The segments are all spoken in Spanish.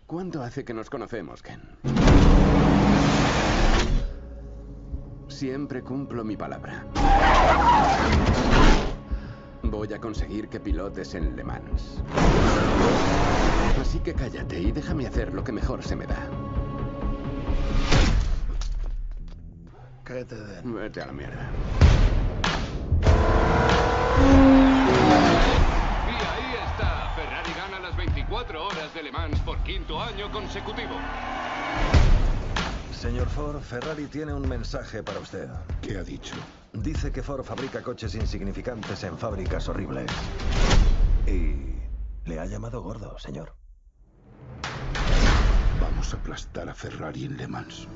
¿Cuánto hace que nos conocemos, Ken? Siempre cumplo mi palabra. Voy a conseguir que pilotes en Le Mans. Así que cállate y déjame hacer lo que mejor se me da. ¿Qué te den? Vete a la mierda. Y ahí está. Ferrari gana las 24 horas de Le Mans por 5º año consecutivo. Señor Ford, Ferrari tiene un mensaje para usted. ¿Qué ha dicho? Dice que Ford fabrica coches insignificantes en fábricas horribles. Y le ha llamado gordo, señor. Vamos a aplastar a Ferrari en Le Mans.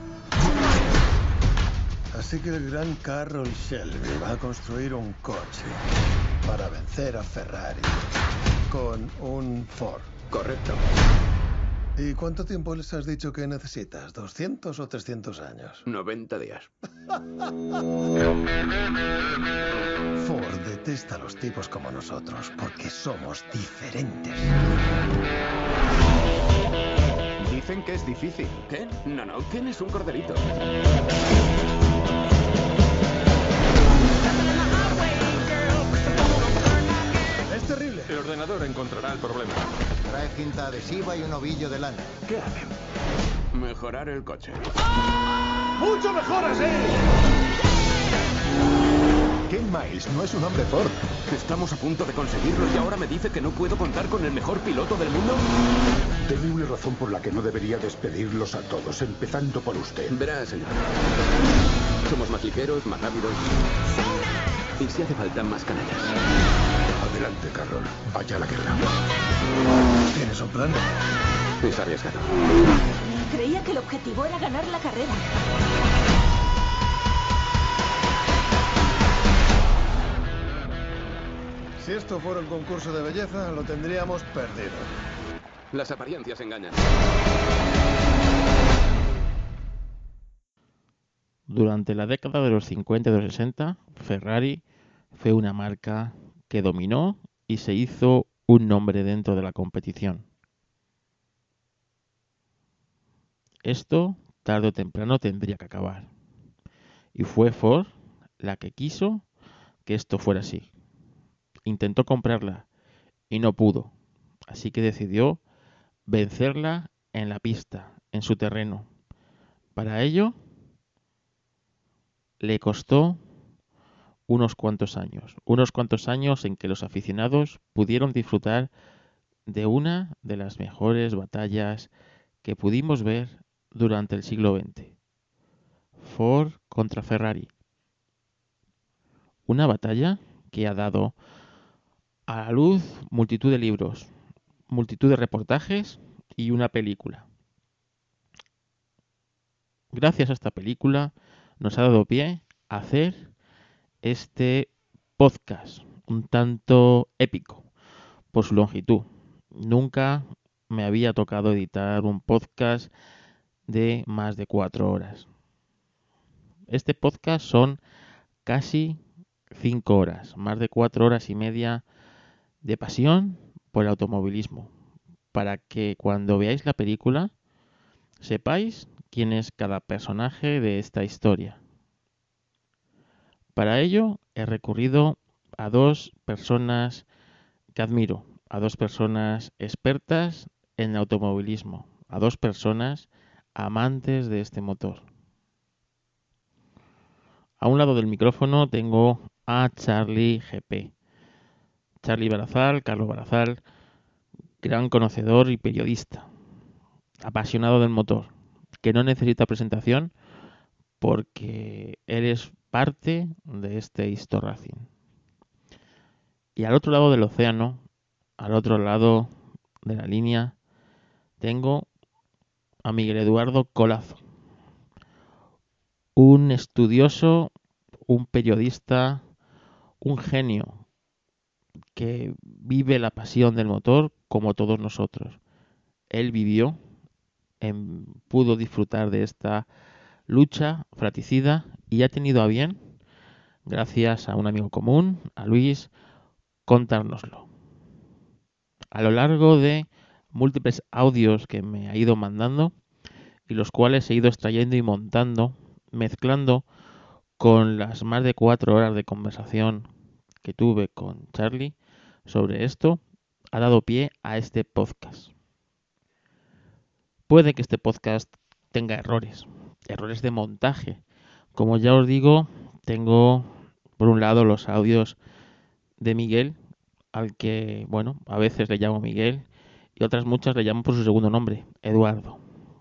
Así que el gran Carroll Shelby va a construir un coche para vencer a Ferrari con un Ford. Correcto. ¿Y cuánto tiempo les has dicho que necesitas? ¿200 o 300 años? 90 días. Ford detesta a los tipos como nosotros porque somos diferentes. Dicen que es difícil. ¿Ken? No, Ken es un corderito. Es terrible. El ordenador encontrará el problema. Trae cinta adhesiva y un ovillo de lana. ¿Qué hacen? Mejorar el coche. ¡Mucho mejor así! Ken Miles no es un hombre Ford. Estamos a punto de conseguirlo y ahora me dice que no puedo contar con el mejor piloto del mundo. Deme una razón por la que no debería despedirlos a todos, empezando por usted. Verá, señor. Somos más ligeros, más rápidos. Y si hace falta, más canallas. Adelante, Carroll. Vaya a la guerra. ¿Tienes un plan? Es arriesgado. Creía que el objetivo era ganar la carrera. Si esto fuera un concurso de belleza, lo tendríamos perdido. Las apariencias engañan. Durante la década de los 50 y de los 60, Ferrari fue una marca que dominó y se hizo un nombre dentro de la competición. Esto, tarde o temprano, tendría que acabar. Y fue Ford la que quiso que esto fuera así. Intentó comprarla y no pudo, así que decidió vencerla en la pista, en su terreno. Para ello, le costó unos cuantos años en que los aficionados pudieron disfrutar de una de las mejores batallas que pudimos ver durante el siglo XX. Ford contra Ferrari. Una batalla que ha dado a la luz multitud de libros, multitud de reportajes y una película. Gracias a esta película nos ha dado pie a hacer este podcast un tanto épico por su longitud. Nunca me había tocado editar un podcast de más de 4 horas. Este podcast son casi 5 horas, más de 4 horas y media de pasión por el automovilismo, para que cuando veáis la película sepáis quién es cada personaje de esta historia. Para ello he recurrido a 2 personas que admiro, a 2 personas expertas en el automovilismo, a 2 personas amantes de este motor. A un lado del micrófono tengo a Charlie GP. Charlie Barazal, Carlos Barazal, gran conocedor y periodista, apasionado del motor, que no necesita presentación porque él es parte de este Histo Racing. Y al otro lado del océano, al otro lado de la línea, tengo a Miguel Eduardo Colazo, un estudioso, un periodista, un genio que vive la pasión del motor como todos nosotros. Él vivió, pudo disfrutar de esta lucha fratricida y ha tenido a bien, gracias a un amigo común, a Luis, contárnoslo. A lo largo de múltiples audios que me ha ido mandando y los cuales he ido extrayendo y montando, mezclando con las más de 4 horas de conversación que tuve con Charlie sobre esto, ha dado pie a este podcast. Puede que este podcast tenga errores de montaje. Como ya os digo, tengo por un lado los audios de Miguel, al que, bueno, a veces le llamo Miguel y otras muchas le llamo por su segundo nombre, Eduardo.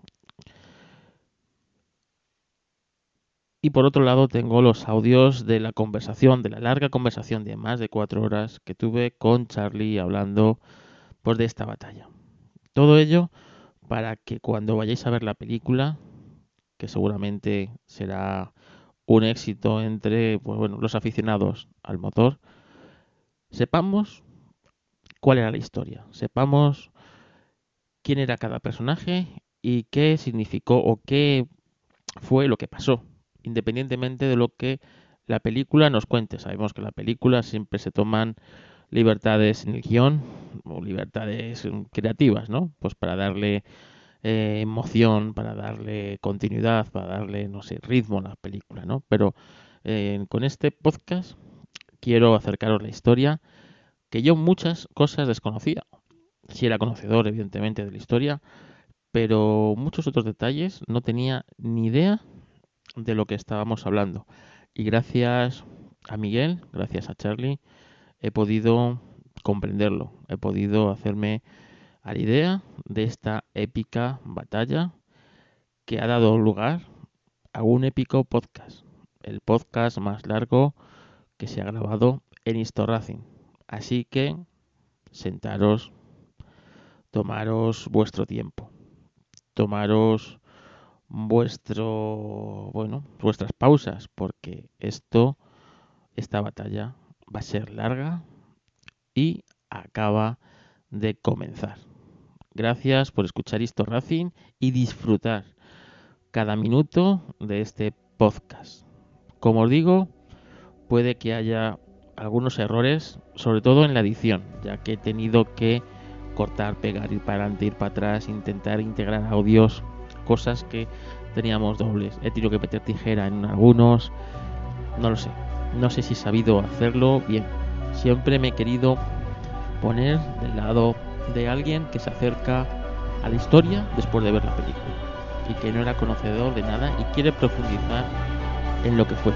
Y por otro lado tengo los audios de la conversación, de la larga conversación de más de 4 horas que tuve con Charlie hablando pues, de esta batalla. Todo ello para que cuando vayáis a ver la película, que seguramente será un éxito entre pues, bueno, los aficionados al motor, sepamos cuál era la historia, sepamos quién era cada personaje y qué significó o qué fue lo que pasó, independientemente de lo que la película nos cuente. Sabemos que en la película siempre se toman libertades en el guión o libertades creativas, ¿no? Pues para darle emoción, para darle continuidad, para darle, no sé, ritmo a la película, ¿no? Pero con este podcast quiero acercaros la historia, que yo muchas cosas desconocía. Sí era conocedor, evidentemente, de la historia, pero muchos otros detalles no tenía ni idea de lo que estábamos hablando. Y gracias a Miguel, gracias a Charlie, he podido comprenderlo, he podido hacerme a la idea de esta épica batalla que ha dado lugar a un épico podcast, el podcast más largo que se ha grabado en Historracing. Así que sentaros, tomaros vuestro tiempo, tomaros vuestras pausas, porque esta batalla va a ser larga y acaba de comenzar. Gracias por escuchar Historracing y disfrutar cada minuto de este podcast. Como os digo, puede que haya algunos errores, sobre todo en la edición, ya que he tenido que cortar, pegar, ir para adelante, ir para atrás, intentar integrar audios, cosas que teníamos dobles. He tenido que meter tijera en algunos, no lo sé. No sé si he sabido hacerlo bien. Siempre me he querido poner del lado de alguien que se acerca a la historia después de ver la película y que no era conocedor de nada y quiere profundizar en lo que fue.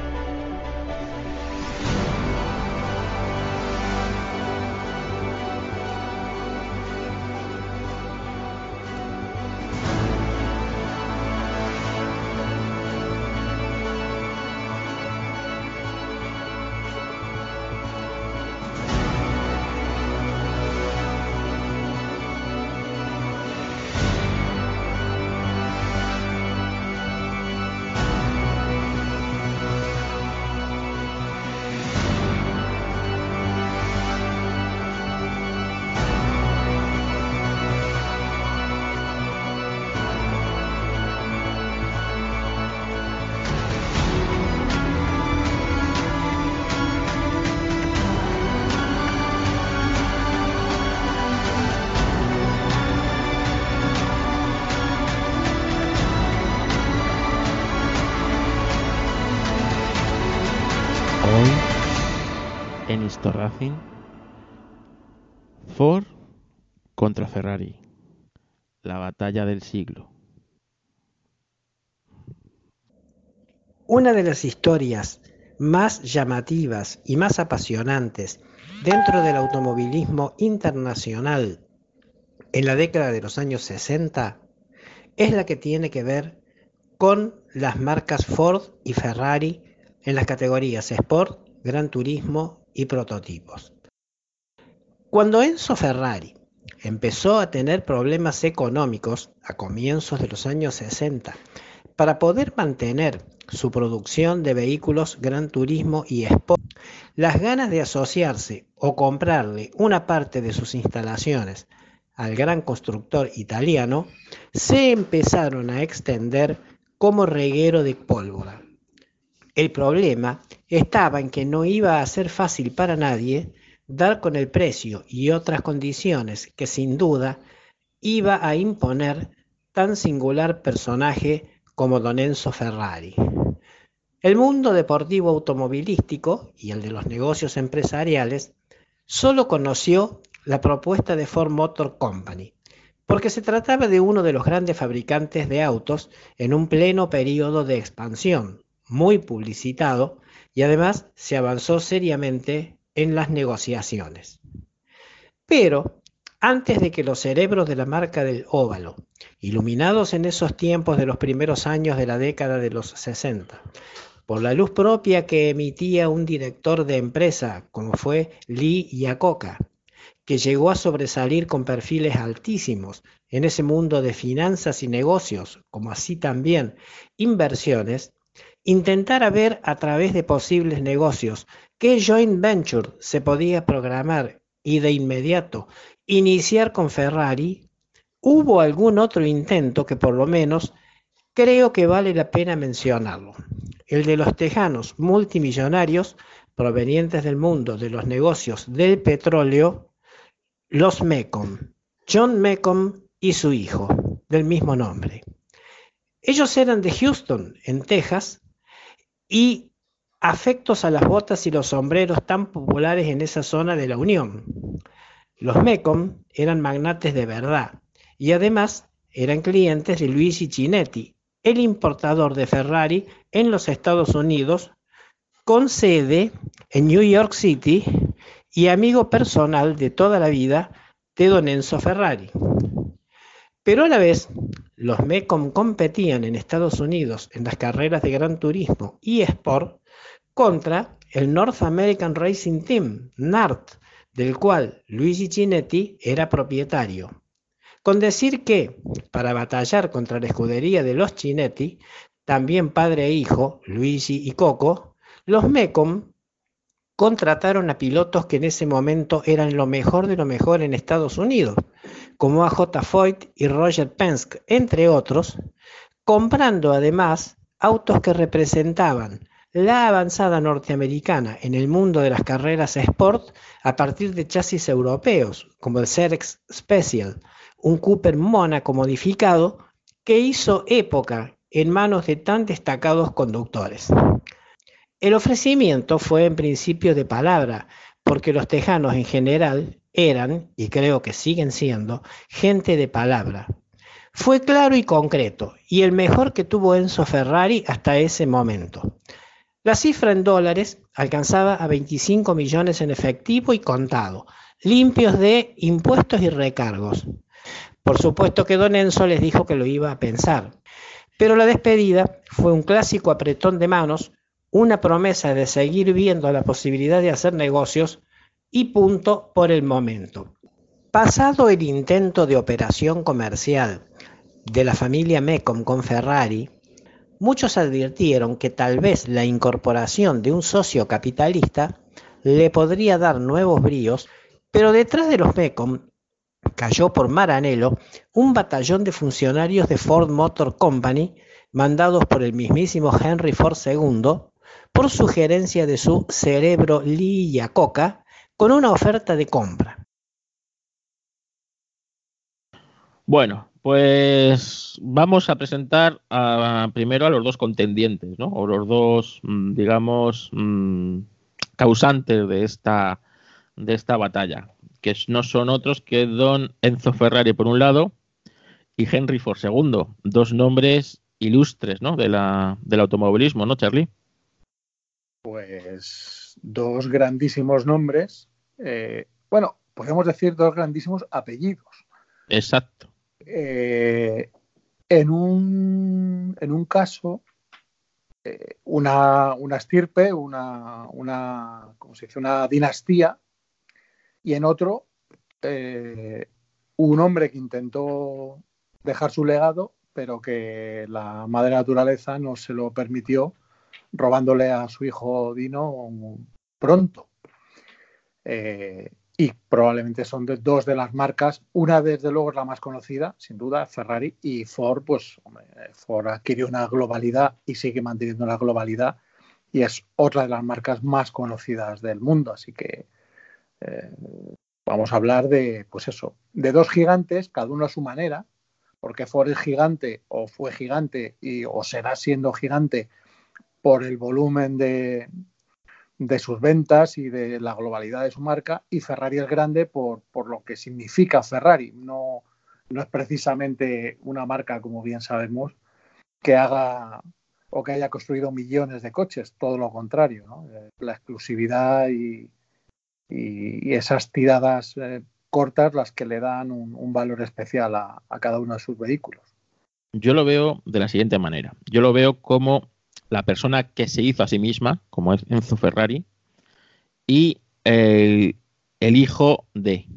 En Historracing, Ford contra Ferrari, la batalla del siglo. Una de las historias más llamativas y más apasionantes dentro del automovilismo internacional en la década de los años 60 es la que tiene que ver con las marcas Ford y Ferrari en las categorías Sport, Gran Turismo y prototipos. Cuando Enzo Ferrari empezó a tener problemas económicos a comienzos de los años 60 para poder mantener su producción de vehículos Gran Turismo y Sport, las ganas de asociarse o comprarle una parte de sus instalaciones al gran constructor italiano se empezaron a extender como reguero de pólvora. El problema estaba en que no iba a ser fácil para nadie dar con el precio y otras condiciones que sin duda iba a imponer tan singular personaje como don Enzo Ferrari. El mundo deportivo automovilístico y el de los negocios empresariales solo conoció la propuesta de Ford Motor Company, porque se trataba de uno de los grandes fabricantes de autos en un pleno periodo de expansión, muy publicitado, y además se avanzó seriamente en las negociaciones. Pero antes de que los cerebros de la marca del óvalo, iluminados en esos tiempos de los primeros años de la década de los 60, por la luz propia que emitía un director de empresa como fue Lee Iacocca, que llegó a sobresalir con perfiles altísimos en ese mundo de finanzas y negocios, como así también inversiones, intentara ver a través de posibles negocios qué joint venture se podía programar y de inmediato iniciar con Ferrari, hubo algún otro intento que por lo menos creo que vale la pena mencionarlo, el de los tejanos multimillonarios provenientes del mundo de los negocios del petróleo, los Mecom, John Mecom y su hijo, del mismo nombre. Ellos eran de Houston, en Texas, y afectos a las botas y los sombreros tan populares en esa zona de la Unión. Los Mecom eran magnates de verdad, y además eran clientes de Luigi Chinetti, el importador de Ferrari en los Estados Unidos, con sede en New York City y amigo personal de toda la vida de don Enzo Ferrari. Pero a la vez, los Mecom competían en Estados Unidos en las carreras de Gran Turismo y Sport contra el North American Racing Team, NART, del cual Luigi Chinetti era propietario. Con decir que, para batallar contra la escudería de los Chinetti, también padre e hijo, Luigi y Coco, los Mecom contrataron a pilotos que en ese momento eran lo mejor de lo mejor en Estados Unidos, como A.J. Foyt y Roger Penske, entre otros, comprando además autos que representaban la avanzada norteamericana en el mundo de las carreras sport a partir de chasis europeos, como el Cerex Special, un Cooper Mónaco modificado que hizo época en manos de tan destacados conductores. El ofrecimiento fue en principio de palabra, porque los tejanos en general eran, y creo que siguen siendo, gente de palabra. Fue claro y concreto, y el mejor que tuvo Enzo Ferrari hasta ese momento. La cifra en dólares alcanzaba a 25 millones en efectivo y contado, limpios de impuestos y recargos. Por supuesto que don Enzo les dijo que lo iba a pensar, pero la despedida fue un clásico apretón de manos, una promesa de seguir viendo la posibilidad de hacer negocios y punto por el momento. Pasado el intento de operación comercial de la familia Mecom con Ferrari, muchos advirtieron que tal vez la incorporación de un socio capitalista le podría dar nuevos bríos, pero detrás de los Mecom cayó por Maranello un batallón de funcionarios de Ford Motor Company mandados por el mismísimo Henry Ford II por sugerencia de su cerebro Lee Iacocca con una oferta de compra. Bueno, pues vamos a presentar primero a los dos contendientes, ¿no? O los dos, digamos, causantes de esta batalla, que no son otros que don Enzo Ferrari por un lado y Henry Ford II, dos nombres ilustres, ¿no? del automovilismo, ¿no, Charlie? Pues dos grandísimos nombres, bueno, podemos decir dos grandísimos apellidos. Exacto. En un caso, una estirpe, ¿cómo se dice? Una dinastía, y en otro, un hombre que intentó dejar su legado, pero que la madre naturaleza no se lo permitió, robándole a su hijo Dino pronto. Y probablemente son dos de las marcas. Una, desde luego, es la más conocida, sin duda, Ferrari, y Ford, pues Ford adquirió una globalidad y sigue manteniendo la globalidad y es otra de las marcas más conocidas del mundo. Así que vamos a hablar de, pues eso, de dos gigantes, cada uno a su manera, porque Ford es gigante o fue gigante o será siendo gigante por el volumen de sus ventas y de la globalidad de su marca, y Ferrari es grande por lo que significa Ferrari. No es precisamente una marca, como bien sabemos, que haga o que haya construido millones de coches, todo lo contrario, ¿no? La exclusividad y esas tiradas cortas las que le dan un valor especial a cada uno de sus vehículos. Yo lo veo de la siguiente manera. Yo lo veo como la persona que se hizo a sí misma, como es Enzo Ferrari, y el hijo de...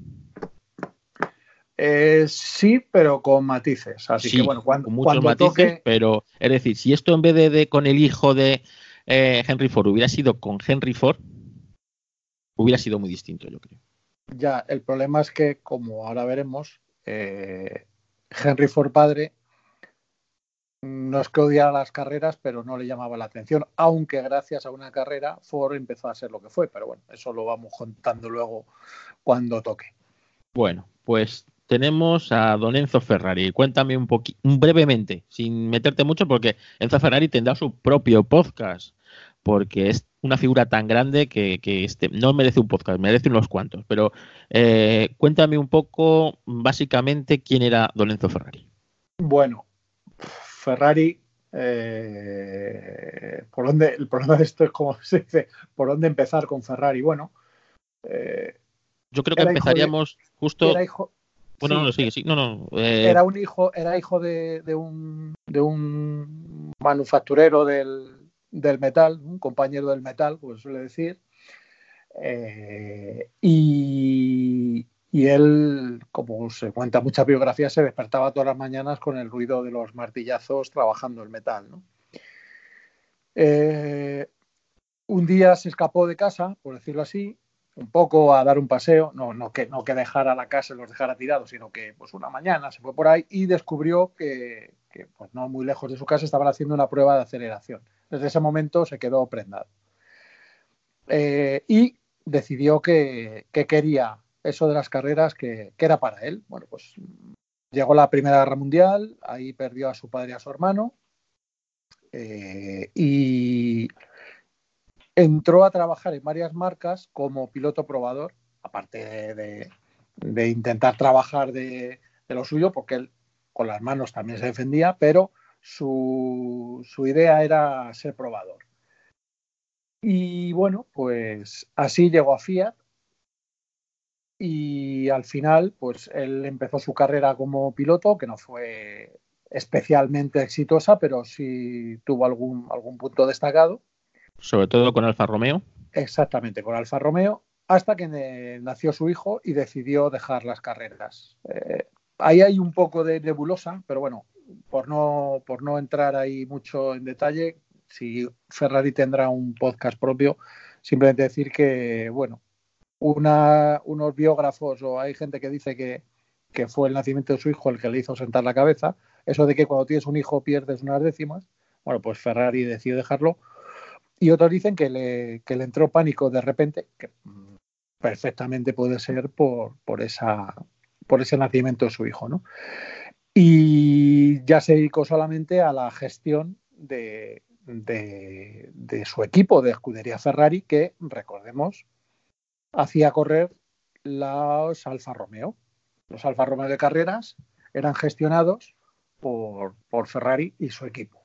Sí, pero con matices. Así sí, que bueno, con muchos matices, toque... pero es decir, si esto en vez de con el hijo de Henry Ford hubiera sido con Henry Ford, hubiera sido muy distinto, yo creo. Ya, el problema es que, como ahora veremos, Henry Ford padre no es que odiara las carreras, pero no le llamaba la atención, aunque gracias a una carrera Ford empezó a ser lo que fue. Pero bueno, eso lo vamos contando luego cuando toque. Bueno, pues tenemos a don Enzo Ferrari. Cuéntame brevemente, sin meterte mucho, porque Enzo Ferrari tendrá su propio podcast, porque es una figura tan grande que no merece un podcast, merece unos cuantos. Pero cuéntame un poco, básicamente, quién era don Enzo Ferrari. Bueno, Ferrari, ¿por dónde? El problema de esto es, como se dice, ¿por dónde empezar con Ferrari? Bueno, yo creo que empezaríamos justo... Era hijo, bueno, sí, no, sigue, sí, no. Era hijo de un manufacturero del metal, un compañero del metal, pues suele decir. Y él, como se cuenta en muchas biografías, se despertaba todas las mañanas con el ruido de los martillazos trabajando el metal, ¿no? Un día se escapó de casa, por decirlo así, un poco a dar un paseo, no que dejara la casa y los dejara tirados, sino que pues una mañana se fue por ahí y descubrió que pues no muy lejos de su casa estaban haciendo una prueba de aceleración. Desde ese momento se quedó prendado. Y decidió que quería eso de las carreras, que era para él. Bueno, pues llegó la Primera Guerra Mundial, ahí perdió a su padre y a su hermano, y entró a trabajar en varias marcas como piloto probador, aparte de intentar trabajar de lo suyo, porque él con las manos también se defendía, pero su idea era ser probador. Y bueno, pues así llegó a Fiat y al final pues él empezó su carrera como piloto, que no fue especialmente exitosa, pero sí tuvo algún punto destacado. Sobre todo con Alfa Romeo. Exactamente, con Alfa Romeo, hasta que nació su hijo y decidió dejar las carreras. Ahí hay un poco de nebulosa, pero bueno, por no entrar ahí mucho en detalle, si Ferrari tendrá un podcast propio, simplemente decir que, bueno, unos biógrafos o hay gente que dice que fue el nacimiento de su hijo el que le hizo sentar la cabeza. Eso de que cuando tienes un hijo pierdes unas décimas. Bueno, pues Ferrari decidió dejarlo. Y otros dicen que le entró pánico de repente, que perfectamente puede ser por ese nacimiento de su hijo, ¿no? Y ya se dedicó solamente a la gestión de su equipo de escudería Ferrari, que, recordemos, hacía correr los Alfa Romeo. Los Alfa Romeo de carreras eran gestionados por Ferrari y su equipo.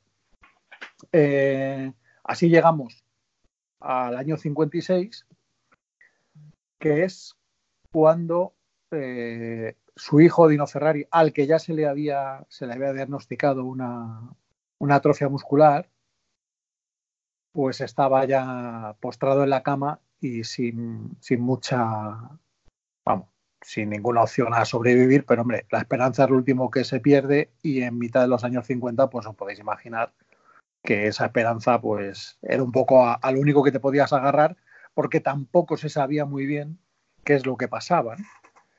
Así llegamos al año 56, que es cuando su hijo Dino Ferrari, al que ya se le había diagnosticado una atrofia muscular, pues estaba ya postrado en la cama y sin ninguna opción a sobrevivir, pero hombre, la esperanza es lo último que se pierde y en mitad de los años 50, pues os podéis imaginar que esa esperanza pues era un poco a lo único que te podías agarrar, porque tampoco se sabía muy bien qué es lo que pasaba, ¿no?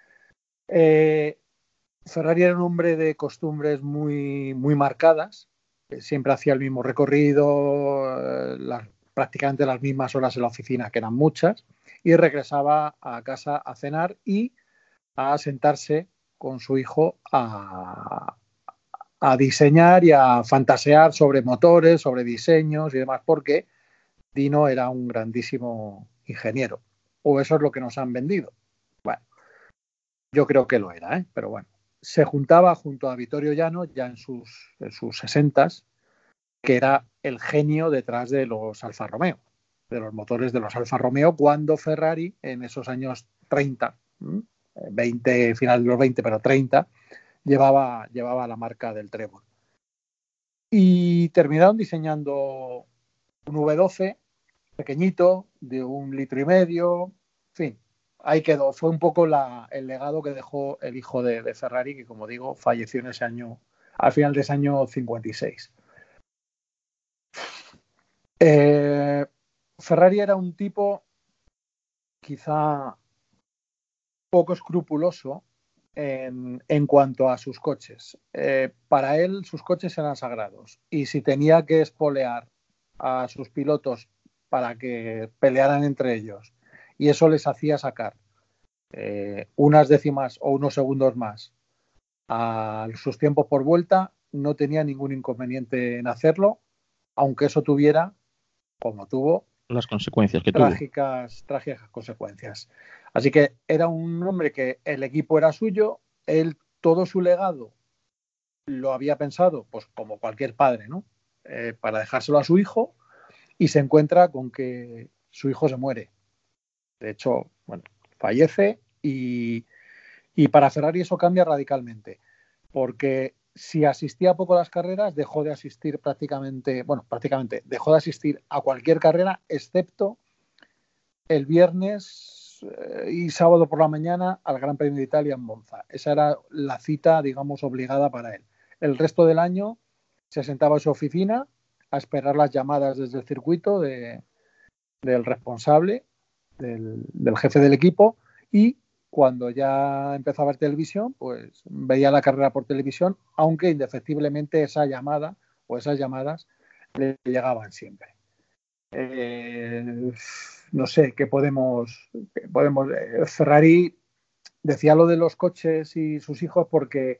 Ferrari era un hombre de costumbres muy, muy marcadas, siempre hacía el mismo recorrido, prácticamente las mismas horas en la oficina, que eran muchas, y regresaba a casa a cenar y a sentarse con su hijo a diseñar y a fantasear sobre motores, sobre diseños y demás, porque Dino era un grandísimo ingeniero, o eso es lo que nos han vendido. Bueno, yo creo que lo era, ¿eh? Pero bueno, se juntaba junto a Vittorio Jano ya en sus 60s, que era el genio detrás de los Alfa Romeo, de los motores de los Alfa Romeo, cuando Ferrari en esos años 30, 20, final de los 20, pero 30, llevaba la marca del Trébol. Y terminaron diseñando un V12 pequeñito, de 1,5 litros, en fin, ahí quedó. Fue un poco el legado que dejó el hijo de Ferrari, que como digo, falleció en ese año, al final de ese año 56. Ferrari era un tipo quizá poco escrupuloso en cuanto a sus coches. Para él sus coches eran sagrados, y si tenía que espolear a sus pilotos para que pelearan entre ellos y eso les hacía sacar unas décimas o unos segundos más a sus tiempos por vuelta, no tenía ningún inconveniente en hacerlo, aunque eso tuviera, como tuvo, las consecuencias que trágicas consecuencias. Así que era un hombre que el equipo era suyo, él todo su legado lo había pensado, pues como cualquier padre, ¿no? Para dejárselo a su hijo, y se encuentra con que su hijo se muere. De hecho, bueno, fallece, y para Ferrari eso cambia radicalmente, porque si asistía poco a las carreras, dejó de asistir prácticamente, dejó de asistir a cualquier carrera, excepto el viernes y sábado por la mañana al Gran Premio de Italia en Monza. Esa era la cita, digamos, obligada para él. El resto del año se sentaba en su oficina a esperar las llamadas desde el circuito del responsable, del jefe del equipo, y cuando ya empezaba a ver televisión, pues veía la carrera por televisión, aunque indefectiblemente esa llamada o esas llamadas le llegaban siempre. No sé, ¿qué podemos Ferrari decía lo de los coches y sus hijos porque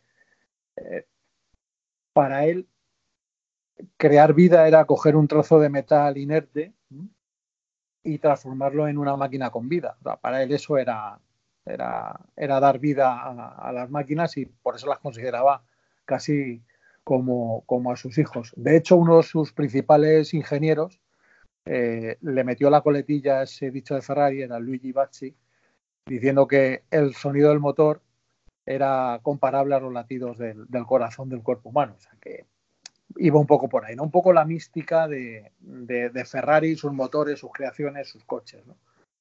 para él crear vida era coger un trozo de metal inerte y transformarlo en una máquina con vida. O sea, para él eso era dar vida a las máquinas, y por eso las consideraba casi como a sus hijos. De hecho, uno de sus principales ingenieros le metió la coletilla a ese dicho de Ferrari, era Luigi Bacci, diciendo que el sonido del motor era comparable a los latidos del corazón del cuerpo humano. O sea que iba un poco por ahí, ¿no? Un poco la mística de Ferrari, sus motores, sus creaciones, sus coches, ¿no?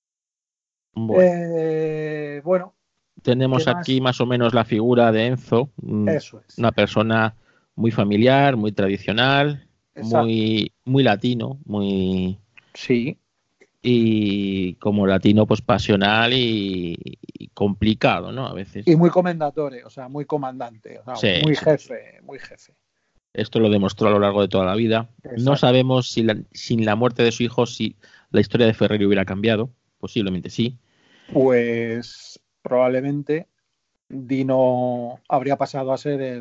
Bueno, tenemos aquí más o menos la figura de Enzo. Eso es. Una persona muy familiar, muy tradicional, muy latino, muy... Sí. Y como latino, pues pasional y complicado, ¿no? A veces. Y muy comendador, o sea, muy comandante, o sea, sí, muy sí. jefe. Esto lo demostró a lo largo de toda la vida. Exacto. No sabemos si sin la muerte de su hijo, si la historia de Ferrari hubiera cambiado. Posiblemente sí. Pues probablemente Dino habría pasado a ser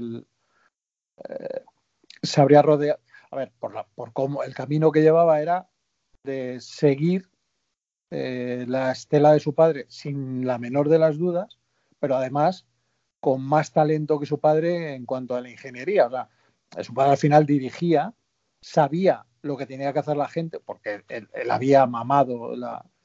se habría rodeado. A ver, por cómo el camino que llevaba era de seguir la estela de su padre sin la menor de las dudas, pero además con más talento que su padre en cuanto a la ingeniería. O sea, su padre al final dirigía, sabía lo que tenía que hacer la gente, porque él había mamado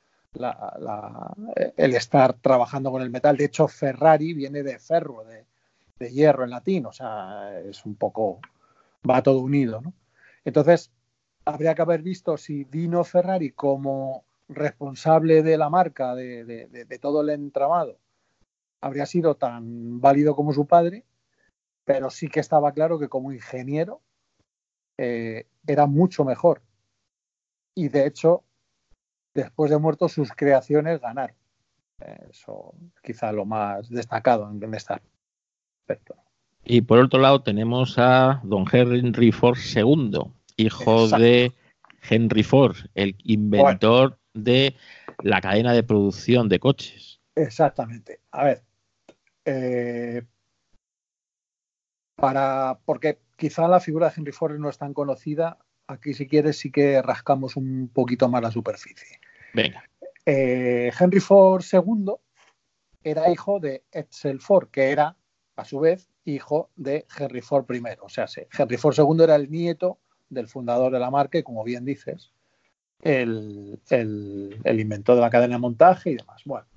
el estar trabajando con el metal. De hecho, Ferrari viene de ferro, de hierro en latín, o sea, es un poco, va todo unido, ¿no? Entonces, habría que haber visto si Dino Ferrari, como responsable de la marca, de todo el entramado, habría sido tan válido como su padre, pero sí que estaba claro que como ingeniero era mucho mejor. Y de hecho, después de muerto, sus creaciones ganaron. Eso quizá lo más destacado en este aspecto. Y por otro lado tenemos a don Henry Ford II, hijo Exacto. de Henry Ford, el inventor de la cadena de producción de coches. Exactamente. A ver, porque quizá la figura de Henry Ford no es tan conocida, aquí si quieres sí que rascamos un poquito más la superficie. Venga. Henry Ford II era hijo de Edsel Ford, que era, a su vez, hijo de Henry Ford I. O sea, Henry Ford II era el nieto del fundador de la marca y, como bien dices, el inventor de la cadena de montaje y demás. Bueno,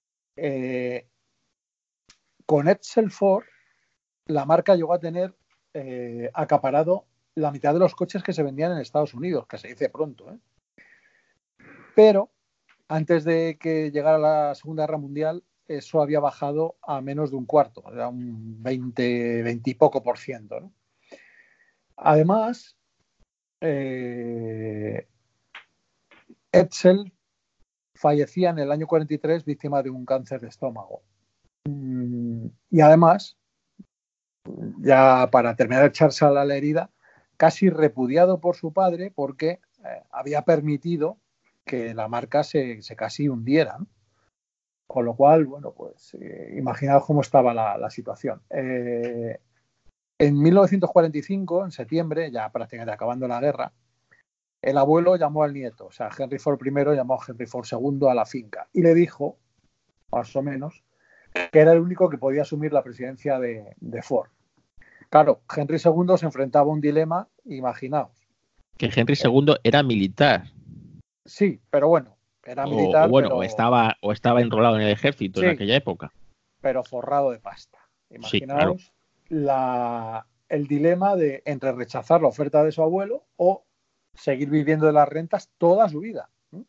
con Edsel Ford, la marca llegó a tener acaparado la mitad de los coches que se vendían en Estados Unidos, que se dice pronto, ¿eh? Pero antes de que llegara la Segunda Guerra Mundial, eso había bajado a menos de un cuarto, era un 20 y poco por ciento, ¿no? Además, Edsel fallecía en el año 43 víctima de un cáncer de estómago. Y además, ya para terminar de echarse a la herida, casi repudiado por su padre porque había permitido que la marca se casi hundiera, ¿no? Con lo cual, bueno, pues imaginaos cómo estaba la situación. En 1945, en septiembre, ya prácticamente acabando la guerra, el abuelo llamó al nieto, o sea, Henry Ford I llamó a Henry Ford II a la finca y le dijo, más o menos, que era el único que podía asumir la presidencia de Ford. Claro, Henry II se enfrentaba a un dilema, imaginaos. Que Henry II era militar. Sí, pero bueno, era militar. O estaba enrolado en el ejército en aquella época. Pero forrado de pasta. Imaginaos, sí, claro, el dilema de entre rechazar la oferta de su abuelo o seguir viviendo de las rentas toda su vida.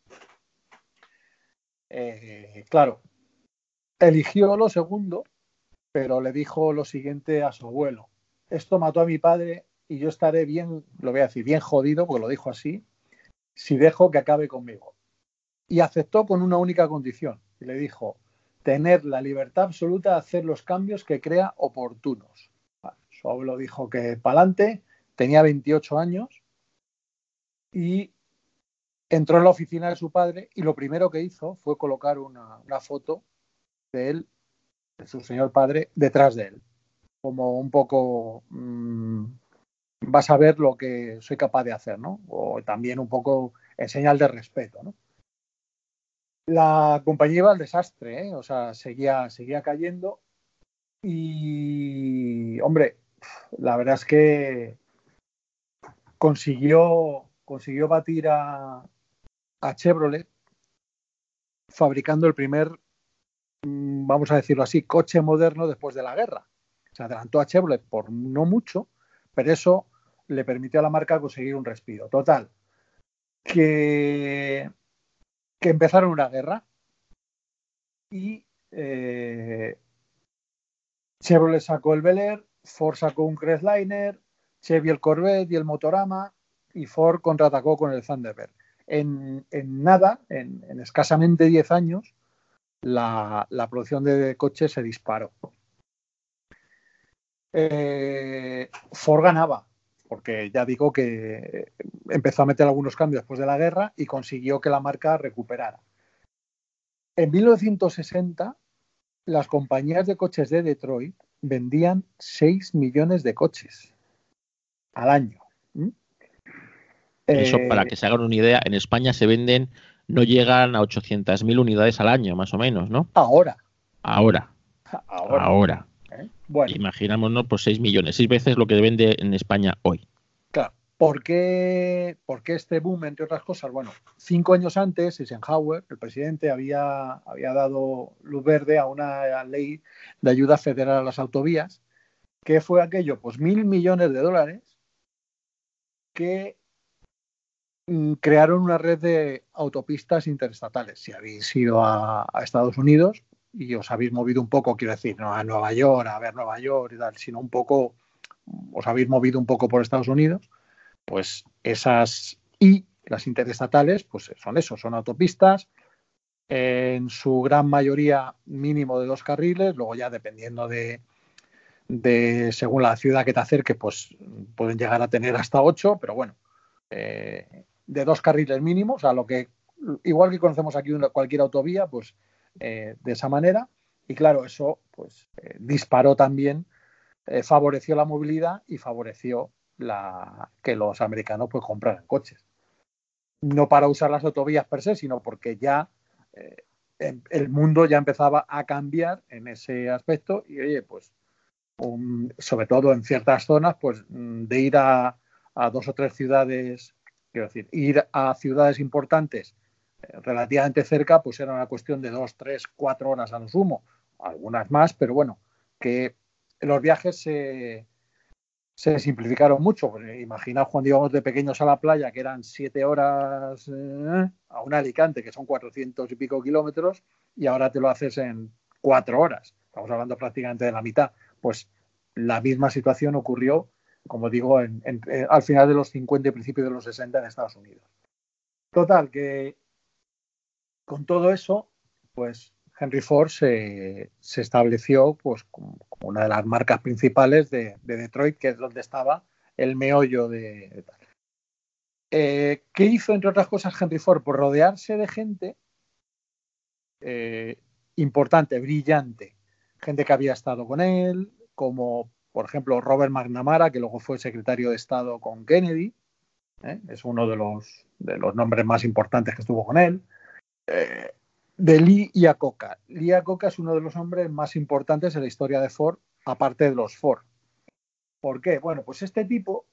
Claro, eligió lo segundo, pero le dijo lo siguiente a su abuelo: esto mató a mi padre y yo estaré bien, lo voy a decir, bien jodido, porque lo dijo así, si dejo que acabe conmigo. Y aceptó con una única condición, y le dijo: tener la libertad absoluta de hacer los cambios que crea oportunos. Su abuelo dijo que pa'lante, tenía 28 años y entró en la oficina de su padre y lo primero que hizo fue colocar una foto de él, de su señor padre, detrás de él. Como un poco, vas a ver lo que soy capaz de hacer, ¿no? O también un poco en señal de respeto, ¿no? La compañía iba al desastre, ¿eh? O sea, seguía cayendo y, hombre, la verdad es que consiguió batir a Chevrolet fabricando el primer, vamos a decirlo así, coche moderno después de la guerra. Se adelantó a Chevrolet por no mucho, pero eso le permitió a la marca conseguir un respiro. Total, que empezaron una guerra y Chevrolet sacó el Bel Air, Ford sacó un Crestliner, Chevy el Corvette y el Motorama, y Ford contraatacó con el Thunderbird. En escasamente 10 años, la producción de coches se disparó. Ford ganaba, porque ya digo que empezó a meter algunos cambios después de la guerra y consiguió que la marca recuperara. En 1960, las compañías de coches de Detroit vendían 6 millones de coches al año. Eso, para que se hagan una idea, en España se venden, no llegan a 800.000 unidades al año, más o menos, ¿no? Ahora. Bueno. Imaginámonos, pues 6 millones, 6 veces lo que vende en España hoy. Claro. ¿Por qué este boom, entre otras cosas? Bueno, 5 años antes, Eisenhower, el presidente, había dado luz verde a una ley de ayuda federal a las autovías. ¿Qué fue aquello? Pues $1.000 millones que crearon una red de autopistas interestatales. Si habéis ido a Estados Unidos y os habéis movido un poco, quiero decir, no a Nueva York, a ver Nueva York y tal, sino un poco, os habéis movido un poco por Estados Unidos, pues esas y las interestatales, pues son autopistas, en su gran mayoría mínimo de 2 carriles, luego ya dependiendo de según la ciudad que te acerque, pues pueden llegar a tener hasta 8, pero bueno, de 2 carriles mínimos, o sea, lo que igual que conocemos aquí cualquier autovía, pues de esa manera. Y claro, eso pues disparó también, favoreció la movilidad y favoreció que los americanos pues compraran coches. No para usar las autovías per se, sino porque ya el mundo ya empezaba a cambiar en ese aspecto y, oye, pues sobre todo en ciertas zonas, pues de ir a 2 o 3 ciudades, quiero decir, ir a ciudades importantes relativamente cerca, pues era una cuestión de 2, 3, 4 horas a lo sumo, algunas más, pero bueno, que los viajes se simplificaron mucho. Pues, imaginaos cuando íbamos de pequeños a la playa, que eran 7 horas a un Alicante, que son 400 y pico kilómetros, y ahora te lo haces en 4 horas. Estamos hablando prácticamente de la mitad. Pues la misma situación ocurrió, como digo, al final de los 50 y principios de los 60 en Estados Unidos. Total, que con todo eso, pues Henry Ford se estableció pues como una de las marcas principales de Detroit, que es donde estaba el meollo de tal. ¿Qué hizo, entre otras cosas, Henry Ford? Por rodearse de gente importante, brillante, gente que había estado con él, como por ejemplo Robert McNamara, que luego fue secretario de Estado con Kennedy, es uno de los nombres más importantes que estuvo con él. De Lee Iacocca. Lee Iacocca es uno de los hombres más importantes en la historia de Ford, aparte de los Ford. ¿Por qué? Bueno, pues este tipo,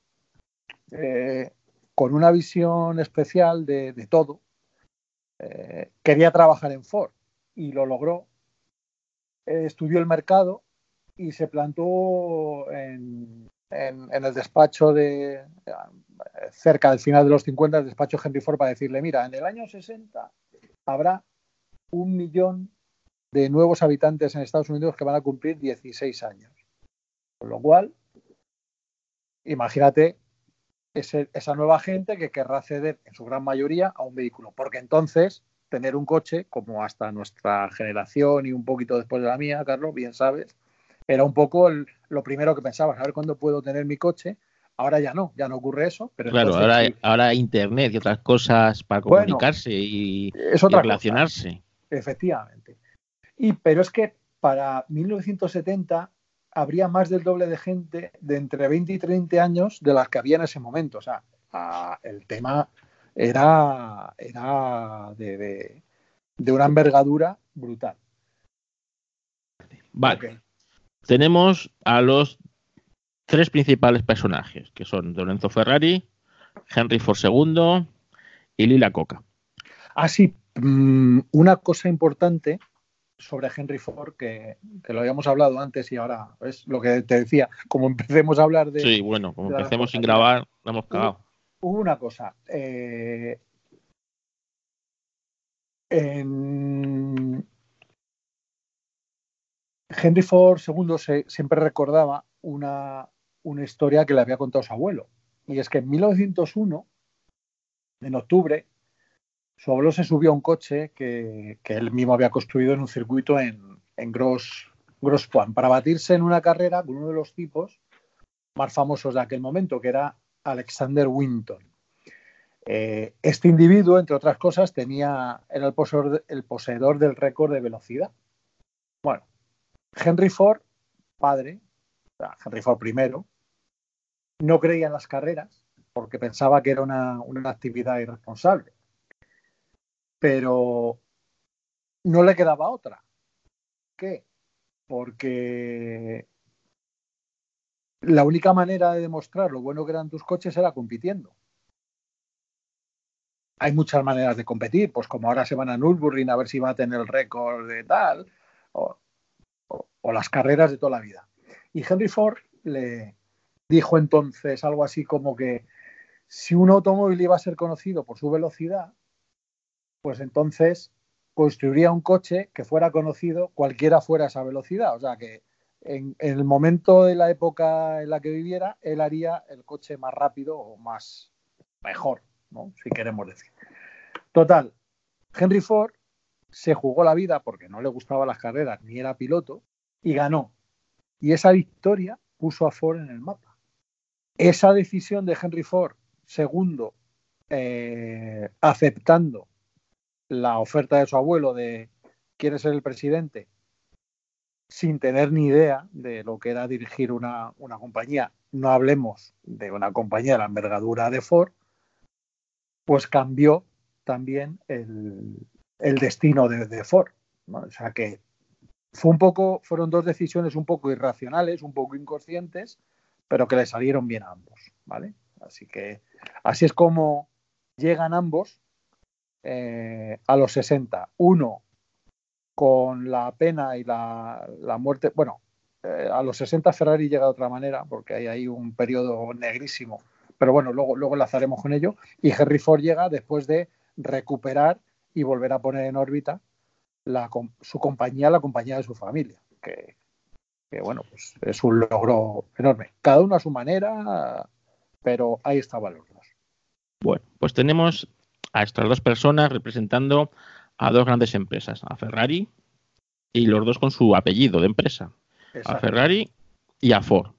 con una visión especial de todo, quería trabajar en Ford y lo logró. Estudió el mercado y se plantó en el despacho cerca del final de los 50, el despacho Henry Ford, para decirle, mira, en el año 60 habrá 1 millón de nuevos habitantes en Estados Unidos que van a cumplir 16 años. Con lo cual, imagínate esa nueva gente que querrá acceder en su gran mayoría a un vehículo. Porque entonces, tener un coche, como hasta nuestra generación y un poquito después de la mía, Carlos, bien sabes, era un poco lo primero que pensabas, a ver cuándo puedo tener mi coche. Ahora ya no ocurre eso. Pero claro, entonces, ahora Internet y otras cosas para comunicarse y relacionarse. Cosa. Efectivamente. Pero es que para 1970 habría más del doble de gente de entre 20 y 30 años de las que había en ese momento. O sea, el tema era de una envergadura brutal. Vale. Okay. Tenemos a los 3 principales personajes, que son Lorenzo Ferrari, Henry Ford II y Lee Iacocca. Sí, una cosa importante sobre Henry Ford, que lo habíamos hablado antes y ahora es lo que te decía, como empecemos a hablar de... Sí, bueno, como empecemos sin grabar, la hemos cagado. Hubo una cosa. Henry Ford II siempre recordaba una historia que le había contado su abuelo. Y es que en 1901, en octubre, su abuelo se subió a un coche que él mismo había construido en un circuito en Grosse Pointe para batirse en una carrera con uno de los tipos más famosos de aquel momento, que era Alexander Winton. Este individuo, entre otras cosas, era el poseedor del récord de velocidad. Bueno, Henry Ford, padre, o sea, Henry Ford I, no creía en las carreras porque pensaba que era una actividad irresponsable. Pero no le quedaba otra. ¿Qué? Porque la única manera de demostrar lo bueno que eran tus coches era compitiendo. Hay muchas maneras de competir, pues como ahora se van a Nürburgring a ver si va a tener el récord de tal, o las carreras de toda la vida. Y Henry Ford le dijo entonces algo así como que si un automóvil iba a ser conocido por su velocidad, pues entonces construiría un coche que fuera conocido cualquiera fuera esa velocidad. O sea que en el momento de la época en la que viviera, él haría el coche más rápido o mejor, ¿no? Si queremos decir. Total, Henry Ford se jugó la vida porque no le gustaban las carreras ni era piloto y ganó. Y esa victoria puso a Ford en el mapa. Esa decisión de Henry Ford II aceptando la oferta de su abuelo de quiere ser el presidente, sin tener ni idea de lo que era dirigir una compañía. No hablemos de una compañía de la envergadura de Ford, pues cambió también el destino de Ford, ¿no? O sea que fueron dos decisiones un poco irracionales, un poco inconscientes, pero que le salieron bien a ambos, ¿vale? Así es como llegan ambos a los 60. Uno con la pena y la muerte. Bueno, a los 60 Ferrari llega de otra manera, porque hay ahí un periodo negrísimo, pero bueno, luego enlazaremos con ello. Y Henry Ford llega después de recuperar y volver a poner en órbita su compañía, la compañía de su familia, que bueno, pues es un logro enorme. Cada uno a su manera, pero ahí estaban los dos. Bueno, pues tenemos a estas dos personas representando a dos grandes empresas, a Ferrari y los dos con su apellido de empresa, a Ferrari y a Ford.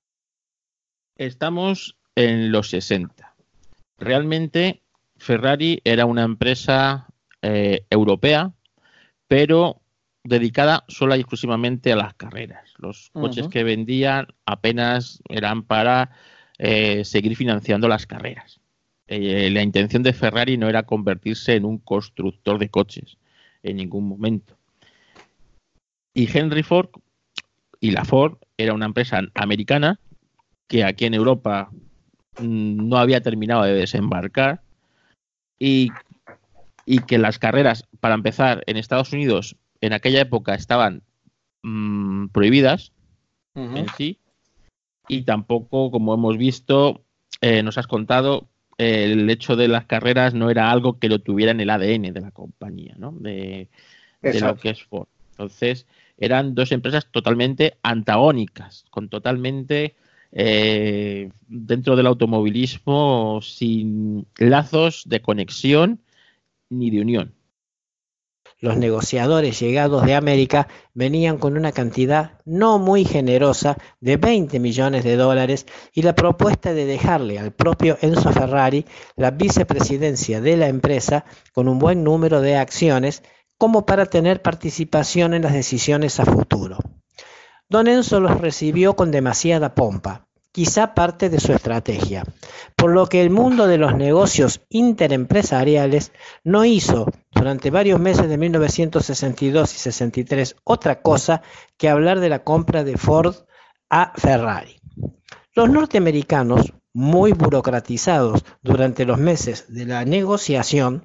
Estamos en los 60. Realmente Ferrari era una empresa europea, pero dedicada sola y exclusivamente a las carreras. Los coches que vendían apenas eran para seguir financiando las carreras. La intención de Ferrari no era convertirse en un constructor de coches en ningún momento. Y Henry Ford y la Ford era una empresa americana que aquí en Europa no había terminado de desembarcar y que las carreras, para empezar, en Estados Unidos en aquella época estaban prohibidas en sí, y tampoco, como hemos visto, nos has contado, el hecho de las carreras no era algo que lo tuviera en el ADN de la compañía, ¿no? De lo que es Ford. Entonces, eran dos empresas totalmente antagónicas, con totalmente dentro del automovilismo sin lazos de conexión ni de unión. Los negociadores llegados de América venían con una cantidad no muy generosa de $20 millones y la propuesta de dejarle al propio Enzo Ferrari la vicepresidencia de la empresa con un buen número de acciones como para tener participación en las decisiones a futuro. Don Enzo los recibió con demasiada pompa, quizá parte de su estrategia, por lo que el mundo de los negocios interempresariales no hizo durante varios meses de 1962 y 63 otra cosa que hablar de la compra de Ford a Ferrari. Los norteamericanos, muy burocratizados durante los meses de la negociación,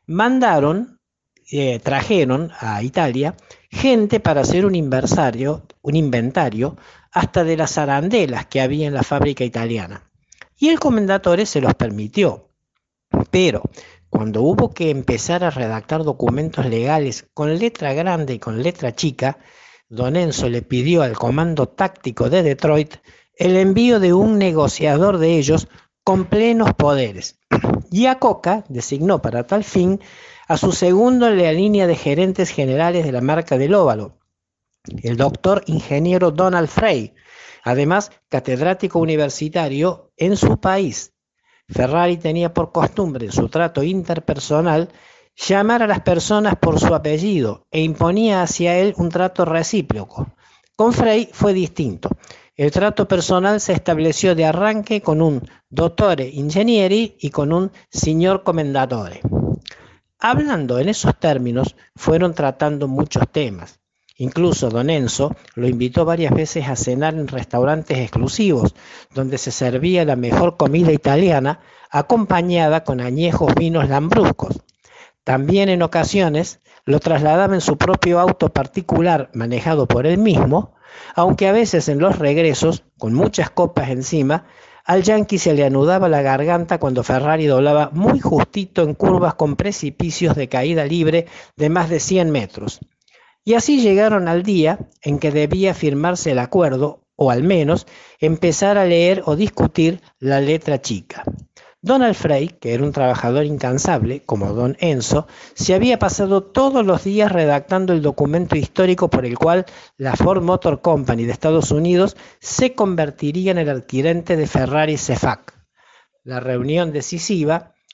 trajeron a Italia gente para hacer un inventario hasta de las arandelas que había en la fábrica italiana. Y el comendatore se los permitió. Pero cuando hubo que empezar a redactar documentos legales con letra grande y con letra chica, Don Enzo le pidió al comando táctico de Detroit el envío de un negociador de ellos con plenos poderes. Y a Coca designó para tal fin a su segundo en la línea de gerentes generales de la marca del óvalo, el doctor ingeniero Donald Frey, además catedrático universitario en su país. Ferrari tenía por costumbre en su trato interpersonal llamar a las personas por su apellido e imponía hacia él un trato recíproco. Con Frey fue distinto. El trato personal se estableció de arranque con un dottore ingegneri y con un signor commendatore. Hablando en esos términos, fueron tratando muchos temas. Incluso Don Enzo lo invitó varias veces a cenar en restaurantes exclusivos, donde se servía la mejor comida italiana, acompañada con añejos vinos lambruscos. También en ocasiones lo trasladaba en su propio auto particular manejado por él mismo, aunque a veces en los regresos, con muchas copas encima, al yanqui se le anudaba la garganta cuando Ferrari doblaba muy justito en curvas con precipicios de caída libre de más de 100 metros. Y así llegaron al día en que debía firmarse el acuerdo, o al menos empezar a leer o discutir la letra chica. Donald Frey, que era un trabajador incansable, como Don Enzo, se había pasado todos los días redactando el documento histórico por el cual la Ford Motor Company de Estados Unidos se convertiría en el adquirente de Ferrari CFAC. La reunión decisiva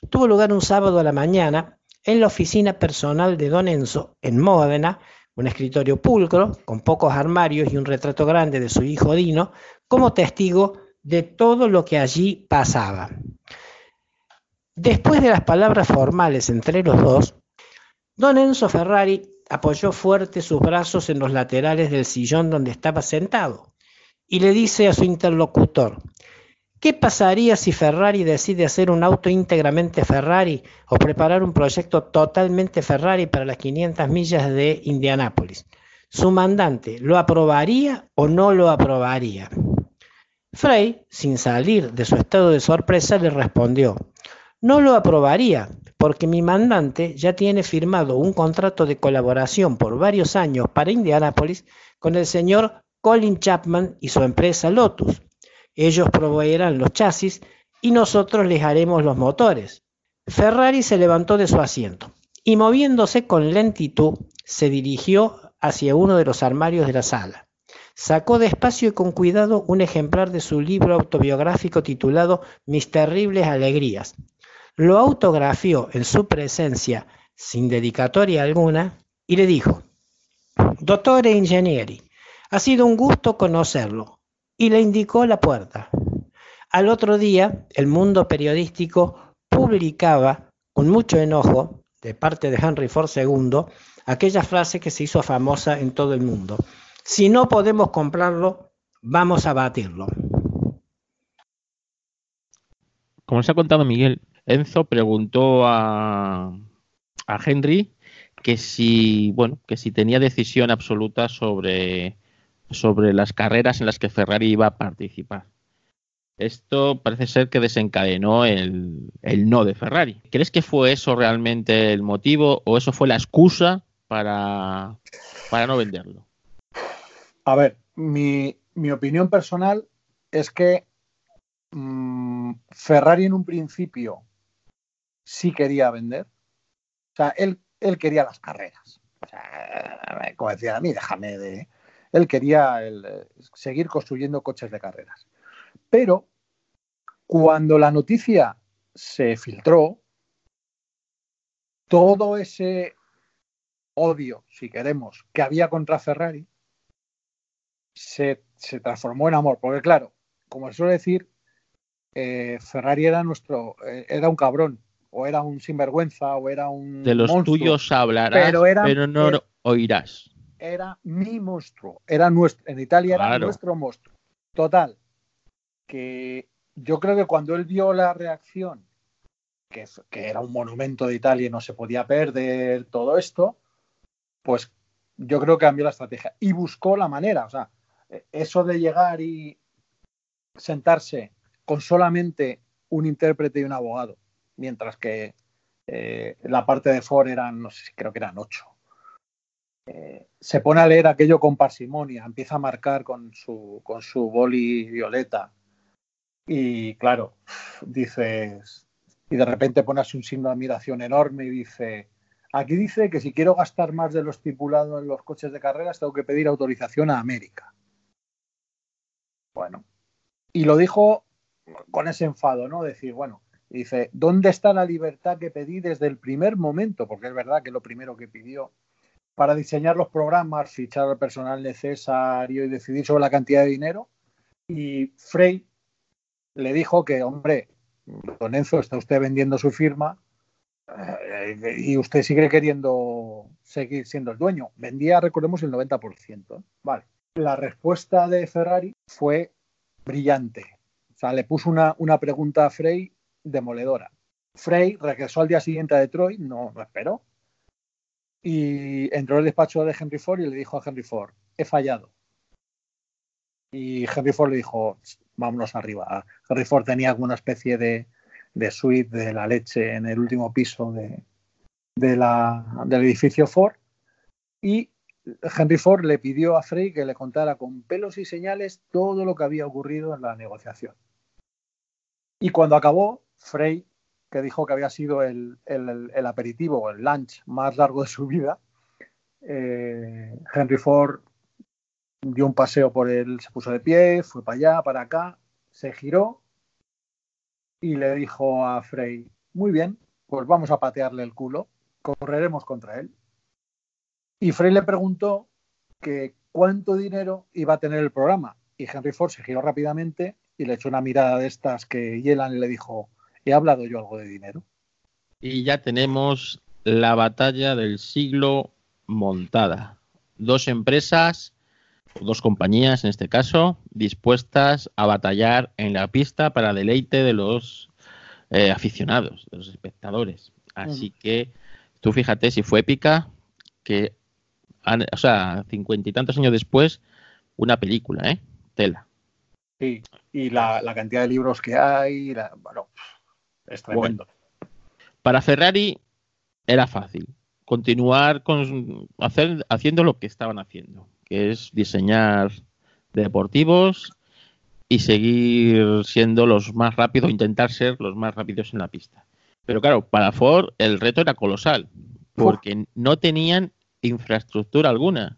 tuvo lugar un sábado a la mañana en la oficina personal de Don Enzo, en Módena, un escritorio pulcro, con pocos armarios y un retrato grande de su hijo Dino, como testigo de todo lo que allí pasaba. Después de las palabras formales entre los dos, Don Enzo Ferrari apoyó fuerte sus brazos en los laterales del sillón donde estaba sentado y le dice a su interlocutor: ¿qué pasaría si Ferrari decide hacer un auto íntegramente Ferrari o preparar un proyecto totalmente Ferrari para las 500 millas de Indianápolis? ¿Su mandante lo aprobaría o no lo aprobaría? Frey, sin salir de su estado de sorpresa, le respondió: no lo aprobaría, porque mi mandante ya tiene firmado un contrato de colaboración por varios años para Indianápolis con el señor Colin Chapman y su empresa Lotus. Ellos proveerán los chasis y nosotros les haremos los motores. Ferrari se levantó de su asiento y, moviéndose con lentitud, se dirigió hacia uno de los armarios de la sala. Sacó despacio y con cuidado un ejemplar de su libro autobiográfico titulado Mis terribles alegrías. Lo autografió en su presencia, sin dedicatoria alguna, y le dijo: Dottore Ingegneri, ha sido un gusto conocerlo, y le indicó la puerta. Al otro día, el mundo periodístico publicaba, con mucho enojo, de parte de Henry Ford II, aquella frase que se hizo famosa en todo el mundo: si no podemos comprarlo, vamos a batirlo. Como nos ha contado Miguel, Enzo preguntó a Henry que si tenía decisión absoluta sobre las carreras en las que Ferrari iba a participar. Esto parece ser que desencadenó el no de Ferrari. ¿Crees que fue eso realmente el motivo o eso fue la excusa para no venderlo? A ver, mi opinión personal es que Ferrari en un principio sí quería vender. O sea, él quería las carreras. O sea, como decía a mí, déjame de... Él quería seguir construyendo coches de carreras. Pero cuando la noticia se filtró, todo ese odio, si queremos, que había contra Ferrari, se transformó en amor. Porque claro, como se suele decir, Ferrari era un cabrón, o era un sinvergüenza, o era un de los monstruo, tuyos hablarás, pero no oirás. Era mi monstruo, era nuestro, en Italia era nuestro monstruo. Total, que yo creo que cuando él vio la reacción, que era un monumento de Italia y no se podía perder todo esto, pues yo creo que cambió la estrategia y buscó la manera. O sea, eso de llegar y sentarse con solamente un intérprete y un abogado, mientras que la parte de Ford eran, no sé, creo que eran 8. Se pone a leer aquello con parsimonia, empieza a marcar con su boli violeta y claro, dices, y de repente pones un signo de admiración enorme y dice, aquí dice que si quiero gastar más de lo estipulado en los coches de carreras tengo que pedir autorización a América. Bueno, y lo dijo con ese enfado, ¿no? Decir, bueno, y dice, ¿dónde está la libertad que pedí desde el primer momento? Porque es verdad que lo primero que pidió para diseñar los programas, fichar al personal necesario y decidir sobre la cantidad de dinero. Y Frey le dijo que, hombre, don Enzo, está usted vendiendo su firma y usted sigue queriendo seguir siendo el dueño. Vendía, recordemos, el 90%. Vale. La respuesta de Ferrari fue brillante. O sea, le puso una pregunta a Frey demoledora. Frey regresó al día siguiente a Detroit, no esperó, y entró al despacho de Henry Ford y le dijo a Henry Ford, he fallado. Y Henry Ford le dijo, vámonos arriba. Henry Ford tenía alguna especie de suite de la leche en el último piso del edificio Ford, y Henry Ford le pidió a Frey que le contara con pelos y señales todo lo que había ocurrido en la negociación. Y cuando acabó, Frey, que dijo que había sido el aperitivo o el lunch más largo de su vida, Henry Ford dio un paseo por él, se puso de pie, fue para allá, para acá, se giró y le dijo a Frey, muy bien, pues vamos a patearle el culo, correremos contra él. Y Frey le preguntó que cuánto dinero iba a tener el programa. Y Henry Ford se giró rápidamente y le echó una mirada de estas que Yelland le dijo, ¿he hablado yo algo de dinero? Y ya tenemos la batalla del siglo montada. Dos empresas, o dos compañías en este caso, dispuestas a batallar en la pista para deleite de los aficionados, de los espectadores. Así que tú fíjate si fue épica que, o sea, 50 y tantos años después, una película, tela. Sí, y la cantidad de libros que hay, bueno, es tremendo. Bueno, para Ferrari era fácil continuar haciendo lo que estaban haciendo, que es diseñar deportivos y seguir siendo los más rápidos, intentar ser los más rápidos en la pista. Pero claro, para Ford el reto era colosal, porque no tenían infraestructura alguna.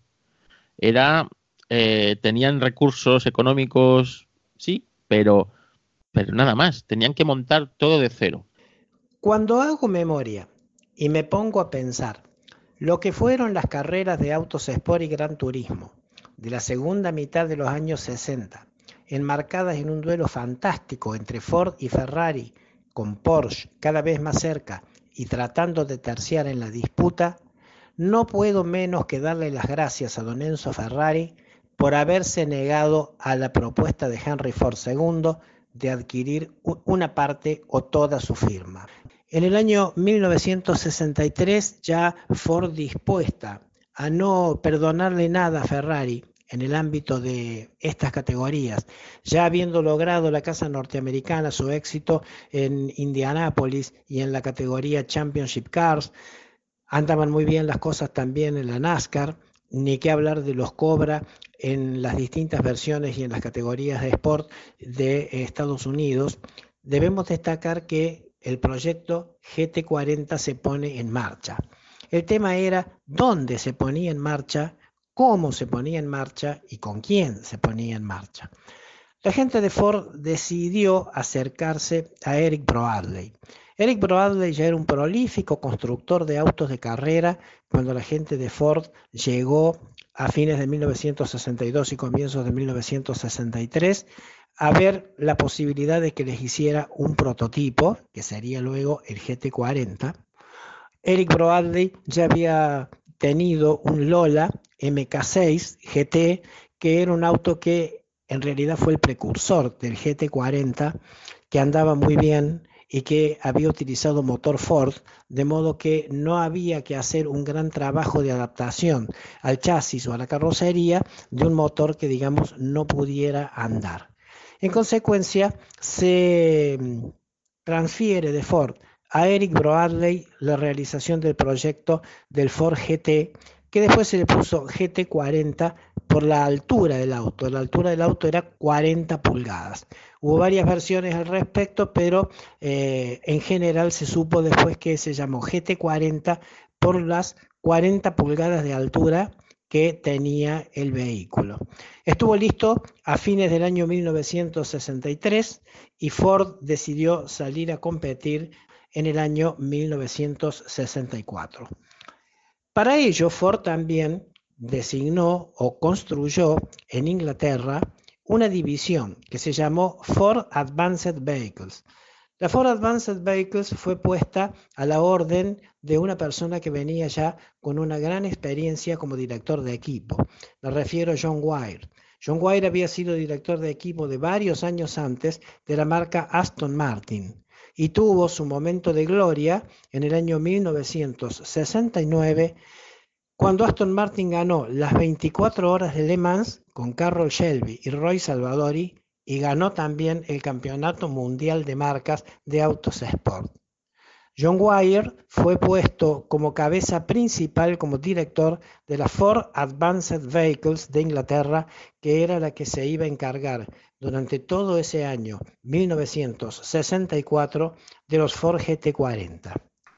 Tenían recursos económicos, sí, pero nada más. Tenían que montar todo de cero. Cuando hago memoria y me pongo a pensar lo que fueron las carreras de autos Sport y Gran Turismo de la segunda mitad de los años 60, enmarcadas en un duelo fantástico entre Ford y Ferrari, con Porsche cada vez más cerca y tratando de terciar en la disputa, no puedo menos que darle las gracias a don Enzo Ferrari por haberse negado a la propuesta de Henry Ford II de adquirir una parte o toda su firma. En el año 1963 ya Ford, dispuesta a no perdonarle nada a Ferrari en el ámbito de estas categorías, ya habiendo logrado la casa norteamericana su éxito en Indianápolis y en la categoría Championship Cars, andaban muy bien las cosas también en la NASCAR, ni qué hablar de los Cobra en las distintas versiones y en las categorías de Sport de Estados Unidos. Debemos destacar que el proyecto GT40 se pone en marcha. El tema era dónde se ponía en marcha, cómo se ponía en marcha y con quién se ponía en marcha. La gente de Ford decidió acercarse a Eric Broadley. Eric Broadley ya era un prolífico constructor de autos de carrera cuando la gente de Ford llegó a fines de 1962 y comienzos de 1963 a ver la posibilidad de que les hiciera un prototipo, que sería luego el GT40. Eric Broadley ya había tenido un Lola MK6 GT, que era un auto que en realidad fue el precursor del GT40, que andaba muy bien y que había utilizado motor Ford, de modo que no había que hacer un gran trabajo de adaptación al chasis o a la carrocería de un motor que, digamos, no pudiera andar. En consecuencia, se transfiere de Ford a Eric Broadley la realización del proyecto del Ford GT, que después se le puso GT40 por la altura del auto. La altura del auto era 40 pulgadas. Hubo varias versiones al respecto, pero en general se supo después que se llamó GT40 por las 40 pulgadas de altura que tenía el vehículo. Estuvo listo a fines del año 1963 y Ford decidió salir a competir en el año 1964. Para ello, Ford también designó o construyó en Inglaterra una división que se llamó Ford Advanced Vehicles. La Ford Advanced Vehicles fue puesta a la orden de una persona que venía ya con una gran experiencia como director de equipo. Me refiero a John Wire. John Wire había sido director de equipo de varios años antes de la marca Aston Martin y tuvo su momento de gloria en el año 1969 cuando Aston Martin ganó las 24 horas de Le Mans con Carroll Shelby y Roy Salvadori y ganó también el Campeonato Mundial de Marcas de Autos Sport. John Wire fue puesto como cabeza principal, como director de la Ford Advanced Vehicles de Inglaterra, que era la que se iba a encargar durante todo ese año 1964 de los Ford GT40.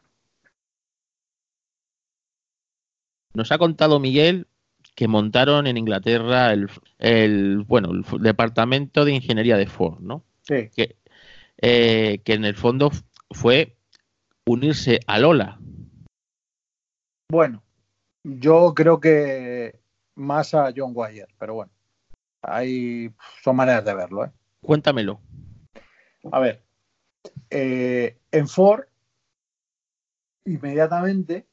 Nos ha contado Miguel que montaron en Inglaterra el departamento de ingeniería de Ford, ¿no? Sí. Que en el fondo fue unirse a Lola? Bueno, yo creo que más a John Wyer, pero bueno, ahí son maneras de verlo, ¿eh? Cuéntamelo. A ver, en Ford, inmediatamente,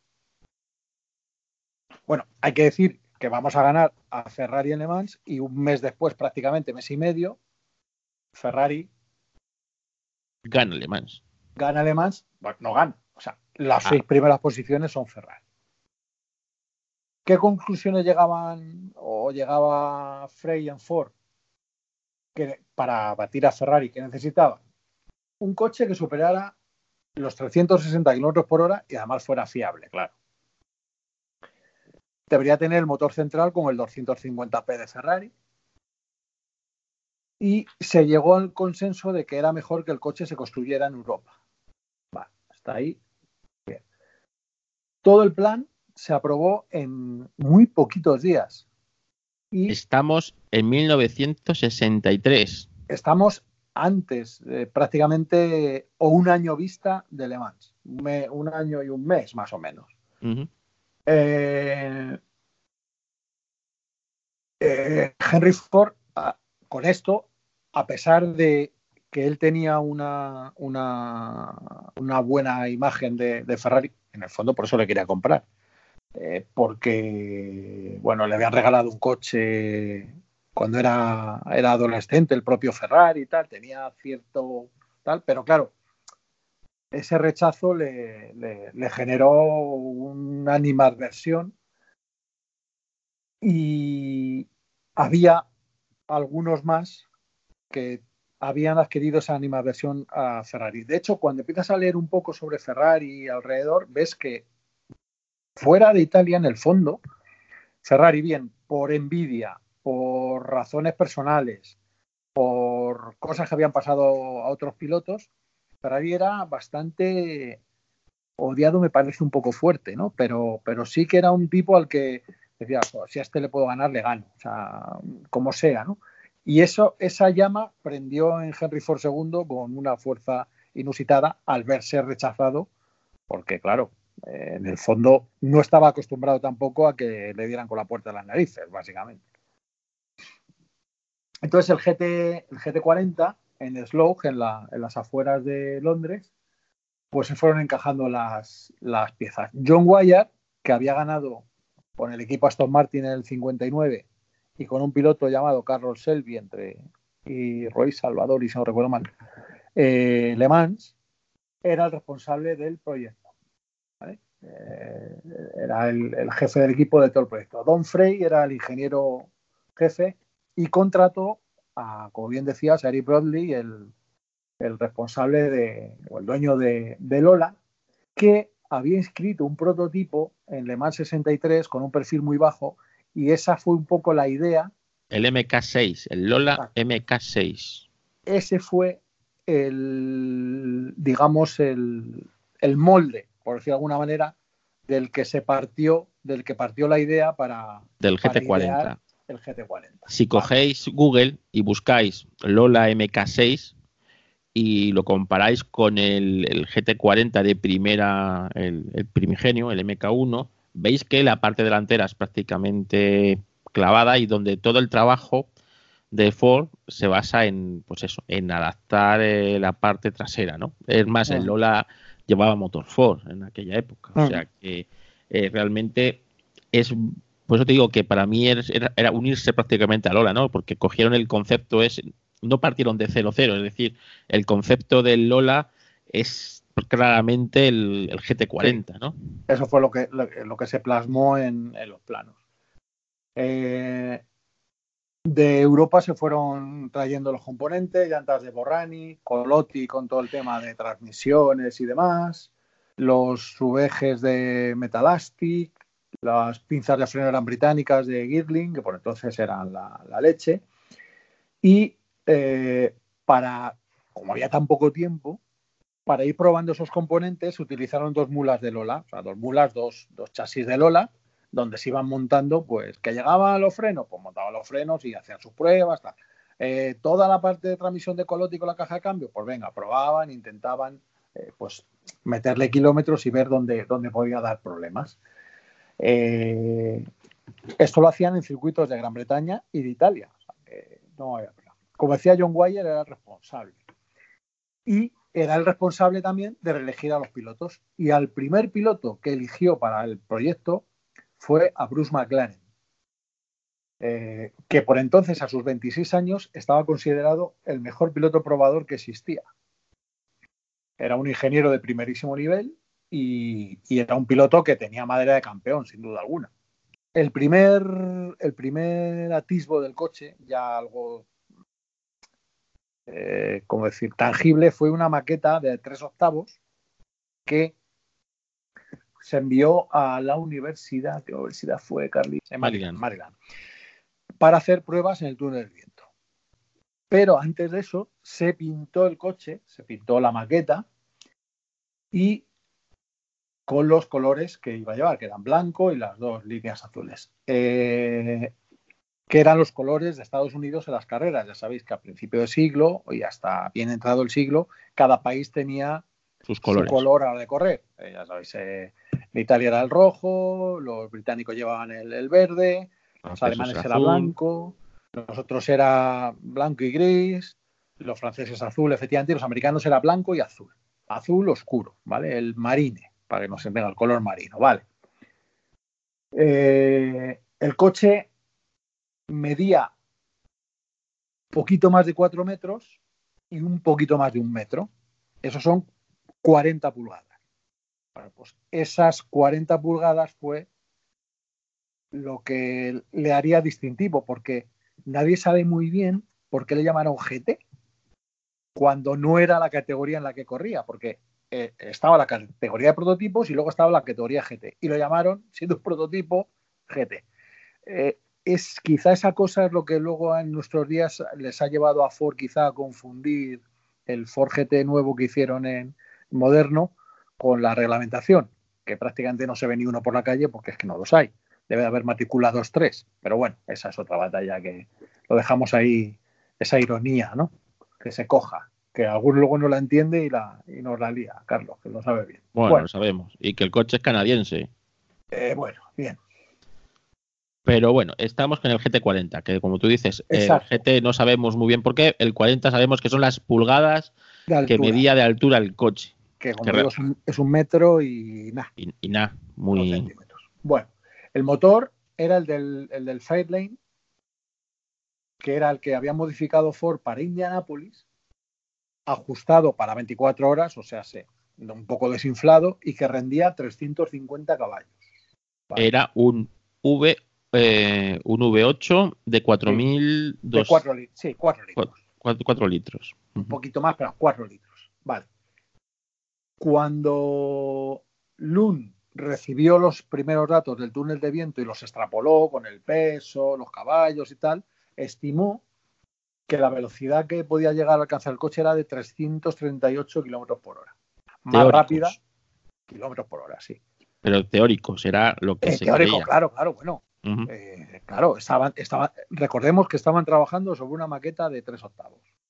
bueno, hay que decir que vamos a ganar a Ferrari en Le Mans y un mes después, prácticamente mes y medio, Ferrari Gana Le Mans. Gana Le Mans, bueno, no gana, o sea, las 6 primeras posiciones son Ferrari. ¿Qué conclusiones llegaba Frey en Ford para batir a Ferrari? ¿Qué necesitaba? Un coche que superara los 360 km por hora y además fuera fiable, claro. Debería tener el motor central con el 250p de Ferrari. Y se llegó al consenso de que era mejor que el coche se construyera en Europa. Vale, hasta ahí. Bien. Todo el plan se aprobó en muy poquitos días. Y estamos en 1963. Estamos antes, prácticamente, o un año vista de Le Mans. Un año y un mes, más o menos. Uh-huh. Henry Ford, con esto, a pesar de que él tenía una buena imagen de Ferrari, en el fondo por eso le quería comprar. Porque, bueno, le habían regalado un coche cuando era adolescente, el propio Ferrari y tal, tenía cierto tal, pero claro, ese rechazo le generó una animadversión y había algunos más que habían adquirido esa animadversión a Ferrari. De hecho, cuando empiezas a leer un poco sobre Ferrari y alrededor, ves que fuera de Italia, en el fondo, Ferrari, bien por envidia, por razones personales, por cosas que habían pasado a otros pilotos, Ferrari era bastante odiado, me parece un poco fuerte, ¿no? Pero sí que era un tipo al que decía, pues, si a este le puedo ganar, le gano, o sea, como sea, ¿no? Y esa llama prendió en Henry Ford II con una fuerza inusitada al verse rechazado, porque claro, en el fondo no estaba acostumbrado tampoco a que le dieran con la puerta de las narices, básicamente. Entonces el GT40 en Slough, en las afueras de Londres, pues se fueron encajando las piezas. John Wyer, que había ganado con el equipo Aston Martin en el 59 y con un piloto llamado Carroll Shelby y Roy Salvador, y si no recuerdo mal, Le Mans, era el responsable del proyecto. ¿Vale? Era el jefe del equipo de todo el proyecto. Don Frey era el ingeniero jefe y contrató a, como bien decías, a Eric Broadley, el responsable o el dueño de Lola, que había inscrito un prototipo en Le Mans 63 con un perfil muy bajo, y esa fue un poco la idea. El MK6, el Lola MK6. Ese fue el molde, por decir de alguna manera, del que partió la idea del GT40. El GT40. Si cogéis Google y buscáis Lola MK6 y lo comparáis con el GT40 de primera, el primigenio, el MK1, veis que la parte delantera es prácticamente clavada y donde todo el trabajo de Ford se basa en, pues eso, en adaptar la parte trasera, ¿no? Es más, el Lola llevaba motor Ford en aquella época, o sea que realmente es, por eso te digo que para mí era unirse prácticamente a Lola, ¿no? Porque cogieron el concepto, no partieron de 0-0, es decir, el concepto del Lola es claramente el GT40, sí. ¿No? Eso fue lo que se plasmó en los planos. De Europa se fueron trayendo los componentes, llantas de Borrani, Colotti con todo el tema de transmisiones y demás, los subejes de Metalastic, las pinzas de freno eran británicas de Girling, que por entonces eran la leche, y como había tan poco tiempo, para ir probando esos componentes se utilizaron 2 mulas de Lola, o sea, 2 mulas, dos chasis de Lola, donde se iban montando, pues, que llegaban a los frenos, pues montaban los frenos y hacían sus pruebas, tal. Toda la parte de transmisión de Colotti con la caja de cambio, pues venga, probaban, intentaban, pues meterle kilómetros y ver dónde podía dar problemas. Esto lo hacían en circuitos de Gran Bretaña y de Italia. O sea, no había problema. Como decía John Wyer, era el responsable. Y era el responsable también de reelegir a los pilotos. Y al primer piloto que eligió para el proyecto fue a Bruce McLaren, que por entonces, a sus 26 años, estaba considerado el mejor piloto probador que existía. Era un ingeniero de primerísimo nivel y era un piloto que tenía madera de campeón, sin duda alguna. El primer atisbo del coche, ya algo, como decir, tangible, fue una maqueta de 3/8 que se envió a la universidad. ¿Qué universidad fue, Carly? En Maryland. Para hacer pruebas en el túnel del viento. Pero antes de eso se pintó el coche, se pintó la maqueta y con los colores que iba a llevar, que eran blanco y las 2 líneas azules, que eran los colores de Estados Unidos en las carreras. Ya sabéis que a principio de siglo y hasta bien entrado el siglo, cada país tenía sus colores, su color a la de correr. Ya sabéis, en Italia era el rojo, los británicos llevaban el verde, los alemanes era blanco, nosotros era blanco y gris, los franceses azul, efectivamente, y los americanos era blanco y azul. Azul oscuro, ¿vale? El marine, para que no se entienda, el color marino, ¿vale? El coche medía poquito más de 4 metros y un poquito más de 1 metro. Esos son 40 pulgadas. Bueno, pues esas 40 pulgadas fue lo que le haría distintivo, porque nadie sabe muy bien por qué le llamaron GT cuando no era la categoría en la que corría, porque estaba la categoría de prototipos y luego estaba la categoría GT, y lo llamaron, siendo un prototipo, GT. Es quizá esa cosa es lo que luego en nuestros días les ha llevado a Ford quizá a confundir el Ford GT nuevo que hicieron en moderno con la reglamentación, que prácticamente no se ve ni uno por la calle porque es que no los hay. Debe de haber matrícula 2-3, pero bueno, esa es otra batalla que lo dejamos ahí, esa ironía, ¿no? Que se coja, que alguno luego no la entiende y nos la lía, Carlos, que lo sabe bien. Bueno, lo sabemos. Y que el coche es canadiense. Bueno, bien. Pero bueno, estamos con el GT40, que como tú dices, exacto, el GT no sabemos muy bien por qué. El 40 sabemos que son las pulgadas que medía de altura el coche. Que como digo, es 1 metro y nada. Y nada, muy... centímetros. Bueno, el motor era el del Fairlane, que era el que había modificado Ford para Indianápolis, ajustado para 24 horas, o sea, un poco desinflado, y que rendía 350 caballos. Vale. Era un V8 de 4.000... De 4 litros. Sí, 4 litros. 4 litros. Un poquito más, pero 4 litros. Vale. Cuando Lund recibió los primeros datos del túnel de viento y los extrapoló con el peso, los caballos y tal, estimó que la velocidad que podía llegar a alcanzar el coche era de 338 kilómetros por hora. Más rápida, kilómetros por hora, sí. Pero teórico, será lo que se teórico, creía. Claro, bueno. Claro, recordemos que estaban trabajando sobre una maqueta de 3/8.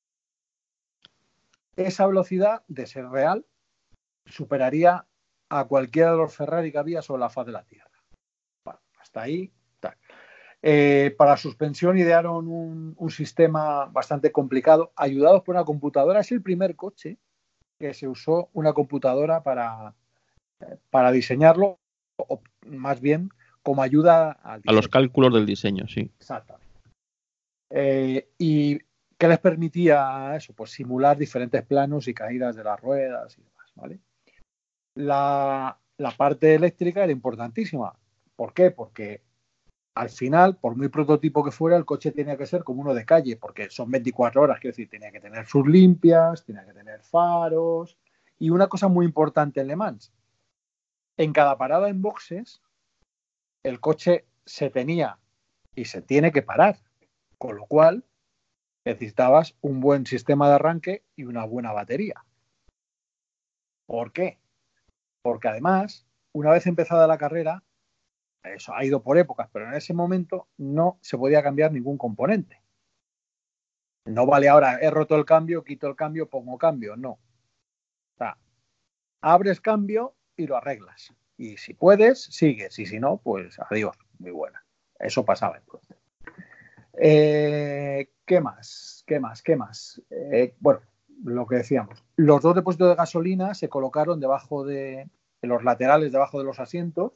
Esa velocidad, de ser real, superaría a cualquiera de los Ferrari que había sobre la faz de la Tierra. Bueno, hasta ahí, tal. Para suspensión idearon un sistema bastante complicado, ayudados por una computadora. Es el primer coche que se usó una computadora para diseñarlo, o más bien como ayuda al diseño. A los cálculos del diseño, sí. Exactamente. ¿Y qué les permitía eso? Pues simular diferentes planos y caídas de las ruedas y demás, ¿vale? La parte eléctrica era importantísima. ¿Por qué? Porque al final, por muy prototipo que fuera, el coche tenía que ser como uno de calle, porque son 24 horas, quiero decir, tenía que tener sus limpias, tenía que tener faros. Y una cosa muy importante en Le Mans, en cada parada en boxes, el coche se tenía y se tiene que parar, con lo cual necesitabas un buen sistema de arranque y una buena batería. ¿Por qué? Porque además, una vez empezada la carrera, eso ha ido por épocas, pero en ese momento no se podía cambiar ningún componente. No vale ahora, he roto el cambio, quito el cambio, pongo cambio, no. O sea, abres cambio y lo arreglas. Y si puedes, sigues. Y si no, pues adiós. Muy buena. Eso pasaba entonces. ¿Qué más? Bueno, lo que decíamos. Los dos depósitos de gasolina se colocaron en los laterales, debajo de los asientos.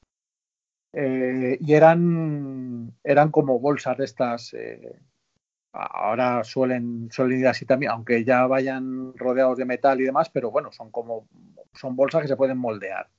Y eran como bolsas de estas. Ahora suelen ir así también, aunque ya vayan rodeados de metal y demás, pero bueno, son bolsas que se pueden moldear.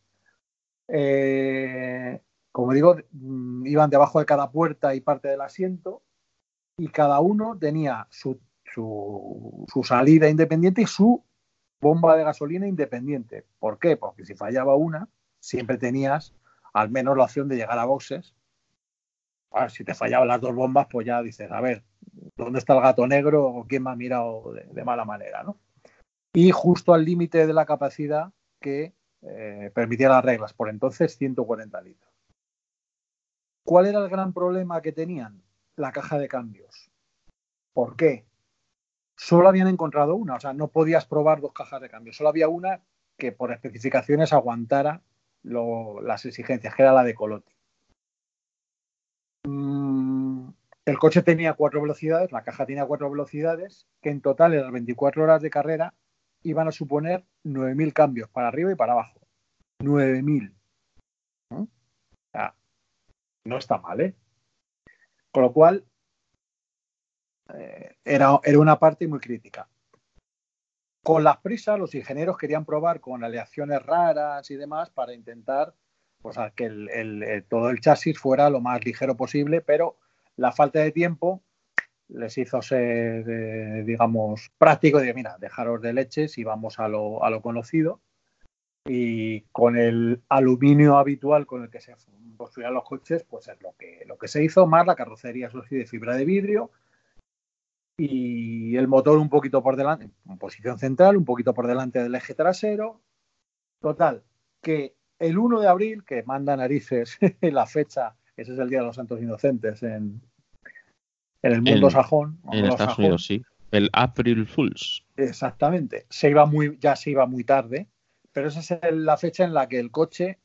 Como digo, iban debajo de cada puerta y parte del asiento, y cada uno tenía su salida independiente y su bomba de gasolina independiente. ¿Por qué? Porque si fallaba una, siempre tenías al menos la opción de llegar a boxes. Bueno, si te fallaban las dos bombas, pues ya dices, a ver, ¿dónde está el gato negro o quién me ha mirado de mala manera, ¿no? Y justo al límite de la capacidad que permitía las reglas, por entonces 140 litros. ¿Cuál era el gran problema que tenían? La caja de cambios. ¿Por qué? Solo habían encontrado una, o sea, no podías probar dos cajas de cambios, solo había una que por especificaciones aguantara las exigencias, que era la de Colotti. El coche tenía 4 velocidades, la caja tenía 4 velocidades, que en total en las 24 horas de carrera iban a suponer 9.000 cambios para arriba y para abajo. 9.000. ¿No? O sea, no está mal, ¿eh? Con lo cual, era una parte muy crítica. Con las prisas, los ingenieros querían probar con aleaciones raras y demás para intentar, pues, que todo el chasis fuera lo más ligero posible, pero la falta de tiempo les hizo ser, digamos, práctico. De mira, dejaros de leches y vamos a lo conocido. Y con el aluminio habitual con el que se construían los coches, pues es lo que se hizo, más la carrocería, eso sí, de fibra de vidrio, y el motor un poquito por delante, en posición central, un poquito por delante del eje trasero. Total, que el 1 de abril, que manda narices la fecha, ese es el Día de los Santos Inocentes en el mundo sajón. En Estados Unidos, sí. El April Fools. Exactamente. Se iba muy tarde, pero esa es la fecha en la que el coche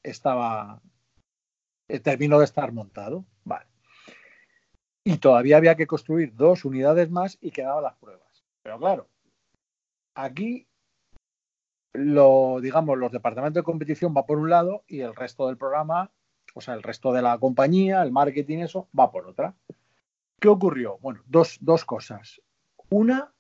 terminó de estar montado. Vale. Y todavía había que construir 2 unidades más y quedaban las pruebas. Pero claro, aquí los departamentos de competición va por un lado y el resto del programa, o sea, el resto de la compañía, el marketing, eso, va por otra. ¿Qué ocurrió? Bueno, dos cosas. Una,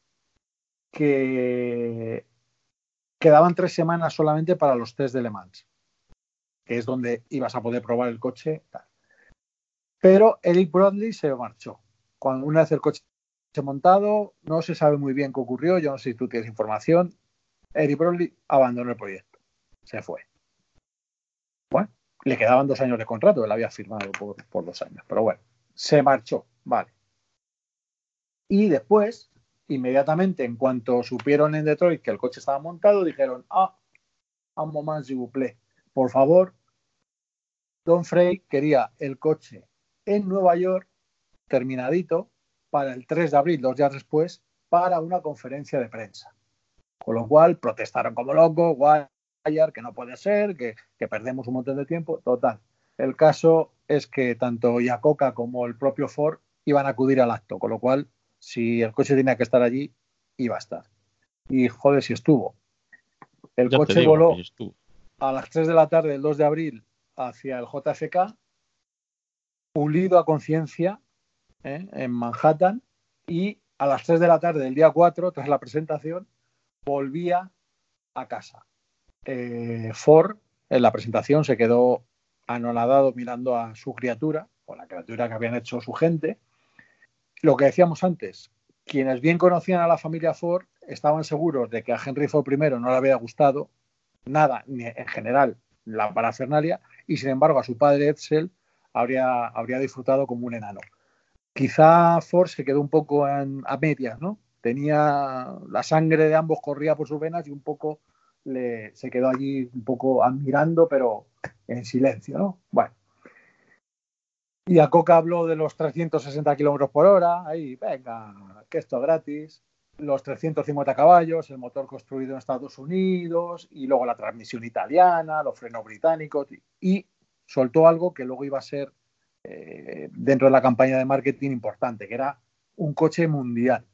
que quedaban 3 semanas solamente para los test de Le Mans, que es donde ibas a poder probar el coche. Tal. Pero Eric Brodley se marchó. Una vez el coche montado, no se sabe muy bien qué ocurrió, yo no sé si tú tienes información. Eric Brodley abandonó el proyecto. Se fue. Bueno, le quedaban 2 años de contrato, él había firmado por 2 años, pero bueno, se marchó, vale. Y después, inmediatamente, en cuanto supieron en Detroit que el coche estaba montado, dijeron, un moment, s'il vous plaît, por favor. Don Frey quería el coche en Nueva York, terminadito, para el 3 de abril, 2 días después, para una conferencia de prensa. Con lo cual protestaron como locos, que no puede ser, que perdemos un montón de tiempo. Total. El caso es que tanto Iacocca como el propio Ford iban a acudir al acto, con lo cual, si el coche tenía que estar allí, iba a estar. Y joder, si estuvo. El coche voló a las 3 de la tarde del 2 de abril hacia el JFK, pulido a conciencia, en Manhattan, y a las 3 de la tarde del día 4, tras la presentación, volvía a casa. Ford, en la presentación, se quedó anonadado mirando a su criatura, o la criatura que habían hecho su gente. Lo que decíamos antes, quienes bien conocían a la familia Ford estaban seguros de que a Henry Ford I no le había gustado nada, ni en general, la parafernalia, y sin embargo a su padre Edsel habría disfrutado como un enano. Quizá Ford se quedó un poco a medias, ¿no? Tenía la sangre de ambos, corría por sus venas y un poco se quedó allí un poco admirando, pero en silencio, ¿no? Bueno. Y Iacocca habló de los 360 kilómetros por hora, ahí, venga, que esto es gratis. los 350 caballos, el motor construido en Estados Unidos y luego la transmisión italiana, los frenos británicos y soltó algo que luego iba a ser dentro de la campaña de marketing importante, que era un coche mundial.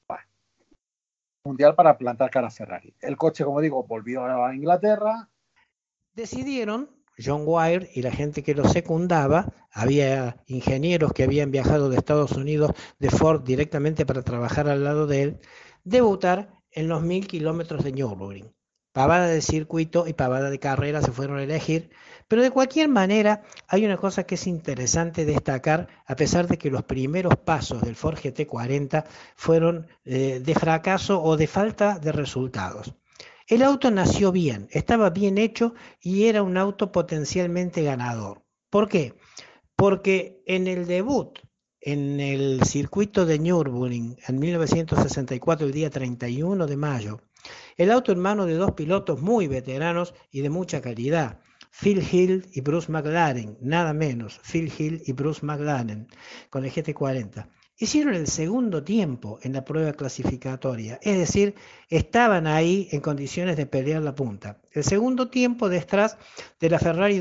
Mundial para plantar cara a Ferrari. El coche, como digo, volvió a Inglaterra. Decidieron, John Wyer y la gente que lo secundaba, había ingenieros que habían viajado de Estados Unidos de Ford directamente para trabajar al lado de él, debutar en los 1000 kilómetros de Nürburgring. Pavada de circuito y pavada de carrera se fueron a elegir, pero de cualquier manera hay una cosa que es interesante destacar, a pesar de que los primeros pasos del Ford GT40 fueron de fracaso o de falta de resultados. El auto nació bien, estaba bien hecho y era un auto potencialmente ganador. ¿Por qué? Porque en el debut, en el circuito de Nürburgring, en 1964, el día 31 de mayo, el auto en manos de dos pilotos muy veteranos y de mucha calidad, Phil Hill y Bruce McLaren, nada menos, Phil Hill y Bruce McLaren, con el GT40. Hicieron el segundo tiempo en la prueba clasificatoria, es decir, estaban ahí en condiciones de pelear la punta. El segundo tiempo detrás de la Ferrari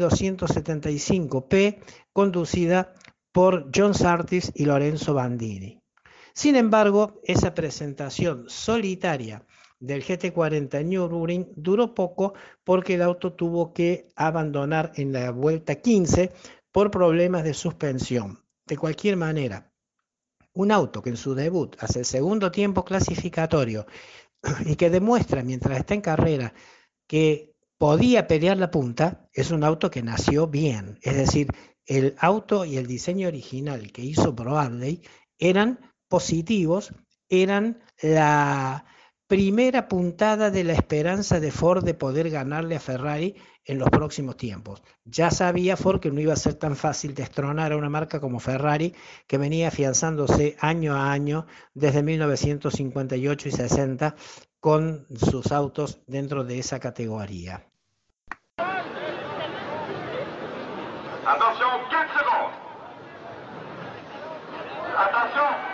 275P, conducida por John Surtees y Lorenzo Bandini. Sin embargo, esa presentación solitaria del GT40 en Nürburgring duró poco porque el auto tuvo que abandonar en la vuelta 15 por problemas de suspensión. De cualquier manera, un auto que en su debut hace el segundo tiempo clasificatorio y que demuestra mientras está en carrera que podía pelear la punta, es un auto que nació bien. Es decir, el auto y el diseño original que hizo Bradley eran positivos, eran la primera puntada de la esperanza de Ford de poder ganarle a Ferrari en los próximos tiempos. Ya sabía Ford que no iba a ser tan fácil destronar a una marca como Ferrari, que venía afianzándose año a año desde 1958 y 60 con sus autos dentro de esa categoría. Attention, 4 secondes. Attention.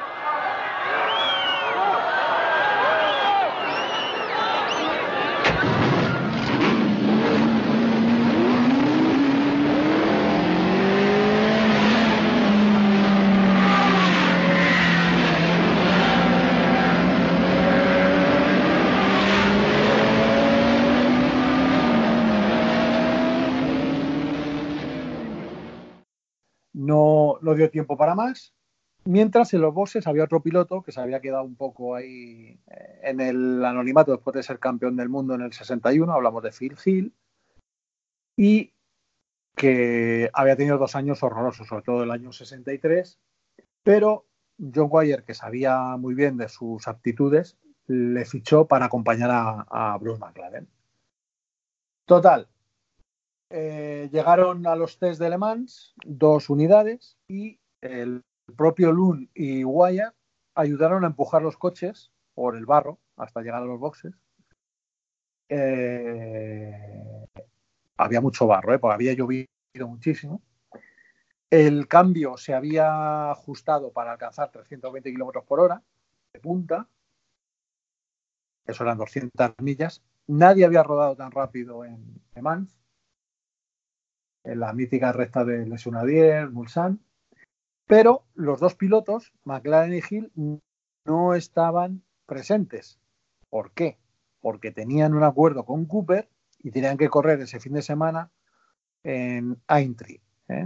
No dio tiempo para más, mientras en los boxes había otro piloto que se había quedado un poco ahí en el anonimato después de ser campeón del mundo en el 61, hablamos de Phil Hill, y que había tenido 2 años horrorosos, sobre todo el año 63, pero John Wyer, que sabía muy bien de sus aptitudes, le fichó para acompañar a Bruce McLaren. Total, llegaron a los test de Le Mans 2 unidades y el propio Loon y Wyer ayudaron a empujar los coches por el barro hasta llegar a los boxes. Había mucho barro, porque había llovido muchísimo. El cambio se había ajustado para alcanzar 320 kilómetros por hora de punta. Eso eran 200 millas. Nadie había rodado tan rápido en Le Mans, en la mítica recta de Les Unadier, Mulsanne, pero los dos pilotos, McLaren y Hill, no estaban presentes. ¿Por qué? Porque tenían un acuerdo con Cooper y tenían que correr ese fin de semana en Aintree,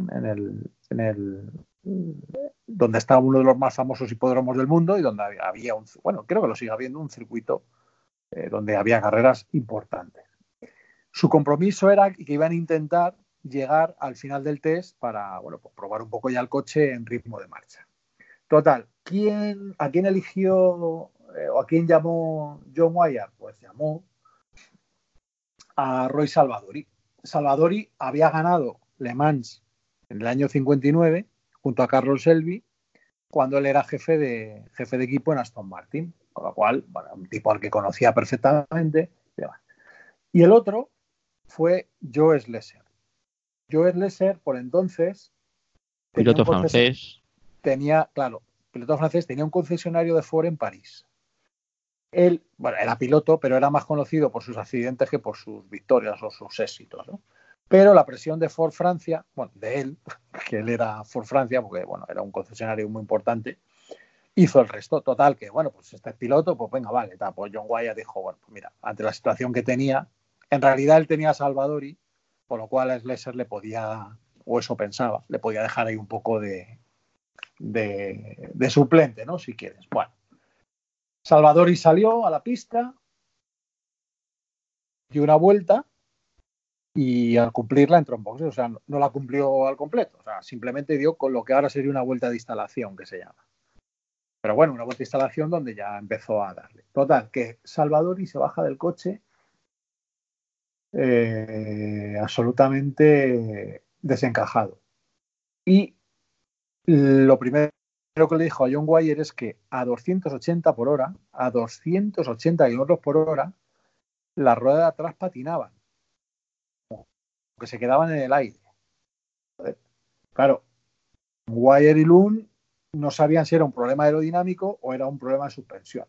donde está uno de los más famosos hipódromos del mundo y donde había creo que lo sigue habiendo, un circuito donde había carreras importantes. Su compromiso era que iban a intentar llegar al final del test para pues probar un poco ya el coche en ritmo de marcha. Total, ¿a quién eligió o a quién llamó John Wyer? Pues llamó a Roy Salvadori. Salvadori había ganado Le Mans en el año 59 junto a Carroll Shelby cuando él era jefe de equipo en Aston Martin, con lo cual, un tipo al que conocía perfectamente. Y el otro fue Joe Slesser. Joe Slesser, por entonces, piloto francés. Tenía un concesionario de Ford en París. Él, bueno, era piloto, pero era más conocido por sus accidentes que por sus victorias o sus éxitos, ¿no? Pero la presión de Ford Francia, bueno, de él, que él era Ford Francia, porque bueno, era un concesionario muy importante, hizo el resto. Total, que bueno, pues este es piloto, pues venga, vale. Pues John Wayne dijo, bueno, pues mira, ante la situación que tenía, en realidad él tenía a Salvadori, por lo cual a Slesser le podía, o eso pensaba, le podía dejar ahí un poco de suplente, ¿no? Si quieres. Bueno, Salvadori salió a la pista, dio una vuelta y al cumplirla entró en boxes. O sea, no la cumplió al completo. O sea, simplemente dio con lo que ahora sería una vuelta de instalación, que se llama. Pero bueno, una vuelta de instalación donde ya empezó a darle. Total, que Salvadori se baja del coche absolutamente desencajado. Y lo primero que le dijo a John Wyer es que a 280 por hora, a 280 kilómetros por hora, las ruedas de atrás patinaban, que se quedaban en el aire. Claro, Wyer y Loon no sabían si era un problema aerodinámico o era un problema de suspensión.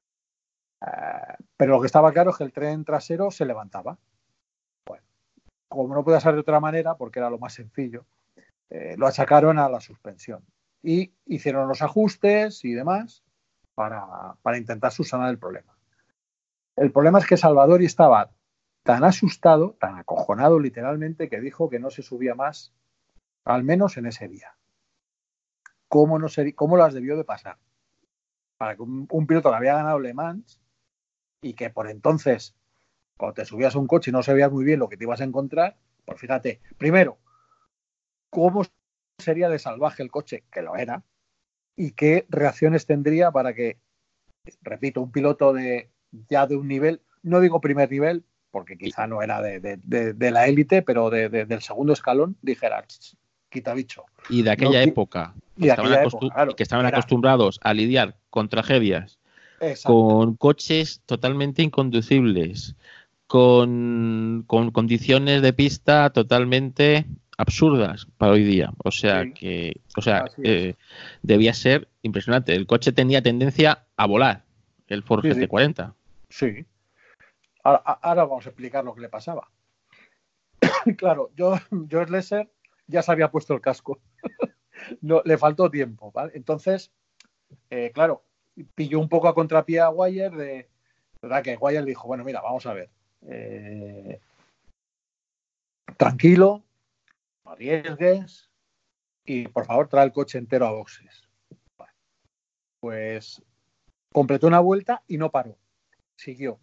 Pero lo que estaba claro es que el tren trasero se levantaba. Bueno, como no podía ser de otra manera, porque era lo más sencillo, lo achacaron a la suspensión. Y hicieron los ajustes y demás para intentar subsanar el problema. El problema es que Salvadori estaba tan asustado, tan acojonado literalmente, que dijo que no se subía más, al menos en ese día. ¿Cómo las debió de pasar? Para que un piloto que había ganado Le Mans y que por entonces, cuando te subías a un coche y no sabías muy bien lo que te ibas a encontrar, pues fíjate, primero, ¿cómo sería de salvaje el coche? Que lo era. ¿Y qué reacciones tendría para que, repito, un piloto ya de un nivel, no digo primer nivel, porque quizá no era de la élite, pero del segundo escalón, dijera, quita bicho. Y de aquella época, que estaban acostumbrados a lidiar con tragedias, con coches totalmente inconducibles, con condiciones de pista totalmente absurdas para hoy día. O sea, debía ser impresionante. El coche tenía tendencia a volar, el Ford GT40. Sí. Ahora vamos a explicar lo que le pasaba. Claro, George Lesser ya se había puesto el casco. No, le faltó tiempo, ¿vale? Entonces, claro, pilló un poco a contrapié a Wyer ¿verdad? Que Wyer dijo, bueno, mira, vamos a ver. Tranquilo, no arriesgues y por favor trae el coche entero a boxes. Vale. Pues completó una vuelta y no paró. Siguió.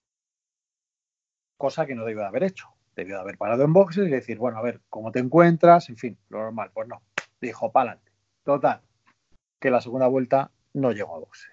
Cosa que no debió de haber hecho. Debió de haber parado en boxes y decir, bueno, a ver, ¿cómo te encuentras? En fin, lo normal. Pues no. Dijo, pa'lante. Total, que la segunda vuelta no llegó a boxes.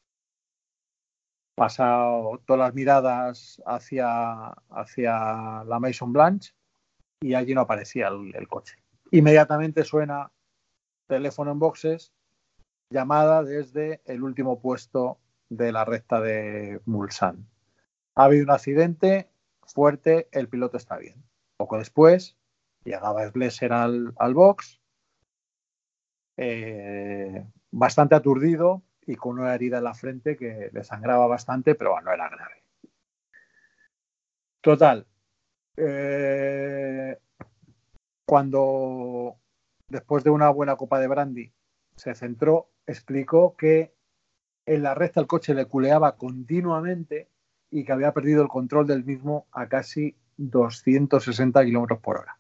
Pasado todas las miradas hacia la Maison Blanche y allí no aparecía el coche. Inmediatamente suena teléfono en boxes, llamada desde el último puesto de la recta de Mulsanne. Ha habido un accidente fuerte, el piloto está bien. Poco después llegaba Slesser al box, bastante aturdido y con una herida en la frente que le sangraba bastante, pero no era grave. Total, cuando después de una buena copa de brandy se centró, explicó que en la recta el coche le culeaba continuamente y que había perdido el control del mismo a casi 260 kilómetros por hora.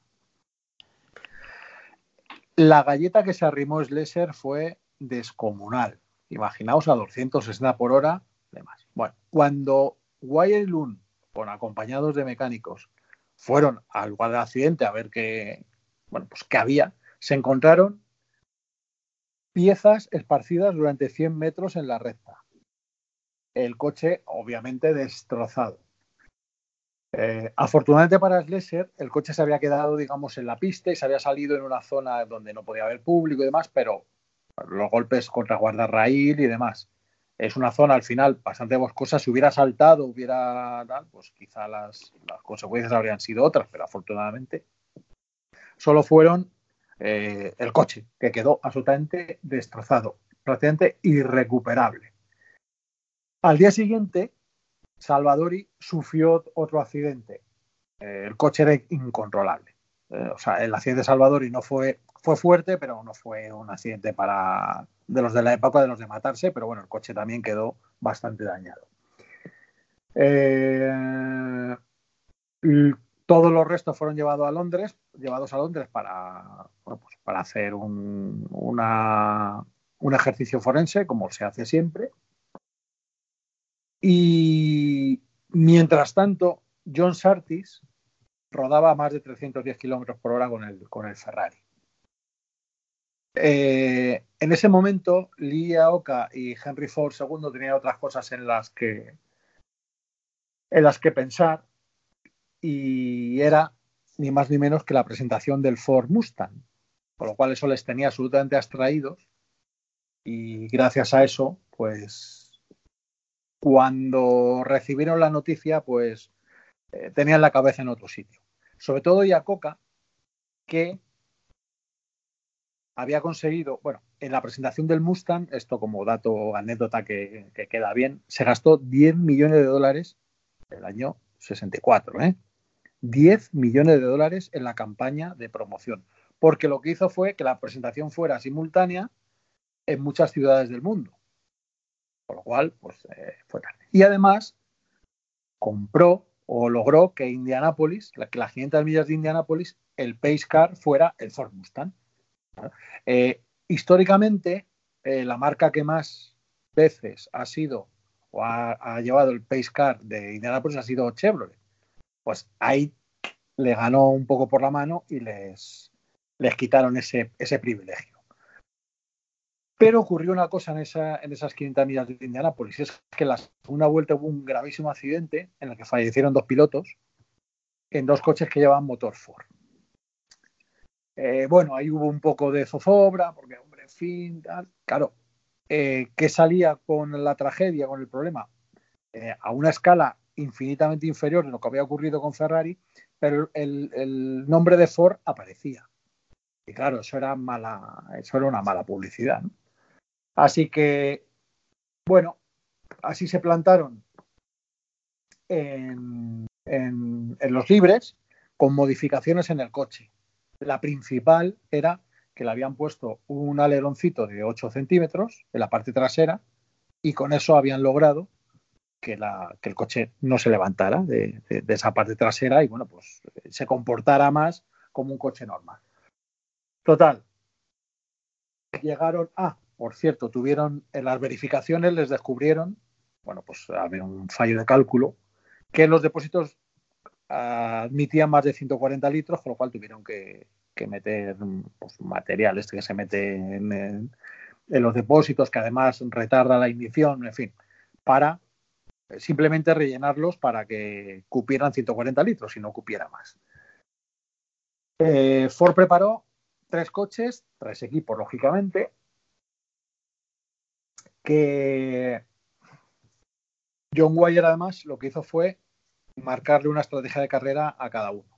La galleta que se arrimó Slesser fue descomunal. Imaginaos a 260 por hora. Demás. Bueno, cuando Wyer y Loon, acompañados de mecánicos, fueron al lugar del accidente a ver qué había, se encontraron piezas esparcidas durante 100 metros en la recta. El coche, obviamente, destrozado. Afortunadamente para Slesser, el coche se había quedado, digamos, en la pista y se había salido en una zona donde no podía haber público y demás, pero los golpes contra guardarraíl y demás. Es una zona, al final, bastante boscosa. Si hubiera saltado, pues quizá las consecuencias habrían sido otras, pero afortunadamente solo fueron el coche, que quedó absolutamente destrozado, prácticamente irrecuperable. Al día siguiente, Salvadori sufrió otro accidente. El coche era incontrolable. O sea, el accidente de Salvadori no fue fuerte, pero no fue un accidente de los de la época de los de matarse, pero bueno, el coche también quedó bastante dañado. Todos los restos fueron llevados a Londres para hacer un ejercicio forense, como se hace siempre. Y mientras tanto, John Surtees rodaba a más de 310 kilómetros por hora con el Ferrari. En ese momento, Lee Iacocca y Henry Ford II tenían otras cosas en las que pensar, y era ni más ni menos que la presentación del Ford Mustang, con lo cual eso les tenía absolutamente abstraídos, y gracias a eso, pues cuando recibieron la noticia, pues tenían la cabeza en otro sitio. Sobre todo Iacocca, que había conseguido, bueno, en la presentación del Mustang, esto como dato, anécdota que queda bien, se gastó $10 millones el año 64, 10 millones de dólares en la campaña de promoción, porque lo que hizo fue que la presentación fuera simultánea en muchas ciudades del mundo, con lo cual pues fue tarde. Y además compró o logró que Indianápolis, que las 500 millas de Indianápolis, el pace car fuera el Ford Mustang. Históricamente, la marca que más veces ha sido o ha llevado el pace car de Indianápolis ha sido Chevrolet. Pues ahí le ganó un poco por la mano y les quitaron ese privilegio. Pero ocurrió una cosa en esas 500 millas de Indianápolis, es que en la segunda vuelta hubo un gravísimo accidente en el que fallecieron 2 pilotos en 2 coches que llevaban motor Ford. Bueno, ahí hubo un poco de zozobra, porque, hombre, en fin, tal. Claro, ¿qué salía con la tragedia, con el problema? A una escala infinitamente inferior de lo que había ocurrido con Ferrari, pero el nombre de Ford aparecía. Y claro, eso era una mala publicidad, ¿no? Así que, bueno, así se plantaron en los libres con modificaciones en el coche. La principal era que le habían puesto un aleroncito de 8 centímetros en la parte trasera, y con eso habían logrado que el coche no se levantara de esa parte trasera y, bueno, pues se comportara más como un coche normal. Total, llegaron por cierto, tuvieron en las verificaciones, les descubrieron, bueno, pues había un fallo de cálculo, que los depósitos admitían más de 140 litros, con lo cual tuvieron que meter pues, material que se mete en los depósitos, que además retarda la ignición, en fin, para simplemente rellenarlos para que cupieran 140 litros y no cupiera más. Ford preparó 3 coches, 3 equipos, lógicamente, que John Wyer además lo que hizo fue marcarle una estrategia de carrera a cada uno.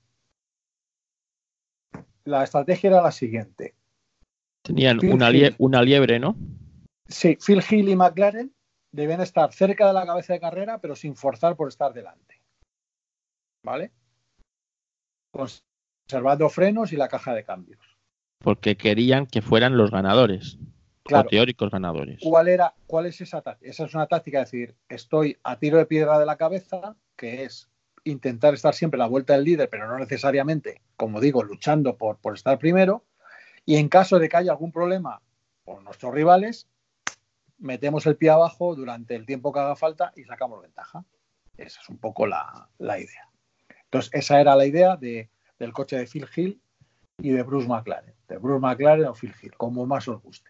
La estrategia era la siguiente. Tenían una liebre, ¿no? Sí, Phil Hill y McLaren deben estar cerca de la cabeza de carrera, pero sin forzar por estar delante. ¿Vale? Conservando frenos y la caja de cambios. Porque querían que fueran los ganadores. Claro. O teóricos ganadores. ¿Cuál es esa táctica? Esa es una táctica, es decir, estoy a tiro de piedra de la cabeza, que es intentar estar siempre a la vuelta del líder, pero no necesariamente, como digo, luchando por estar primero. Y en caso de que haya algún problema con nuestros rivales, metemos el pie abajo durante el tiempo que haga falta y sacamos ventaja. Esa es un poco la idea. Entonces, esa era la idea del coche de Phil Hill y de Bruce McLaren. De Bruce McLaren o Phil Hill, como más os guste.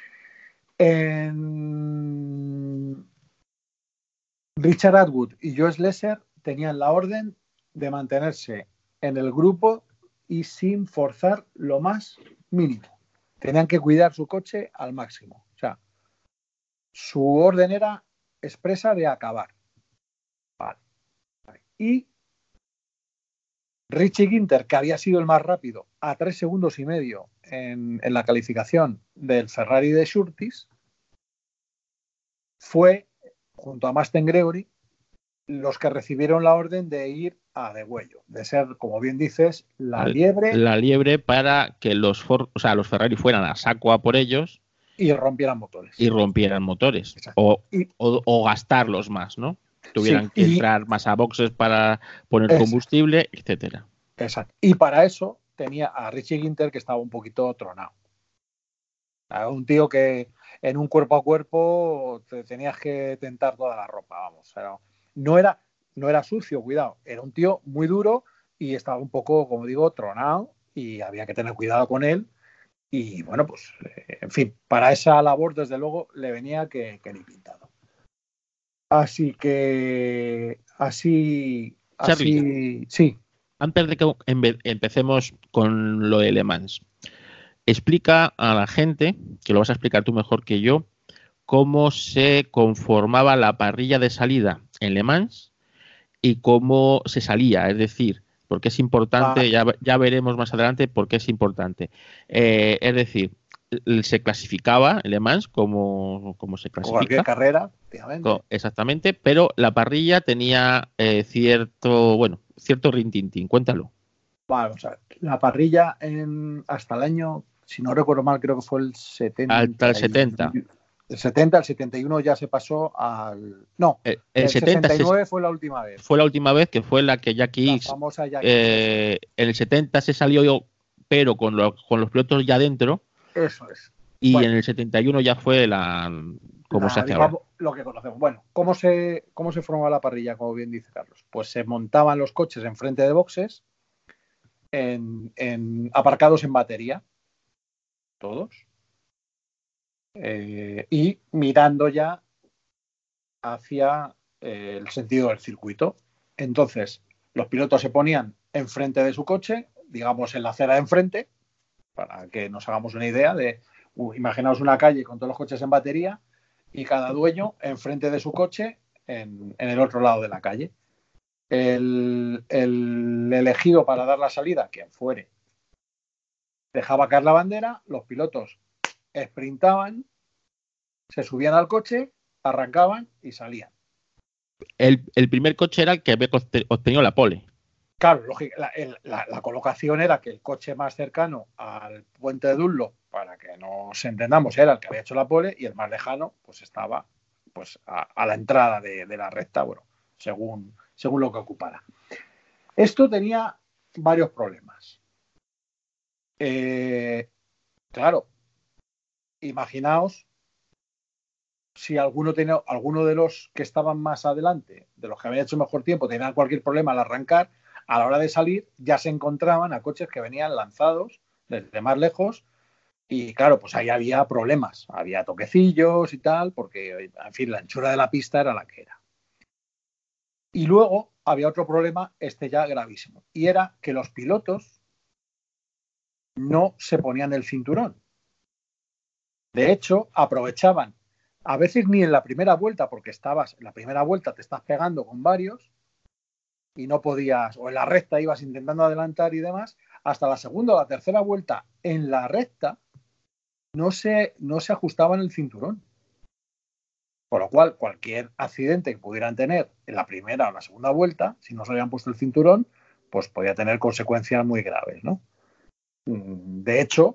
Richard Atwood y Joe Slesser tenían la orden de mantenerse en el grupo y sin forzar lo más mínimo. Tenían que cuidar su coche al máximo. O sea, su orden era expresa de acabar. Vale. Y Richie Ginter, que había sido el más rápido a 3 segundos y medio en la calificación del Ferrari de Surtees, fue junto a Mustang Gregory, los que recibieron la orden de ir a degüello, de ser, como bien dices, la liebre. La liebre para que los Ferrari fueran a saco a por ellos. Y rompieran motores. O gastarlos más, ¿no? Tuvieran que entrar más a boxes para poner combustible, etcétera. Exacto. Y para eso tenía a Richie Ginter, que estaba un poquito tronado. Un tío que en un cuerpo a cuerpo te tenías que tentar toda la ropa, vamos. No era sucio, cuidado. Era un tío muy duro y estaba un poco, como digo, tronado y había que tener cuidado con él. Y bueno, pues, en fin, para esa labor, desde luego, le venía que ni pintado. Así que, así, sí. Antes de que empecemos con lo de Le Mans, explica a la gente, que lo vas a explicar tú mejor que yo, cómo se conformaba la parrilla de salida en Le Mans y cómo se salía, es decir, porque es importante, ya veremos más adelante por qué es importante. Es decir, se clasificaba en Le Mans como se clasifica. Cualquier carrera, efectivamente. Exactamente, pero la parrilla tenía cierto rintintín. Cuéntalo. Vale, o sea, la parrilla hasta el año, si no recuerdo mal, creo que fue el 70. Hasta el 70. El 70, el 71 ya se pasó al... No, el 69 fue la última vez. Fue la última vez, que fue la que Jackie Ickx... en el 70 se salió, pero con los pilotos ya dentro. Eso es. Y en el 71 ya fue como se hace ahora. Lo que conocemos. Bueno, ¿cómo se formaba la parrilla, como bien dice Carlos? Pues se montaban los coches enfrente de boxes, aparcados en batería, todos, y mirando ya hacia el sentido del circuito. Entonces, los pilotos se ponían enfrente de su coche, digamos en la acera de enfrente, para que nos hagamos una idea de, imaginaos una calle con todos los coches en batería y cada dueño enfrente de su coche en el otro lado de la calle. El elegido para dar la salida, quien fuere, dejaba caer la bandera, los pilotos sprintaban, se subían al coche, arrancaban y salían. El primer coche era el que había obtenido la pole. Claro, la colocación era que el coche más cercano al puente de Dunlop, para que nos entendamos, era el que había hecho la pole y el más lejano pues estaba pues a la entrada de la recta, bueno, según lo que ocupara. Esto tenía varios problemas. Claro, imaginaos si alguno de los que estaban más adelante, de los que habían hecho mejor tiempo, tenían cualquier problema al arrancar, a la hora de salir ya se encontraban a coches que venían lanzados desde más lejos y claro, pues ahí había problemas, había toquecillos y tal, porque en fin, la anchura de la pista era la que era. Y luego había otro problema, ya gravísimo, y era que los pilotos no se ponían el cinturón. De hecho, aprovechaban, a veces ni en la primera vuelta, porque en la primera vuelta te estás pegando con varios y no podías, o en la recta ibas intentando adelantar y demás, hasta la segunda o la tercera vuelta en la recta no se ajustaban el cinturón. Por lo cual, cualquier accidente que pudieran tener en la primera o la segunda vuelta, si no se habían puesto el cinturón, pues podía tener consecuencias muy graves, ¿no? De hecho,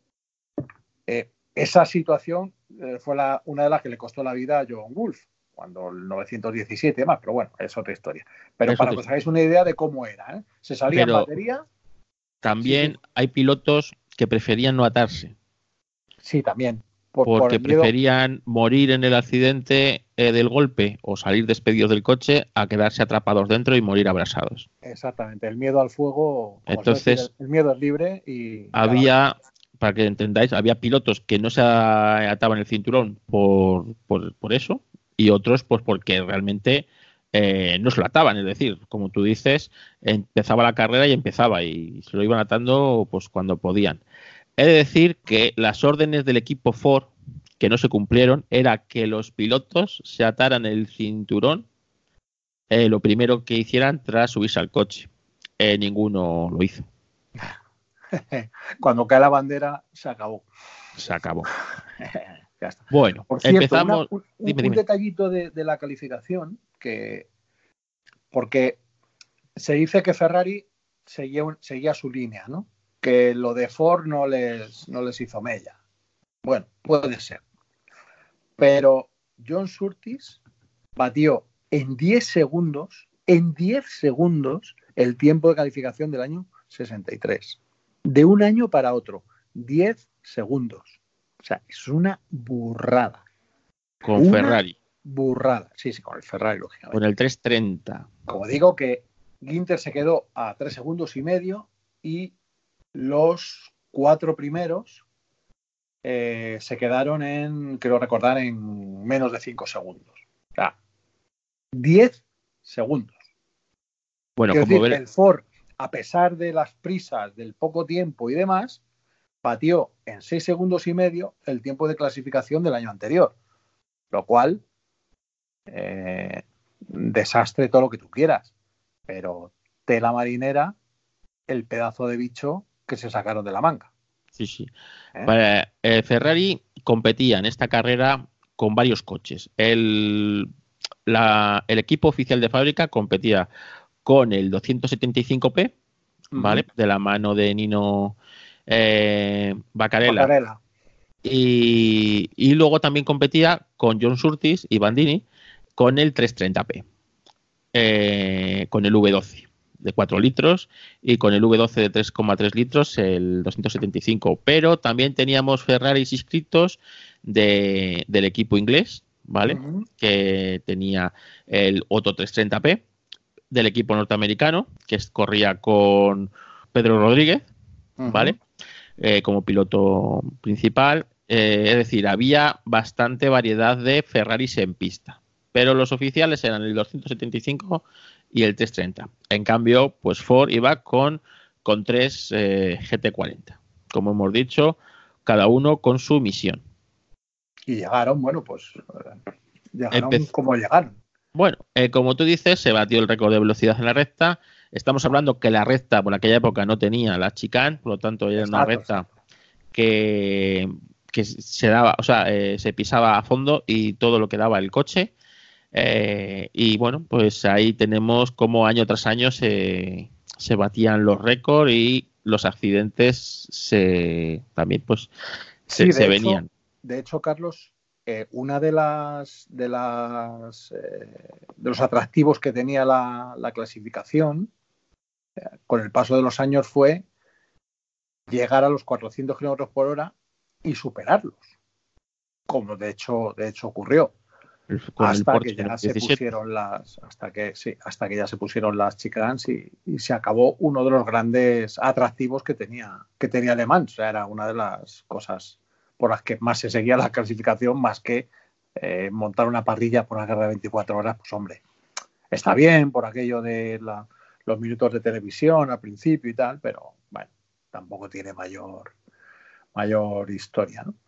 esa situación fue una de las que le costó la vida a John Wolf, cuando el 917 y más, pero bueno, es otra historia. Pero para que os hagáis una idea de cómo era, ¿eh? Se salía en batería. También hay pilotos que preferían no atarse. Sí, también. Porque preferían morir en el accidente del golpe o salir despedidos del coche a quedarse atrapados dentro y morir abrasados. Exactamente, el miedo al fuego. Entonces, el miedo es libre y... Había, para que entendáis, había pilotos que no se ataban el cinturón por eso y otros pues porque realmente no se lo ataban. Es decir, como tú dices, empezaba la carrera y empezaba y se lo iban atando pues cuando podían. He de decir que las órdenes del equipo Ford que no se cumplieron era que los pilotos se ataran el cinturón lo primero que hicieran tras subirse al coche. Ninguno lo hizo. Cuando cae la bandera, se acabó. Se acabó. Ya está. Bueno, por cierto, empezamos. Un detallito de la calificación, porque se dice que Ferrari seguía su línea, ¿no? Que lo de Ford no les hizo mella. Bueno, puede ser. Pero John Surtees batió en 10 segundos, el tiempo de calificación del año 63. De un año para otro, 10 segundos. O sea, es una burrada. Con Ferrari. Burrada. Sí, con el Ferrari, lógicamente. Con el 3:30. Como digo, que Ginter se quedó a 3 segundos y medio y los 4 primeros se quedaron creo recordar, en menos de 5 segundos. O sea, 10 segundos. Bueno, Quiero como decir, el Ford, a pesar de las prisas, del poco tiempo y demás, batió en 6 segundos y medio el tiempo de clasificación del año anterior. Lo cual, desastre todo lo que tú quieras. Pero tela marinera, el pedazo de bicho que se sacaron de la manga. Sí. Ferrari competía en esta carrera con varios coches. El equipo oficial de fábrica competía con el 275P, ¿vale? De la mano de Nino Vaccarella. Y luego también competía con John Surtees y Bandini con el 330P, con el V12 de 4 litros y con el V12 de 3,3 litros el 275. Pero también teníamos Ferraris inscritos del equipo inglés, ¿vale? Que tenía el Otto 330P, del equipo norteamericano, que corría con Pedro Rodríguez, ¿vale? Como piloto principal. Es decir, había bastante variedad de Ferraris en pista, pero los oficiales eran el 275 y el 330. En cambio, pues Ford iba con 3 GT40. Como hemos dicho, cada uno con su misión. Y llegaron, como llegaron. Bueno, como tú dices, se batió el récord de velocidad en la recta. Estamos hablando que la recta por aquella época no tenía la chicane, por lo tanto era una recta que se daba, se pisaba a fondo y todo lo que daba el coche. Y bueno, pues ahí tenemos como año tras año se batían los récords y los accidentes también pues se venían. De hecho, Carlos, una de los atractivos que tenía la clasificación con el paso de los años fue llegar a los 400 kilómetros por hora y superarlos, como de hecho ocurrió. Hasta que ya se pusieron las chicanes y se acabó uno de los grandes atractivos que tenía Le Mans. O sea, era una de las cosas por las que más se seguía la clasificación, más que montar una parrilla por una carrera de 24 horas. Pues hombre, está bien por aquello de los minutos de televisión al principio y tal, pero bueno, tampoco tiene mayor historia, ¿no?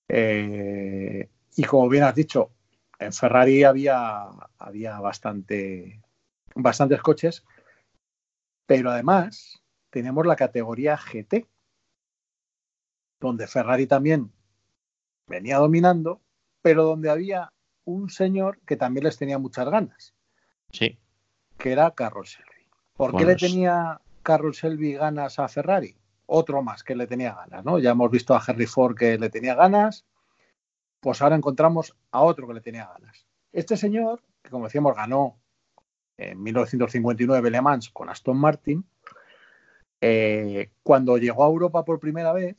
Y como bien has dicho, en Ferrari había bastantes coches, pero además tenemos la categoría GT, donde Ferrari también venía dominando, pero donde había un señor que también les tenía muchas ganas. Sí. Que era Carroll Shelby. ¿Por qué le tenía Carroll Shelby ganas a Ferrari? Otro más que le tenía ganas, ¿no? Ya hemos visto a Henry Ford que le tenía ganas. Pues ahora encontramos a otro que le tenía ganas. Este señor, que como decíamos ganó en 1959 Le Mans con Aston Martin, cuando llegó a Europa por primera vez,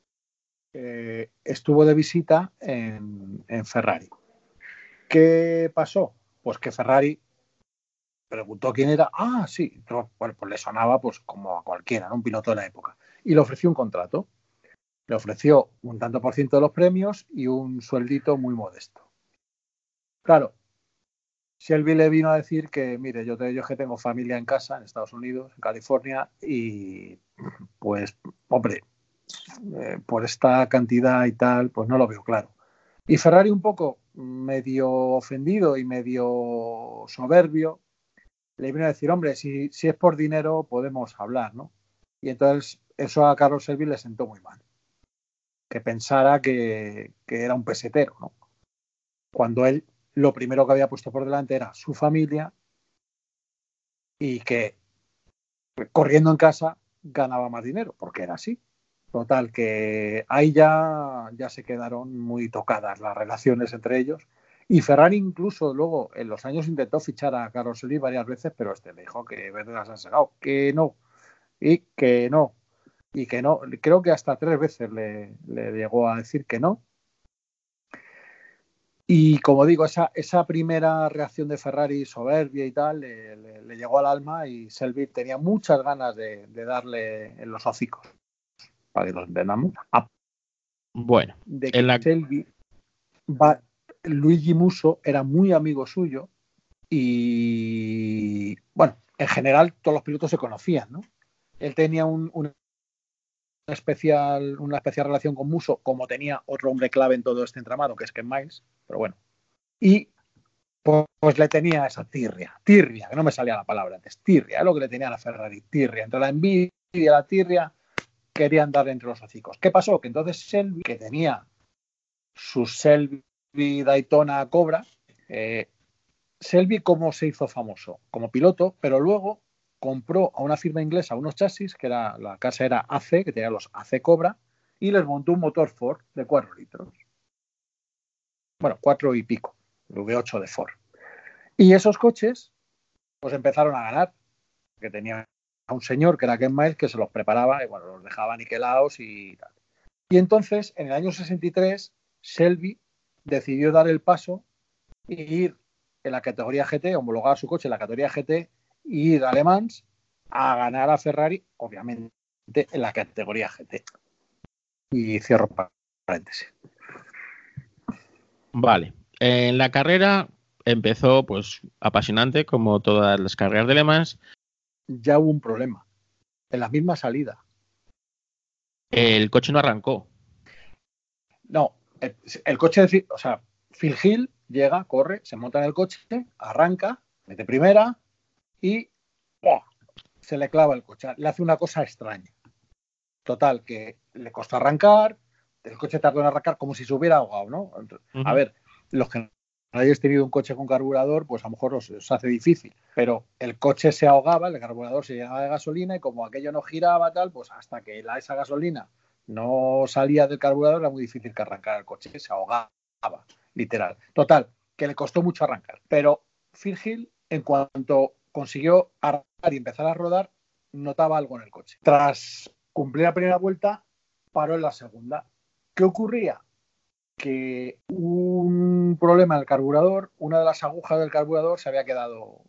estuvo de visita en Ferrari. ¿Qué pasó? Pues que Ferrari preguntó quién era. Ah, sí. Bueno, pues le sonaba pues como a cualquiera, ¿no? Un piloto de la época. Y le ofreció un contrato. Le ofreció un tanto por ciento de los premios y un sueldito muy modesto. Claro, Shelby le vino a decir que, mire, yo que tengo familia en casa, en Estados Unidos, en California, y pues, hombre, por esta cantidad y tal, pues no lo veo claro. Y Ferrari un poco medio ofendido y medio soberbio, le vino a decir, hombre, si es por dinero podemos hablar, ¿no? Y entonces eso a Carroll Shelby le sentó muy mal. pensara que era un pesetero, ¿no? Cuando él lo primero que había puesto por delante era su familia y que corriendo en casa ganaba más dinero, porque era así. Total, que ahí ya se quedaron muy tocadas las relaciones entre ellos. Y Ferrari incluso luego en los años intentó fichar a Carlos Slick varias veces, pero le dijo que verlas han sacado, que no, y que no, y que no. Creo que hasta 3 veces le llegó a decir que no. Y como digo, esa primera reacción de Ferrari soberbia y tal le llegó al alma, y Shelby tenía muchas ganas de darle en los hocicos, para que los entendamos. Bueno, de que Shelby Luigi Musso era muy amigo suyo y, bueno, en general todos los pilotos se conocían, ¿no? Él tenía una especial relación con Musso, como tenía otro hombre clave en todo este entramado, que es Ken Miles, pero bueno. Y pues le tenía esa tirria, que no me salía la palabra antes, tirria, es lo que le tenía a la Ferrari, tirria. Entre la envidia y la tirria querían dar entre los hocicos. ¿Qué pasó? Que entonces Shelby, que tenía su Shelby Daytona Cobra, Shelby, ¿cómo se hizo famoso? Como piloto, pero luego compró a una firma inglesa unos chasis, que era la casa era AC, que tenía los AC Cobra, y les montó un motor Ford de 4 litros. Bueno, 4 y pico, el V8 de Ford. Y esos coches, pues empezaron a ganar, que tenía a un señor, que era Ken Miles, que se los preparaba y, bueno, los dejaba niquelados y tal. Y entonces, en el año 63, Shelby decidió dar el paso e ir en la categoría GT, homologar su coche en la categoría GT e ir a Le Mans a ganar a Ferrari, obviamente, en la categoría GT. Y cierro paréntesis. Vale. En la carrera empezó, pues, apasionante, como todas las carreras de Le Mans. Ya hubo un problema. En la misma salida. El coche no arrancó. No, el coche, o sea, Phil Hill llega, corre, se monta en el coche, arranca, mete primera y ¡oh!, se le clava el coche. Le hace una cosa extraña. Total, que le costó arrancar, el coche tardó en arrancar como si se hubiera ahogado, ¿no? A ver, los que no hayáis tenido un coche con carburador, pues a lo mejor os hace difícil, pero el coche se ahogaba, el carburador se llenaba de gasolina y como aquello no giraba tal, pues hasta que esa gasolina no salía del carburador era muy difícil que arrancara el coche, se ahogaba, literal. Total, que le costó mucho arrancar, pero Phil Hill, en cuanto consiguió arrancar y empezar a rodar, notaba algo en el coche. Tras cumplir la primera vuelta, paró en la segunda. ¿Qué ocurría? Que un problema en el carburador, una de las agujas del carburador se había quedado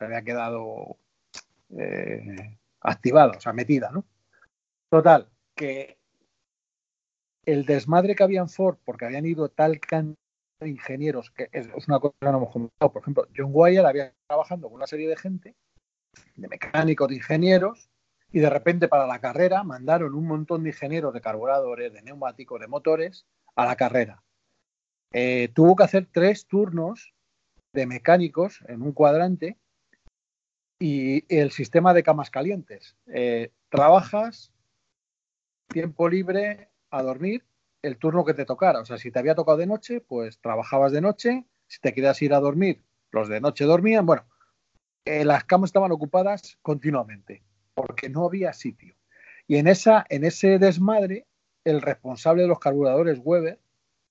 activada, o sea, metida, ¿no? Total, que el desmadre que había en Ford, porque habían ido tal cantidad de ingenieros, que es una cosa que no hemos comentado. Por ejemplo, John Wyer había trabajando con una serie de gente, de mecánicos, de ingenieros, y de repente para la carrera mandaron un montón de ingenieros de carburadores, de neumáticos, de motores a la carrera. Tuvo que hacer 3 turnos de mecánicos en un cuadrante y el sistema de camas calientes. Trabajas, tiempo libre, a dormir, el turno que te tocara. O sea, si te había tocado de noche, pues trabajabas de noche. Si te querías ir a dormir, los de noche dormían. Bueno, las camas estaban ocupadas continuamente porque no había sitio. Y en ese desmadre, el responsable de los carburadores, Weber,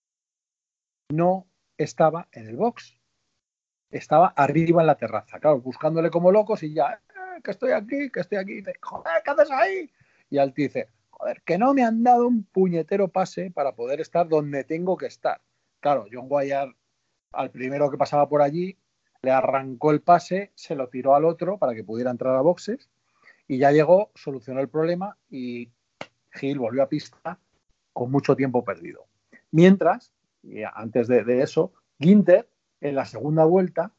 no estaba en el box. Estaba arriba en la terraza, claro, buscándole como locos y ya, que estoy aquí. Y dice, joder, ¿qué haces ahí? Y Alti dice, joder, que no me han dado un puñetero pase para poder estar donde tengo que estar. Claro, John Wyer, al primero que pasaba por allí, le arrancó el pase, se lo tiró al otro para que pudiera entrar a boxes y ya llegó, solucionó el problema y Hill volvió a pista con mucho tiempo perdido. Mientras, y antes de eso, Günther, en la segunda vuelta,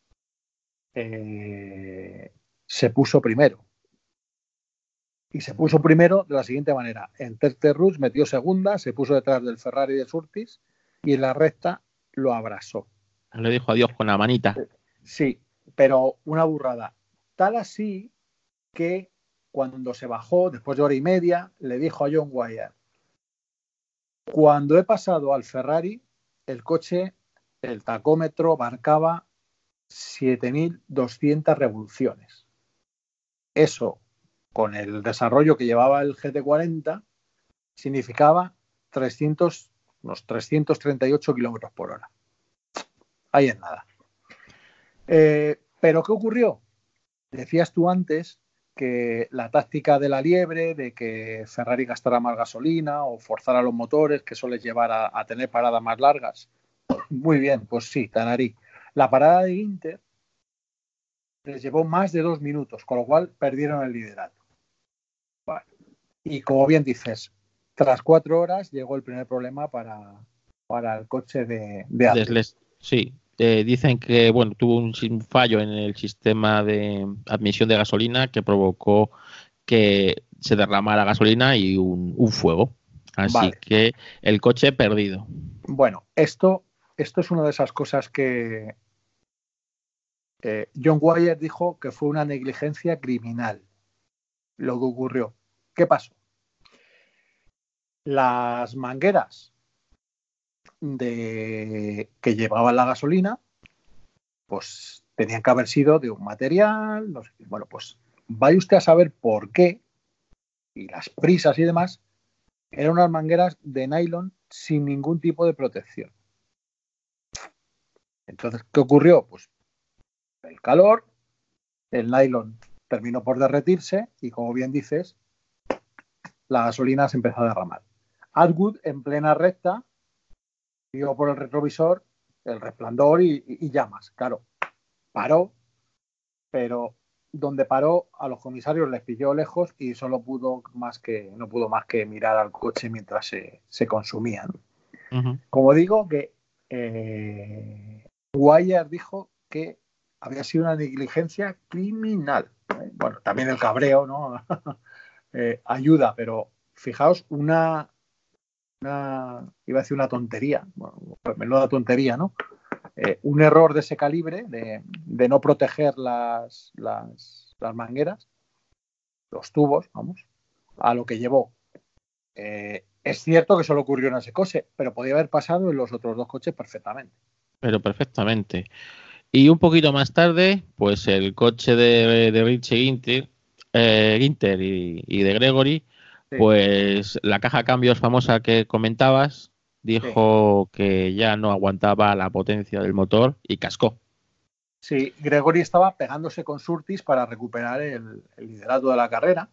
se puso primero. Y se puso primero de la siguiente manera. En Tertre Rouge metió segunda, se puso detrás del Ferrari de Surtees y en la recta lo abrazó. Le dijo adiós con la manita. Sí, pero una burrada. Tal así que cuando se bajó, después de hora y media, le dijo a John Wyer, Cuando he pasado al Ferrari, el coche, el tacómetro marcaba 7.200 revoluciones. Eso, con el desarrollo que llevaba el GT40, significaba unos 338 kilómetros por hora. Ahí es nada. ¿Pero qué ocurrió? Decías tú antes que la táctica de la liebre, de que Ferrari gastara más gasolina o forzara los motores, que eso les llevara a tener paradas más largas. Muy bien, pues sí, Tanarí. La parada de Inter les llevó más de 2 minutos, con lo cual perdieron el liderato. Vale. Y como bien dices, tras 4 horas llegó el primer problema para el coche de Adler. Sí, dicen que bueno, tuvo un fallo en el sistema de admisión de gasolina que provocó que se derramara gasolina y un fuego. Así que el coche perdido. Bueno, esto es una de esas cosas que John Wyer dijo que fue una negligencia criminal. Lo que ocurrió. ¿Qué pasó? Las mangueras que llevaban la gasolina, pues tenían que haber sido de un material, no sé. Bueno, pues vaya usted a saber por qué, y las prisas y demás, eran unas mangueras de nylon sin ningún tipo de protección. Entonces, ¿qué ocurrió? Pues el calor, el nylon terminó por derretirse y, como bien dices, la gasolina se empezó a derramar. Atwood, en plena recta, vio por el retrovisor el resplandor y llamas. Claro, paró, pero donde paró a los comisarios les pilló lejos y no pudo más que mirar al coche mientras se consumían. Uh-huh. Como digo, que Wyer dijo que había sido una negligencia criminal. Bueno, también el cabreo, ¿no? Ayuda, pero fijaos, iba a decir una tontería, bueno, pues menuda tontería, ¿no? Un error de ese calibre, de no proteger las mangueras, los tubos, vamos, a lo que llevó. Es cierto que solo ocurrió en ese coche, pero podía haber pasado en los otros 2 coches perfectamente. Pero perfectamente. Y un poquito más tarde, pues el coche de Richie Ginter y de Gregory, sí. Pues la caja de cambios famosa que comentabas dijo que ya no aguantaba la potencia del motor y cascó. Sí, Gregory estaba pegándose con Surtees para recuperar el liderato de la carrera.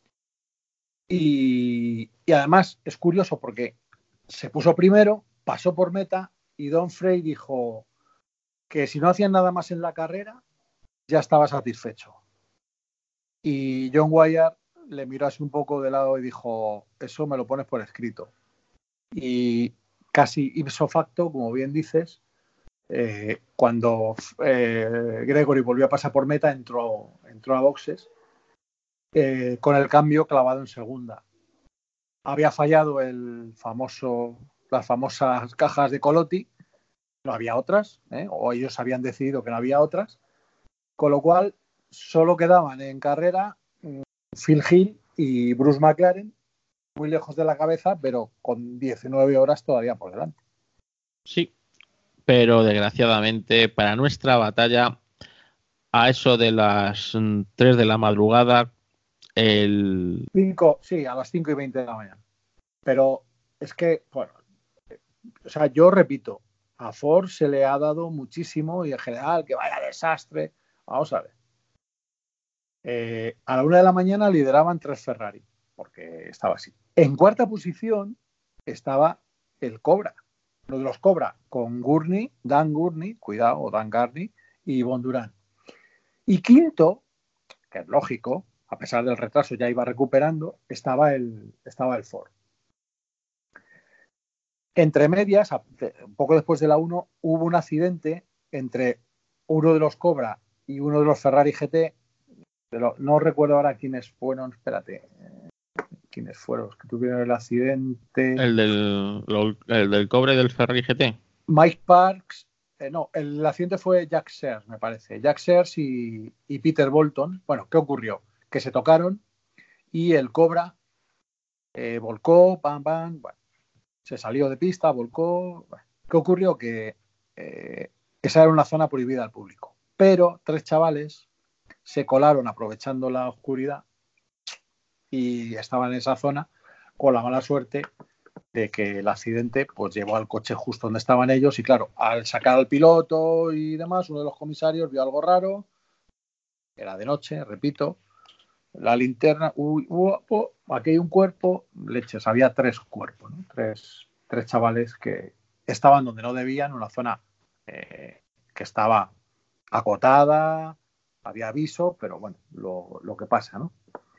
Y además es curioso porque se puso primero, pasó por meta y Don Frey dijo que si no hacían nada más en la carrera ya estaba satisfecho. Y John Wyer le miró así un poco de lado y dijo, eso me lo pones por escrito. Y casi ipso facto, como bien dices, cuando Gregory volvió a pasar por meta, entró a boxes con el cambio clavado en segunda. Había fallado las famosas cajas de Colotti, no había otras, o ellos habían decidido que no había otras, con lo cual solo quedaban en carrera Phil Hill y Bruce McLaren, muy lejos de la cabeza, pero con 19 horas todavía por delante. Sí, pero desgraciadamente para nuestra batalla, a eso de las 3 de la madrugada, a las 5:20 de la mañana. Pero es que, bueno, o sea, yo repito, a Ford se le ha dado muchísimo y en general, que vaya desastre. Vamos a ver. A la 1 de la mañana lideraban 3 Ferrari, porque estaba así. En cuarta posición estaba el Cobra, uno de los Cobra, con Dan Gurney y Bondurant. Y quinto, que es lógico, a pesar del retraso ya iba recuperando, estaba el Ford. Entre medias, un poco después de la 1, hubo un accidente entre uno de los Cobra y uno de los Ferrari GT. Pero no recuerdo ahora quiénes fueron. Espérate. ¿Quiénes fueron los que tuvieron el accidente? El del Cobra y del Ferrari GT. Mike Parks. No, el accidente fue Jack Sears, me parece. Jack Sears y Peter Bolton. Bueno, ¿qué ocurrió? Que se tocaron y el Cobra volcó, bueno. se salió de pista, volcó. ¿Qué ocurrió? Que esa era una zona prohibida al público. Pero 3 chavales se colaron aprovechando la oscuridad y estaban en esa zona con la mala suerte de que el accidente pues llevó al coche justo donde estaban ellos y claro, al sacar al piloto y demás, uno de los comisarios vio algo raro, era de noche, repito, la linterna, aquí hay un cuerpo, leches, había 3 cuerpos, ¿no? tres chavales que estaban donde no debían, en una zona que estaba acotada, había aviso, pero bueno, lo que pasa, ¿no?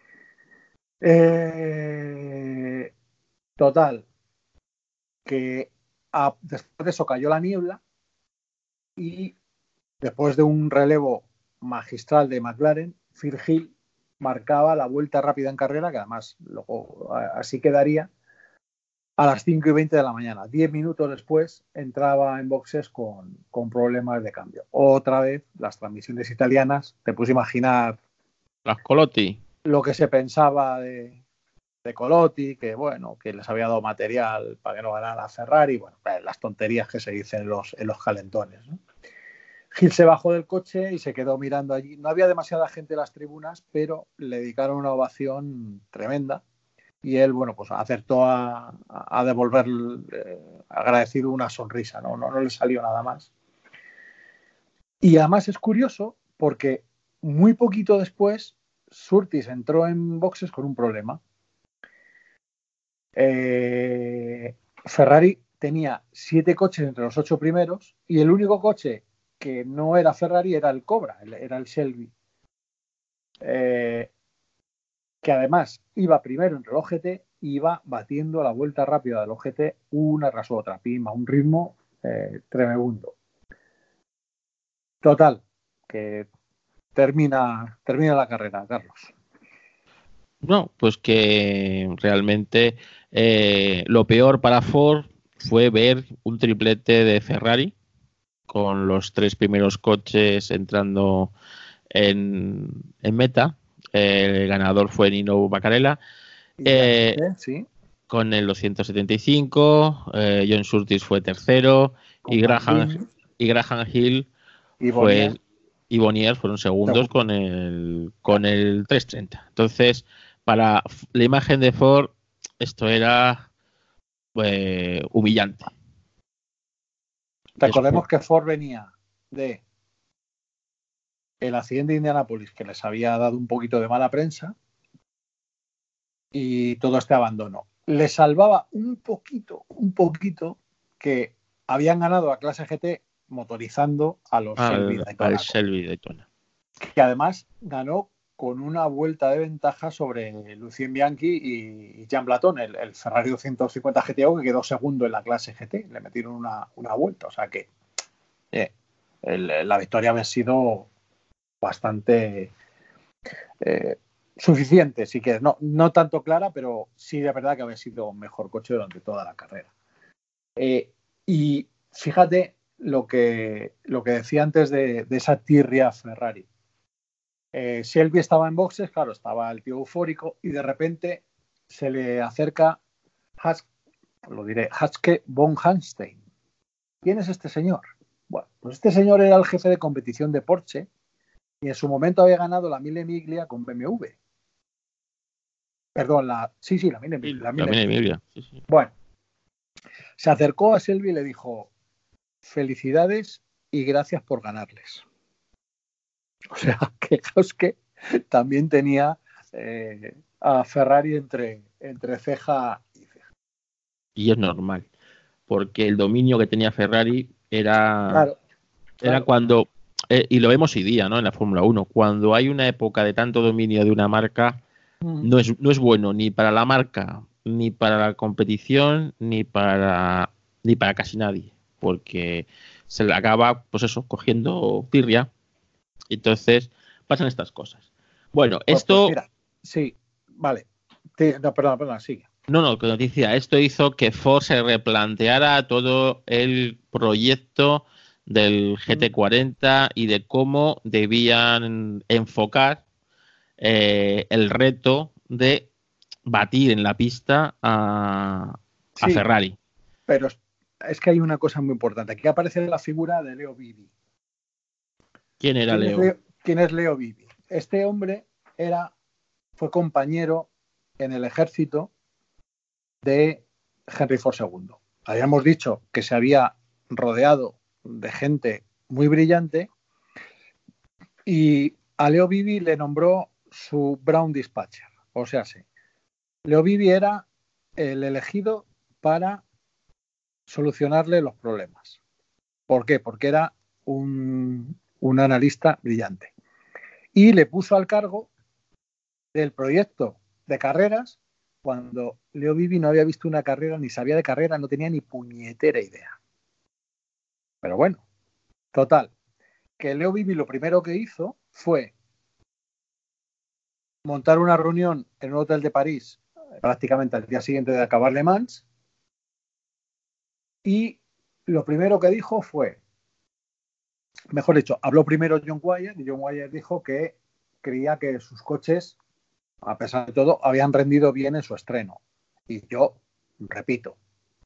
Total, que después de eso cayó la niebla y después de un relevo magistral de McLaren, Phil Hill marcaba la vuelta rápida en carrera, que además luego así quedaría, a las 5:20 de la mañana. 10 minutos después entraba en boxes con problemas de cambio. Otra vez, las transmisiones italianas, te puedes imaginar las Colotti, lo que se pensaba de Colotti, que bueno, que les había dado material para que no ganara a Ferrari, bueno, las tonterías que se dicen en los calentones, ¿no? Gil se bajó del coche y se quedó mirando allí. No había demasiada gente en las tribunas, pero le dedicaron una ovación tremenda y él, bueno, pues acertó a devolver agradecido una sonrisa, ¿no? No le salió nada más. Y además es curioso porque muy poquito después Surtees entró en boxes con un problema. Ferrari tenía 7 coches entre los 8 primeros y el único coche que no era Ferrari era el Cobra, era el Shelby, que además iba primero entre el OGT y iba batiendo la vuelta rápida del OGT una tras otra, pima, un ritmo tremendo. Total, que termina la carrera, Carlos. No, pues que realmente lo peor para Ford fue ver un triplete de Ferrari con los 3 primeros coches entrando en meta. El ganador fue Nino Bacarella sí, con el 275. John Surtees fue tercero y Graham Hill y Bonnier fueron segundos con el 330. Entonces, para la imagen de Ford, esto era humillante. Recordemos que Ford venía de el accidente de Indianápolis, que les había dado un poquito de mala prensa, y todo este abandono. Les salvaba un poquito que habían ganado a clase GT motorizando a los Shelby Daytona. Que además ganó con una vuelta de ventaja sobre Lucien Bianchi y Jean Blatton, el Ferrari 250 GTO, que quedó segundo en la clase GT. Le metieron una vuelta. O sea que la victoria había sido bastante suficiente. Sí que no tanto clara, pero sí de verdad que había sido un mejor coche durante toda la carrera. Y fíjate lo que decía antes de esa tirria Ferrari. Shelby estaba en boxes, claro, estaba el tío eufórico y de repente se le acerca Hatske von Hanstein. ¿Quién es este señor? Bueno, pues este señor era el jefe de competición de Porsche y en su momento había ganado la Mille Miglia con BMW. Perdón, la Mille Miglia. Sí. Bueno, se acercó a Shelby y le dijo: felicidades y gracias por ganarles. O sea, que Hatske también tenía a Ferrari entre ceja y ceja. Y es normal, porque el dominio que tenía Ferrari era cuando, y lo vemos hoy día, ¿no? En la Fórmula 1, cuando hay una época de tanto dominio de una marca, no es bueno ni para la marca, ni para la competición, ni para casi nadie, porque se le acaba, pues eso, cogiendo tirria. Entonces pasan estas cosas. Bueno, esto... Pues mira, sí, vale. Perdona, sigue. No, que noticia. Esto hizo que Ford se replanteara todo el proyecto del GT40 y de cómo debían enfocar el reto de batir en la pista a Ferrari. Pero es que hay una cosa muy importante. Aquí aparece la figura de Leo Vivi. ¿Quién era Leo? ¿Quién es Leo Vivi? Este hombre fue compañero en el ejército de Henry Ford II. Habíamos dicho que se había rodeado de gente muy brillante y a Leo Vivi le nombró su Brown Dispatcher. O sea, sí, Leo Vivi era el elegido para solucionarle los problemas. ¿Por qué? Porque era un analista brillante. Y le puso al cargo del proyecto de carreras cuando Leo Vivi no había visto una carrera, ni sabía de carrera, no tenía ni puñetera idea. Pero bueno, total, que Leo Vivi lo primero que hizo fue montar una reunión en un hotel de París prácticamente al día siguiente de acabar Le Mans, y lo primero que dijo fue, mejor dicho, habló primero John Wyer, y John Wyer dijo que creía que sus coches, a pesar de todo, habían rendido bien en su estreno. Y yo, repito,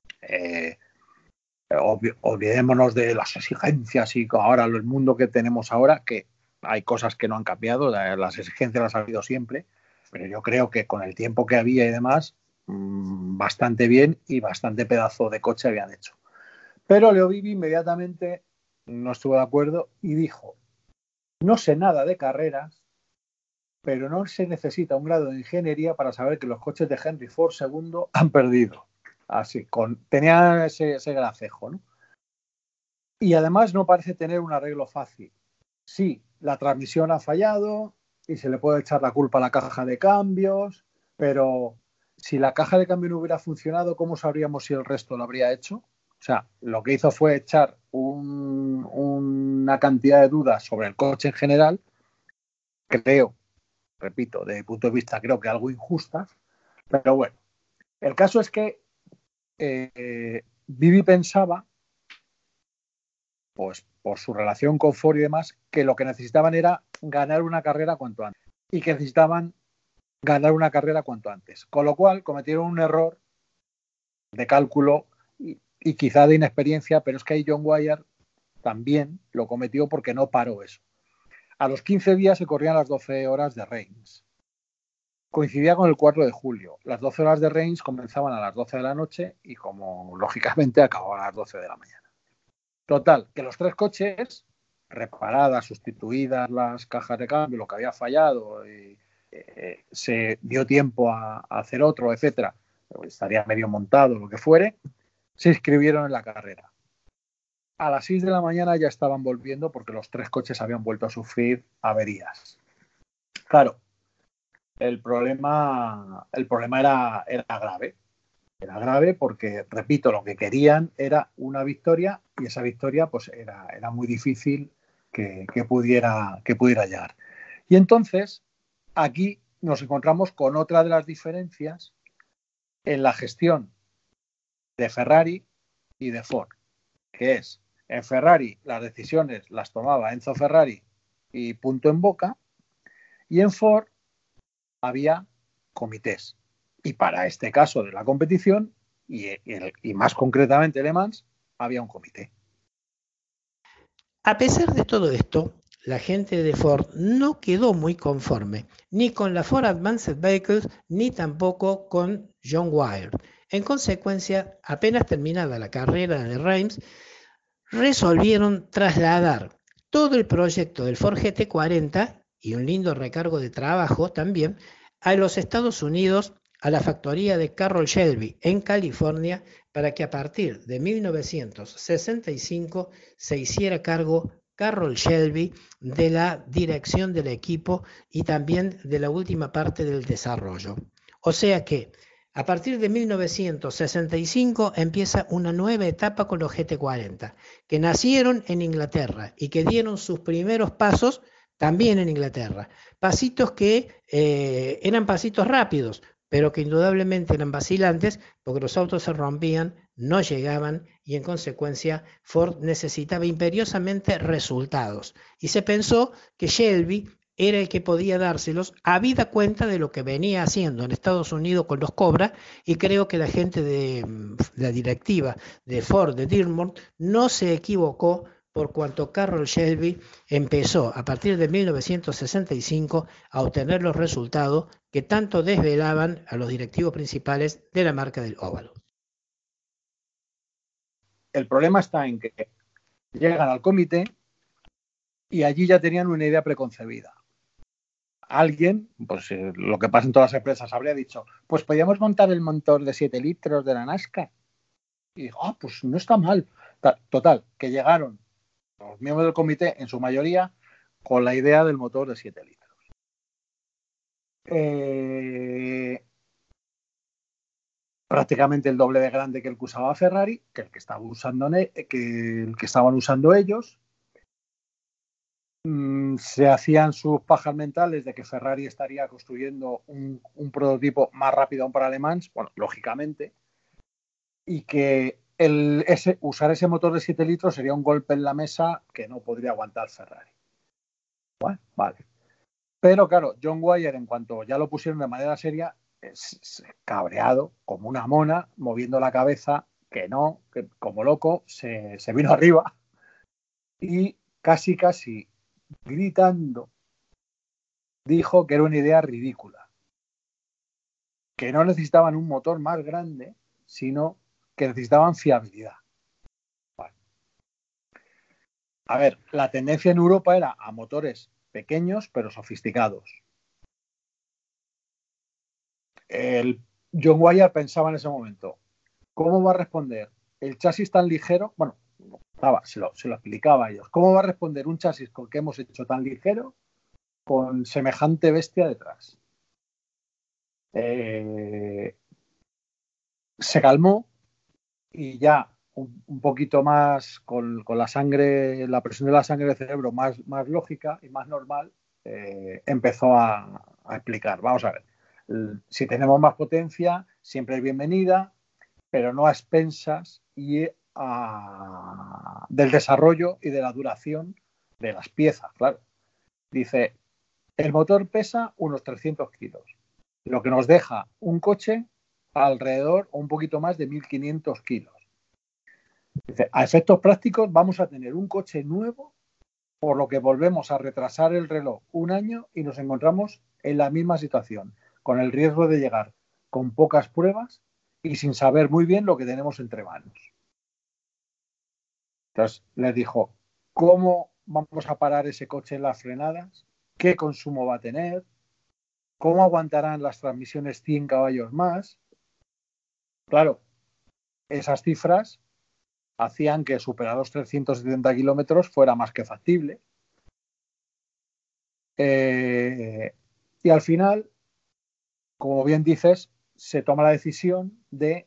olvidémonos de las exigencias y ahora el mundo que tenemos ahora, que hay cosas que no han cambiado, las exigencias las ha habido siempre, pero yo creo que con el tiempo que había y demás, bastante bien y bastante pedazo de coche habían hecho. Pero Leo Vivi inmediatamente no estuvo de acuerdo y dijo, no sé nada de carreras, pero no se necesita un grado de ingeniería para saber que los coches de Henry Ford II han perdido. Así, tenía ese gracejo, ¿no? Y además no parece tener un arreglo fácil. Sí, la transmisión ha fallado y se le puede echar la culpa a la caja de cambios, pero si la caja de cambio no hubiera funcionado, ¿cómo sabríamos si el resto lo habría hecho? O sea, lo que hizo fue echar una cantidad de dudas sobre el coche en general, creo, repito, desde mi punto de vista creo que algo injustas, pero bueno, el caso es que Vivi pensaba, pues por su relación con Ford y demás, que lo que necesitaban era ganar una carrera cuanto antes y que necesitaban ganar una carrera cuanto antes, con lo cual cometieron un error de cálculo y quizá de inexperiencia, pero es que ahí John Wyer también lo cometió porque no paró eso. A los 15 días se corrían las 12 horas de Reims. Coincidía con el 4 de julio. Las 12 horas de Reims comenzaban a las 12 de la noche y como lógicamente acababan a las 12 de la mañana. Total, que los tres coches, reparadas, sustituidas las cajas de cambio, lo que había fallado, y, se dio tiempo a hacer otro, etcétera, estaría medio montado, lo que fuere, se inscribieron en la carrera. A las 6 de la mañana ya estaban volviendo porque los tres coches habían vuelto a sufrir averías. Claro, el problema era grave. Era grave porque, repito, lo que querían era una victoria y esa victoria pues era muy difícil que pudiera llegar. Y entonces, aquí nos encontramos con otra de las diferencias en la gestión de Ferrari y de Ford, que es, en Ferrari las decisiones las tomaba Enzo Ferrari y punto en boca, y en Ford había comités. Y para este caso de la competición, y más concretamente Le Mans, había un comité. A pesar de todo esto, la gente de Ford no quedó muy conforme, ni con la Ford Advanced Vehicles, ni tampoco con John Wyer. En consecuencia, apenas terminada la carrera de Reims, resolvieron trasladar todo el proyecto del Ford GT40 y un lindo recargo de trabajo también a los Estados Unidos, a la factoría de Carroll Shelby en California, para que a partir de 1965 se hiciera cargo Carroll Shelby de la dirección del equipo y también de la última parte del desarrollo. O sea que a partir de 1965 empieza una nueva etapa con los GT40, que nacieron en Inglaterra y que dieron sus primeros pasos también en Inglaterra. Pasitos que eran pasitos rápidos, pero que indudablemente eran vacilantes porque los autos se rompían, no llegaban y en consecuencia Ford necesitaba imperiosamente resultados. Y se pensó que Shelby era el que podía dárselos, habida cuenta de lo que venía haciendo en Estados Unidos con los Cobra, y creo que la gente de la directiva de Ford, de Dearborn, no se equivocó por cuanto Carroll Shelby empezó a partir de 1965 a obtener los resultados que tanto desvelaban a los directivos principales de la marca del óvalo. El problema está en que llegan al comité y allí ya tenían una idea preconcebida. Alguien, pues lo que pasa en todas las empresas, habría dicho, pues podríamos montar el motor de 7 litros de la NASCAR. Y dijo, pues no está mal. Total, que llegaron los miembros del comité, en su mayoría, con la idea del motor de 7 litros. Prácticamente el doble de grande que el que usaba Ferrari, que el que estaban usando ellos. Se hacían sus pajas mentales de que Ferrari estaría construyendo un prototipo más rápido aún para Le Mans, bueno, lógicamente, y que usar ese motor de 7 litros sería un golpe en la mesa que no podría aguantar Ferrari. Bueno, vale. Pero claro, John Wyer, en cuanto ya lo pusieron de manera seria, es cabreado, como una mona, moviendo la cabeza, que como loco, se vino arriba y casi gritando dijo que era una idea ridícula, que no necesitaban un motor más grande, sino que necesitaban fiabilidad. Vale. A ver, la tendencia en Europa era a motores pequeños pero sofisticados. El John Wyer pensaba en ese momento, ¿cómo va a responder el chasis tan ligero? Bueno, se lo explicaba a ellos. ¿Cómo va a responder un chasis con que hemos hecho tan ligero con semejante bestia detrás? Se calmó y ya un poquito más con la sangre, la presión de la sangre del cerebro más lógica y más normal, empezó a explicar. Vamos a ver, si tenemos más potencia, siempre es bienvenida, pero no a expensas del desarrollo y de la duración de las piezas, claro. Dice, el motor pesa unos 300 kilos, lo que nos deja un coche alrededor o un poquito más de 1.500 kilos. Dice, a efectos prácticos vamos a tener un coche nuevo, por lo que volvemos a retrasar el reloj un año y nos encontramos en la misma situación, con el riesgo de llegar con pocas pruebas y sin saber muy bien lo que tenemos entre manos. Entonces les dijo, ¿cómo vamos a parar ese coche en las frenadas? ¿Qué consumo va a tener? ¿Cómo aguantarán las transmisiones 100 caballos más? Claro, esas cifras hacían que superar los 370 kilómetros fuera más que factible. Y al final, como bien dices, se toma la decisión de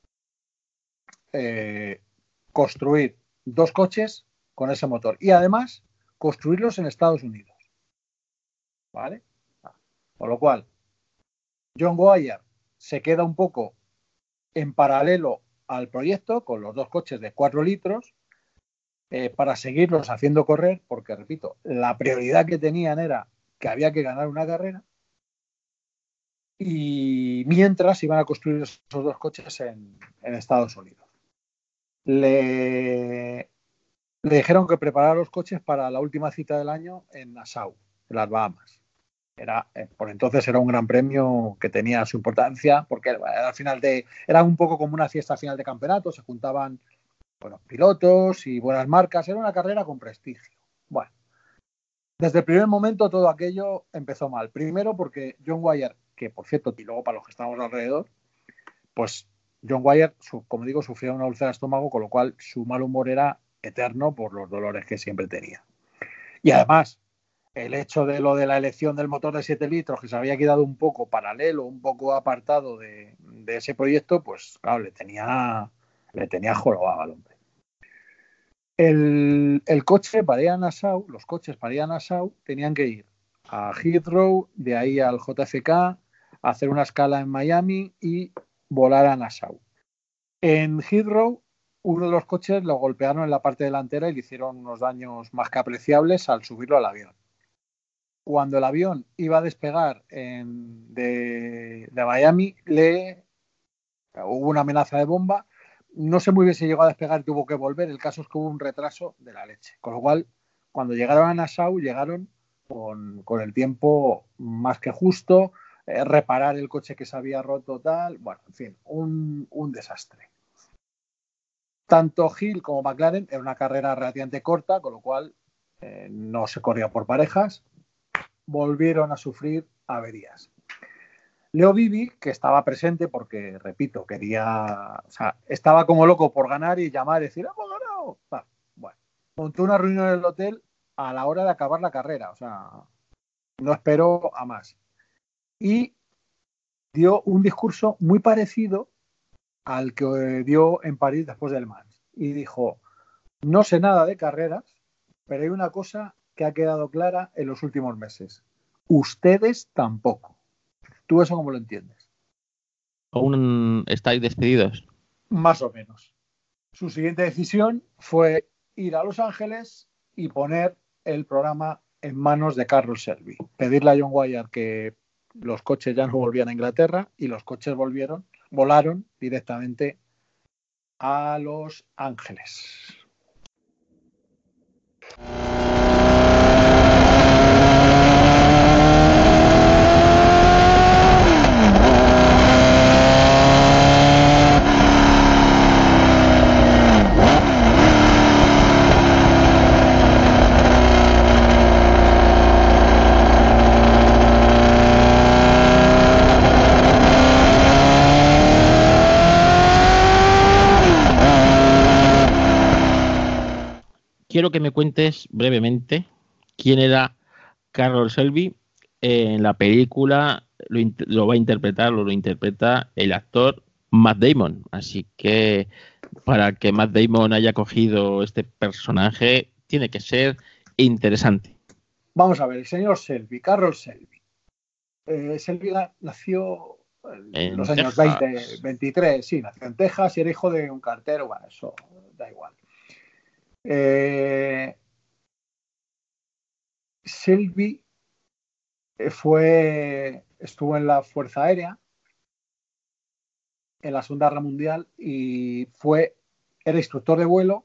construir 2 coches con ese motor y además construirlos en Estados Unidos. ¿Vale? Con lo cual, John Wyer se queda un poco en paralelo al proyecto con los 2 coches de 4 litros para seguirlos haciendo correr, porque, repito, la prioridad que tenían era que había que ganar una carrera y mientras iban a construir esos 2 coches en Estados Unidos. Le dijeron que preparara los coches para la última cita del año en Nassau, en las Bahamas. Por entonces era un gran premio que tenía su importancia, porque al final era un poco como una fiesta final de campeonato, se juntaban buenos pilotos y buenas marcas, era una carrera con prestigio. Bueno, desde el primer momento todo aquello empezó mal. Primero porque John Wyer, que por cierto, y luego para los que estábamos alrededor, pues John Wyer, como digo, sufría una úlcera de estómago, con lo cual su mal humor era eterno por los dolores que siempre tenía. Y además, el hecho de lo de la elección del motor de 7 litros, que se había quedado un poco paralelo, un poco apartado de ese proyecto, pues claro, le tenía jorobado al hombre. El coche para ir a Nassau, los coches para ir a Nassau tenían que ir a Heathrow, de ahí al JFK, hacer una escala en Miami y volar a Nassau. En Heathrow, uno de los coches lo golpearon en la parte delantera y le hicieron unos daños más que apreciables al subirlo al avión. Cuando el avión iba a despegar de Miami, hubo una amenaza de bomba. No sé muy bien si llegó a despegar y tuvo que volver. El caso es que hubo un retraso de la leche. Con lo cual, cuando llegaron a Nassau, llegaron con el tiempo más que justo, reparar el coche que se había roto, tal. Bueno, en fin, un desastre. Tanto Hill como McLaren era una carrera relativamente corta, con lo cual no se corría por parejas. Volvieron a sufrir averías. Leo Bibi, que estaba presente porque, repito, estaba como loco por ganar y llamar y decir, ¡hemos ganado! Bueno, montó una reunión en el hotel a la hora de acabar la carrera, no esperó a más. Y dio un discurso muy parecido al que dio en París después del Le Mans. Y dijo, no sé nada de carreras, pero hay una cosa que ha quedado clara en los últimos meses. Ustedes tampoco. ¿Tú eso cómo lo entiendes? ¿Aún estáis despedidos? Más o menos. Su siguiente decisión fue ir a Los Ángeles y poner el programa en manos de Carroll Shelby. Pedirle a John Wayne que los coches ya no volvían a Inglaterra y los coches volaron directamente a Los Ángeles. Quiero que me cuentes brevemente quién era Carroll Shelby. En la película lo interpreta el actor Matt Damon. Así que para que Matt Damon haya cogido este personaje, tiene que ser interesante. Vamos a ver, el señor Shelby, Carroll Shelby. Shelby nació en los años 20, 23, sí, nació en Texas y era hijo de un cartero, bueno, eso da igual. Shelby estuvo en la Fuerza Aérea en la Segunda Guerra Mundial y era instructor de vuelo.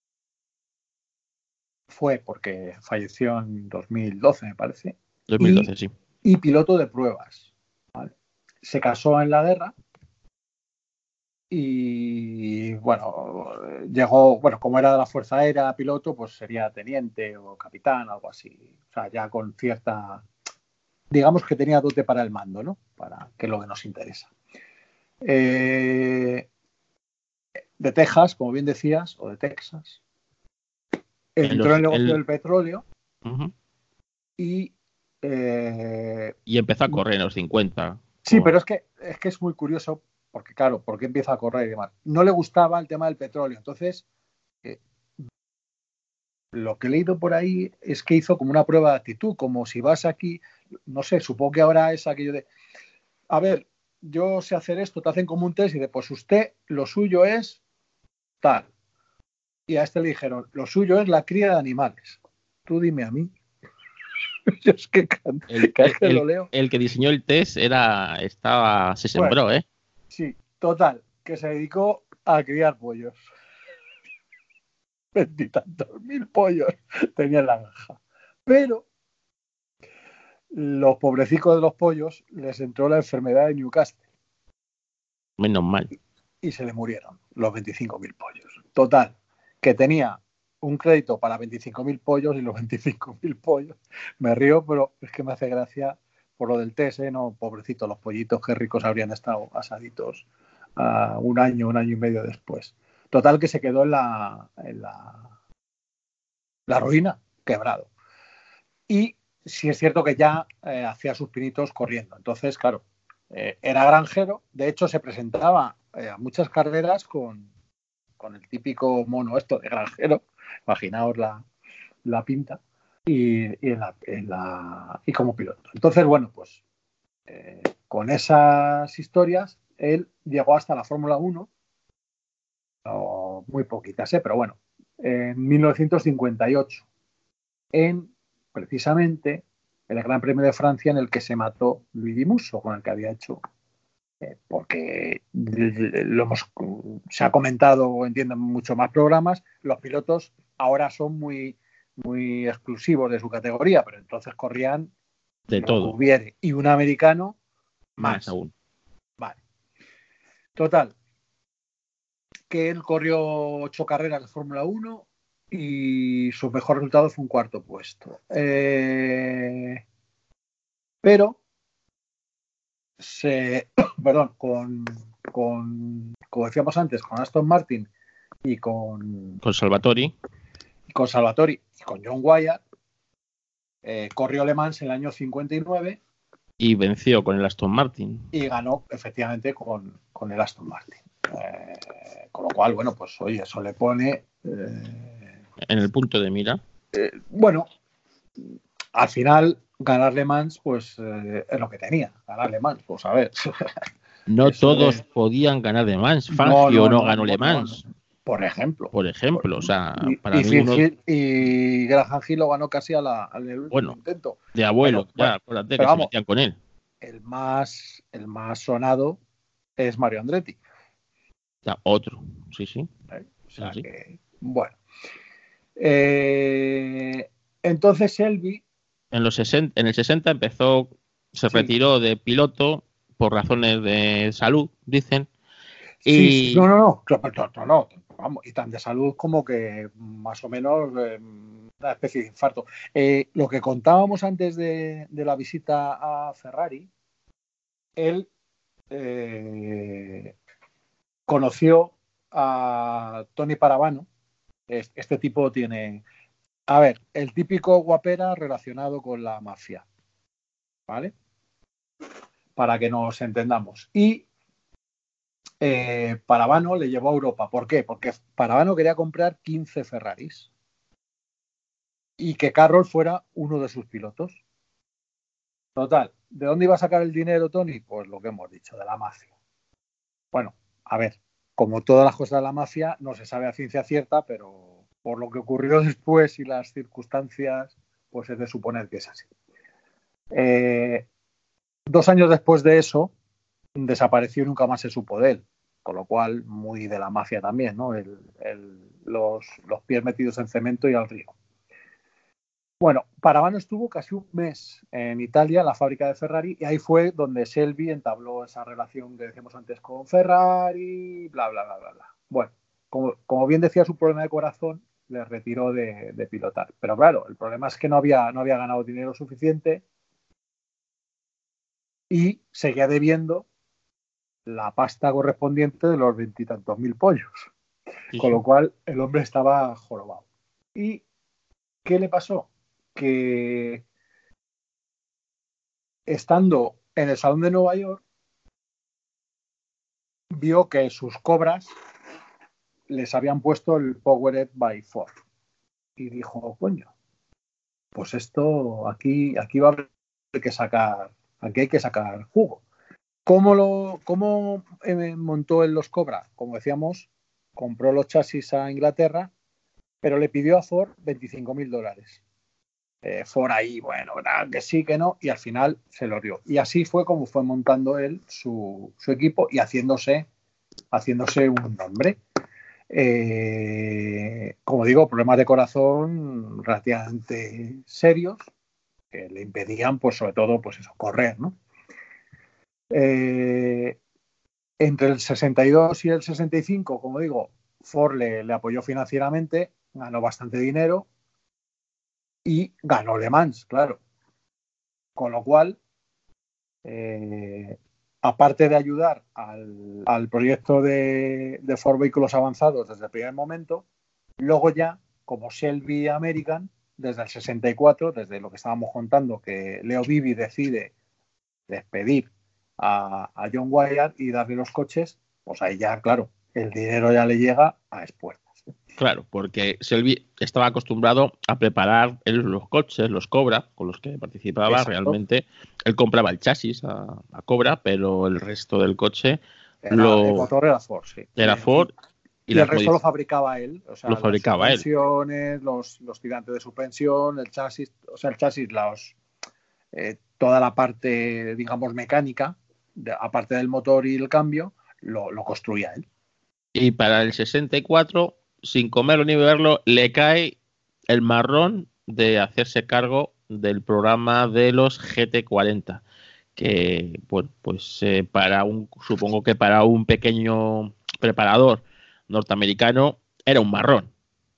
Fue porque falleció en 2012, me parece. 2012, sí. Y piloto de pruebas. ¿Vale? Se casó en la guerra y, bueno, llegó, como era de la Fuerza Aérea, piloto, pues sería teniente o capitán, algo así. O sea, ya con cierta, digamos que tenía dote para el mando, ¿no? Para que es lo que nos interesa. De Texas, como bien decías, o de Texas. Entró en el negocio del petróleo. Uh-huh. Y empezó a correr en los 50. Sí, pero es que es muy curioso porque, claro, ¿por qué empieza a correr y demás? No le gustaba el tema del petróleo. Entonces, lo que he leído por ahí es que hizo como una prueba de actitud, como si vas aquí, no sé, supongo que ahora es aquello de, a ver, yo sé hacer esto, te hacen como un test y de, pues usted, lo suyo es tal. Y a este le dijeron, lo suyo es la cría de animales. Tú dime a mí. Yo es que lo leo. El que diseñó el test se sembró, bueno, Sí, total, que se dedicó a criar pollos. 20 y tantos mil pollos tenía en la granja. Pero los pobrecicos de los pollos les entró la enfermedad de Newcastle. Menos mal. Y se le murieron los 25.000 pollos. Total, que tenía un crédito para 25.000 pollos y los 25.000 pollos. Me río, pero es que me hace gracia por lo del test, no, pobrecito, los pollitos, qué ricos habrían estado asaditos un año y medio después. Total, que se quedó en la ruina, quebrado. Y sí es cierto que ya hacía sus pinitos corriendo. Entonces, claro, era granjero. De hecho, se presentaba a muchas carreras con el típico mono esto de granjero. Imaginaos la pinta. Y como piloto. Entonces, bueno, pues con esas historias, él llegó hasta la Fórmula 1. Muy poquitas, pero bueno, en 1958, precisamente el Gran Premio de Francia en el que se mató Luigi Musso, con el que había hecho, porque se ha comentado, entiendo, en muchos más programas, los pilotos ahora son muy, muy exclusivos de su categoría, pero entonces corrían de todo. Hubiere, y un americano más aún. Vale. Total, que él corrió 8 carreras de Fórmula 1 y su mejor resultado fue un 4º puesto. Pero como decíamos antes, con Aston Martin y con Salvatori y con John Wyatt, corrió Le Mans en el año 59 y venció con el Aston Martin y ganó efectivamente con el Aston Martin. Con lo cual, bueno, pues oye, eso le pone en el punto de mira. Bueno, al final ganar Le Mans pues es lo que tenía, ganar Le Mans, pues a ver. No todos podían ganar Le Mans. Fangio no ganó Le Mans. Por ejemplo, o sea, para mí y Graham Hill lo ganó casi al último intento. De abuelo, acuérdate que se metían con él. El más sonado es Mario Andretti. Ya, otro, sí. O sea que, bueno. Entonces Shelby en el 60 empezó, se retiró de piloto por razones de salud, dicen. Sí, no, vamos, y tan de salud como que más o menos una especie de infarto. Lo que contábamos antes de la visita a Ferrari, él conoció a Tony Parabano. Este tipo tiene, a ver, el típico guapera relacionado con la mafia, ¿vale? Para que nos entendamos. Y Parabano le llevó a Europa. ¿Por qué? Porque Parabano quería comprar 15 Ferraris y que Carroll fuera uno de sus pilotos. Total, ¿de dónde iba a sacar el dinero Tony? Pues lo que hemos dicho, de la mafia. Bueno, a ver, como todas las cosas de la mafia, no se sabe a ciencia cierta, pero por lo que ocurrió después y las circunstancias, pues es de suponer que es así. 2 años después de eso, desapareció y nunca más se supo de él, con lo cual muy de la mafia también, ¿no? Los pies metidos en cemento y al río. Bueno, Parabano estuvo casi un mes en Italia, en la fábrica de Ferrari, y ahí fue donde Shelby entabló esa relación que decíamos antes con Ferrari, bla, bla, bla, bla, bla. Bueno, como bien decía, su problema de corazón le retiró de pilotar. Pero claro, el problema es que no había ganado dinero suficiente y seguía debiendo la pasta correspondiente de los 20 y tantos mil pollos. Sí. Con lo cual el hombre estaba jorobado. ¿Y qué le pasó? Que estando en el Salón de Nueva York vio que sus Cobras les habían puesto el Powered by Ford y dijo, coño, pues esto aquí va a haber que sacar, aquí hay que sacar jugo. ¿Cómo montó en los Cobra? Como decíamos, compró los chasis a Inglaterra, pero le pidió a Ford $25,000. Ford ahí, bueno, que sí, que no, y al final se lo dio. Y así fue como fue montando él su equipo y haciéndose un nombre. Como digo, problemas de corazón relativamente serios que le impedían, pues sobre todo, pues eso, correr, ¿no? Entre el 62 y el 65, como digo, Ford le apoyó financieramente, ganó bastante dinero y ganó Le Mans, claro. Con lo cual, aparte de ayudar al proyecto de Ford Vehículos Avanzados desde el primer momento, luego ya, como Shelby American, desde el 64, desde lo que estábamos contando, que Leo Bibi decide despedir a John Wyatt y darle los coches, pues ahí ya, claro, el dinero ya le llega a expuertas. Claro, porque Shelby estaba acostumbrado a preparar los coches, los Cobra, con los que participaba. Exacto. Realmente. Él compraba el chasis a Cobra, pero el resto del coche... el motor era Ford, sí. Era Ford. Y el resto lo fabricaba él. O sea, lo fabricaba él. Los tirantes de suspensión, el chasis, toda la parte, digamos, mecánica, aparte del motor y el cambio, lo construía él. Y para el 64, sin comerlo ni beberlo, le cae el marrón de hacerse cargo del programa de los GT40, que bueno, pues supongo que para un pequeño preparador norteamericano era un marrón.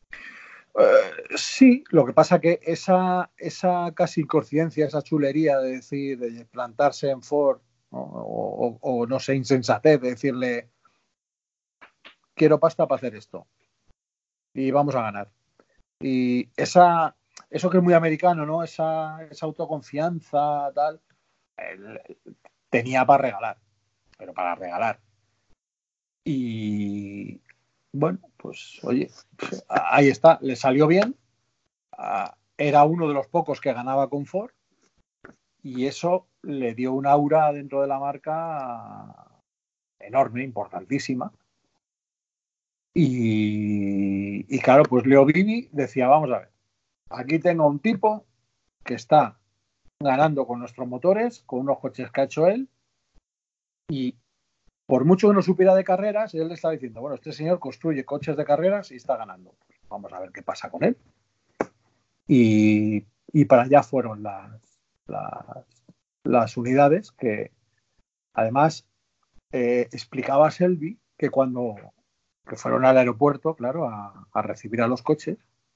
Sí, lo que pasa que esa casi inconsciencia, esa chulería de decir, de plantarse en Ford, ¿no? O no sé, insensatez de decirle, quiero pasta para hacer esto y vamos a ganar. Y eso que es muy americano, ¿no? Esa autoconfianza, tal, tenía para regalar, pero para regalar. Y bueno, pues oye, ahí está, le salió bien. Era uno de los pocos que ganaba con Ford y eso le dio un aura dentro de la marca enorme, importantísima. Y claro, pues Leo Vivi decía, vamos a ver, aquí tengo un tipo que está ganando con nuestros motores, con unos coches que ha hecho él, y por mucho que no supiera de carreras, él le está diciendo, bueno, este señor construye coches de carreras y está ganando. Pues vamos a ver qué pasa con él. Y para allá fueron las unidades que además explicaba Selby que cuando que fueron al aeropuerto, claro, a recibir a los coches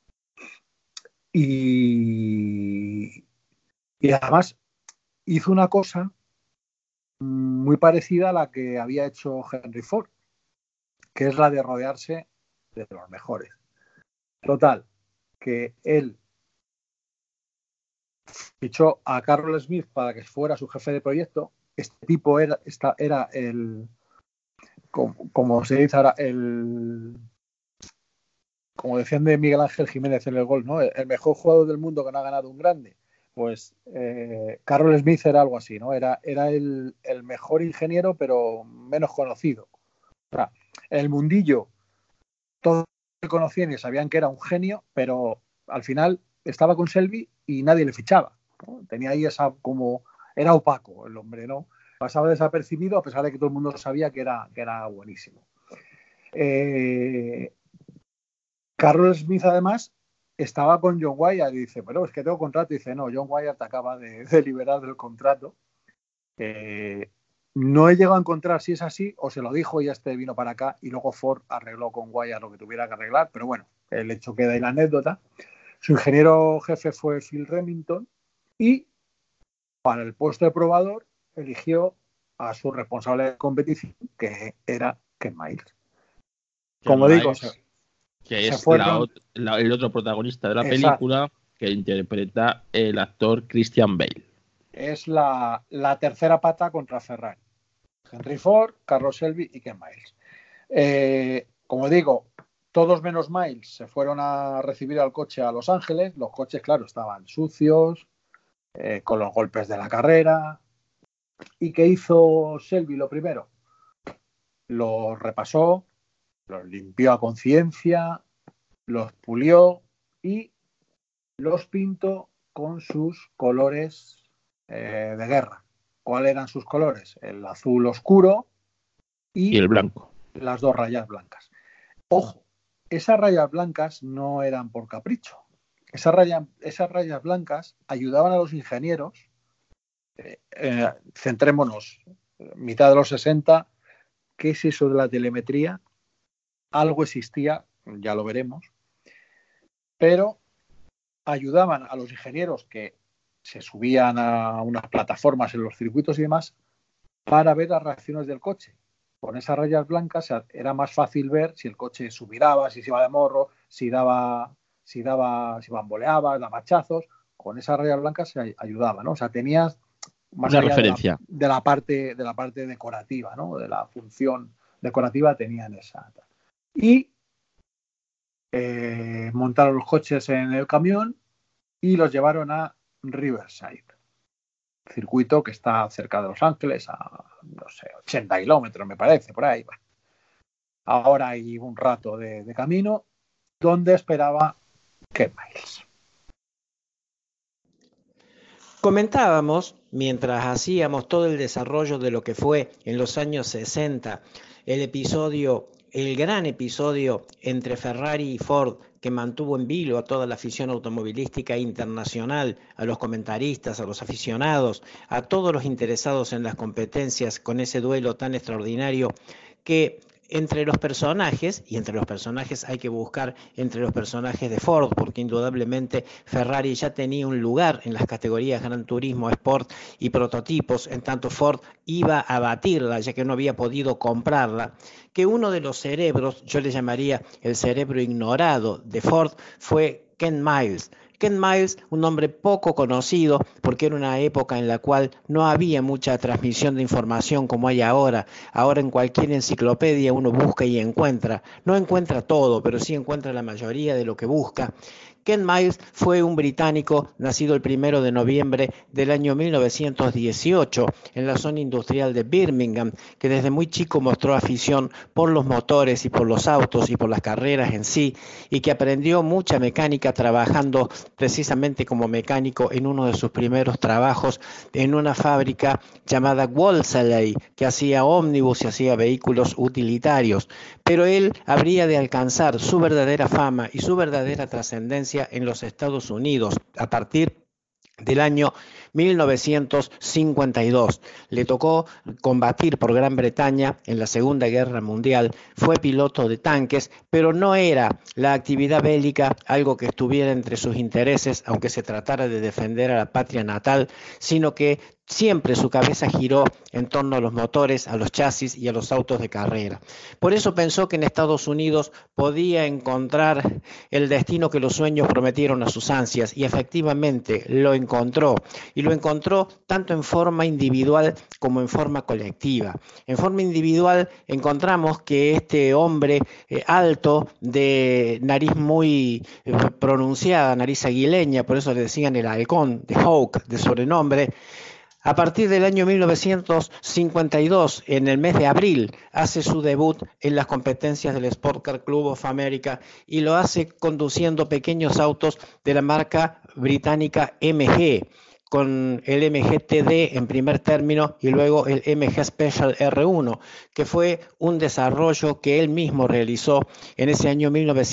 y además hizo una cosa muy parecida a la que había hecho Henry Ford, que es la de rodearse de los mejores. Total, que él fichó a Carroll Smith para que fuera su jefe de proyecto. Este tipo era el, como se dice ahora, como decían de Miguel Ángel Jiménez en el gol, ¿no? El mejor jugador del mundo que no ha ganado un grande. Pues Carroll Smith era algo así, ¿no? Era el mejor ingeniero, pero menos conocido. O sea, en el mundillo todos lo conocían y sabían que era un genio, pero al final estaba con Selby y nadie le fichaba, ¿no? Tenía ahí era opaco el hombre, ¿no? Pasaba desapercibido a pesar de que todo el mundo sabía que era buenísimo. Carroll Smith además estaba con John Wyatt y dice, pero es que tengo contrato. Y dice, no, John Wyatt acaba de liberar del contrato. No he llegado a encontrar si es así o se lo dijo y vino para acá y luego Ford arregló con Wyatt lo que tuviera que arreglar, pero bueno, el hecho queda ahí la anécdota. Su ingeniero jefe fue Phil Remington y para el puesto de probador eligió a su responsable de competición, que era Ken Miles. Como digo, que es el otro protagonista de la película, que interpreta el actor Christian Bale. Es la tercera pata contra Ferrari. Henry Ford, Carroll Shelby y Ken Miles. Como digo, todos menos Miles se fueron a recibir al coche a Los Ángeles. Los coches, claro, estaban sucios, con los golpes de la carrera. ¿Y qué hizo Shelby lo primero? Los repasó, los limpió a conciencia, los pulió y los pintó con sus colores de guerra. ¿Cuáles eran sus colores? El azul oscuro y el blanco. Las dos rayas blancas. Ojo, esas rayas blancas no eran por capricho. Esas rayas blancas ayudaban a los ingenieros. Centrémonos, mitad de los 60. ¿Qué es eso de la telemetría? Algo existía, ya lo veremos, pero ayudaban a los ingenieros que se subían a unas plataformas en los circuitos y demás para ver las reacciones del coche. Con esas rayas blancas era más fácil ver si el coche subiraba, si se iba de morro, si bamboleaba, daba hachazos. Con esas rayas blancas se ayudaba, ¿no? O sea, tenías más una allá referencia de la parte decorativa, ¿no? De la función decorativa tenían esa. Y montaron los coches en el camión y los llevaron a Riverside, circuito que está cerca de Los Ángeles, a, no sé, 80 kilómetros me parece, por ahí. Bueno, ahora hay un rato de camino donde esperaba Ken Miles. Comentábamos, mientras hacíamos todo el desarrollo de lo que fue en los años 60, el gran episodio entre Ferrari y Ford, que mantuvo en vilo a toda la afición automovilística internacional, a los comentaristas, a los aficionados, a todos los interesados en las competencias, con ese duelo tan extraordinario que entre los personajes, y entre los personajes hay que buscar entre los personajes de Ford, porque indudablemente Ferrari ya tenía un lugar en las categorías Gran Turismo, Sport y prototipos, en tanto Ford iba a batirla, ya que no había podido comprarla, que uno de los cerebros, yo le llamaría el cerebro ignorado de Ford, fue Ken Miles. Ken Miles, un hombre poco conocido, porque era una época en la cual no había mucha transmisión de información como hay ahora. Ahora en cualquier enciclopedia uno busca y encuentra. No encuentra todo, pero sí encuentra la mayoría de lo que busca. Ken Miles fue un británico nacido el 1 de noviembre del año 1918 en la zona industrial de Birmingham, que desde muy chico mostró afición por los motores y por los autos y por las carreras en sí, y que aprendió mucha mecánica trabajando precisamente como mecánico en uno de sus primeros trabajos en una fábrica llamada Wolseley, que hacía ómnibus y hacía vehículos utilitarios. Pero él habría de alcanzar su verdadera fama y su verdadera trascendencia en los Estados Unidos a partir del año 1952. Le tocó combatir por Gran Bretaña en la Segunda Guerra Mundial, fue piloto de tanques, pero no era la actividad bélica algo que estuviera entre sus intereses, aunque se tratara de defender a la patria natal, sino que siempre su cabeza giró en torno a los motores, a los chasis y a los autos de carrera. Por eso pensó que en Estados Unidos podía encontrar el destino que los sueños prometieron a sus ansias, y efectivamente lo encontró. Y lo encontró tanto en forma individual como en forma colectiva. En forma individual encontramos que este hombre alto, de nariz muy pronunciada, nariz aguileña, por eso le decían el halcón, de Hawk, de sobrenombre, a partir del año 1952, en el mes de abril, hace su debut en las competencias del Sport Car Club of America y lo hace conduciendo pequeños autos de la marca británica MG, con el MG TD en primer término y luego el MG Special R1, que fue un desarrollo que él mismo realizó en ese año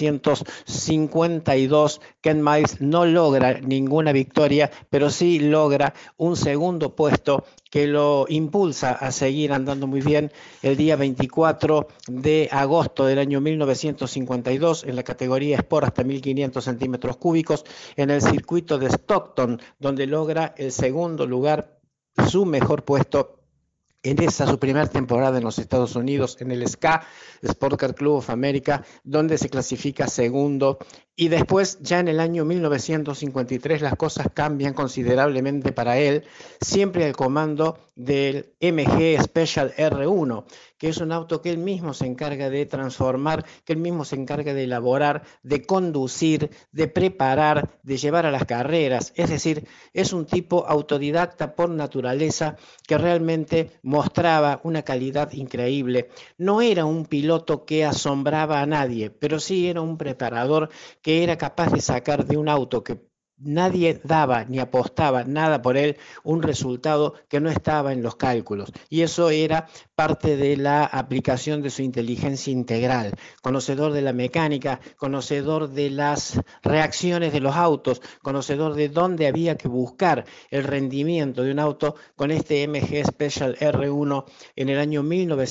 1952. Ken Miles no logra ninguna victoria, pero sí logra un segundo puesto que lo impulsa a seguir andando muy bien el día 24 de agosto del año 1952 en la categoría Sport hasta 1500 centímetros cúbicos en el circuito de Stockton, donde logra el segundo lugar, su mejor puesto en esa su primera temporada en los Estados Unidos, en el SCA, Sport Car Club of America, donde se clasifica segundo. Y después, ya en el año 1953, las cosas cambian considerablemente para él, siempre al comando del MG Special R1, que es un auto que él mismo se encarga de transformar, que él mismo se encarga de elaborar, de conducir, de preparar, de llevar a las carreras. Es decir, es un tipo autodidacta por naturaleza que realmente mostraba una calidad increíble. No era un piloto que asombraba a nadie, pero sí era un preparador que era capaz de sacar de un auto que nadie daba ni apostaba nada por él un resultado que no estaba en los cálculos, y eso era parte de la aplicación de su inteligencia integral, conocedor de la mecánica, conocedor de las reacciones de los autos, conocedor de dónde había que buscar el rendimiento de un auto. Con este MG Special R1 en el año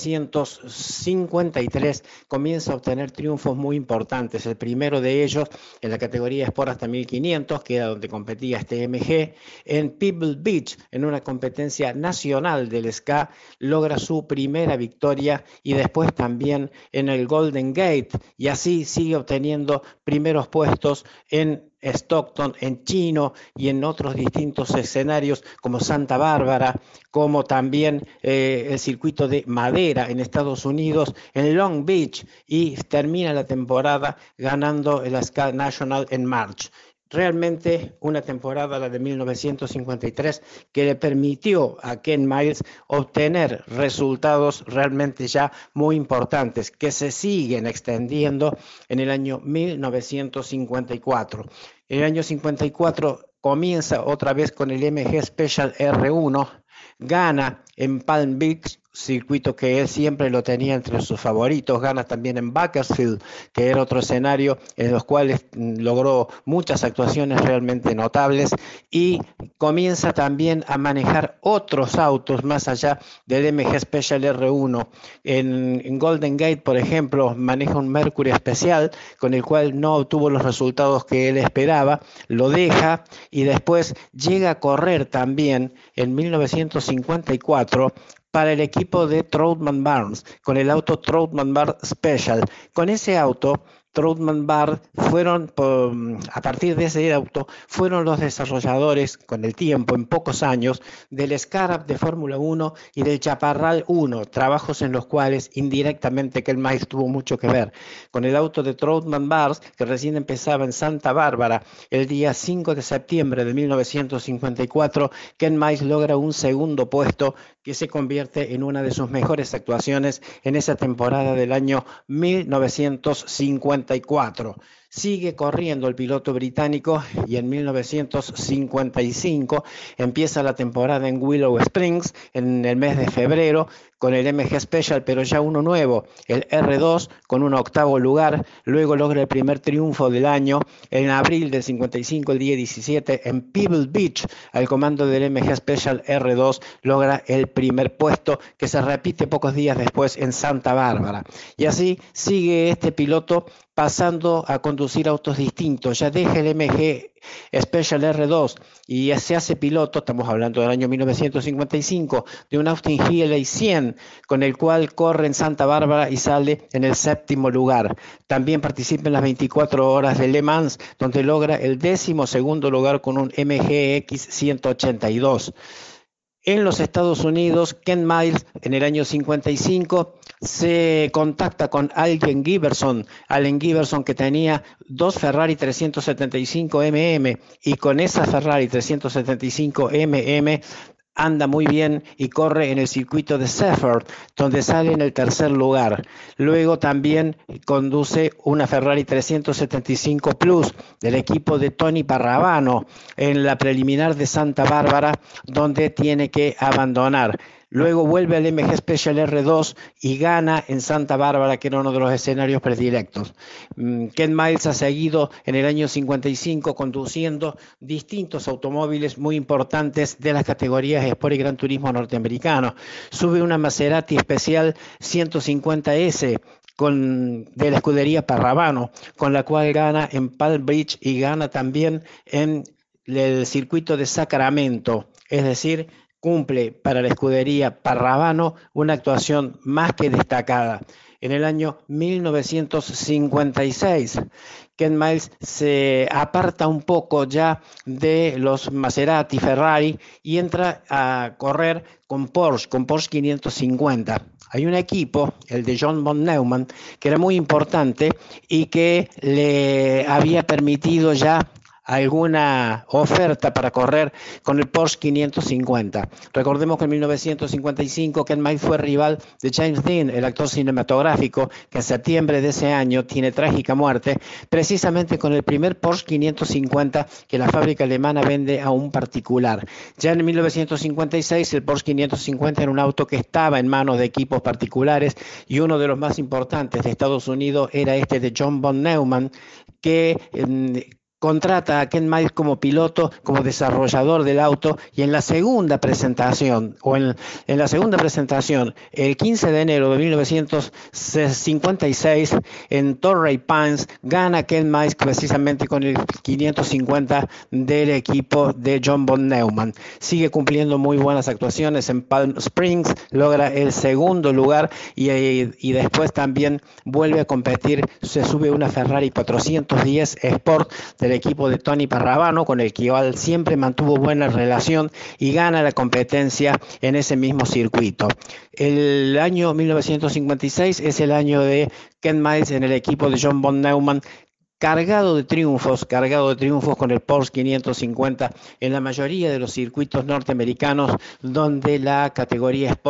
1953 comienza a obtener triunfos muy importantes, el primero de ellos en la categoría Sport hasta 1500, que donde competía este MG, en Pebble Beach, en una competencia nacional del SCA, logra su primera victoria, y después también en el Golden Gate, y así sigue obteniendo primeros puestos en Stockton, en Chino y en otros distintos escenarios como Santa Bárbara, como también el circuito de Madera en Estados Unidos, en Long Beach, y termina la temporada ganando el SCA National en March. Realmente una temporada, la de 1953, que le permitió a Ken Miles obtener resultados realmente ya muy importantes, que se siguen extendiendo en el año 1954. En el año 54 comienza otra vez con el MG Special R1, gana en Palm Beach, circuito que él siempre lo tenía entre sus favoritos, gana también en Bakersfield, que era otro escenario en los cuales logró muchas actuaciones realmente notables, y comienza también a manejar otros autos más allá del MG Special R1. En Golden Gate, por ejemplo, maneja un Mercury especial con el cual no obtuvo los resultados que él esperaba, lo deja y después llega a correr también en 1954 para el equipo de Troutman Barnes, con el auto Troutman Barnes Special. Con ese auto, Troutman Barnes a partir de ese auto, fueron los desarrolladores, con el tiempo, en pocos años, del Scarab de Fórmula 1 y del Chaparral 1, trabajos en los cuales indirectamente Ken Miles tuvo mucho que ver. Con el auto de Troutman Barnes, que recién empezaba en Santa Bárbara, el día 5 de septiembre de 1954, Ken Miles logra un segundo puesto que se convierte en una de sus mejores actuaciones en esa temporada del año 1954. Sigue corriendo el piloto británico y en 1955 empieza la temporada en Willow Springs en el mes de febrero con el MG Special, pero ya uno nuevo, el R2 con un 8º lugar. Luego logra el primer triunfo del año en abril del 55, el día 17, en Pebble Beach, al comando del MG Special R2, logra el primer puesto que se repite pocos días después en Santa Bárbara. Y así sigue este piloto pasando a conducir autos distintos. Ya deja el MG Special R2 y se hace piloto, estamos hablando del año 1955, de un Austin Healey 100, con el cual corre en Santa Bárbara y sale en el 7º lugar. También participa en las 24 horas de Le Mans, donde logra el 12º lugar con un MGX 182. En los Estados Unidos, Ken Miles en el año 55 se contacta con Allen Giverson, que tenía dos Ferrari 375 MM, y con esa Ferrari 375 MM anda muy bien y corre en el circuito de Seaford, donde sale en el 3er lugar. Luego también conduce una Ferrari 375 Plus del equipo de Tony Parravano en la preliminar de Santa Bárbara, donde tiene que abandonar. Luego vuelve al MG Special R2 y gana en Santa Bárbara, que era uno de los escenarios predilectos. Ken Miles ha seguido en el año 55 conduciendo distintos automóviles muy importantes de las categorías Sport y Gran Turismo norteamericano. Sube una Maserati especial 150S de la escudería Parravano, con la cual gana en Palm Beach y gana también en el circuito de Sacramento. Es decir, cumple para la escudería Parravano una actuación más que destacada. En el año 1956, Ken Miles se aparta un poco ya de los Maserati, Ferrari, y entra a correr con Porsche 550. Hay un equipo, el de John von Neumann, que era muy importante y que le había permitido ya alguna oferta para correr con el Porsche 550. Recordemos que en 1955 Ken Miles fue rival de James Dean, el actor cinematográfico, que en septiembre de ese año tiene trágica muerte, precisamente con el primer Porsche 550 que la fábrica alemana vende a un particular. Ya en 1956 el Porsche 550 era un auto que estaba en manos de equipos particulares, y uno de los más importantes de Estados Unidos era este de John von Neumann, que contrata a Ken Miles como piloto, como desarrollador del auto, y en la segunda presentación, el 15 de enero de 1956, en Torrey Pines, gana Ken Miles precisamente con el 550 del equipo de John von Neumann. Sigue cumpliendo muy buenas actuaciones en Palm Springs, logra el 2º lugar y después también vuelve a competir, se sube una Ferrari 410 Sport del equipo de Tony Parravano, con el que siempre mantuvo buena relación, y gana la competencia en ese mismo circuito. El año 1956 es el año de Ken Miles en el equipo de John von Neumann, cargado de triunfos con el Porsche 550 en la mayoría de los circuitos norteamericanos donde la categoría Sport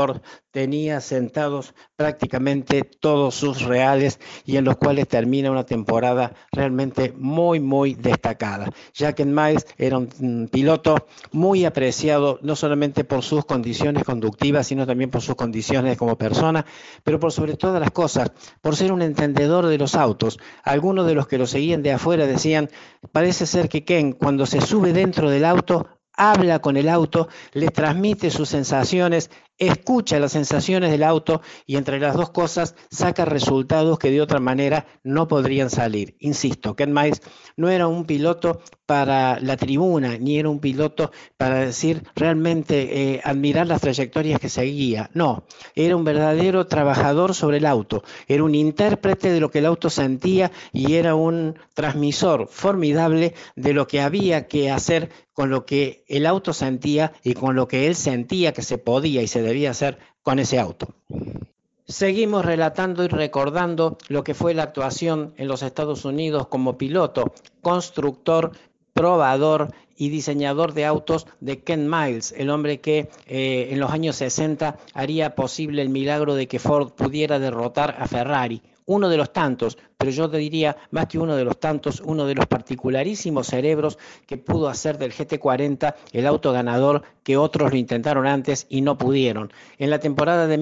tenía sentados prácticamente todos sus reales y en los cuales termina una temporada realmente muy, muy destacada. Jack Miles era un piloto muy apreciado, no solamente por sus condiciones conductivas, sino también por sus condiciones como persona, pero por sobre todas las cosas, por ser un entendedor de los autos. Algunos de los que lo seguían de afuera decían, parece ser que Ken, cuando se sube dentro del auto, habla con el auto, le transmite sus sensaciones, escucha las sensaciones del auto y entre las dos cosas saca resultados que de otra manera no podrían salir. Insisto, Ken Miles no era un piloto para la tribuna, ni era un piloto para decir realmente admirar las trayectorias que seguía. No, era un verdadero trabajador sobre el auto, era un intérprete de lo que el auto sentía y era un transmisor formidable de lo que había que hacer con lo que el auto sentía y con lo que él sentía que se podía y se debía hacer con ese auto. Seguimos relatando y recordando lo que fue la actuación en los Estados Unidos como piloto, constructor, probador y diseñador de autos de Ken Miles, el hombre que en los años 60 haría posible el milagro de que Ford pudiera derrotar a Ferrari. Uno de los tantos, pero yo te diría más que uno de los tantos, uno de los particularísimos cerebros que pudo hacer del GT40 el auto ganador que otros lo intentaron antes y no pudieron. En la temporada de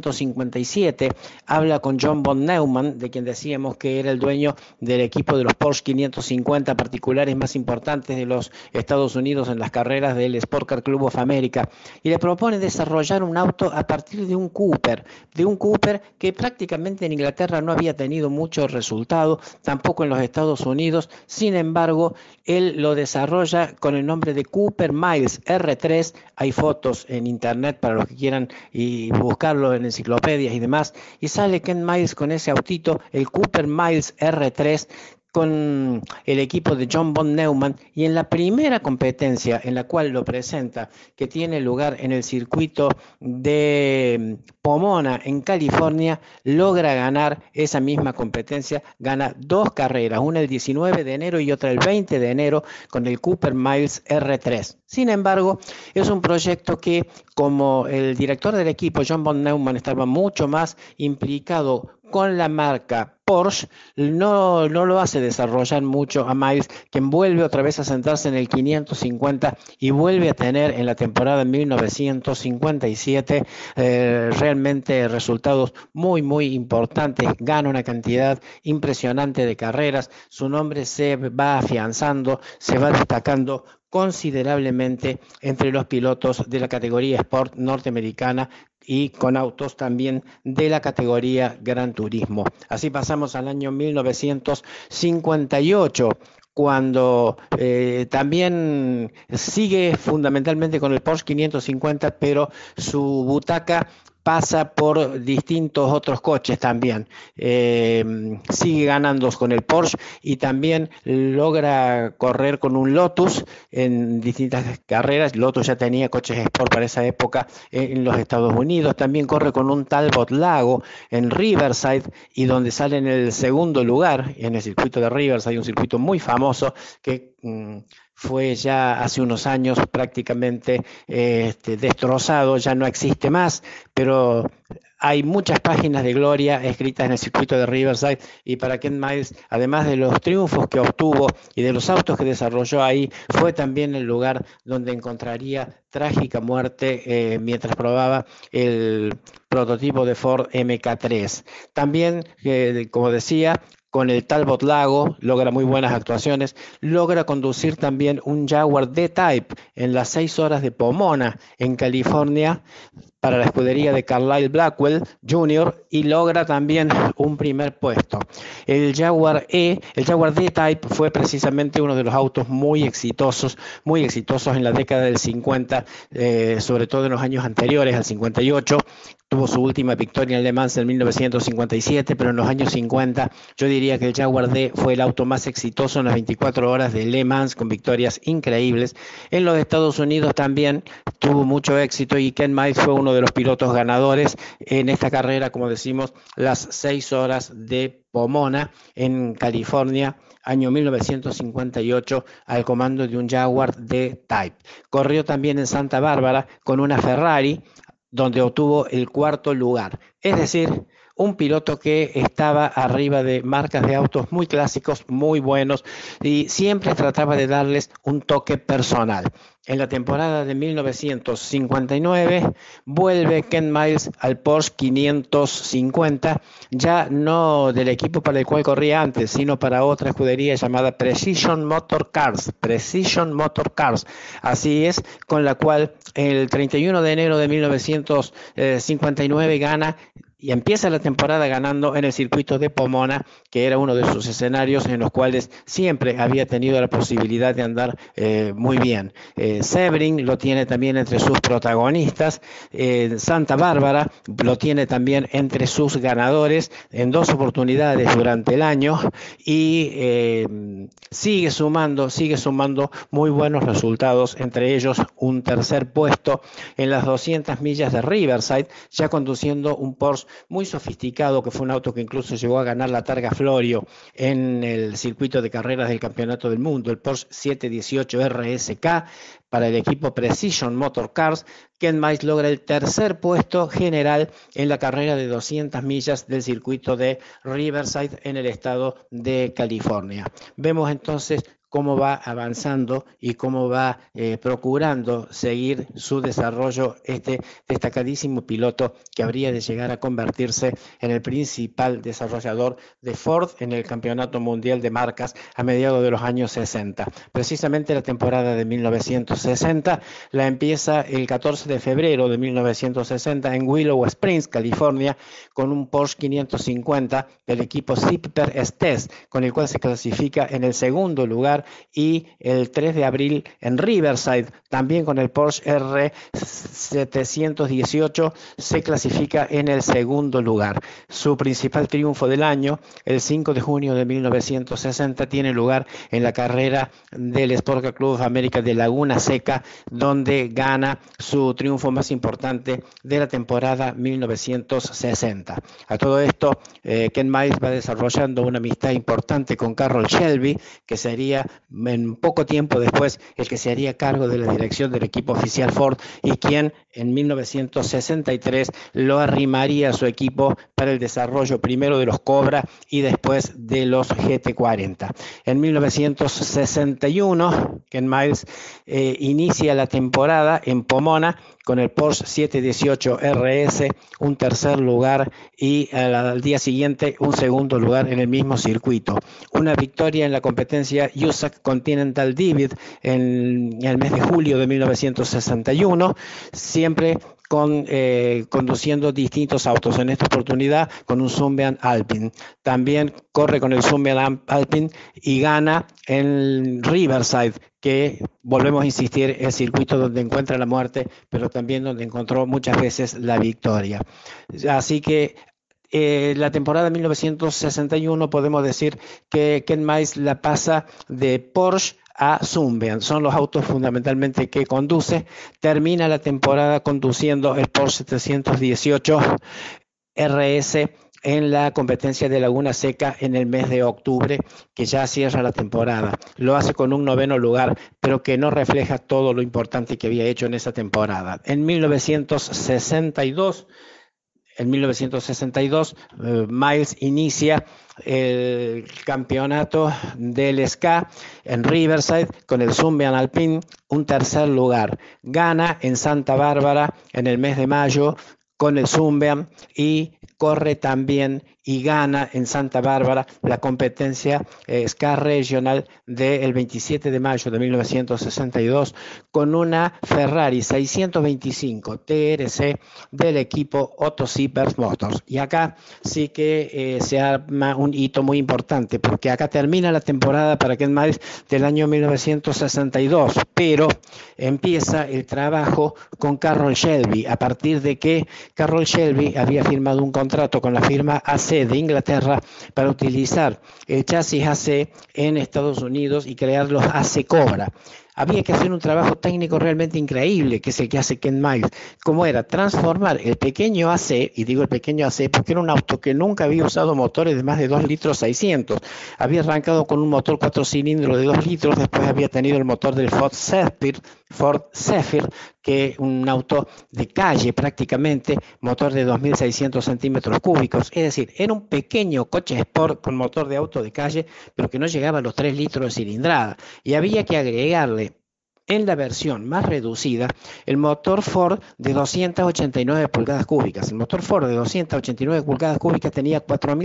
1957 habla con John von Neumann, de quien decíamos que era el dueño del equipo de los Porsche 550 particulares más importantes de los Estados Unidos en las carreras del Sport Car Club of America, y le propone desarrollar un auto a partir de un Cooper que prácticamente en Inglaterra no había tenido mucho resultado, tampoco en los Estados Unidos. Sin embargo, él lo desarrolla con el nombre de Cooper Miles R3. Hay fotos en internet para los que quieran y buscarlo en enciclopedias y demás, y sale Ken Miles con ese autito, el Cooper Miles R3, con el equipo de John von Neumann, y en la primera competencia en la cual lo presenta, que tiene lugar en el circuito de Pomona en California, logra ganar esa misma competencia, gana 2 carreras, una el 19 de enero y otra el 20 de enero con el Cooper Miles R3. Sin embargo, es un proyecto que, como el director del equipo, John von Neumann, estaba mucho más implicado con la marca Porsche, no lo hace desarrollar mucho a Miles, quien vuelve otra vez a sentarse en el 550 y vuelve a tener en la temporada 1957 realmente resultados muy, muy importantes. Gana una cantidad impresionante de carreras, su nombre se va afianzando, se va destacando considerablemente entre los pilotos de la categoría Sport norteamericana y con autos también de la categoría Gran Turismo. Así pasamos al año 1958, cuando también sigue fundamentalmente con el Porsche 550, pero su butaca pasa por distintos otros coches también. Sigue ganando con el Porsche y también logra correr con un Lotus en distintas carreras. Lotus ya tenía coches Sport para esa época en los Estados Unidos. También corre con un Talbot Lago en Riverside, y donde sale en el segundo lugar en el circuito de Riverside, un circuito muy famoso que fue ya hace unos años prácticamente destrozado, ya no existe más, pero hay muchas páginas de gloria escritas en el circuito de Riverside, y para Ken Miles, además de los triunfos que obtuvo y de los autos que desarrolló ahí, fue también el lugar donde encontraría trágica muerte mientras probaba el prototipo de Ford MK3. También, como decía, con el Talbot Lago logra muy buenas actuaciones, logra conducir también un Jaguar D-Type en las 6 horas de Pomona en California para la escudería de Carlisle Blackwell Jr. y logra también un primer puesto. El Jaguar D-Type fue precisamente uno de los autos muy exitosos en la década del 50, sobre todo en los años anteriores al 58. Tuvo su última victoria en Le Mans en 1957, pero en los años 50 yo diría que el Jaguar D fue el auto más exitoso en las 24 horas de Le Mans, con victorias increíbles. En los Estados Unidos también tuvo mucho éxito, y Ken Miles fue uno de los pilotos ganadores en esta carrera, como decimos, las 6 horas de Pomona en California, año 1958, al comando de un Jaguar D-Type. Corrió también en Santa Bárbara con una Ferrari, donde obtuvo el 4º lugar. Es decir, un piloto que estaba arriba de marcas de autos muy clásicos, muy buenos, y siempre trataba de darles un toque personal. En la temporada de 1959 vuelve Ken Miles al Porsche 550, ya no del equipo para el cual corría antes, sino para otra escudería llamada Precision Motor Cars. Así es, con la cual el 31 de enero de 1959 gana y empieza la temporada ganando en el circuito de Pomona, que era uno de sus escenarios en los cuales siempre había tenido la posibilidad de andar muy bien. Sebring lo tiene también entre sus protagonistas, Santa Bárbara lo tiene también entre sus ganadores en 2 oportunidades durante el año, y sigue sumando muy buenos resultados, entre ellos un 3er puesto en las 200 millas de Riverside, ya conduciendo un Porsche muy sofisticado, que fue un auto que incluso llegó a ganar la Targa Florio en el circuito de carreras del Campeonato del Mundo, el Porsche 718 RSK. Para el equipo Precision Motor Cars, Ken Miles logra el 3er puesto general en la carrera de 200 millas del circuito de Riverside en el estado de California. Vemos entonces cómo va avanzando y cómo va procurando seguir su desarrollo este destacadísimo piloto, que habría de llegar a convertirse en el principal desarrollador de Ford en el Campeonato Mundial de Marcas a mediados de los años 60. Precisamente la temporada de 1960 la empieza el 14 de febrero de 1960 en Willow Springs, California, con un Porsche 550 del equipo Zipper Estes, con el cual se clasifica en el 2º lugar, y el 3 de abril en Riverside, también con el Porsche R718, se clasifica en el 2º lugar. Su principal triunfo del año, el 5 de junio de 1960, tiene lugar en la carrera del Sport Car Club of America de Laguna Seca, donde gana su triunfo más importante de la temporada 1960. A todo esto, Ken Miles va desarrollando una amistad importante con Carroll Shelby, que sería en poco tiempo después el que se haría cargo de la dirección del equipo oficial Ford, y quien en 1963 lo arrimaría a su equipo para el desarrollo primero de los Cobra y después de los GT40. En 1961, Ken Miles inicia la temporada en Pomona con el Porsche 718 RS, un 3er lugar, y al día siguiente un 2º lugar en el mismo circuito. Una victoria en la competencia USAC Continental Divid en el mes de julio de 1961, siempre conduciendo distintos autos, en esta oportunidad con un Sunbeam Alpine. También corre con el Sunbeam Alpine y gana en Riverside, que, volvemos a insistir, es el circuito donde encuentra la muerte, pero también donde encontró muchas veces la victoria. Así que la temporada 1961 podemos decir que Ken Miles la pasa de Porsche a Sunbeam. Son los autos fundamentalmente que conduce. Termina la temporada conduciendo el Porsche 718 RS en la competencia de Laguna Seca en el mes de octubre, que ya cierra la temporada. Lo hace con un 9º lugar, pero que no refleja todo lo importante que había hecho en esa temporada. En 1962, Miles inicia el campeonato del SK en Riverside con el Sunbeam Alpine, un 3er lugar. Gana en Santa Bárbara en el mes de mayo con el Sunbeam, y corre también y gana en Santa Bárbara la competencia SK Regional del 27 de mayo de 1962 con una Ferrari 625 TRC del equipo Otto Zipper Motors. Y acá sí que se arma un hito muy importante, porque acá termina la temporada para Ken Miles del año 1962, pero empieza el trabajo con Carroll Shelby, a partir de que Carroll Shelby había firmado un contrato con la firma AC de Inglaterra para utilizar el chasis AC en Estados Unidos y crear los AC Cobra. Había que hacer un trabajo técnico realmente increíble, que es el que hace Ken Miles, como era transformar el pequeño AC, y digo el pequeño AC porque era un auto que nunca había usado motores de más de 2 litros 600. Había arrancado con un motor 4 cilindros de 2 litros, después había tenido el motor del Ford Zephyr, que un auto de calle prácticamente, motor de 2.600 centímetros cúbicos, es decir, era un pequeño coche Sport con motor de auto de calle, pero que no llegaba a los 3 litros de cilindrada, y había que agregarle en la versión más reducida el motor Ford de 289 pulgadas cúbicas. El motor Ford de 289 pulgadas cúbicas tenía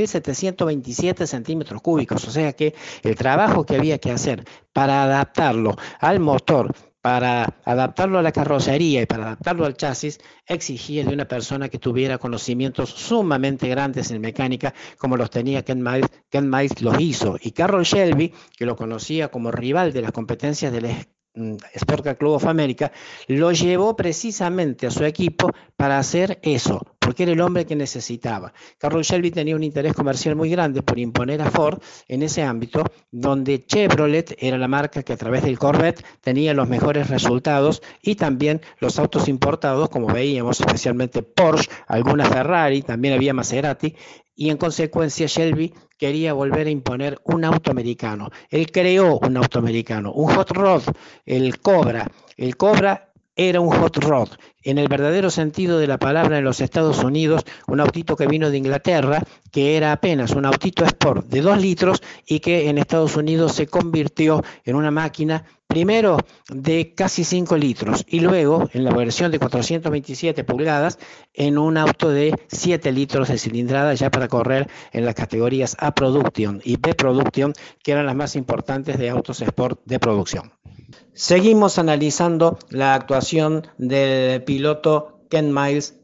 4.727 centímetros cúbicos, o sea que el trabajo que había que hacer para adaptarlo al motor, para adaptarlo a la carrocería y para adaptarlo al chasis, exigía de una persona que tuviera conocimientos sumamente grandes en mecánica, como los tenía Ken Miles. Ken Miles los hizo, y Carroll Shelby, que lo conocía como rival de las competencias del Sport Car Club of America, lo llevó precisamente a su equipo para hacer eso, porque era el hombre que necesitaba. Carroll Shelby tenía un interés comercial muy grande por imponer a Ford en ese ámbito, donde Chevrolet era la marca que a través del Corvette tenía los mejores resultados, y también los autos importados, como veíamos, especialmente Porsche, alguna Ferrari, también había Maserati, y en consecuencia Shelby quería volver a imponer un auto americano. Él creó un auto americano, un hot rod, el Cobra. El Cobra era un hot rod, en el verdadero sentido de la palabra en los Estados Unidos, un autito que vino de Inglaterra, que era apenas un autito Sport de 2 litros y que en Estados Unidos se convirtió en una máquina primero de casi 5 litros y luego, en la versión de 427 pulgadas, en un auto de 7 litros de cilindrada, ya para correr en las categorías A Production y B Production, que eran las más importantes de autos Sport de producción. Seguimos analizando la actuación del piloto Ken Miles,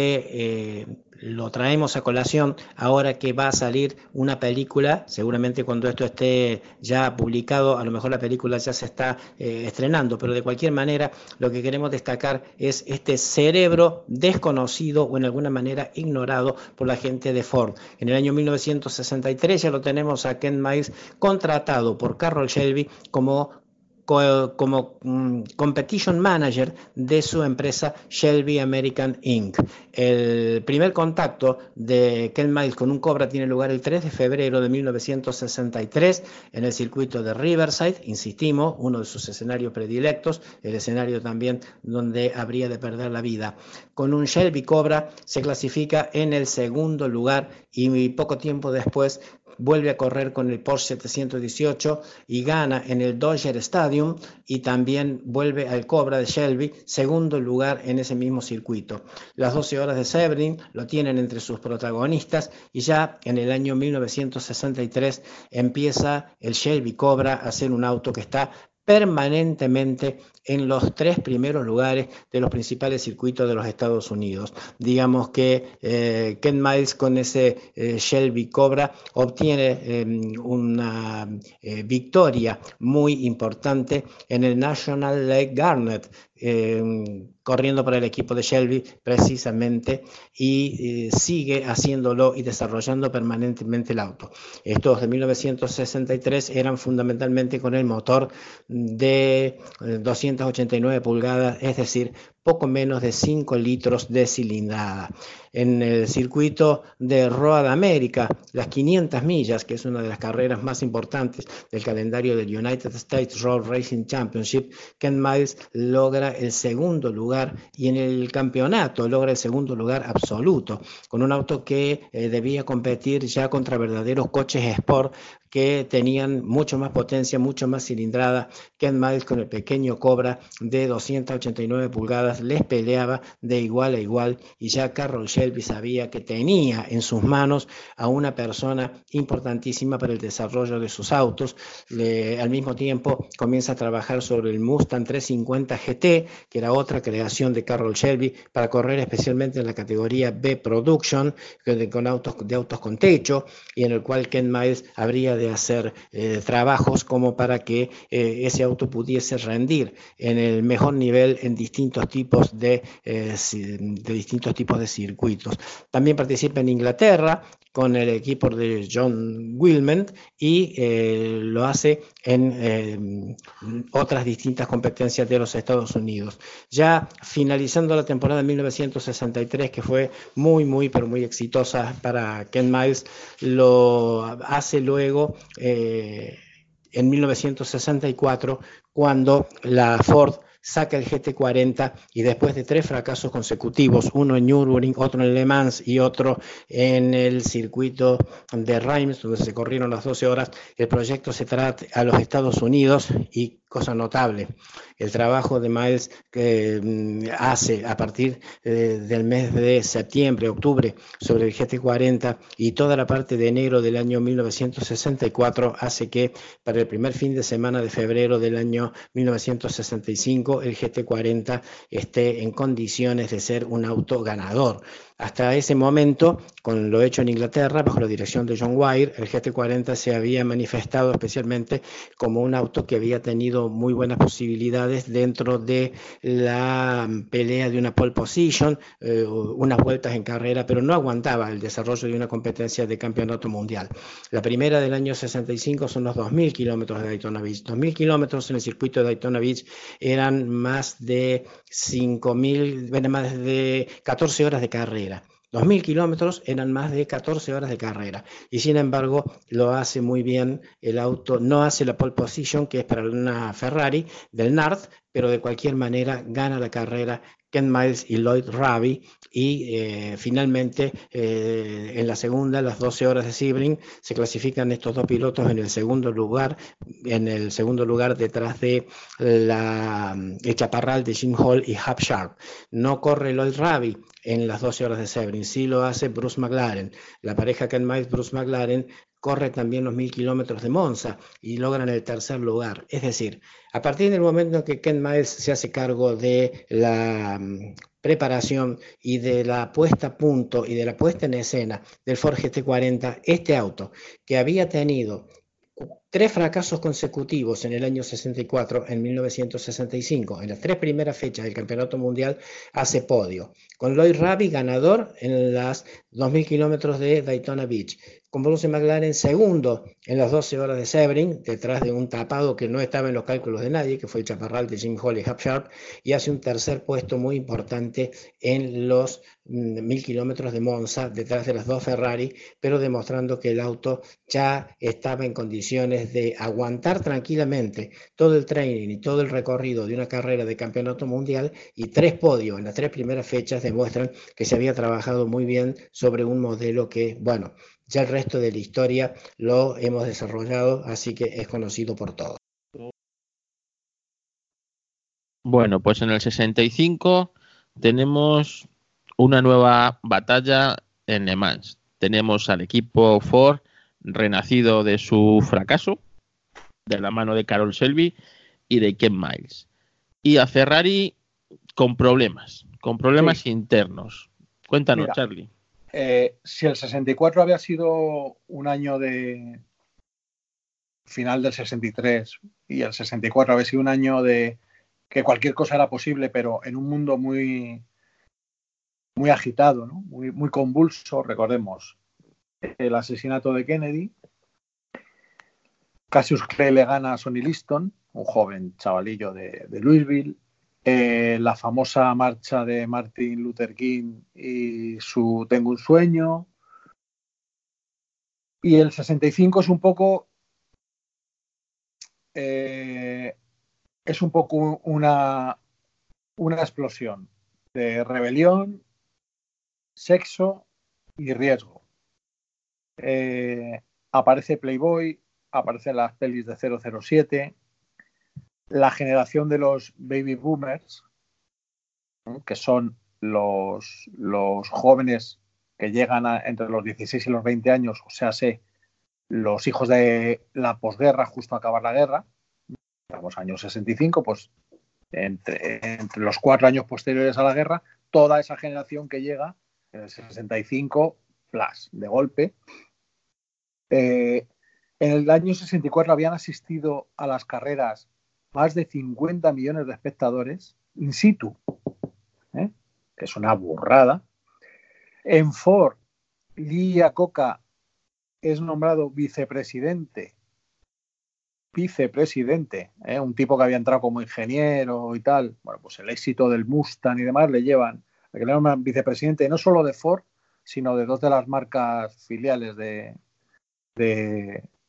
que lo traemos a colación ahora que va a salir una película. Seguramente cuando esto esté ya publicado, a lo mejor la película ya se está estrenando, pero de cualquier manera lo que queremos destacar es este cerebro desconocido o en alguna manera ignorado por la gente de Ford. En el año 1963 ya lo tenemos a Ken Miles contratado por Carroll Shelby como competition manager de su empresa Shelby American Inc. El primer contacto de Ken Miles con un Cobra tiene lugar el 3 de febrero de 1963 en el circuito de Riverside, insistimos, uno de sus escenarios predilectos, el escenario también donde habría de perder la vida. Con un Shelby Cobra se clasifica en el segundo lugar y poco tiempo después vuelve a correr con el Porsche 718 y gana en el Dodger Stadium, y también vuelve al Cobra de Shelby, segundo lugar en ese mismo circuito. Las 12 horas de Sebring lo tienen entre sus protagonistas, y ya en el año 1963 empieza el Shelby Cobra a ser un auto que está permanentemente en los 3 primeros lugares de los principales circuitos de los Estados Unidos. Digamos que Ken Miles con ese Shelby Cobra obtiene una victoria muy importante en el National League Garnet, corriendo para el equipo de Shelby precisamente, y sigue haciéndolo y desarrollando permanentemente el auto. Estos de 1963 eran fundamentalmente con el motor de 289 pulgadas, es decir, poco menos de 5 litros de cilindrada. En el circuito de Road America, las 500 millas, que es una de las carreras más importantes del calendario del United States Road Racing Championship, Ken Miles logra el segundo lugar, y en el campeonato logra el segundo lugar absoluto, con un auto que debía competir ya contra verdaderos coches Sport que tenían mucho más potencia, mucho más cilindrada. Ken Miles con el pequeño Cobra de 289 pulgadas les peleaba de igual a igual, y ya Carroll Shelby sabía que tenía en sus manos a una persona importantísima para el desarrollo de sus autos. Al mismo tiempo comienza a trabajar sobre el Mustang 350 GT, que era otra creación de Carroll Shelby para correr especialmente en la categoría B Production, con autos con techo, y en el cual Ken Miles habría de hacer trabajos como para que ese auto pudiese rendir en el mejor nivel en distintos tipos de circuitos. También participa en Inglaterra con el equipo de John Wilmot, y lo hace en otras distintas competencias de los Estados Unidos. Ya finalizando la temporada de 1963, que fue muy exitosa para Ken Miles, lo hace luego en 1964, cuando la Ford saca el GT40 y después de 3 fracasos consecutivos, uno en Nürburgring, otro en Le Mans y otro en el circuito de Reims, donde se corrieron las 12 horas, el proyecto se trae a los Estados Unidos y, cosa notable, el trabajo de Miles que hace a partir del mes de septiembre, octubre, sobre el GT40 y toda la parte de enero del año 1964 hace que para el primer fin de semana de febrero del año 1965 el GT40 esté en condiciones de ser un auto ganador. Hasta ese momento, con lo hecho en Inglaterra, bajo la dirección de John Wyer, el GT40 se había manifestado especialmente como un auto que había tenido muy buenas posibilidades dentro de la pelea de una pole position, unas vueltas en carrera, pero no aguantaba el desarrollo de una competencia de campeonato mundial. La primera del año 65 son los 2.000 kilómetros de Daytona Beach. 2.000 kilómetros en el circuito de Daytona Beach eran más de 5.000, más de 14 horas de carrera. 2.000 kilómetros eran más de 14 horas de carrera y sin embargo lo hace muy bien el auto, no hace la pole position que es para una Ferrari del North, pero de cualquier manera gana la carrera Ken Miles y Lloyd Raby y finalmente en la segunda, las 12 horas de Sebring, se clasifican estos dos pilotos en el segundo lugar detrás de el chaparral de Jim Hall y Hub Sharp. No corre Lloyd Raby en las 12 horas de Sebring, sí lo hace Bruce McLaren. La pareja Ken Miles-Bruce McLaren corre también los 1.000 kilómetros de Monza y logran el tercer lugar. Es decir, a partir del momento en que Ken Miles se hace cargo de la preparación y de la puesta a punto y de la puesta en escena del Ford GT40, este auto que había tenido 3 fracasos consecutivos en el año 64, en 1965, en las 3 primeras fechas del Campeonato Mundial, hace podio, con Lloyd Raby ganador en las 2.000 kilómetros de Daytona Beach, con Bruce McLaren segundo en las 12 horas de Sebring, detrás de un tapado que no estaba en los cálculos de nadie, que fue el chaparral de Jim Hall y Hub Sharp, y hace un tercer puesto muy importante en los 1.000 kilómetros de Monza, detrás de las 2 Ferrari, pero demostrando que el auto ya estaba en condiciones de aguantar tranquilamente todo el training y todo el recorrido de una carrera de campeonato mundial, y 3 podios en las 3 primeras fechas demuestran que se había trabajado muy bien sobre un modelo que, bueno, ya el resto de la historia lo hemos desarrollado, así que es conocido por todos. Bueno, pues en el 65 tenemos una nueva batalla en Le Mans. Tenemos al equipo Ford renacido de su fracaso, de la mano de Carroll Shelby y de Ken Miles. Y a Ferrari con problemas sí, internos. Cuéntanos, mira, Charlie. Si el 64 había sido un año de final del 63 y el 64 había sido un año de que cualquier cosa era posible, pero en un mundo muy, muy agitado, ¿no? muy convulso, recordemos el asesinato de Kennedy. Cassius Clay le gana a Sonny Liston, un joven chavalillo de Louisville. La famosa marcha de Martin Luther King y su Tengo un sueño. Y el 65 es un poco una explosión de rebelión, sexo y riesgo. Aparece Playboy, aparecen las pelis de 007, la generación de los baby boomers, que son los jóvenes que llegan entre los 16 y los 20 años, o sea, los hijos de la posguerra, justo a acabar la guerra, los años 65, pues entre los 4 años posteriores a la guerra, toda esa generación que llega en el 65, flash, de golpe. En el año 64 habían asistido a las carreras más de 50 millones de espectadores in situ, que es una burrada. En Ford, Lee Iacocca es nombrado vicepresidente, un tipo que había entrado como ingeniero y tal. Bueno, pues el éxito del Mustang y demás le llevan a que le llaman vicepresidente no solo de Ford, sino de 2 de las marcas filiales de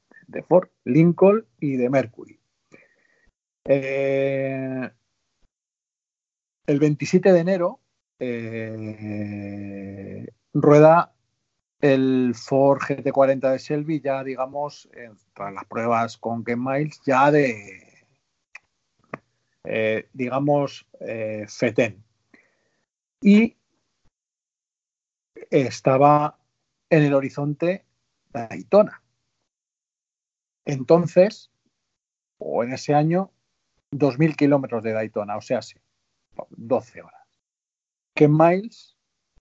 Ford, Lincoln y de Mercury. El 27 de enero rueda el Ford GT40 de Shelby, ya digamos, tras las pruebas con Ken Miles, ya de, digamos, FETEN. Y estaba en el horizonte Daytona. Entonces, o en ese año, 2.000 kilómetros de Daytona, o sea, sí, 12 horas. Ken Miles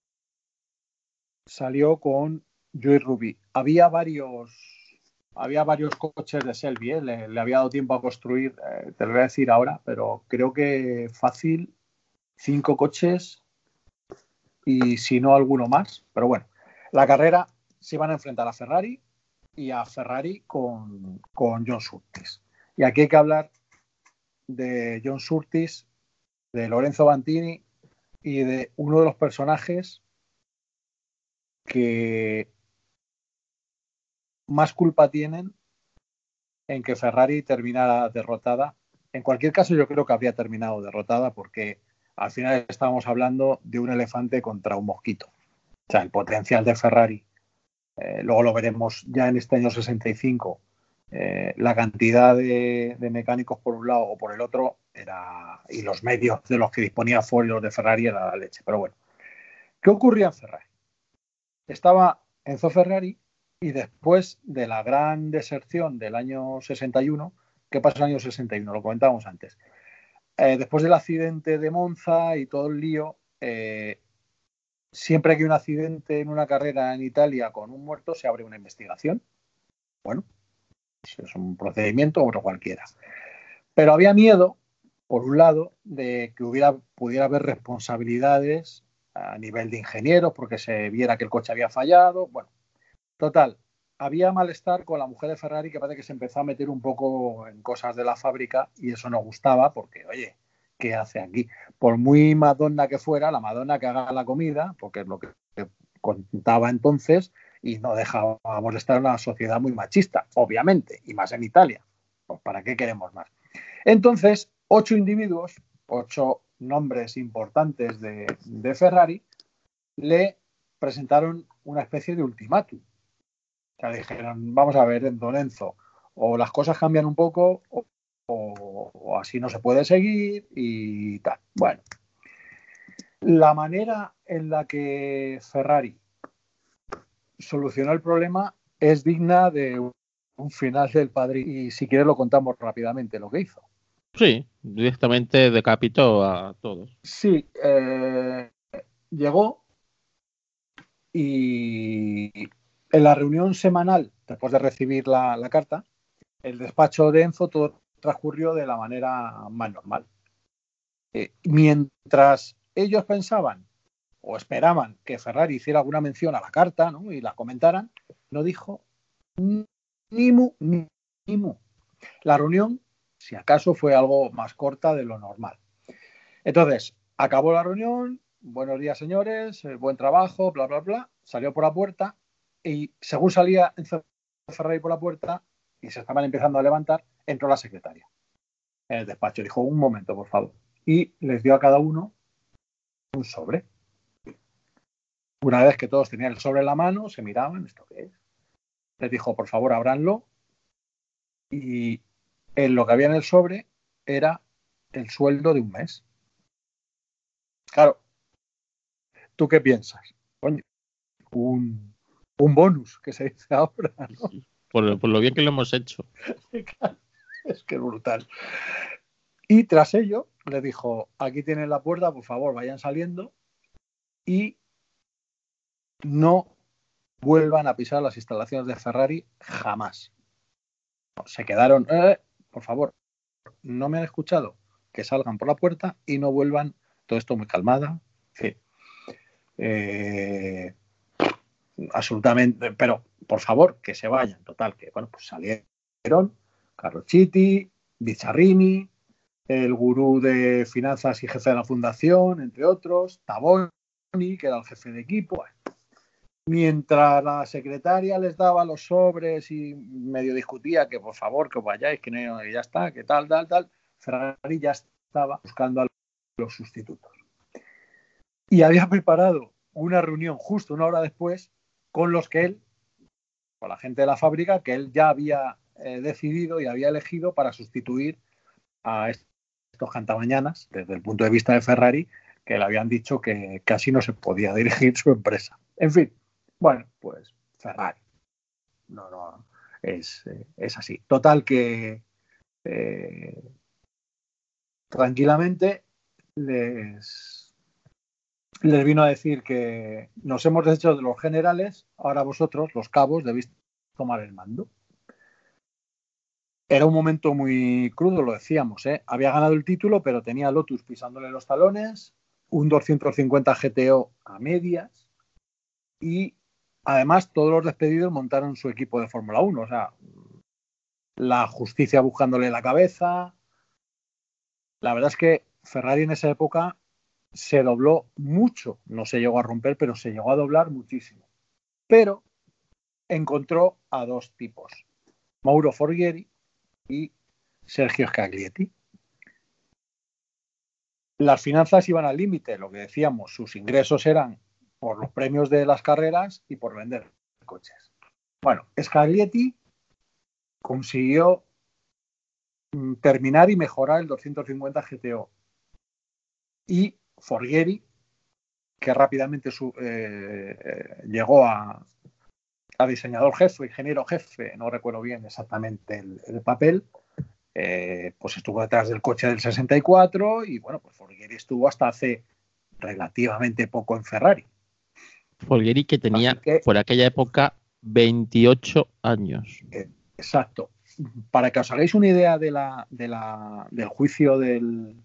salió con Joey Ruby. Había varios coches de Shelby, le había dado tiempo a construir, te lo voy a decir ahora, pero creo que fácil 5 coches y si no alguno más. Pero bueno, la carrera se iban a enfrentar a Ferrari y a Ferrari con John Surtees. Y aquí hay que hablar de John Surtees, de Lorenzo Bantini y de uno de los personajes que más culpa tienen en que Ferrari terminara derrotada. En cualquier caso, yo creo que habría terminado derrotada porque al final estábamos hablando de un elefante contra un mosquito. O sea, el potencial de Ferrari, luego lo veremos ya en este año 65, la cantidad de mecánicos por un lado o por el otro era, y los medios de los que disponía Ford y los de Ferrari era la leche. Pero bueno, ¿qué ocurría en Ferrari? Estaba Enzo Ferrari y después de la gran deserción del año 61, ¿qué pasó en el año 61? Lo comentábamos antes. Después del accidente de Monza y todo el lío, siempre que hay un accidente en una carrera en Italia con un muerto, se abre una investigación. Bueno, es un procedimiento como cualquiera. Pero había miedo, por un lado, de que pudiera haber responsabilidades a nivel de ingenieros porque se viera que el coche había fallado. Bueno, total, había malestar con la mujer de Ferrari que parece que se empezó a meter un poco en cosas de la fábrica y eso no gustaba porque, oye, ¿qué hace aquí? Por muy Madonna que fuera, la Madonna que haga la comida, porque es lo que contaba entonces, y no dejaba molestar a una sociedad muy machista, obviamente, y más en Italia. Pues ¿para qué queremos más? Entonces, 8 individuos, 8 nombres importantes de Ferrari, le presentaron una especie de ultimátum. O sea, dijeron, vamos a ver, don Enzo, o las cosas cambian un poco o así no se puede seguir y tal. Bueno, la manera en la que Ferrari solucionó el problema es digna de un final del Padrino y si quieres lo contamos rápidamente lo que hizo. Sí, directamente decapitó a todos. Sí, llegó y en la reunión semanal, después de recibir la carta, el despacho de Enzo todo transcurrió de la manera más normal. Mientras ellos pensaban o esperaban que Ferrari hiciera alguna mención a la carta, ¿no? Y la comentaran, no dijo ni mu. La reunión, si acaso, fue algo más corta de lo normal. Entonces, acabó la reunión, buenos días señores, buen trabajo, bla, bla, bla, salió por la puerta y según salía Ferrari por la puerta y se estaban empezando a levantar, entró la secretaria en el despacho. Dijo, un momento, por favor. Y les dio a cada uno un sobre. Una vez que todos tenían el sobre en la mano, se miraban, ¿esto qué es? Les dijo, por favor, ábranlo. Y en lo que había en el sobre era el sueldo de un mes. Claro, ¿tú qué piensas? Coño, un bonus, que se dice ahora, ¿no? Por lo bien que lo hemos hecho. Es que es brutal. Y tras ello, le dijo, aquí tienen la puerta, por favor, vayan saliendo y no vuelvan a pisar las instalaciones de Ferrari jamás. Se quedaron, por favor, no me han escuchado, que salgan por la puerta y no vuelvan, todo esto muy calmada, en fin. Absolutamente, pero por favor, que se vayan. Total, que bueno, pues salieron Carrochiti, Bizarrini, el gurú de finanzas y jefe de la fundación, entre otros, Taboni, que era el jefe de equipo. Mientras la secretaria les daba los sobres y medio discutía que por favor, que os vayáis, que no, ya está, que tal, Ferrari ya estaba buscando a los sustitutos. y había preparado una reunión justo una hora después con la gente de la fábrica que él ya había decidido y había elegido para sustituir a estos cantamañanas, desde el punto de vista de Ferrari, que le habían dicho que casi no se podía dirigir su empresa. En fin, bueno, pues Ferrari. No, es así. Total que tranquilamente les vino a decir que nos hemos deshecho de los generales, ahora vosotros, los cabos, debéis tomar el mando. Era un momento muy crudo, lo decíamos, ¿eh? Había ganado el título, pero tenía Lotus pisándole los talones, un 250 GTO a medias y además todos los despedidos montaron su equipo de Fórmula 1, o sea, la justicia buscándole la cabeza. La verdad es que Ferrari en esa época se dobló mucho, no se llegó a romper, pero se llegó a doblar muchísimo. Pero encontró a dos tipos, Mauro Forghieri y Sergio Scaglietti. Las finanzas iban al límite, lo que decíamos, sus ingresos eran por los premios de las carreras y por vender coches. Bueno, Scaglietti consiguió terminar y mejorar el 250 GTO y Forghieri, que rápidamente llegó a diseñador jefe, ingeniero jefe, no recuerdo bien exactamente el papel, pues estuvo detrás del coche del 64 y bueno, pues Forghieri estuvo hasta hace relativamente poco en Ferrari. Forghieri que tenía por aquella época 28 años. Exacto. Para que os hagáis una idea del juicio del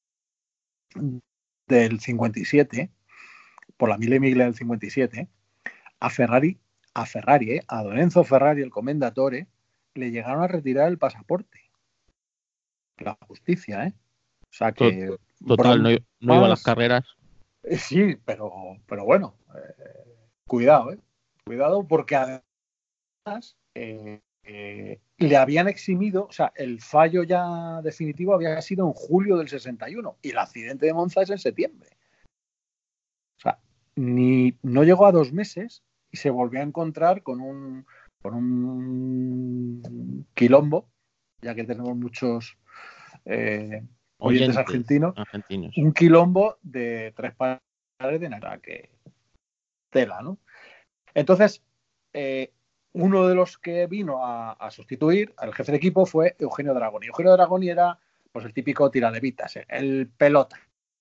57, por la mille miglia del 57, a Don Enzo Ferrari, el commendatore, le llegaron a retirar el pasaporte. La justicia, ¿eh? O sea que... Total, no iba a las carreras. Sí, pero bueno, cuidado, ¿eh? Cuidado porque además le habían eximido, o sea, el fallo ya definitivo había sido en julio del 61 y el accidente de Monza es en septiembre. O sea, no llegó a 2 meses y se volvió a encontrar con un quilombo, ya que tenemos muchos oyentes argentinos, un quilombo de 3 pares de nada, que tela, ¿no? Entonces, uno de los que vino a sustituir al jefe de equipo fue Eugenio Dragoni. Eugenio Dragoni era pues el típico tiralevitas, el pelota,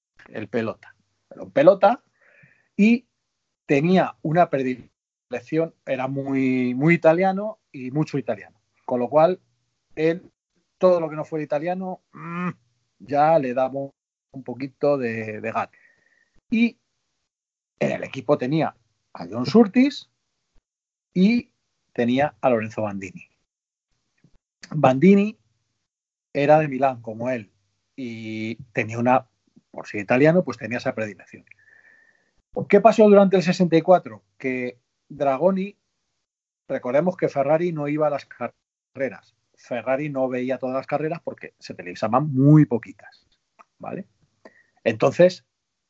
y tenía una predilección, era muy, muy italiano y mucho italiano, con lo cual él, todo lo que no fuera italiano, ya le daba un poquito de gato. Y en el equipo tenía a John Surtees y tenía a Lorenzo Bandini. Bandini era de Milán, como él, y tenía por ser italiano, pues tenía esa predilección. ¿Qué pasó durante el 64? Que Dragoni, recordemos que Ferrari no iba a las carreras. Ferrari no veía todas las carreras porque se televisaban muy poquitas, ¿vale? Entonces,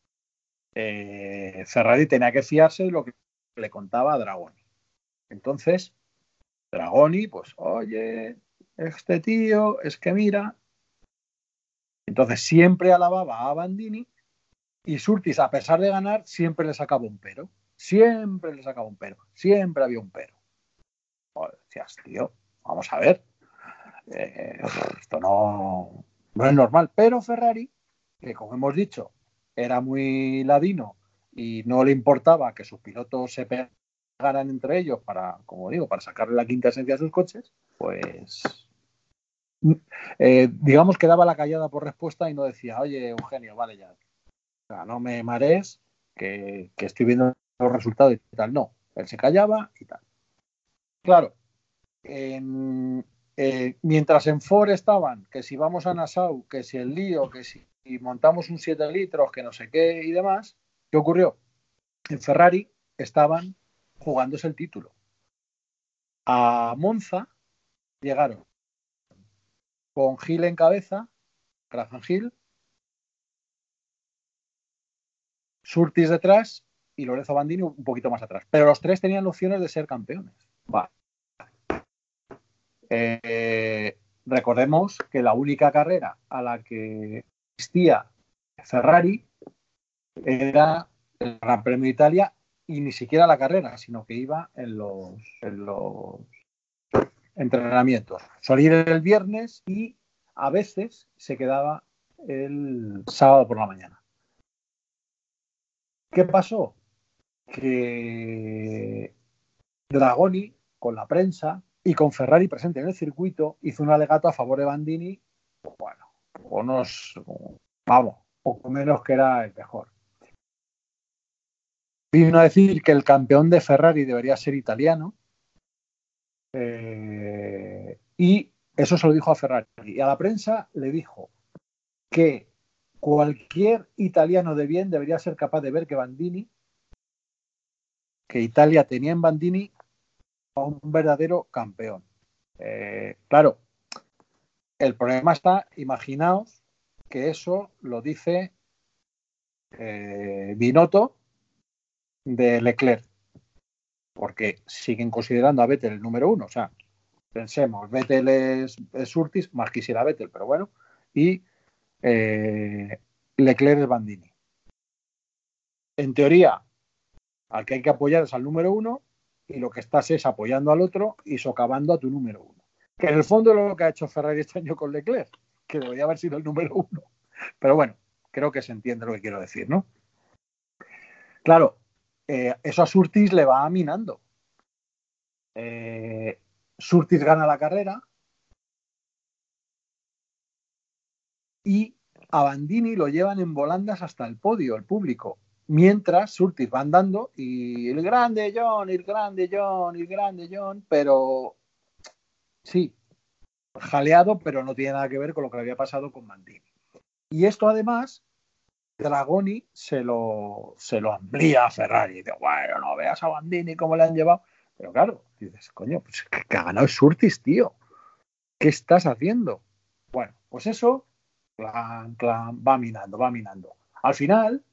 Ferrari tenía que fiarse de lo que le contaba a Dragoni. Entonces, Dragoni, pues, oye, este tío, es que mira. Entonces, siempre alababa a Bandini y Surtees, a pesar de ganar, siempre le sacaba un pero. Siempre había un pero. Joder, decías, tío, vamos a ver. Esto no es normal. Pero Ferrari, que como hemos dicho, era muy ladino y no le importaba que sus pilotos se pegaran entre ellos para, como digo, para sacarle la quinta esencia a sus coches, pues digamos que daba la callada por respuesta y no decía, oye, Eugenio, vale ya, o sea, no me marees, que estoy viendo los resultados y tal. No, él se callaba y tal. Claro, mientras en Ford estaban, que si vamos a Nassau, que si el lío, que si montamos un 7 litros, que no sé qué y demás, ¿qué ocurrió? En Ferrari estaban jugándose el título. A Monza llegaron con Hill en cabeza, Graham Hill, Surtees detrás y Lorenzo Bandini un poquito más atrás. Pero los tres tenían opciones de ser campeones. Va. Recordemos que la única carrera a la que existía Ferrari era el Gran Premio de Italia, y ni siquiera la carrera, sino que iba en los entrenamientos. Solía ir el viernes y a veces se quedaba el sábado por la mañana. ¿Qué pasó? Que Dragoni, con la prensa y con Ferrari presente en el circuito, hizo un alegato a favor de Bandini, bueno, poco menos que era el mejor. Vino a decir que el campeón de Ferrari debería ser italiano, y eso se lo dijo a Ferrari. Y a la prensa le dijo que cualquier italiano de bien debería ser capaz de ver que Italia tenía en Bandini a un verdadero campeón. Claro, el problema está, imaginaos que eso lo dice Binotto de Leclerc, porque siguen considerando a Vettel el número uno. O sea, pensemos, Vettel es Surtees, más quisiera Vettel, pero bueno, y Leclerc es Bandini. En teoría, al que hay que apoyar es al número uno, y lo que estás es apoyando al otro y socavando a tu número uno. Que en el fondo es lo que ha hecho Ferrari este año con Leclerc, que debería haber sido el número uno. Pero bueno, creo que se entiende lo que quiero decir, ¿no? Claro, eso a Surtees le va minando. Surtees gana la carrera y a Bandini lo llevan en volandas hasta el podio, el público. Mientras Surtees va andando y el grande John, pero sí, jaleado, pero no tiene nada que ver con lo que le había pasado con Bandini. Y esto además, Dragoni se lo amplía a Ferrari. Dice, bueno, no veas a Bandini cómo le han llevado. Pero claro, dices, coño, pues que ha ganado Surtees, tío. ¿Qué estás haciendo? Bueno, pues eso va minando. Al final,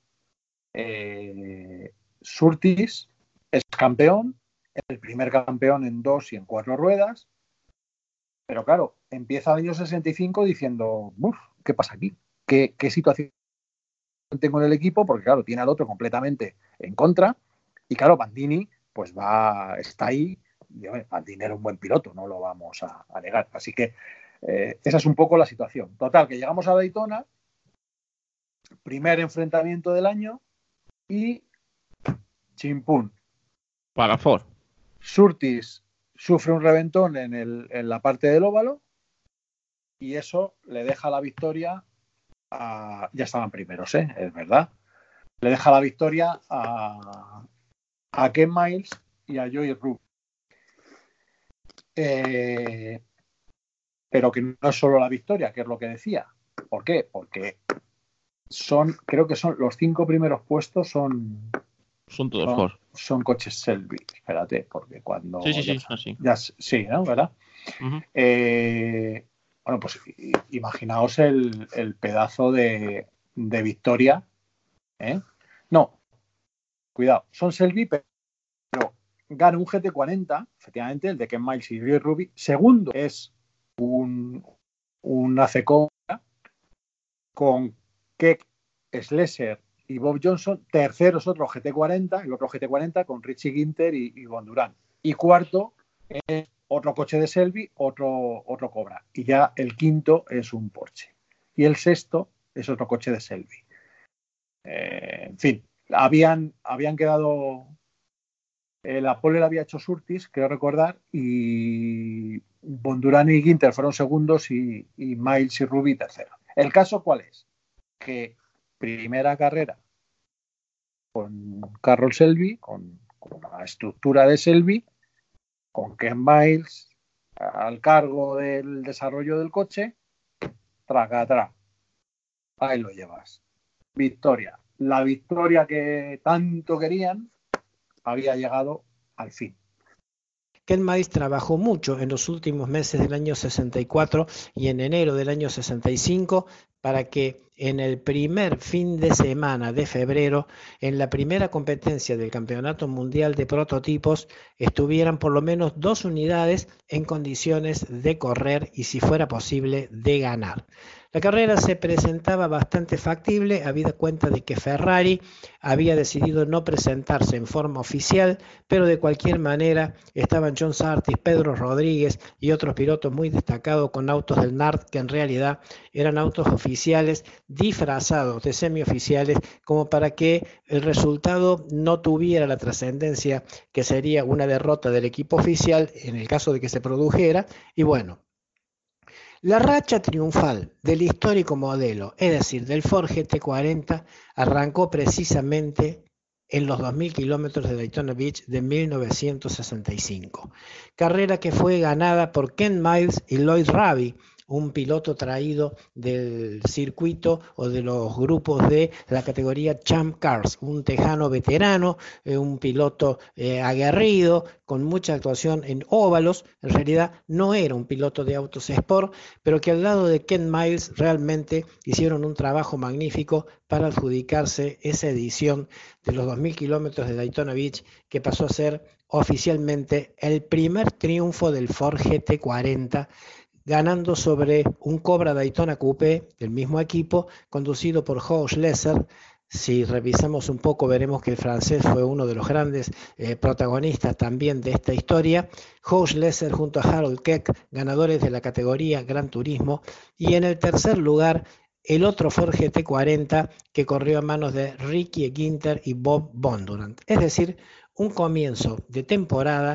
Surtees es campeón, el primer campeón en 2 y en 4 ruedas, pero claro, empieza el año 65 diciendo, ¿qué pasa aquí? ¿Qué situación tengo en el equipo? Porque claro, tiene al otro completamente en contra, y claro, Bandini pues está ahí, y Bandini era un buen piloto, no lo vamos a negar, así que esa es un poco la situación. Total, que llegamos a Daytona, primer enfrentamiento del año, y chimpún. Para Ford. Surtees sufre un reventón en la parte del óvalo y eso le deja la victoria ya estaban primeros, es verdad. Le deja la victoria a Ken Miles y a Joey Ruby. Pero que no es solo la victoria, que es lo que decía. ¿Por qué? Porque creo que son los 5 primeros puestos son todos Ford. Son coches Shelby. Espérate, porque cuando sí. Sí, ¿no? ¿Verdad? Uh-huh. Bueno, pues imaginaos el pedazo de victoria. No, cuidado, son Shelby, pero gana un GT40, efectivamente, el de Ken Miles y Joey Ruby. Segundo es un AC Cobra con Keck, Slesser y Bob Johnson. Tercero es otro GT40, el otro GT40 con Richie Ginter y Bondurant. Y cuarto es otro coche de Shelby, otro Cobra. Y ya el quinto es un Porsche. Y el sexto es otro coche de Shelby. En fin, habían quedado... la pole la había hecho Surtees, creo recordar, y Bondurant y Ginter fueron segundos y Miles y Ruby tercero. ¿El caso cuál es? Que primera carrera con Carroll Shelby, con la estructura de Shelby, con Ken Miles al cargo del desarrollo del coche, traca. Ahí lo llevas. Victoria. La victoria que tanto querían había llegado al fin. Ken Miles trabajó mucho en los últimos meses del año 64 y en enero del año 65 para que en el primer fin de semana de febrero, en la primera competencia del Campeonato Mundial de Prototipos, estuvieran por lo menos 2 unidades en condiciones de correr y, si fuera posible, de ganar. La carrera se presentaba bastante factible, habida cuenta de que Ferrari había decidido no presentarse en forma oficial, pero de cualquier manera estaban John Surtees, Pedro Rodríguez y otros pilotos muy destacados con autos del NART, que en realidad eran autos oficiales disfrazados de semioficiales, como para que el resultado no tuviera la trascendencia que sería una derrota del equipo oficial en el caso de que se produjera. Y bueno, la racha triunfal del histórico modelo, es decir, del Ford GT40, arrancó precisamente en los 2.000 kilómetros de Daytona Beach de 1965. Carrera que fue ganada por Ken Miles y Lloyd Raby, un piloto traído del circuito o de los grupos de la categoría Champ Cars, un tejano veterano, un piloto aguerrido, con mucha actuación en óvalos. En realidad no era un piloto de autos sport, pero que al lado de Ken Miles realmente hicieron un trabajo magnífico para adjudicarse esa edición de los 2.000 kilómetros de Daytona Beach, que pasó a ser oficialmente el primer triunfo del Ford GT40, ganando sobre un Cobra Daytona Coupé del mismo equipo, conducido por Georges Lesser. Si revisamos un poco, veremos que el francés fue uno de los grandes protagonistas también de esta historia. Georges Lesser junto a Harold Keck, ganadores de la categoría Gran Turismo. Y en el tercer lugar, el otro Ford GT40, que corrió a manos de Ricky Ginter y Bob Bondurant. Es decir, un comienzo de temporada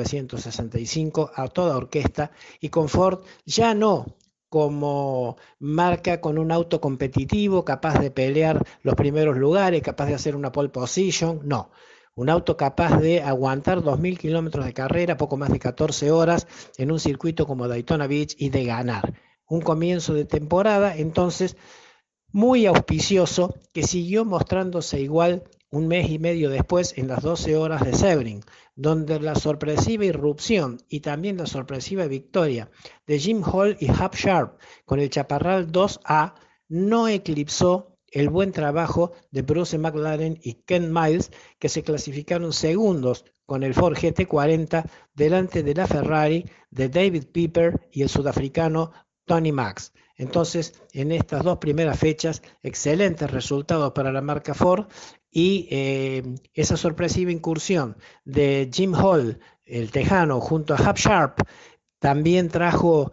1965 a toda orquesta, y con Ford ya no como marca con un auto competitivo capaz de pelear los primeros lugares, capaz de hacer una pole position, no. Un auto capaz de aguantar 2.000 kilómetros de carrera, poco más de 14 horas, en un circuito como Daytona Beach, y de ganar. Un comienzo de temporada, entonces, muy auspicioso, que siguió mostrándose igual un mes y medio después en las 12 horas de Sebring, donde la sorpresiva irrupción y también la sorpresiva victoria de Jim Hall y Hub Sharp con el Chaparral 2A no eclipsó el buen trabajo de Bruce McLaren y Ken Miles, que se clasificaron segundos con el Ford GT40 delante de la Ferrari de David Piper y el sudafricano Tony Max. Entonces, en estas 2 primeras fechas, excelentes resultados para la marca Ford, y esa sorpresiva incursión de Jim Hall, el tejano, junto a Hub Sharp, también trajo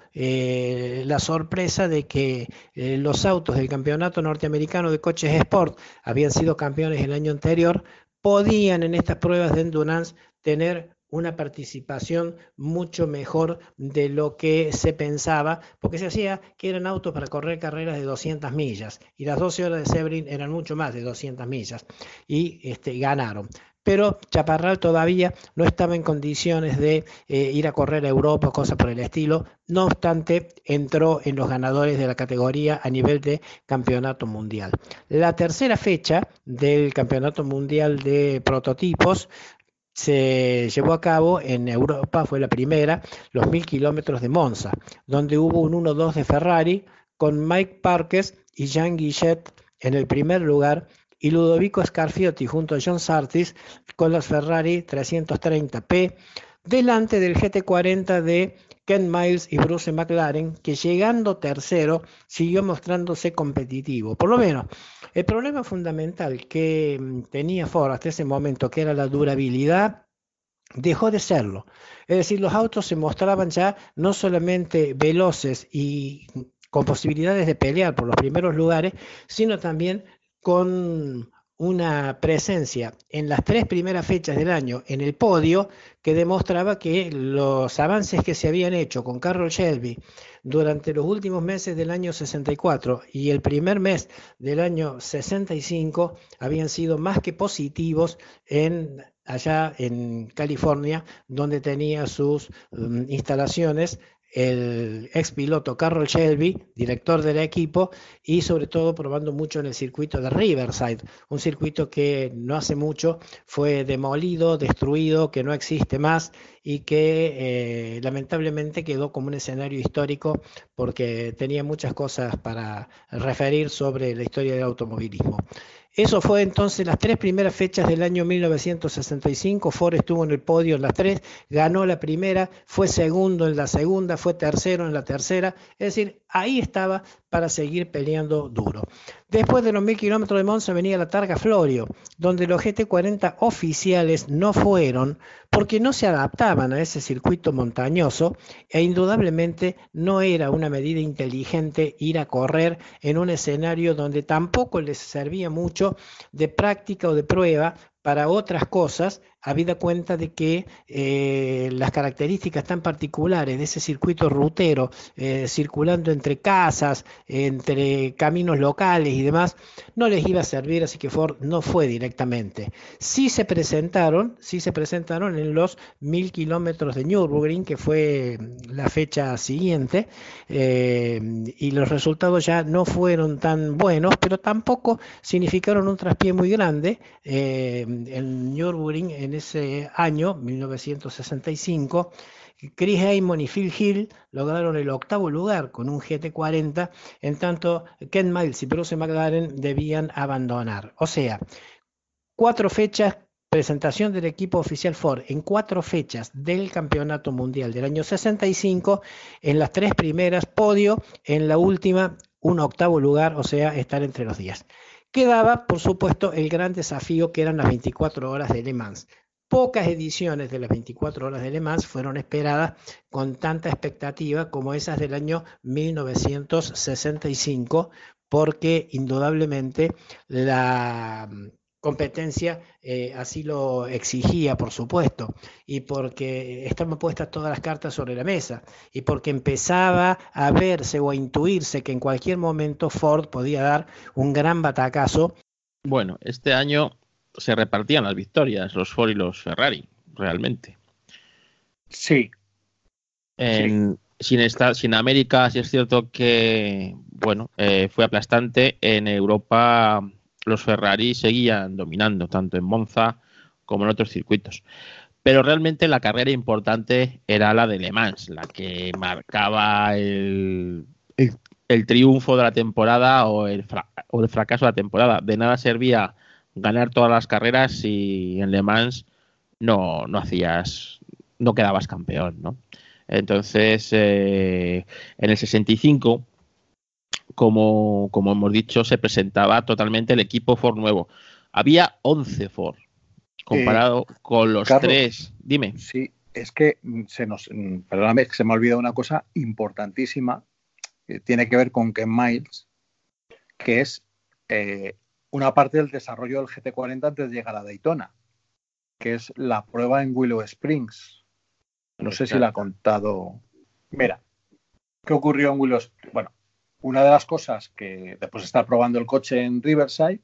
la sorpresa de que los autos del campeonato norteamericano de coches Sport habían sido campeones el año anterior, podían en estas pruebas de endurance tener una participación mucho mejor de lo que se pensaba, porque se hacía que eran autos para correr carreras de 200 millas, y las 12 horas de Sebring eran mucho más de 200 millas, y ganaron. Pero Chaparral todavía no estaba en condiciones de ir a correr a Europa o cosas por el estilo. No obstante, entró en los ganadores de la categoría a nivel de campeonato mundial. La tercera fecha del campeonato mundial de prototipos se llevó a cabo en Europa, fue la primera, los 1.000 kilómetros de Monza, donde hubo un 1-2 de Ferrari con Mike Parkes y Jean Guichet en el primer lugar, y Ludovico Scarfiotti junto a John Surtees con los Ferrari 330P, delante del GT40 de Ken Miles y Bruce McLaren, que llegando tercero siguió mostrándose competitivo. Por lo menos, el problema fundamental que tenía Ford hasta ese momento, que era la durabilidad, dejó de serlo. Es decir, los autos se mostraban ya no solamente veloces y con posibilidades de pelear por los primeros lugares, sino también con una presencia en las 3 primeras fechas del año en el podio, que demostraba que los avances que se habían hecho con Carroll Shelby durante los últimos meses del año 64 y el primer mes del año 65 habían sido más que positivos allá en California, donde tenía sus instalaciones el ex piloto Carroll Shelby, director del equipo, y sobre todo probando mucho en el circuito de Riverside, un circuito que no hace mucho fue demolido, destruido, que no existe más y que lamentablemente quedó como un escenario histórico porque tenía muchas cosas para referir sobre la historia del automovilismo. Eso fue entonces las 3 primeras fechas del año 1965. Ford estuvo en el podio en las 3, ganó la primera, fue segundo en la segunda, fue tercero en la tercera. Es decir, ahí estaba para seguir peleando duro. Después de los 1000 kilómetros de Monza venía la Targa Florio, donde los GT40 oficiales no fueron porque no se adaptaban a ese circuito montañoso e indudablemente no era una medida inteligente ir a correr en un escenario donde tampoco les servía mucho de práctica o de prueba para otras cosas, habida cuenta de que las características tan particulares de ese circuito rutero, circulando entre casas, entre caminos locales y demás, no les iba a servir, así que Ford no fue directamente. Sí se presentaron en los 1000 kilómetros de Nürburgring, que fue la fecha siguiente, y los resultados ya no fueron tan buenos, pero tampoco significaron un traspié muy grande. En Nürburgring en ese año, 1965, Chris Amon y Phil Hill lograron el 8º lugar con un GT40, en tanto Ken Miles y Bruce McLaren debían abandonar. O sea, 4 fechas, presentación del equipo oficial Ford en 4 fechas del Campeonato Mundial del año 65, en las 3 primeras podio, en la última un 8º lugar, o sea, estar entre los 10. Quedaba, por supuesto, el gran desafío que eran las 24 horas de Le Mans. Pocas ediciones de las 24 horas de Le Mans fueron esperadas con tanta expectativa como esas del año 1965, porque indudablemente la competencia así lo exigía, por supuesto, y porque estaban puestas todas las cartas sobre la mesa, y porque empezaba a verse o a intuirse que en cualquier momento Ford podía dar un gran batacazo. Bueno, este año se repartían las victorias, los Ford y los Ferrari, realmente. Sí. Sin América, sí es cierto que, bueno, fue aplastante. En Europa los Ferrari seguían dominando, tanto en Monza como en otros circuitos. Pero realmente la carrera importante era la de Le Mans, la que marcaba el triunfo de la temporada o el fracaso de la temporada. De nada servía ganar todas las carreras si en Le Mans no quedabas campeón, ¿no? Entonces, en el 65, como hemos dicho, se presentaba totalmente el equipo Ford nuevo. Había 11 Ford, comparado con los Carlos, 3. Dime. Sí, es que perdóname, se me ha olvidado una cosa importantísima que tiene que ver con Ken Miles, que es una parte del desarrollo del GT40 antes de llegar a Daytona, que es la prueba en Willow Springs. No sé si la ha contado. Mira, ¿qué ocurrió en Willow Springs? Bueno, una de las cosas que después de estar probando el coche en Riverside,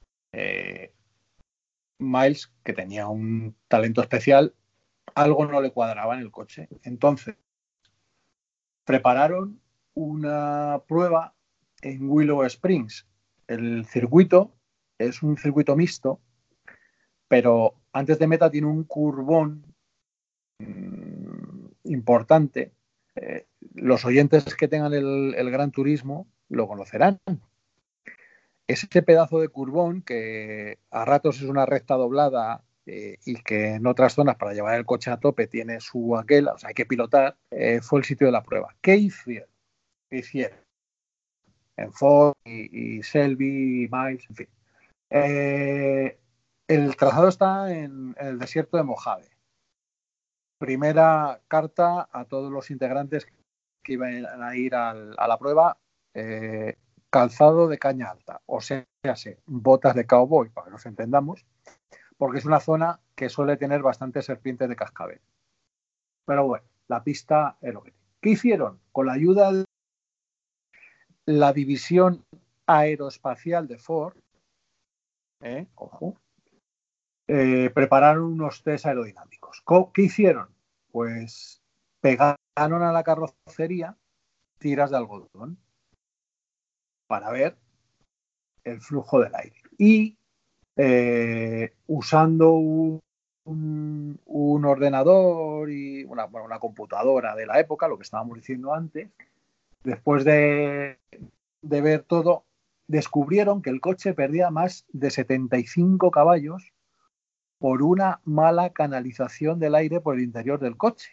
Miles, que tenía un talento especial, algo no le cuadraba en el coche. Entonces, prepararon una prueba en Willow Springs. El circuito es un circuito mixto, pero antes de meta tiene un curvón importante. Los oyentes que tengan el Gran Turismo lo conocerán. Ese pedazo de curvón que a ratos es una recta doblada y que en otras zonas para llevar el coche a tope tiene su aquel, o sea, hay que pilotar, fue el sitio de la prueba. ¿Qué hicieron? En Ford y Shelby, y Miles, en fin. El trazado está en el desierto de Mojave. Primera carta a todos los integrantes que iban a ir a la prueba, calzado de caña alta, o sea, botas de cowboy, para que nos entendamos, porque es una zona que suele tener bastantes serpientes de cascabel. Pero bueno, la pista es lo que tiene. ¿Qué hicieron? Con la ayuda de la división aeroespacial de Ford, prepararon unos test aerodinámicos. ¿Qué hicieron? Pues pegaron a la carrocería tiras de algodón para ver el flujo del aire. Y usando un ordenador y una computadora de la época, lo que estábamos diciendo antes, después de ver todo, descubrieron que el coche perdía más de 75 caballos por una mala canalización del aire por el interior del coche.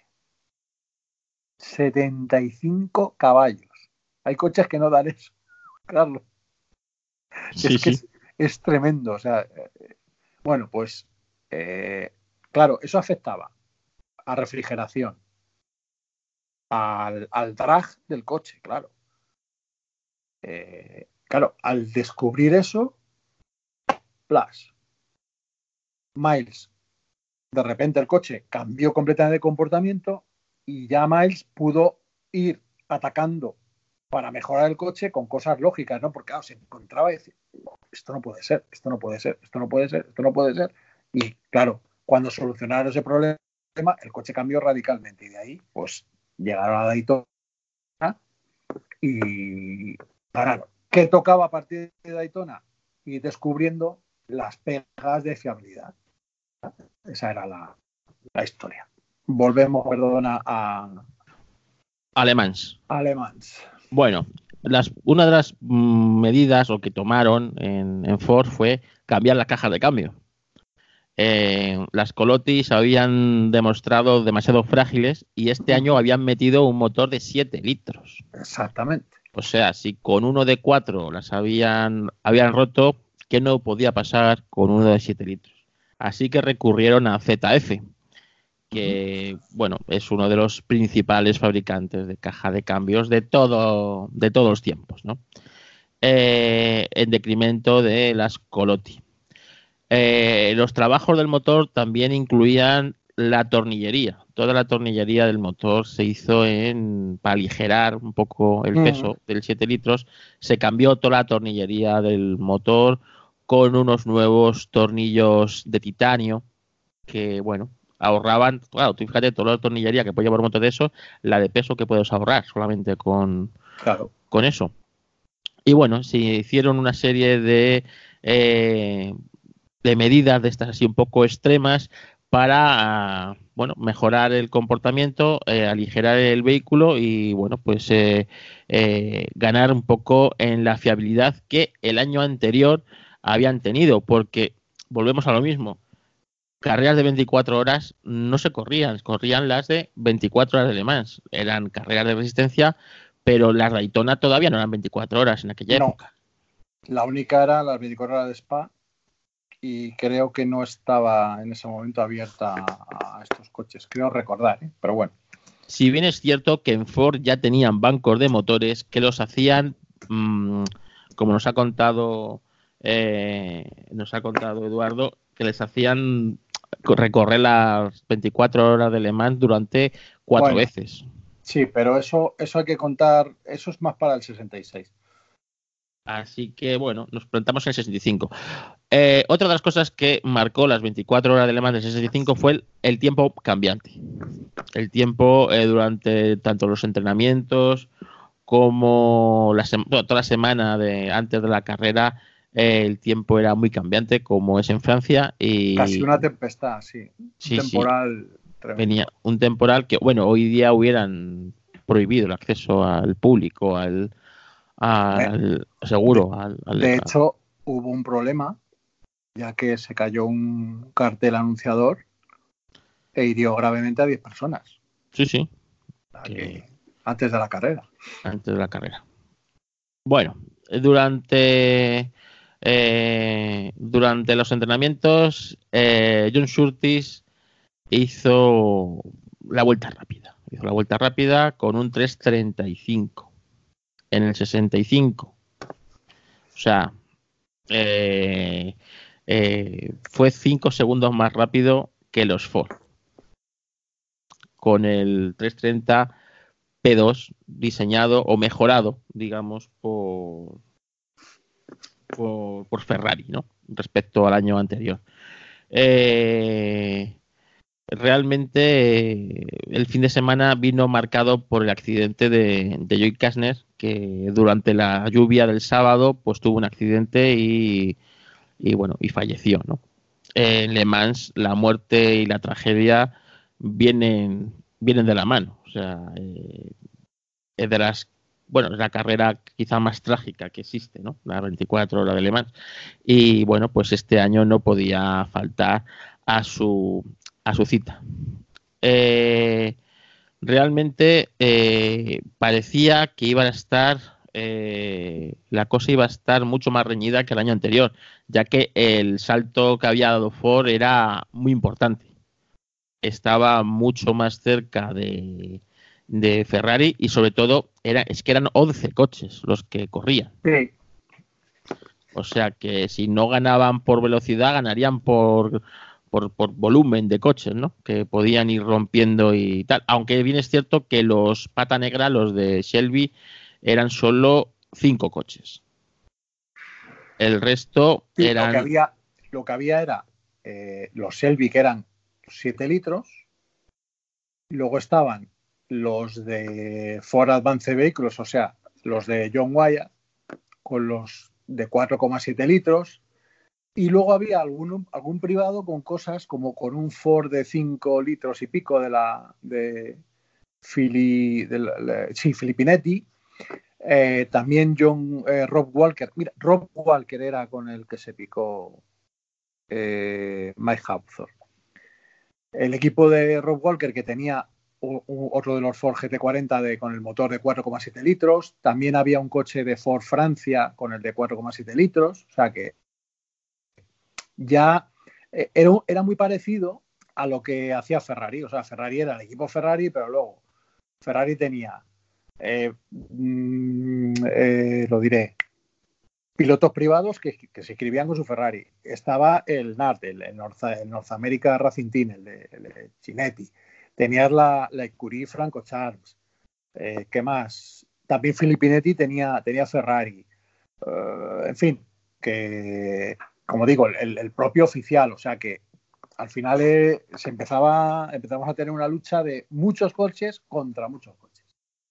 75 caballos. Hay coches que no dan eso, Carlos. Sí, es tremendo. O sea, bueno, pues claro, eso afectaba a refrigeración, al drag del coche, claro. Claro, al descubrir eso, Miles, de repente el coche cambió completamente de comportamiento y ya Miles pudo ir atacando para mejorar el coche con cosas lógicas, ¿no? Porque claro, se encontraba y decía, esto no puede ser, esto no puede ser, esto no puede ser, esto no puede ser. Y claro, cuando solucionaron ese problema, el coche cambió radicalmente y de ahí, pues, llegaron a Daytona y claro, ¿qué tocaba a partir de Daytona? Y descubriendo las pegas de fiabilidad. Esa era la historia. Volvemos, perdona, a Alemans. Bueno, una de las medidas o que tomaron en Ford fue cambiar las cajas de cambio. Las Colotis habían demostrado demasiado frágiles y este año habían metido un motor de 7 litros. Exactamente. O sea, si con uno de 4 las habían roto, ¿qué no podía pasar con uno de 7 litros? Así que recurrieron a ZF, que bueno, es uno de los principales fabricantes de caja de cambios de todos los tiempos, ¿no? En decremento de las Colotti. Los trabajos del motor también incluían la tornillería. Toda la tornillería del motor se hizo para aligerar un poco el peso del 7 litros. Se cambió toda la tornillería del motor con unos nuevos tornillos de titanio que, bueno, ahorraban, claro, tú fíjate, toda la tornillería que puede llevar un motor de eso, la de peso que puedes ahorrar solamente con eso. Y bueno, se hicieron una serie de medidas de estas así un poco extremas para mejorar el comportamiento, aligerar el vehículo y bueno, pues ganar un poco en la fiabilidad que el año anterior habían tenido, porque volvemos a lo mismo. Carreras de 24 horas no se corrían las de 24 horas de Le Mans. Eran carreras de resistencia, pero las Daytona todavía no eran 24 horas en aquella época. La única era las 24 horas de Spa y creo que no estaba en ese momento abierta a estos coches, creo recordar, pero bueno. Si bien es cierto que en Ford ya tenían bancos de motores que los hacían, como nos ha contado Eduardo, que les hacían recorrer las 24 horas de Le Mans durante 4 veces. Sí, pero eso hay que contar, eso es más para el 66. Así que, bueno, nos plantamos en el 65. Otra de las cosas que marcó las 24 horas de Le Mans del 65 fue el tiempo cambiante. El tiempo durante tanto los entrenamientos como toda la semana antes de la carrera, el tiempo era muy cambiante, como es en Francia. Y casi una tempestad, sí. Un temporal tremendo. Venía un temporal que, bueno, hoy día hubieran prohibido el acceso al público, al seguro. De hecho, hubo un problema, ya que se cayó un cartel anunciador e hirió gravemente a 10 personas. Sí. Antes de la carrera. Bueno, durante los entrenamientos, John Surtees hizo la vuelta rápida con un 3:35 en el 65. O sea, fue 5 segundos más rápido que los Ford, con el 330 P2 diseñado o mejorado, digamos, por Ferrari, ¿no? Respecto al año anterior. realmente el fin de semana vino marcado por el accidente de Joey Kastner, que durante la lluvia del sábado pues tuvo un accidente y bueno, y falleció, ¿no? En Le Mans la muerte y la tragedia vienen de la mano, o sea, es de las, bueno, es la carrera quizá más trágica que existe, ¿no? La 24 horas de Le Mans. Y bueno, pues este año no podía faltar a su cita. Realmente parecía que iba a estar, la cosa iba a estar mucho más reñida que el año anterior, ya que el salto que había dado Ford era muy importante. Estaba mucho más cerca de Ferrari y sobre todo es que eran 11 coches los que corrían. Sí. O sea que si no ganaban por velocidad, ganarían por volumen de coches, ¿no? Que podían ir rompiendo y tal. Aunque bien es cierto que los pata negra, los de Shelby, eran solo 5 coches. El resto sí, eran... Lo que había era los Shelby, que eran 7 litros. Y luego estaban los de Ford Advanced Vehicles, o sea, los de John Wyatt, con los de 4,7 litros. Y luego había algún privado con cosas como con un Ford de 5 litros y pico de Filipinetti. También Rob Walker. Mira, Rob Walker era con el que se picó Mike Hawthorne. El equipo de Rob Walker, que tenía otro de los Ford GT40 con el motor de 4,7 litros. También había un coche de Ford Francia con el de 4,7 litros. O sea que ya era muy parecido a lo que hacía Ferrari. O sea, Ferrari era el equipo Ferrari, pero luego Ferrari tenía, lo diré, pilotos privados que se inscribían con su Ferrari. Estaba el NART, el North America Racing Team, el de Chinetti. Tenías la Ecurie Franco Charles. ¿Qué más? También Filipinetti tenía Ferrari. En fin, que, como digo, el propio oficial. O sea que al final empezamos a tener una lucha de muchos coches contra muchos coches.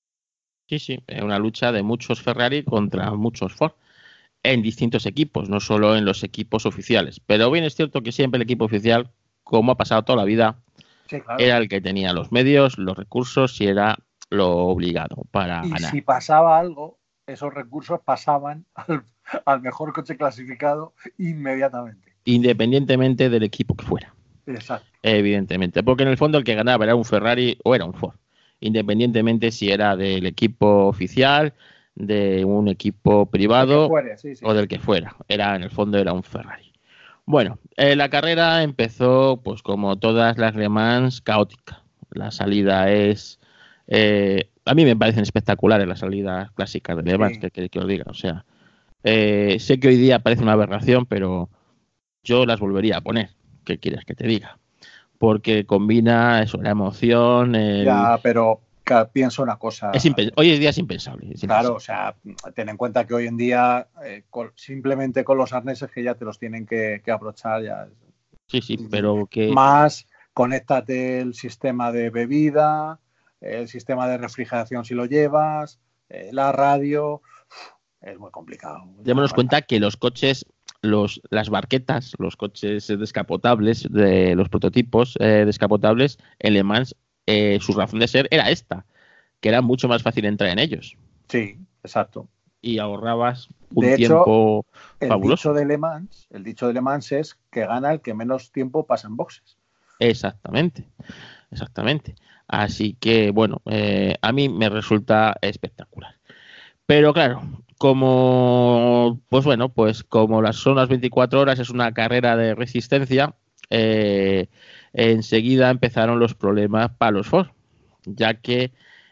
Sí, una lucha de muchos Ferrari contra muchos Ford. En distintos equipos, no solo en los equipos oficiales. Pero bien es cierto que siempre el equipo oficial, como ha pasado toda la vida, sí, claro, era el que tenía los medios, los recursos y era lo obligado para ganar. Y si pasaba algo, esos recursos pasaban al mejor coche clasificado inmediatamente. Independientemente del equipo que fuera. Exacto. Evidentemente, porque en el fondo el que ganaba era un Ferrari o era un Ford. Independientemente si era del equipo oficial, de un equipo privado o del que fuera. En el fondo era un Ferrari. Bueno, la carrera empezó, pues como todas las Le Mans, caótica. La salida es... a mí me parecen espectaculares las salidas clásicas de Le Mans, que os diga. O sea, sé que hoy día parece una aberración, pero yo las volvería a poner. ¿Qué quieres que te diga? Porque combina eso, la emoción... Ya, pero... pienso una cosa. Hoy en día es impensable. Claro, o sea, ten en cuenta que hoy en día simplemente con los arneses que ya te los tienen que abrochar ya. Sí, pero que... Más, conéctate el sistema de bebida, el sistema de refrigeración si lo llevas, la radio... Es muy complicado. Démonos cuenta que los coches, las barquetas, los coches descapotables, de los prototipos descapotables, en Le Mans, su razón de ser era esta, que era mucho más fácil entrar en ellos. Sí, exacto. Y ahorrabas un tiempo fabuloso. El dicho de Le Mans es que gana el que menos tiempo pasa en boxes. Exactamente. Así que, bueno, a mí me resulta espectacular. Pero claro, como son las 24 horas, es una carrera de resistencia, enseguida empezaron los problemas para los Ford, ya que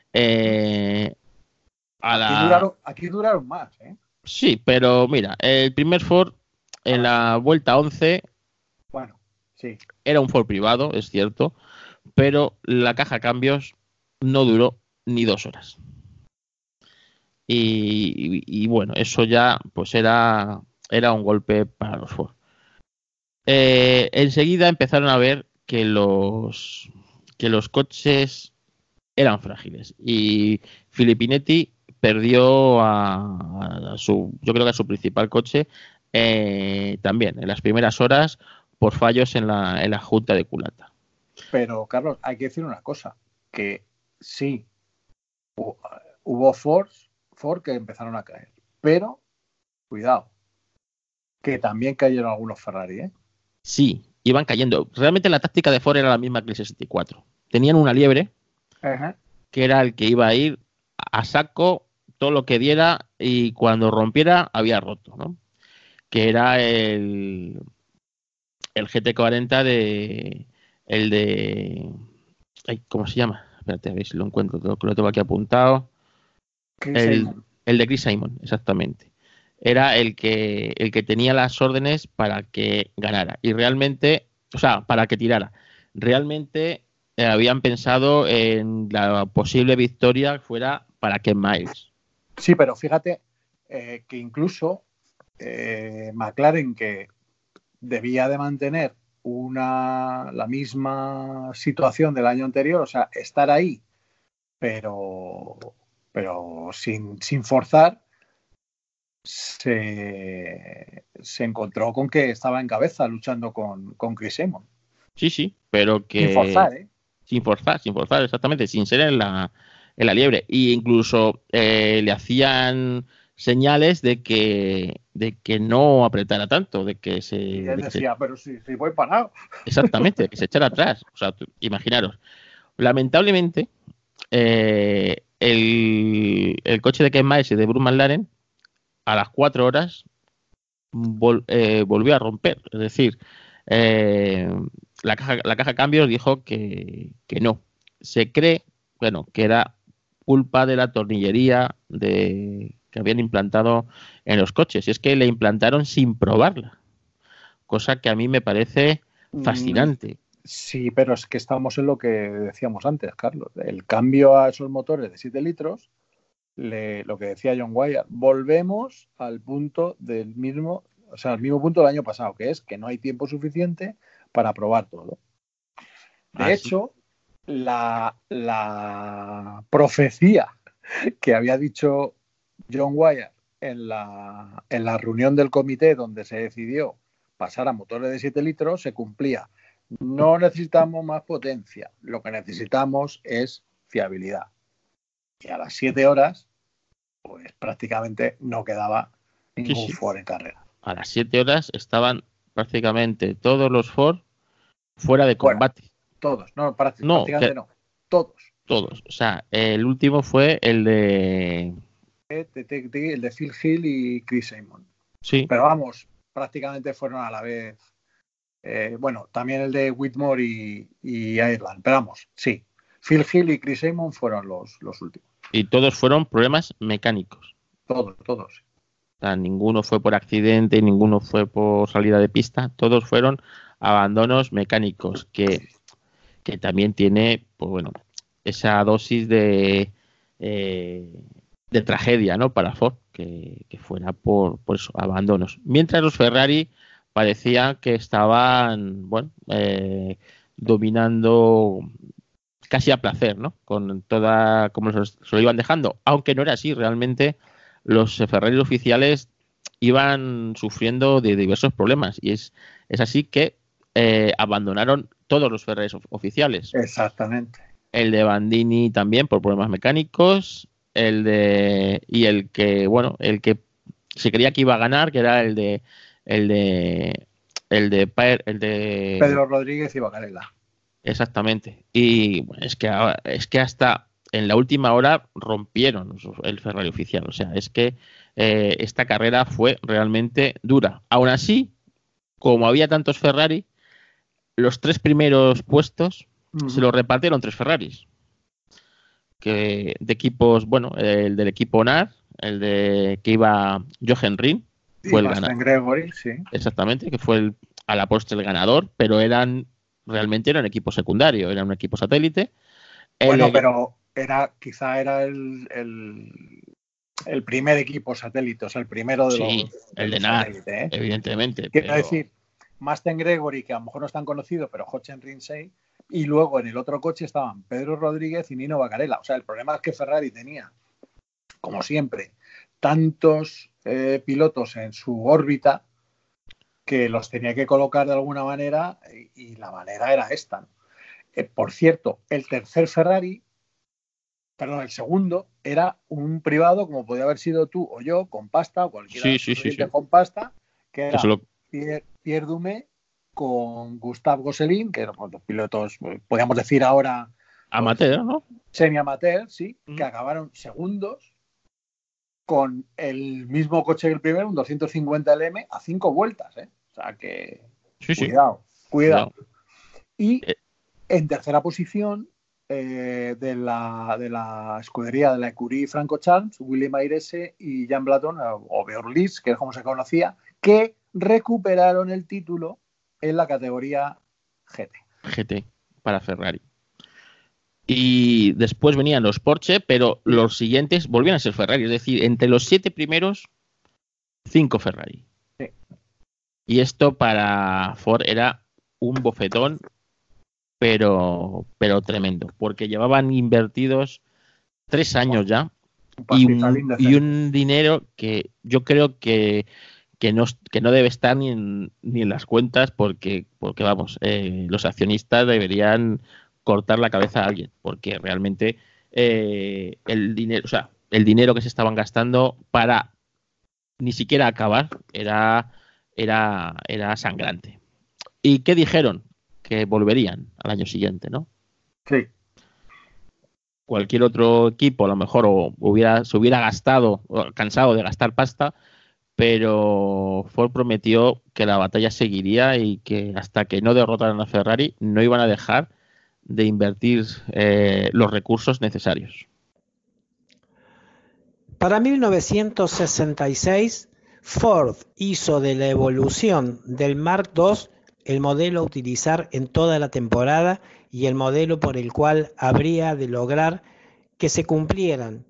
aquí duraron más, ¿eh? Sí, pero mira, el primer Ford en la vuelta 11 era un Ford privado, es cierto, pero la caja de cambios no duró ni 2 horas. Y bueno, eso ya pues era un golpe para los Ford. Enseguida empezaron a ver que los coches eran frágiles y Filippinetti perdió yo creo que a su principal coche también en las primeras horas por fallos en la junta de culata. Pero, Carlos, hay que decir una cosa, que sí, hubo Ford que empezaron a caer, pero, cuidado, que también cayeron algunos Ferrari, ¿eh? Sí, iban cayendo. Realmente la táctica de Ford era la misma que el 64. Tenían una liebre, que era el que iba a ir a saco todo lo que diera y cuando rompiera había roto, ¿no? Que era el GT40 ¿cómo se llama? Espérate, a ver si lo encuentro, creo que lo tengo aquí apuntado. El de Chris Simon, exactamente. Era el que tenía las órdenes para que ganara. Y realmente, o sea, para que tirara. Realmente habían pensado en la posible victoria fuera para Ken Miles. Sí, pero fíjate que incluso McLaren, que debía de mantener la misma situación del año anterior, o sea, estar ahí, pero sin forzar, se encontró con que estaba en cabeza luchando con Chris Simon. Sí, pero que... Sin forzar, ¿eh? Sin forzar, exactamente, sin ser en la liebre. Y incluso le hacían señales de que no apretara tanto, de que se... Y él decía, pero si voy parado. Exactamente, que se echara atrás. O sea, imaginaros. Lamentablemente, el coche de Ken Miles y de Bruce McLaren a las 4 horas volvió a romper. Es decir, la caja de cambios dijo que no. Se cree, bueno, que era culpa de la tornillería que habían implantado en los coches. Y es que le implantaron sin probarla. Cosa que a mí me parece fascinante. Sí, pero es que estamos en lo que decíamos antes, Carlos. El cambio a esos motores de 7 litros, lo que decía John Wyer, volvemos al punto al mismo punto del año pasado, que es que no hay tiempo suficiente para probar todo. De hecho, la profecía que había dicho John Wyer en la reunión del comité donde se decidió pasar a motores de 7 litros se cumplía. No necesitamos más potencia, lo que necesitamos es fiabilidad. Y a las 7 horas, pues prácticamente no quedaba ningún Ford en carrera. A las 7 horas estaban prácticamente todos los Ford fuera de combate. Todos, prácticamente no. Todos. O sea, el último fue el de Phil Hill y Chris Simon. Sí. Pero vamos, prácticamente fueron a la vez. Bueno, también el de Whitmore y Ireland. Pero vamos, sí. Phil Hill y Chris Simon fueron los últimos. Y todos fueron problemas mecánicos. Todos. O sea, ninguno fue por accidente, ninguno fue por salida de pista. Todos fueron abandonos mecánicos que también tiene, pues bueno, esa dosis de tragedia, ¿no? Para Ford, que fuera por eso, abandonos. Mientras los Ferrari parecía que estaban, bueno, dominando casi a placer, ¿no? Con toda, como se lo iban dejando, aunque no era así, realmente los Ferrari oficiales iban sufriendo de diversos problemas y es así que abandonaron todos los Ferrari oficiales. Exactamente. El de Bandini también por problemas mecánicos, el que se creía que iba a ganar, que era el de Pedro Rodríguez y Bacarela. Exactamente. Y bueno, es que hasta en la última hora rompieron el Ferrari oficial. O sea, es que esta carrera fue realmente dura. Aún así, como había tantos Ferrari, los 3 primeros puestos se los repartieron 3 Ferraris. De equipos, bueno, el del equipo NAR, que iba Jochen Rindt, fue el ganador. Gregory, sí. Exactamente, que fue a la postre el ganador, pero realmente era un equipo secundario, era un equipo satélite. Bueno, pero quizá era el primer equipo satélite, o sea, el primero de los el de NAR, satélite, ¿eh? evidentemente. Quiero decir, Masten Gregory, que a lo mejor no es tan conocido, pero Hodgson Rinsey, y luego en el otro coche estaban Pedro Rodríguez y Nino Bacarella. O sea, el problema es que Ferrari tenía, como siempre, tantos pilotos en su órbita que los tenía que colocar de alguna manera, y la manera era esta, ¿no? Por cierto, el segundo era un privado, como podía haber sido tú o yo, con pasta, o cualquiera Sí. con pasta, que era Eso Pierre Dumé con Gustave Gosselin, que eran los pilotos, podríamos decir ahora, amateur, ¿no? Semi-amateur, sí, que acabaron segundos con el mismo coche que el primero, un 250 LM, a 5 vueltas, ¿eh? O sea que, cuidado. Y en tercera posición de la escudería de la Écurie Francorchamps, Willy Mairesse y Jean Blaton, o Beorlis, que es como se conocía, que recuperaron el título en la categoría GT para Ferrari. Y después venían los Porsche, pero los siguientes volvían a ser Ferrari. Es decir, entre los 7 primeros, 5 Ferrari. Sí. Y esto para Ford era un bofetón, pero tremendo. Porque llevaban invertidos 3 años ya. Y un dinero que yo creo que no debe estar ni en las cuentas, porque vamos, los accionistas deberían cortar la cabeza a alguien, porque realmente el dinero que se estaban gastando para ni siquiera acabar era sangrante. ¿Y qué dijeron? Que volverían al año siguiente, ¿no? Sí. Cualquier otro equipo a lo mejor se hubiera gastado, cansado de gastar pasta, pero Ford prometió que la batalla seguiría y que hasta que no derrotaran a Ferrari no iban a dejar de invertir los recursos necesarios. Para 1966, Ford hizo de la evolución del Mark II el modelo a utilizar en toda la temporada y el modelo por el cual habría de lograr que se cumplieran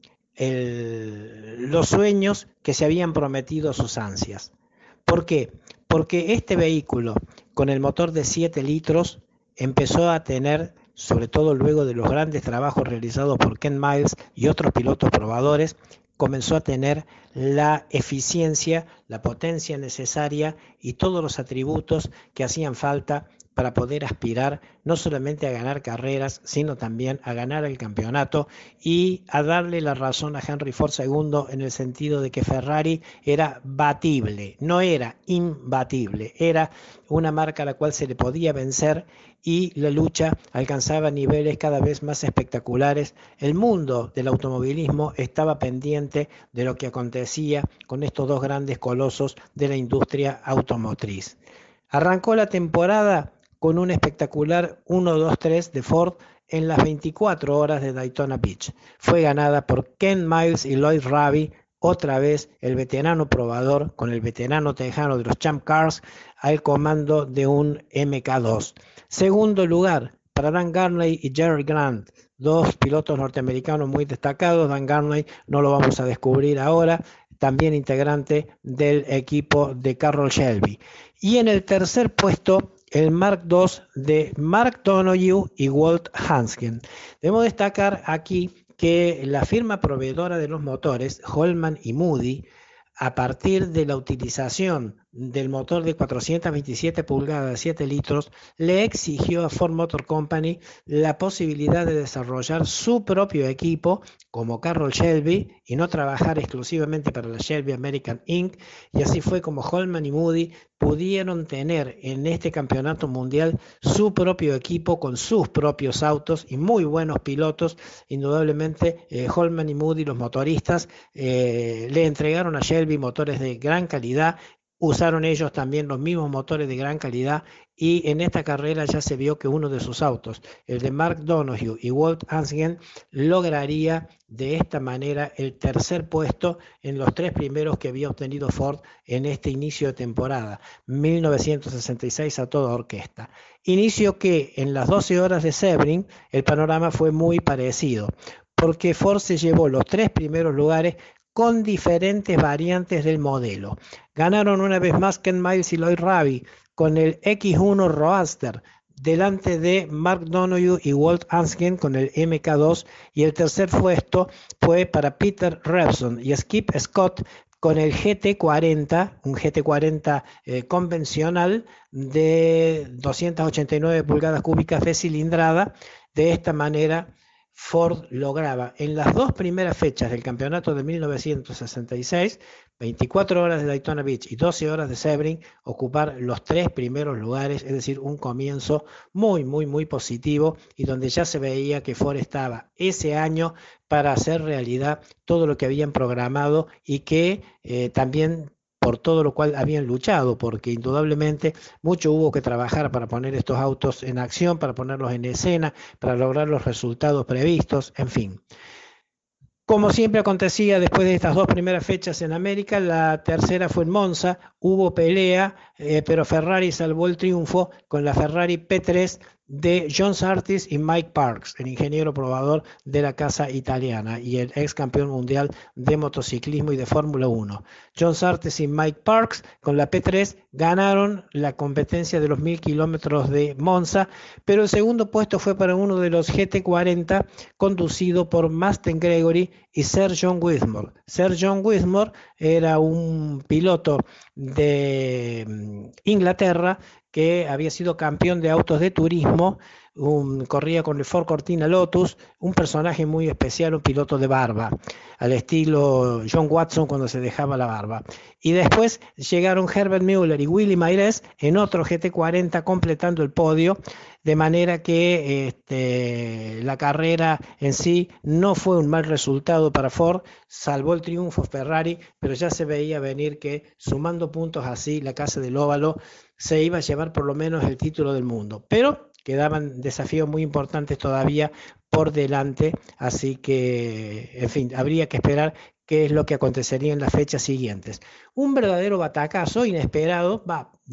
los sueños que se habían prometido a sus ansias. ¿Por qué? Porque este vehículo con el motor de 7 litros empezó a tener, sobre todo luego de los grandes trabajos realizados por Ken Miles y otros pilotos probadores, comenzó a tener la eficiencia, la potencia necesaria y todos los atributos que hacían falta para poder aspirar no solamente a ganar carreras, sino también a ganar el campeonato y a darle la razón a Henry Ford II en el sentido de que Ferrari era batible, no era imbatible, era una marca a la cual se le podía vencer y la lucha alcanzaba niveles cada vez más espectaculares. El mundo del automovilismo estaba pendiente de lo que acontecía con estos dos grandes colosos de la industria automotriz. Arrancó la temporada con un espectacular 1-2-3 de Ford en las 24 horas de Daytona Beach. Fue ganada por Ken Miles y Lloyd Raby, otra vez el veterano probador con el veterano tejano de los Champ Cars al comando de un MK2. Segundo lugar para Dan Gurney y Jerry Grant, dos pilotos norteamericanos muy destacados. Dan Gurney no lo vamos a descubrir ahora, también integrante del equipo de Carroll Shelby. Y en el tercer puesto, el Mark II de Mark Donoghue y Walt Hansken. Debemos destacar aquí que la firma proveedora de los motores, Holman y Moody, a partir de la utilización del motor de 427 pulgadas de 7 litros, le exigió a Ford Motor Company la posibilidad de desarrollar su propio equipo como Carroll Shelby y no trabajar exclusivamente para la Shelby American Inc. Y así fue como Holman y Moody pudieron tener en este campeonato mundial su propio equipo con sus propios autos y muy buenos pilotos. Indudablemente Holman y Moody, los motoristas, le entregaron a Shelby motores de gran calidad. Usaron ellos también los mismos motores de gran calidad y en esta carrera ya se vio que uno de sus autos, el de Mark Donoghue y Walt Hansken, lograría de esta manera el tercer puesto en los 3 primeros que había obtenido Ford en este inicio de temporada, 1966 a toda orquesta. Inicio que en las 12 horas de Sebring el panorama fue muy parecido, porque Ford se llevó los 3 primeros lugares con diferentes variantes del modelo. Ganaron una vez más Ken Miles y Lloyd Raby con el X1 Roadster, delante de Mark Donoghue y Walt Ansken con el MK2, y el tercer puesto fue para Peter Revson y Skip Scott con el GT40, un GT40 convencional de 289 pulgadas cúbicas de cilindrada. De esta manera, Ford lograba en las dos primeras fechas del campeonato de 1966, 24 horas de Daytona Beach y 12 horas de Sebring, ocupar los 3 primeros lugares, es decir, un comienzo muy positivo, y donde ya se veía que Ford estaba ese año para hacer realidad todo lo que habían programado, y que también por todo lo cual habían luchado, porque indudablemente mucho hubo que trabajar para poner estos autos en acción, para ponerlos en escena, para lograr los resultados previstos, en fin. Como siempre acontecía después de estas dos primeras fechas en América, la tercera fue en Monza, hubo pelea, pero Ferrari salvó el triunfo con la Ferrari P3 de John Surtees y Mike Parkes, el ingeniero probador de la casa italiana y el ex campeón mundial de motociclismo y de Fórmula 1. John Surtees y Mike Parkes con la P3 ganaron la competencia de los 1000 kilómetros de Monza, pero el segundo puesto fue para uno de los GT40 conducido por Mustang Gregory y Sir John Whitmore. Sir John Whitmore era un piloto de Inglaterra que había sido campeón de autos de turismo, corría con el Ford Cortina Lotus, un personaje muy especial, un piloto de barba, al estilo John Watson cuando se dejaba la barba. Y después llegaron Herbert Muller y Willy Mairez en otro GT40 completando el podio, de manera que la carrera en sí no fue un mal resultado para Ford, salvó el triunfo Ferrari, pero ya se veía venir que sumando puntos así, la Casa del Óvalo se iba a llevar por lo menos el título del mundo. Pero quedaban desafíos muy importantes todavía por delante, así que, en fin, habría que esperar qué es lo que acontecería en las fechas siguientes. Un verdadero batacazo inesperado,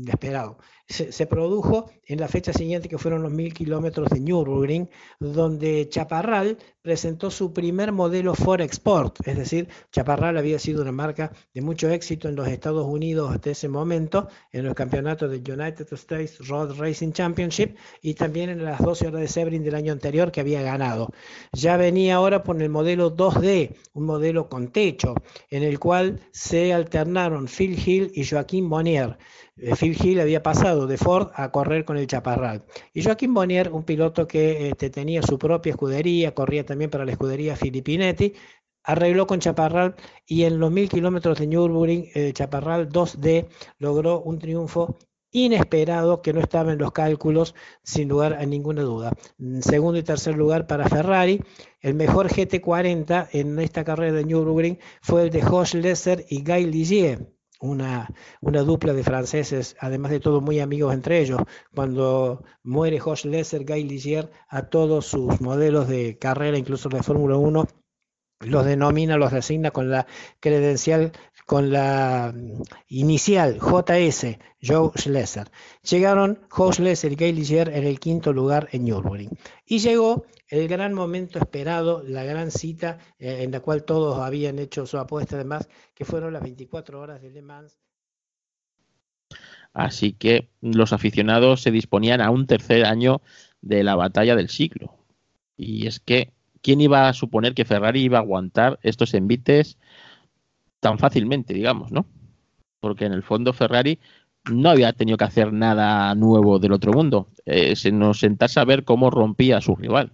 se produjo en la fecha siguiente, que fueron los 1000 kilómetros de Nürburgring, donde Chaparral presentó su primer modelo Ford Export, es decir, Chaparral había sido una marca de mucho éxito en los Estados Unidos hasta ese momento, en los campeonatos del United States Road Racing Championship y también en las 12 horas de Sebring del año anterior que había ganado. Ya venía ahora por el modelo 2D, un modelo con techo, en el cual se alternaron Phil Hill y Joaquín Bonnier. Phil Hill había pasado de Ford a correr con el Chaparral. Y Joaquín Bonnier, un piloto que tenía su propia escudería, corría también para la escudería Filippinetti, arregló con Chaparral, y en los 1000 kilómetros de Nürburgring, Chaparral 2D logró un triunfo inesperado que no estaba en los cálculos, sin lugar a ninguna duda. Segundo y tercer lugar para Ferrari. El mejor GT40 en esta carrera de Nürburgring fue el de Josh Lesser y Guy Ligier, una dupla de franceses, además de todo muy amigos entre ellos. Cuando muere Josh Lesser, Guy Ligier a todos sus modelos de carrera, incluso de Fórmula 1, los designa con la credencial, con la inicial JS, Josh Lesser. Llegaron Josh Lesser y Guy Ligier en el quinto lugar en Nürburgring. Y llegó el gran momento esperado, la gran cita en la cual todos habían hecho su apuesta, además, que fueron las 24 horas de Le Mans. Así que los aficionados se disponían a un tercer año de la batalla del siglo. Y es que, ¿quién iba a suponer que Ferrari iba a aguantar estos envites tan fácilmente, digamos, ¿no? Porque en el fondo Ferrari no había tenido que hacer nada nuevo del otro mundo, sino sentarse a ver cómo rompía a su rival.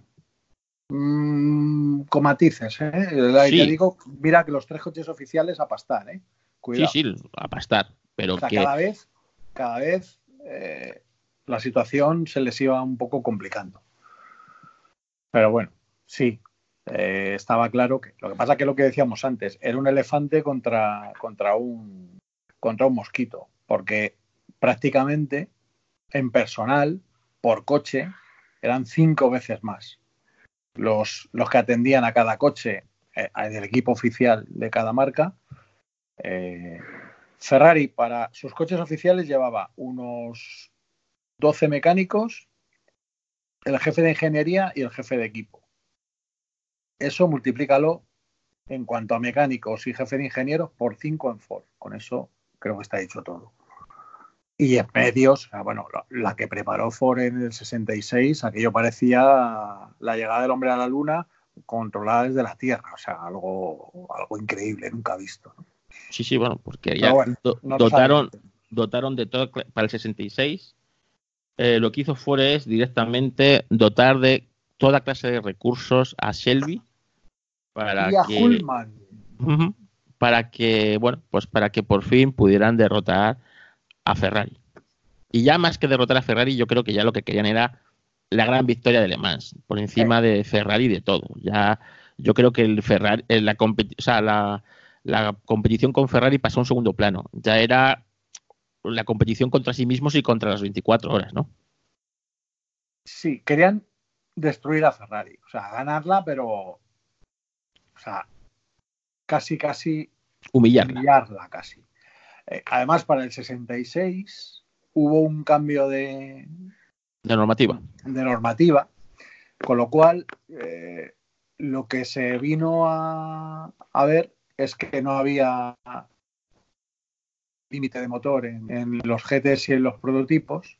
Con matices, ¿eh? Sí. Te digo, mira que los 3 coches oficiales a pastar, ¿eh? Cuidado. Sí, a pastar, pero o sea, que cada vez la situación se les iba un poco complicando. Pero bueno, sí, estaba claro que lo que pasa es que lo que decíamos antes era un elefante contra un mosquito, porque prácticamente en personal por coche eran 5 veces más los que atendían a cada coche del equipo oficial de cada marca. Ferrari para sus coches oficiales llevaba unos 12 mecánicos, el jefe de ingeniería y el jefe de equipo. Eso multiplícalo en cuanto a mecánicos y jefe de ingenieros por 5 en Ford. Con eso creo que está dicho todo. Y en medios, bueno, la que preparó Ford en el 66, aquello parecía la llegada del hombre a la luna controlada desde la Tierra. O sea, algo increíble, nunca visto, ¿no? Sí, sí, bueno, porque ya bueno, no dotaron de todo para el 66. Lo que hizo Ford es directamente dotar de toda clase de recursos a Shelby para y a que Hullman. para que, bueno, pues para que por fin pudieran derrotar a Ferrari. Y ya más que derrotar a Ferrari, yo creo que ya lo que querían era la gran victoria de Le Mans, por encima de Ferrari de todo. Ya yo creo que el Ferrari, la competición con Ferrari pasó a un segundo plano. Ya era la competición contra sí mismos y contra las 24 horas, ¿no? Sí, querían destruir a Ferrari, o sea, ganarla, pero, o sea, casi humillarla casi. Además, para el 66 hubo un cambio de normativa, con lo cual lo que se vino a ver es que no había límite de motor en los GTs y en los prototipos,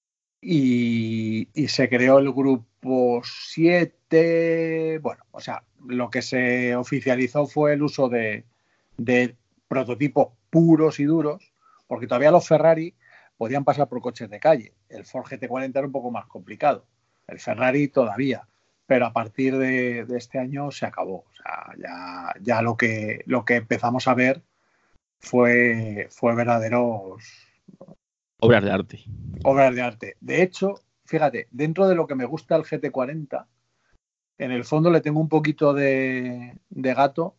y se creó el grupo 7. Bueno, o sea, lo que se oficializó fue el uso de prototipos puros y duros, porque todavía los Ferrari podían pasar por coches de calle. El Ford GT40 era un poco más complicado, el Ferrari todavía, pero a partir de este año se acabó. O sea, ya lo que empezamos a ver fue verdaderos obras de arte. Obras de arte. De hecho, fíjate, dentro de lo que me gusta el GT40, en el fondo le tengo un poquito de gato,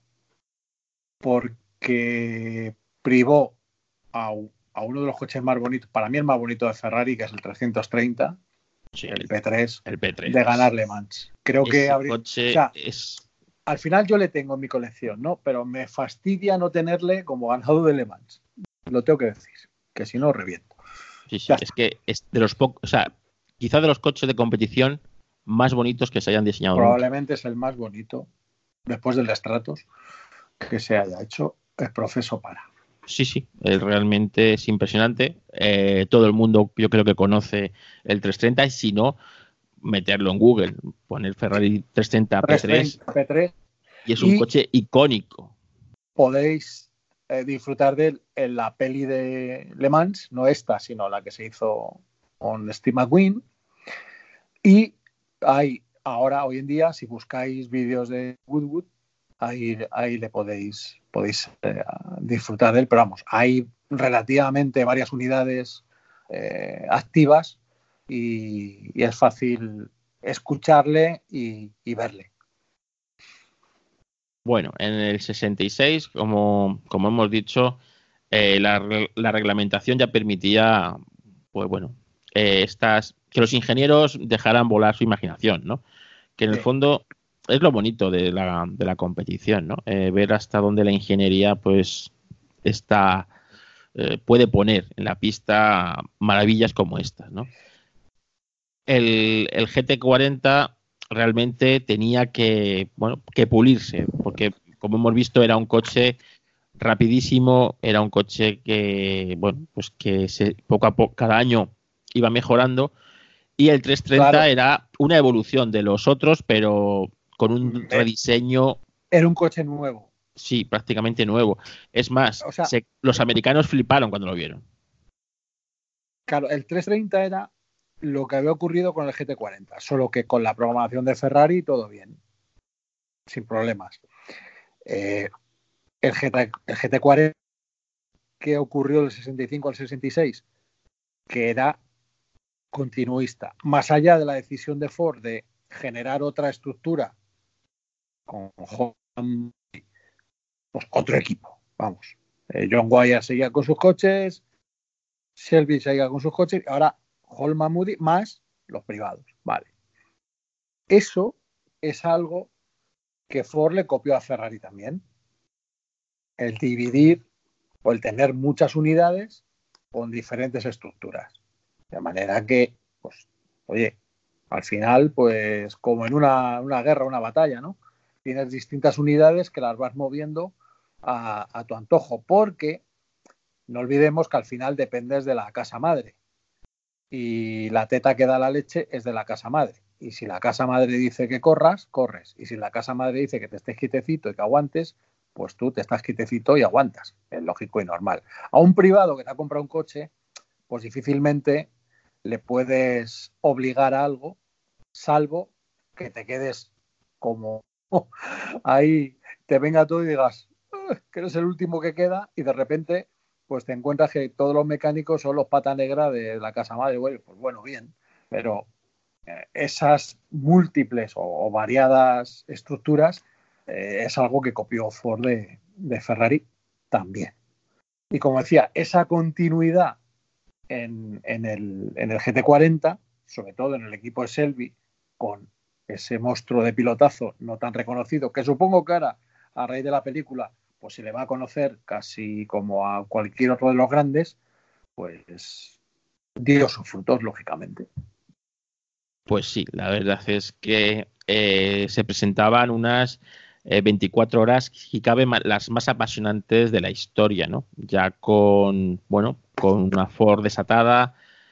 porque privó a uno de los coches más bonitos, para mí el más bonito de Ferrari, que es el 330, sí, el P3, de ganar Le Mans. Creo que coche al final yo le tengo en mi colección, ¿no? Pero me fastidia no tenerle como ganador de Le Mans. Lo tengo que decir, que si no reviento. Sí, es que es de los pocos, o sea, quizá de los coches de competición más bonitos que se hayan diseñado. Probablemente es el más bonito, después del Stratos, que se haya hecho el proceso para. Sí, realmente es impresionante. Todo el mundo yo creo que conoce el 330, y si no, meterlo en Google, poner Ferrari 330 P3 y es un coche icónico. Podéis disfrutar de él en la peli de Le Mans, no esta, sino la que se hizo con Steve McQueen. Y hay ahora, hoy en día, si buscáis vídeos de Goodwood, ahí le podéis disfrutar de él. Pero vamos, hay relativamente varias unidades activas, y es fácil escucharle y verle. Bueno, en el 66, como hemos dicho, la reglamentación ya permitía, pues bueno, que los ingenieros dejaran volar su imaginación, ¿no? Que en el fondo es lo bonito de la competición, ¿no? Ver hasta dónde la ingeniería, pues, puede poner en la pista maravillas como estas, ¿no? El GT40 realmente tenía que pulirse, porque como hemos visto era un coche rapidísimo, era un coche que, bueno, pues que poco a poco, cada año iba mejorando, y el 330 era una evolución de los otros, pero con un rediseño. Era un coche nuevo. Sí, prácticamente nuevo. Es más, los americanos fliparon cuando lo vieron. Claro, el 330 era lo que había ocurrido con el GT40, solo que con la programación de Ferrari todo bien, sin problemas. El GT40, ¿qué ocurrió del 65 al 66? Que era continuista. Más allá de la decisión de Ford de generar otra estructura con pues otro equipo, vamos. John Wyer seguía con sus coches, Shelby seguía con sus coches, y ahora Holman Moody más los privados, vale. Eso es algo que Ford le copió a Ferrari también. El dividir o el tener muchas unidades con diferentes estructuras. De manera que, pues, oye, al final, pues, como en una guerra, una batalla, ¿no? tienes distintas unidades que las vas moviendo a tu antojo, porque no olvidemos que al final dependes de la casa madre y la teta que da la leche es de la casa madre. Y si la casa madre dice que corras, corres. Y si la casa madre dice que te estés quietecito y que aguantes, pues tú te estás quietecito y aguantas. Es lógico y normal. A un privado que te ha comprado un coche, pues difícilmente le puedes obligar a algo, salvo que te quedes como ahí, te venga todo y digas que eres el último que queda y de repente pues te encuentras que todos los mecánicos son los pata negra de la casa madre. Bueno, pues bueno, bien, pero esas múltiples o variadas estructuras es algo que copió Ford de Ferrari también. Y como decía, esa continuidad en el GT40, sobre todo en el equipo de Shelby, con ese monstruo de pilotazo no tan reconocido, que supongo que ahora, a raíz de la película, pues se le va a conocer casi como a cualquier otro de los grandes, pues dio sus frutos, lógicamente. Pues sí, la verdad es que se presentaban unas 24 horas, si cabe, las más apasionantes de la historia, ¿no? Ya con una Ford desatada,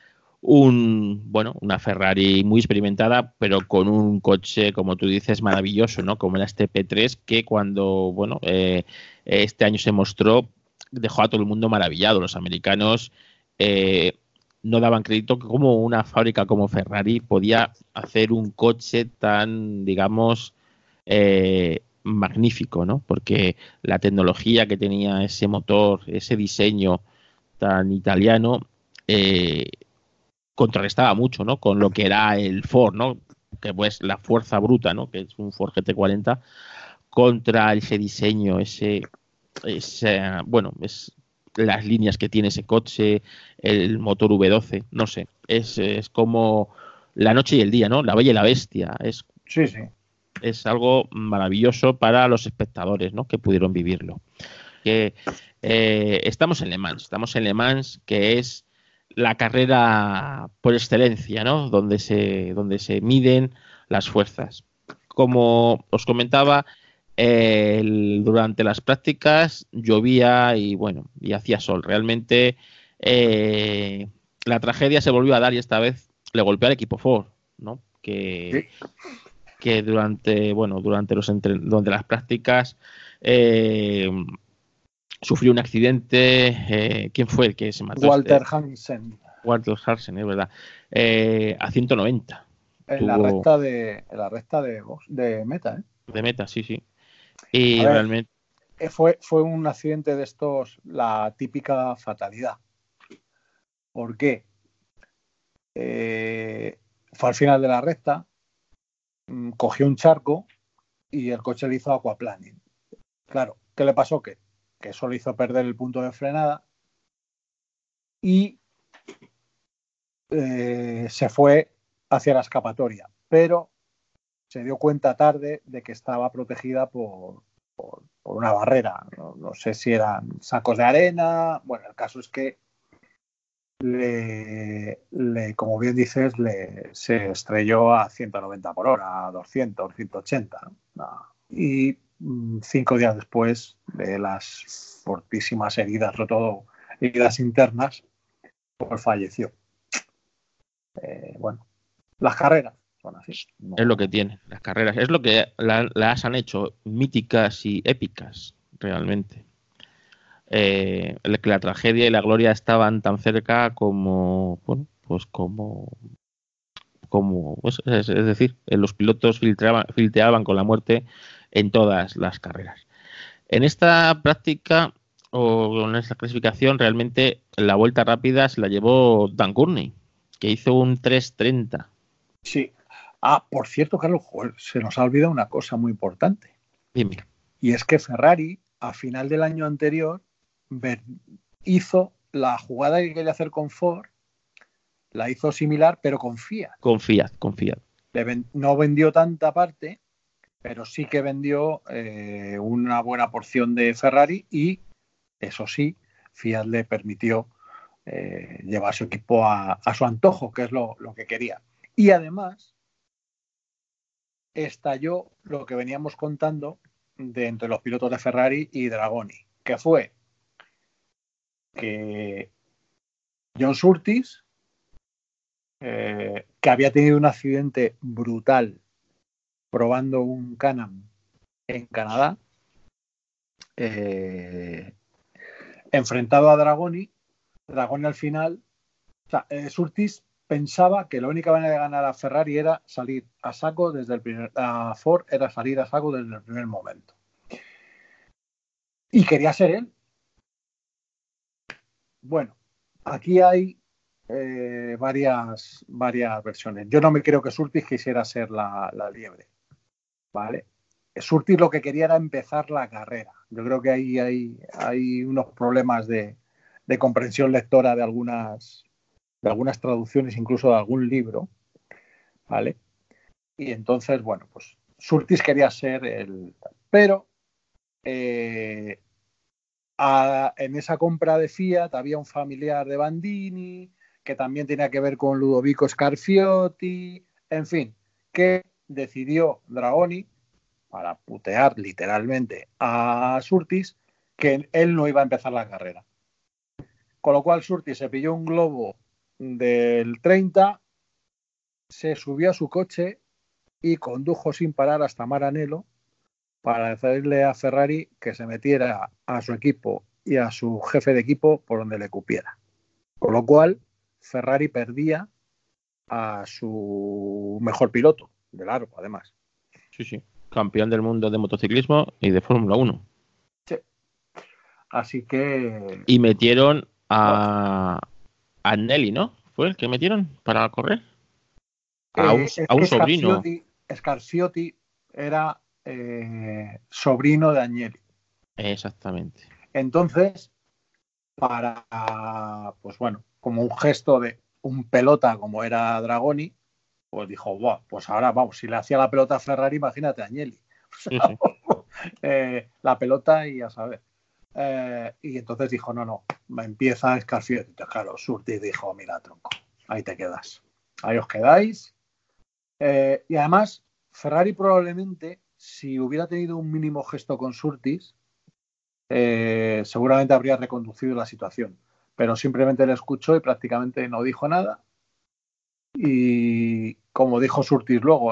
una Ferrari muy experimentada, pero con un coche, como tú dices, maravilloso, ¿no? Como era este P3, que cuando, este año se mostró, dejó a todo el mundo maravillado. Los americanos no daban crédito que como una fábrica como Ferrari podía hacer un coche tan, digamos, magnífico, ¿no? Porque la tecnología que tenía ese motor, ese diseño tan italiano, contrarrestaba mucho, ¿no? Con lo que era el Ford, ¿no? Que pues la fuerza bruta, ¿no? Que es un Ford GT40 contra ese diseño, es las líneas que tiene ese coche, el motor V12, no sé, es como la noche y el día, ¿no? La Bella y la Bestia, sí, sí. Es algo maravilloso para los espectadores, ¿no? Que pudieron vivirlo. Que estamos en Le Mans, que es la carrera por excelencia, ¿no? Donde se miden las fuerzas. Como os comentaba, durante las prácticas llovía y hacía sol. Realmente la tragedia se volvió a dar y esta vez le golpeó al equipo Ford, ¿no? Que durante las prácticas sufrió un accidente. ¿Quién fue el que se mató? Walter Hansen, es verdad. A 190. En la recta de meta, ¿eh? De meta, sí. Y ver, realmente fue un accidente de estos, la típica fatalidad. ¿Por qué? Fue al final de la recta, cogió un charco y el coche le hizo aquaplaning. Claro, ¿qué le pasó? Que eso le hizo perder el punto de frenada y se fue hacia la escapatoria, pero se dio cuenta tarde de que estaba protegida por una barrera. No sé si eran sacos de arena. Bueno, el caso es que como bien dices, se estrelló a 190 por hora, a 200, 180, ¿no? Y 5 días después de las fortísimas heridas, sobre todo heridas internas, pues falleció. Las carreras son así. No. Es lo que tienen las carreras, es lo que las han hecho míticas y épicas, realmente. Que la tragedia y la gloria estaban tan cerca como es decir, los pilotos filtreaban con la muerte en todas las carreras. En esta práctica o en esta clasificación, realmente la vuelta rápida se la llevó Dan Gurney, que hizo un 3:30. Sí. Por cierto, Carlos, se nos ha olvidado una cosa muy importante. Dime. Y es que Ferrari, a final del año anterior, hizo la jugada que quería hacer con Ford, la hizo similar, pero con Fiat. Con Fiat. No vendió tanta parte, pero sí que vendió una buena porción de Ferrari y, eso sí, Fiat le permitió llevar su equipo a su antojo, que es lo que quería. Y además, estalló lo que veníamos contando de entre los pilotos de Ferrari y Dragoni, que fue que John Surtees, que había tenido un accidente brutal probando un Can-Am en Canadá, enfrentado a Dragoni al final, o sea, Surtees pensaba que la única manera de ganar a Ferrari era salir a saco a Ford era salir a saco desde el primer momento. Y quería ser él. Bueno, aquí hay varias versiones. Yo no me creo que Surtees quisiera ser la liebre, ¿vale? Surtees lo que quería era empezar la carrera. Yo creo que ahí hay unos problemas de comprensión lectora de algunas traducciones, incluso de algún libro, ¿vale? Y entonces, bueno, pues Surtees quería ser el... Pero en esa compra de Fiat había un familiar de Bandini que también tenía que ver con Ludovico Scarfiotti, en fin, que decidió Dragoni, para putear literalmente a Surtees, que él no iba a empezar la carrera. Con lo cual Surtees se pilló un globo del 30, se subió a su coche y condujo sin parar hasta Maranello para decirle a Ferrari que se metiera a su equipo y a su jefe de equipo por donde le cupiera. Con lo cual Ferrari perdía a su mejor piloto, de largo además. Sí. Campeón del mundo de motociclismo y de Fórmula 1. Sí. Así que... Y metieron a Agnelli, ¿no? ¿Fue el que metieron para correr? A un sobrino. Scarfiotti era sobrino de Agnelli. Exactamente. Entonces, pues bueno, como un gesto de un pelota como era Dragoni, pues dijo, buah, pues ahora vamos, si le hacía la pelota a Ferrari, imagínate a Agnelli. O sea, sí. La pelota y a saber. Y entonces dijo, no, empieza Scarfiotti. Claro, Surtees dijo, mira, tronco, ahí te quedas. Ahí os quedáis. Y además, Ferrari probablemente, si hubiera tenido un mínimo gesto con Surtees, seguramente habría reconducido la situación. Pero simplemente le escuchó y prácticamente no dijo nada. Y como dijo Surtees luego,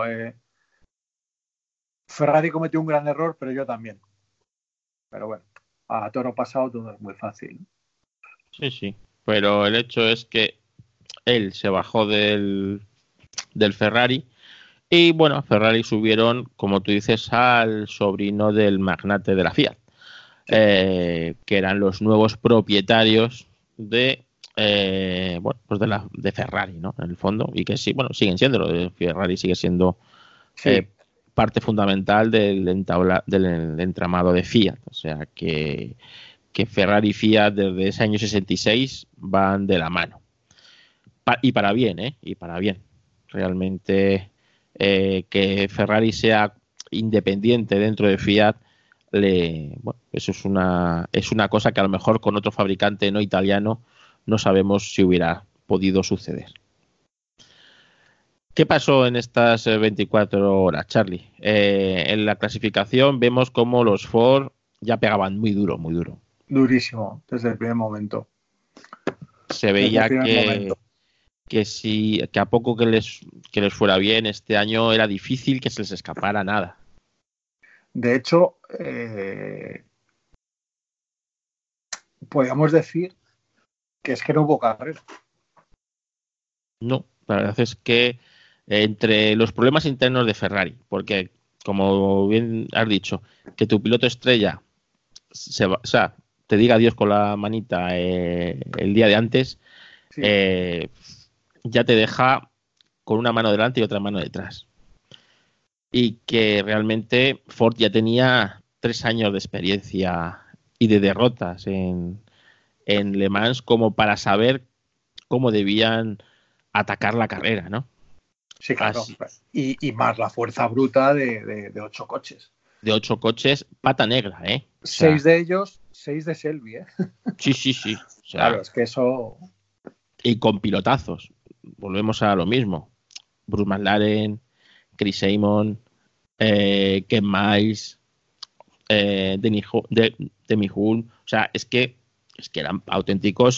Ferrari cometió un gran error, pero yo también. Pero bueno, a toro pasado todo es muy fácil. Sí. Pero el hecho es que él se bajó del Ferrari y bueno, Ferrari subieron, como tú dices, al sobrino del magnate de la Fiat, sí. Que eran los nuevos propietarios de pues de Ferrari, ¿no? En el fondo, y que sí, bueno, siguen siendo, Ferrari sigue siendo parte fundamental del entramado de Fiat, o sea que Ferrari y Fiat desde ese año 66 van de la mano. Y para bien, y para bien. Realmente que Ferrari sea independiente dentro de Fiat, eso es una cosa que a lo mejor con otro fabricante no italiano no sabemos si hubiera podido suceder. ¿Qué pasó en estas 24 horas, Charlie? En la clasificación vemos como los Ford ya pegaban muy duro. Durísimo, desde el primer momento. Se veía que a poco que les fuera bien este año era difícil que se les escapara nada. De hecho, podríamos decir que es que no hubo carrera. No, la verdad es que entre los problemas internos de Ferrari, porque como bien has dicho, que tu piloto estrella te diga adiós con la manita el día de antes, sí. Ya te deja con una mano delante y otra mano detrás. Y que realmente Ford ya tenía 3 años de experiencia y de derrotas en Le Mans como para saber cómo debían atacar la carrera, ¿no? Sí, claro. Y más la fuerza bruta de 8 coches. De 8 coches, pata negra, ¿eh? 6 de ellos, 6 de Shelby, ¿eh? Sí. O sea, claro, es que eso... Y con pilotazos. Volvemos a lo mismo. Bruce McLaren, Chris Amon, Ken Miles, Demi Hull, o sea, es que eran auténticos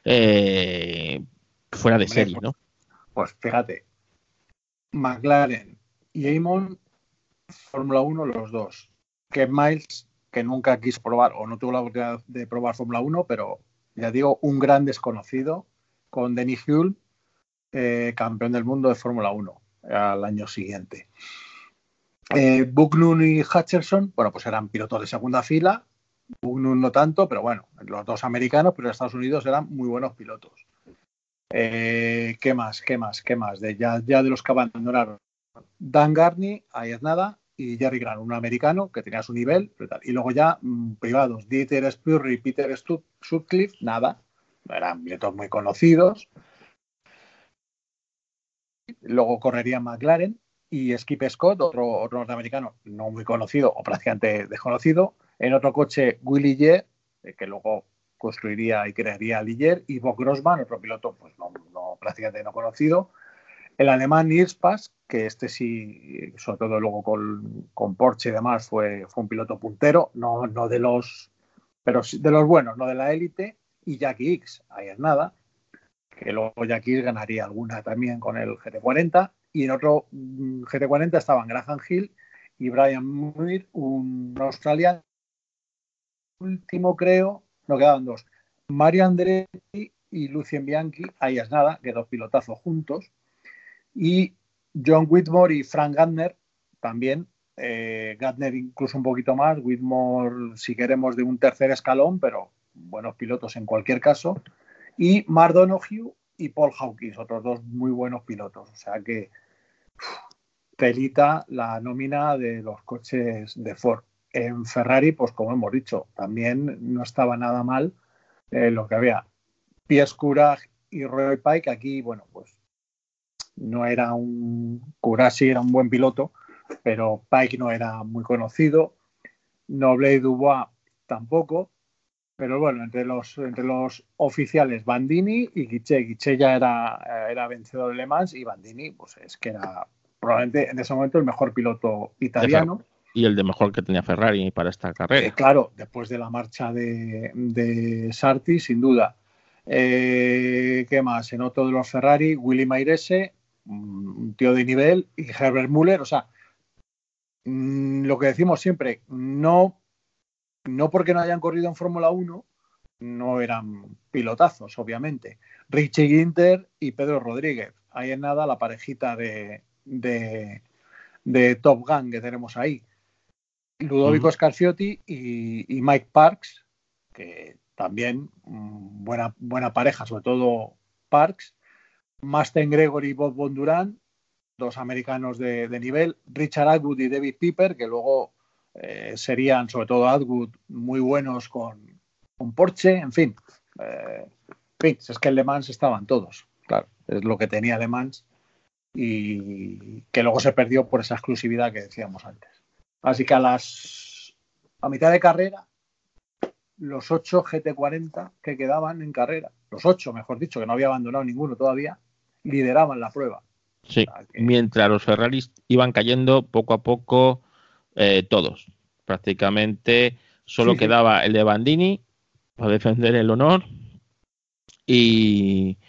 fuera de serie, ¿no? Pues fíjate, McLaren y Amon, Fórmula 1 los dos. Ken Miles, que nunca quiso probar o no tuvo la oportunidad de probar Fórmula 1, pero ya digo, un gran desconocido, con Denny Hulme, campeón del mundo de Fórmula 1 al año siguiente. Bucknum y Hutcherson, bueno, pues eran pilotos de segunda fila. Bucknum no tanto, pero bueno, los dos americanos, pero en Estados Unidos eran muy buenos pilotos. ¿Qué más? Ya de los que abandonaron. Dan Garney, ahí es nada, y Jerry Grant, un americano que tenía su nivel, y luego ya privados, Dieter Spurrier y Peter Sutcliffe, nada, eran pilotos muy conocidos. Luego correría McLaren y Skip Scott, otro norteamericano no muy conocido o prácticamente desconocido. En otro coche, Willy Ligier, que luego construiría y crearía Ligier, y Bob Grossman, otro piloto pues no prácticamente no conocido. El alemán Nils Pass, que este sí, sobre todo luego con Porsche y demás, fue un piloto puntero, no de los, pero sí de los buenos, no de la élite. Y Jackie Hicks, ahí es nada, que luego Jackie Hicks ganaría alguna también con el GT40. Y en otro GT40 estaban Graham Hill y Brian Muir, un australiano. Último creo, no quedaban dos, Mario Andretti y Lucien Bianchi, ahí es nada, que dos pilotazos juntos. Y John Whitmore y Frank Gardner también, Gardner incluso un poquito más, Whitmore si queremos de un tercer escalón, pero buenos pilotos en cualquier caso. Y Mark Donoghue y Paul Hawkins, otros dos muy buenos pilotos. O sea que telita la nómina de los coches de Ford. En Ferrari, pues como hemos dicho, también no estaba nada mal lo que había. Piers Courage y Roy Pike, aquí, bueno, pues no era Courage sí era un buen piloto, pero Pike no era muy conocido. Noble y Dubois tampoco. Pero bueno, entre los oficiales, Bandini y Guiche. Guiche ya era vencedor de Le Mans y Bandini, pues es que era probablemente en ese momento el mejor piloto italiano. Y el de mejor que tenía Ferrari para esta carrera. Claro, después de la marcha de Sarti, sin duda. ¿Qué más? En otro de los Ferrari, Willy Mairesse, un tío de nivel, y Herbert Müller. O sea, lo que decimos siempre, no porque no hayan corrido en Fórmula 1, no eran pilotazos, obviamente. Richie Ginter y Pedro Rodríguez. Ahí en nada la parejita de Top Gun que tenemos ahí. Ludovico Scarfiotti y Mike Parks, que también buena pareja, sobre todo Parks. Masten Gregory y Bob Bondurant, dos americanos de nivel. Richard Atwood y David Piper, que luego serían, sobre todo Atwood, muy buenos con Porsche. En fin, es que en Le Mans estaban todos. Claro, es lo que tenía Le Mans y que luego se perdió por esa exclusividad que decíamos antes. Así que a mitad de carrera, los 8 GT40 que quedaban en carrera, los 8, mejor dicho, que no había abandonado ninguno todavía, lideraban la prueba. Sí, o sea que mientras los Ferraris iban cayendo poco a poco todos. Prácticamente solo quedaba el de Bandini para defender el honor y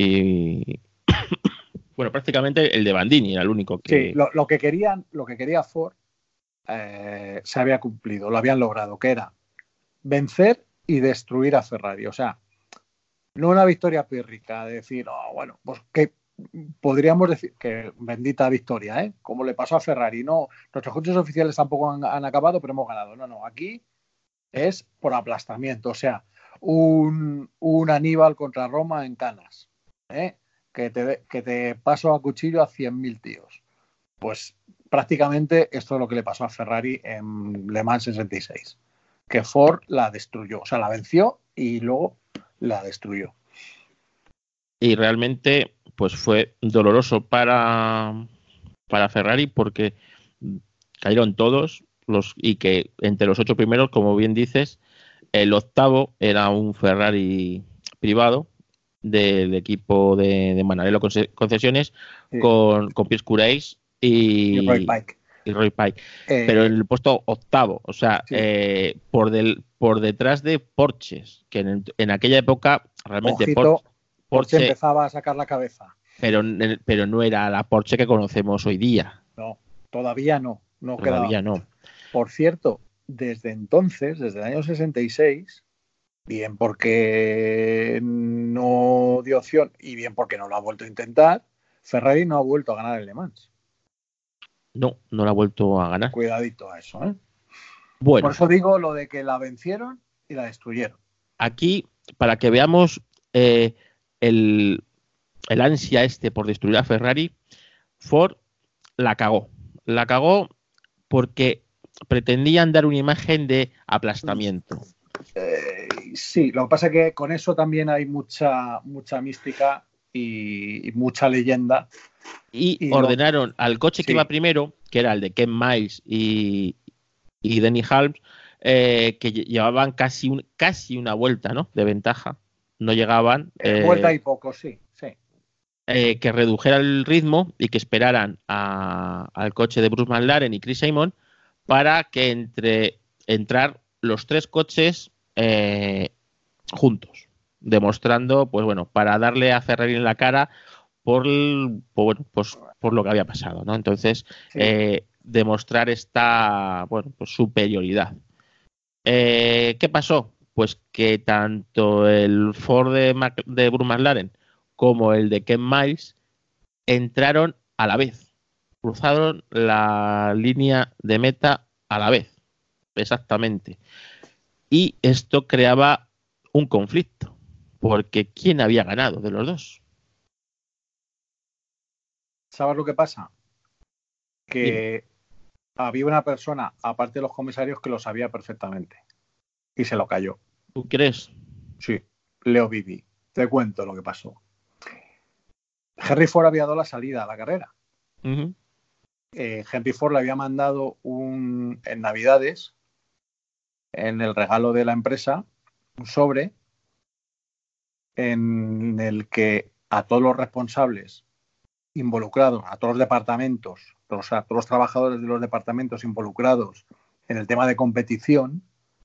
bueno, prácticamente el de Bandini era el único que... Sí, lo que quería Ford se había cumplido, lo habían logrado, que era vencer y destruir a Ferrari. O sea, no una victoria pírrica, de decir, bueno, pues que podríamos decir que bendita victoria, como le pasó a Ferrari. No, nuestros coches oficiales tampoco han acabado, pero hemos ganado. No, aquí es por aplastamiento. O sea, un Aníbal contra Roma en Canas, que te paso a cuchillo a 100.000 tíos. Pues prácticamente esto es lo que le pasó a Ferrari en Le Mans 66, que Ford la destruyó, o sea, la venció y luego la destruyó. Y realmente pues fue doloroso para Ferrari porque cayeron todos y que entre los 8 primeros, como bien dices, el octavo era un Ferrari privado del equipo de Manarello Concesiones, sí, con Piers Courage y Roy Pike. Pero en el puesto octavo, o sea, sí. por detrás de Porsches, que en aquella época realmente Porsche empezaba a sacar la cabeza. Pero no era la Porsche que conocemos hoy día. No, todavía no. Todavía no. Por cierto, desde entonces, desde el año 66, bien porque no dio opción y bien porque no lo ha vuelto a intentar, Ferrari no ha vuelto a ganar el Le Mans. No lo ha vuelto a ganar. Cuidadito a eso, ¿eh? Bueno. Por eso digo lo de que la vencieron y la destruyeron. Aquí, para que veamos el ansia por destruir a Ferrari, Ford la cagó. La cagó porque pretendían dar una imagen de aplastamiento. Sí, lo que pasa es que con eso también hay mucha mística y mucha leyenda. Y ordenaron al coche que iba primero, que era el de Ken Miles y Denny Halms, que llevaban casi una vuelta, ¿no?, de ventaja. No llegaban. Vuelta y poco, sí. Que redujera el ritmo y que esperaran al coche de Bruce McLaren y Chris Simon para que entrar los tres coches juntos, demostrando, pues bueno, para darle a Ferrari en la cara por lo que había pasado, ¿no? Entonces, demostrar esta superioridad. ¿Qué pasó? Pues que tanto el Ford de Bruce McLaren como el de Ken Miles entraron a la vez, cruzaron la línea de meta a la vez, exactamente. Y esto creaba un conflicto, porque ¿quién había ganado de los dos? ¿Sabes lo que pasa? Que había una persona, aparte de los comisarios, que lo sabía perfectamente y se lo cayó. ¿Tú crees? Sí, Leo Bibi. Te cuento lo que pasó. Henry Ford había dado la salida a la carrera. Uh-huh. Henry Ford le había mandado en Navidades, en el regalo de la empresa, un sobre en el que a todos los responsables involucrados, a todos los departamentos, a todos los trabajadores de los departamentos involucrados en el tema de competición,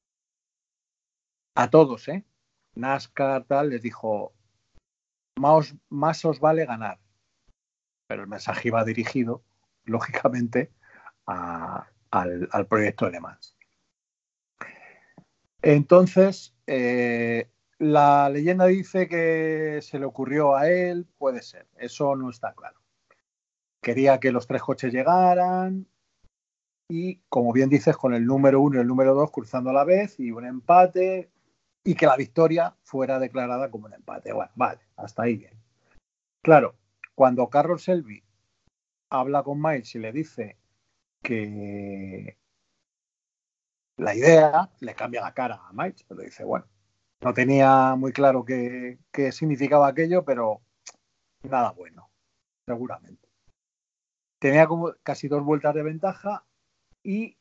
a todos, NASCAR, tal, les dijo: más os vale ganar. Pero el mensaje iba dirigido, lógicamente, al proyecto de Le Mans. Entonces, la leyenda dice que se le ocurrió a él, puede ser, eso no está claro. Quería que los tres coches llegaran y, como bien dices, con el número 1 y el número 2 cruzando a la vez y un empate, y que la victoria fuera declarada como un empate. Bueno, vale, hasta ahí bien. Claro, cuando Carroll Shelby habla con Miles y le dice que la idea, le cambia la cara a Miles, pero dice, bueno, no tenía muy claro qué significaba aquello, pero nada bueno, seguramente. Tenía como casi 2 vueltas de ventaja y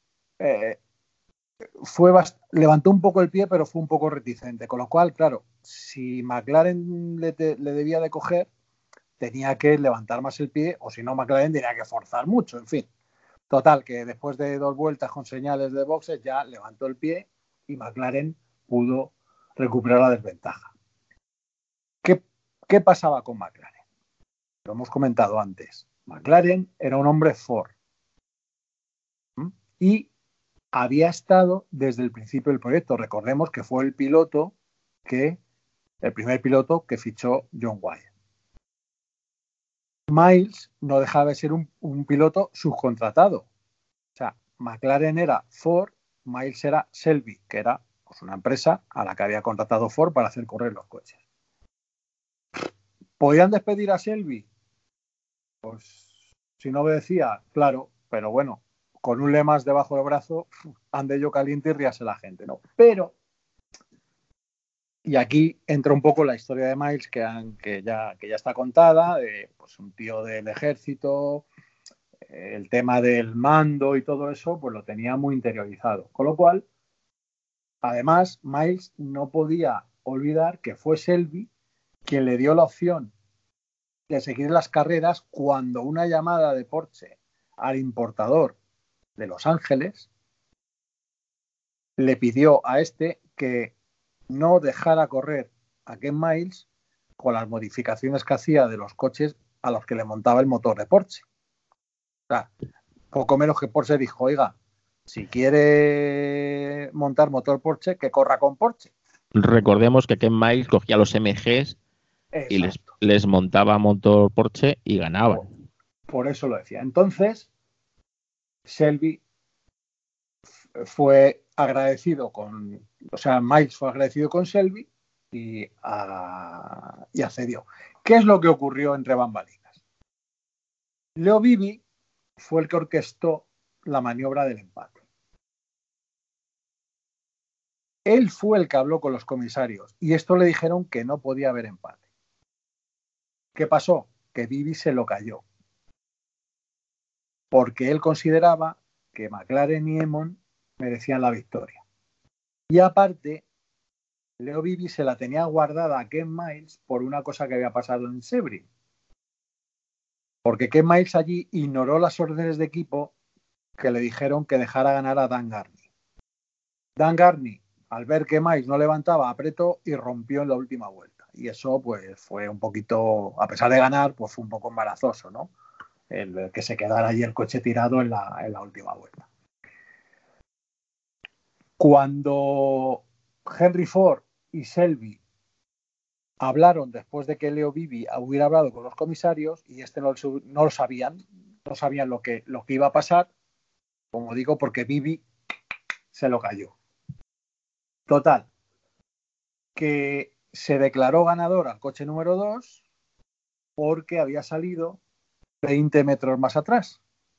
levantó un poco el pie, pero fue un poco reticente, con lo cual, claro, si McLaren le debía de coger, tenía que levantar más el pie, o si no, McLaren tenía que forzar mucho, en fin. Total, que después de 2 vueltas con señales de boxes ya levantó el pie y McLaren pudo recuperar la desventaja. ¿Qué pasaba con McLaren? Lo hemos comentado antes. McLaren era un hombre Ford. Y había estado desde el principio del proyecto. Recordemos que fue el primer piloto que fichó John Wyatt. Miles no dejaba de ser un piloto subcontratado. O sea, McLaren era Ford, Miles era Shelby, que era una empresa a la que había contratado Ford para hacer correr los coches. ¿Podían despedir a Shelby? Pues si no obedecía, claro, pero bueno, con un Le Mans debajo del brazo, ande yo caliente y ríase la gente, ¿no? Pero, y aquí entra un poco la historia de Miles, que ya está contada, de pues un tío del ejército, el tema del mando y todo eso, pues lo tenía muy interiorizado. Con lo cual, además, Miles no podía olvidar que fue Shelby quien le dio la opción de seguir las carreras cuando una llamada de Porsche al importador de Los Ángeles le pidió a este que no dejara correr a Ken Miles con las modificaciones que hacía de los coches a los que le montaba el motor de Porsche. O sea, poco menos que Porsche dijo, oiga, si quiere montar motor Porsche, que corra con Porsche. Recordemos que Ken Miles cogía los MGs y les montaba motor Porsche y ganaban. Por eso lo decía. Entonces, Shelby fue agradecido Miles fue agradecido con Shelby y accedió. ¿Qué es lo que ocurrió entre bambalinas? Leo Beebe fue el que orquestó la maniobra del empate. Él fue el que habló con los comisarios y esto le dijeron que no podía haber empate. ¿Qué pasó? Que Beebe se lo cayó. Porque él consideraba que McLaren y Emmons merecían la victoria. Y aparte, Leo Beebe se la tenía guardada a Ken Miles por una cosa que había pasado en Sebring. Porque Ken Miles allí ignoró las órdenes de equipo que le dijeron que dejara ganar a Dan Garney. Dan Garney, al ver que Miles no levantaba, apretó y rompió en la última vuelta. Y eso pues fue un poquito, a pesar de ganar, pues fue un poco embarazoso, ¿no? El que se quedara allí el coche tirado en la última vuelta. Cuando Henry Ford y Shelby hablaron después de que Leo Beebe hubiera hablado con los comisarios y no lo sabían lo que iba a pasar, como digo, porque Beebe se lo cayó. Total, que se declaró ganador al coche número 2 porque había salido 20 metros más atrás.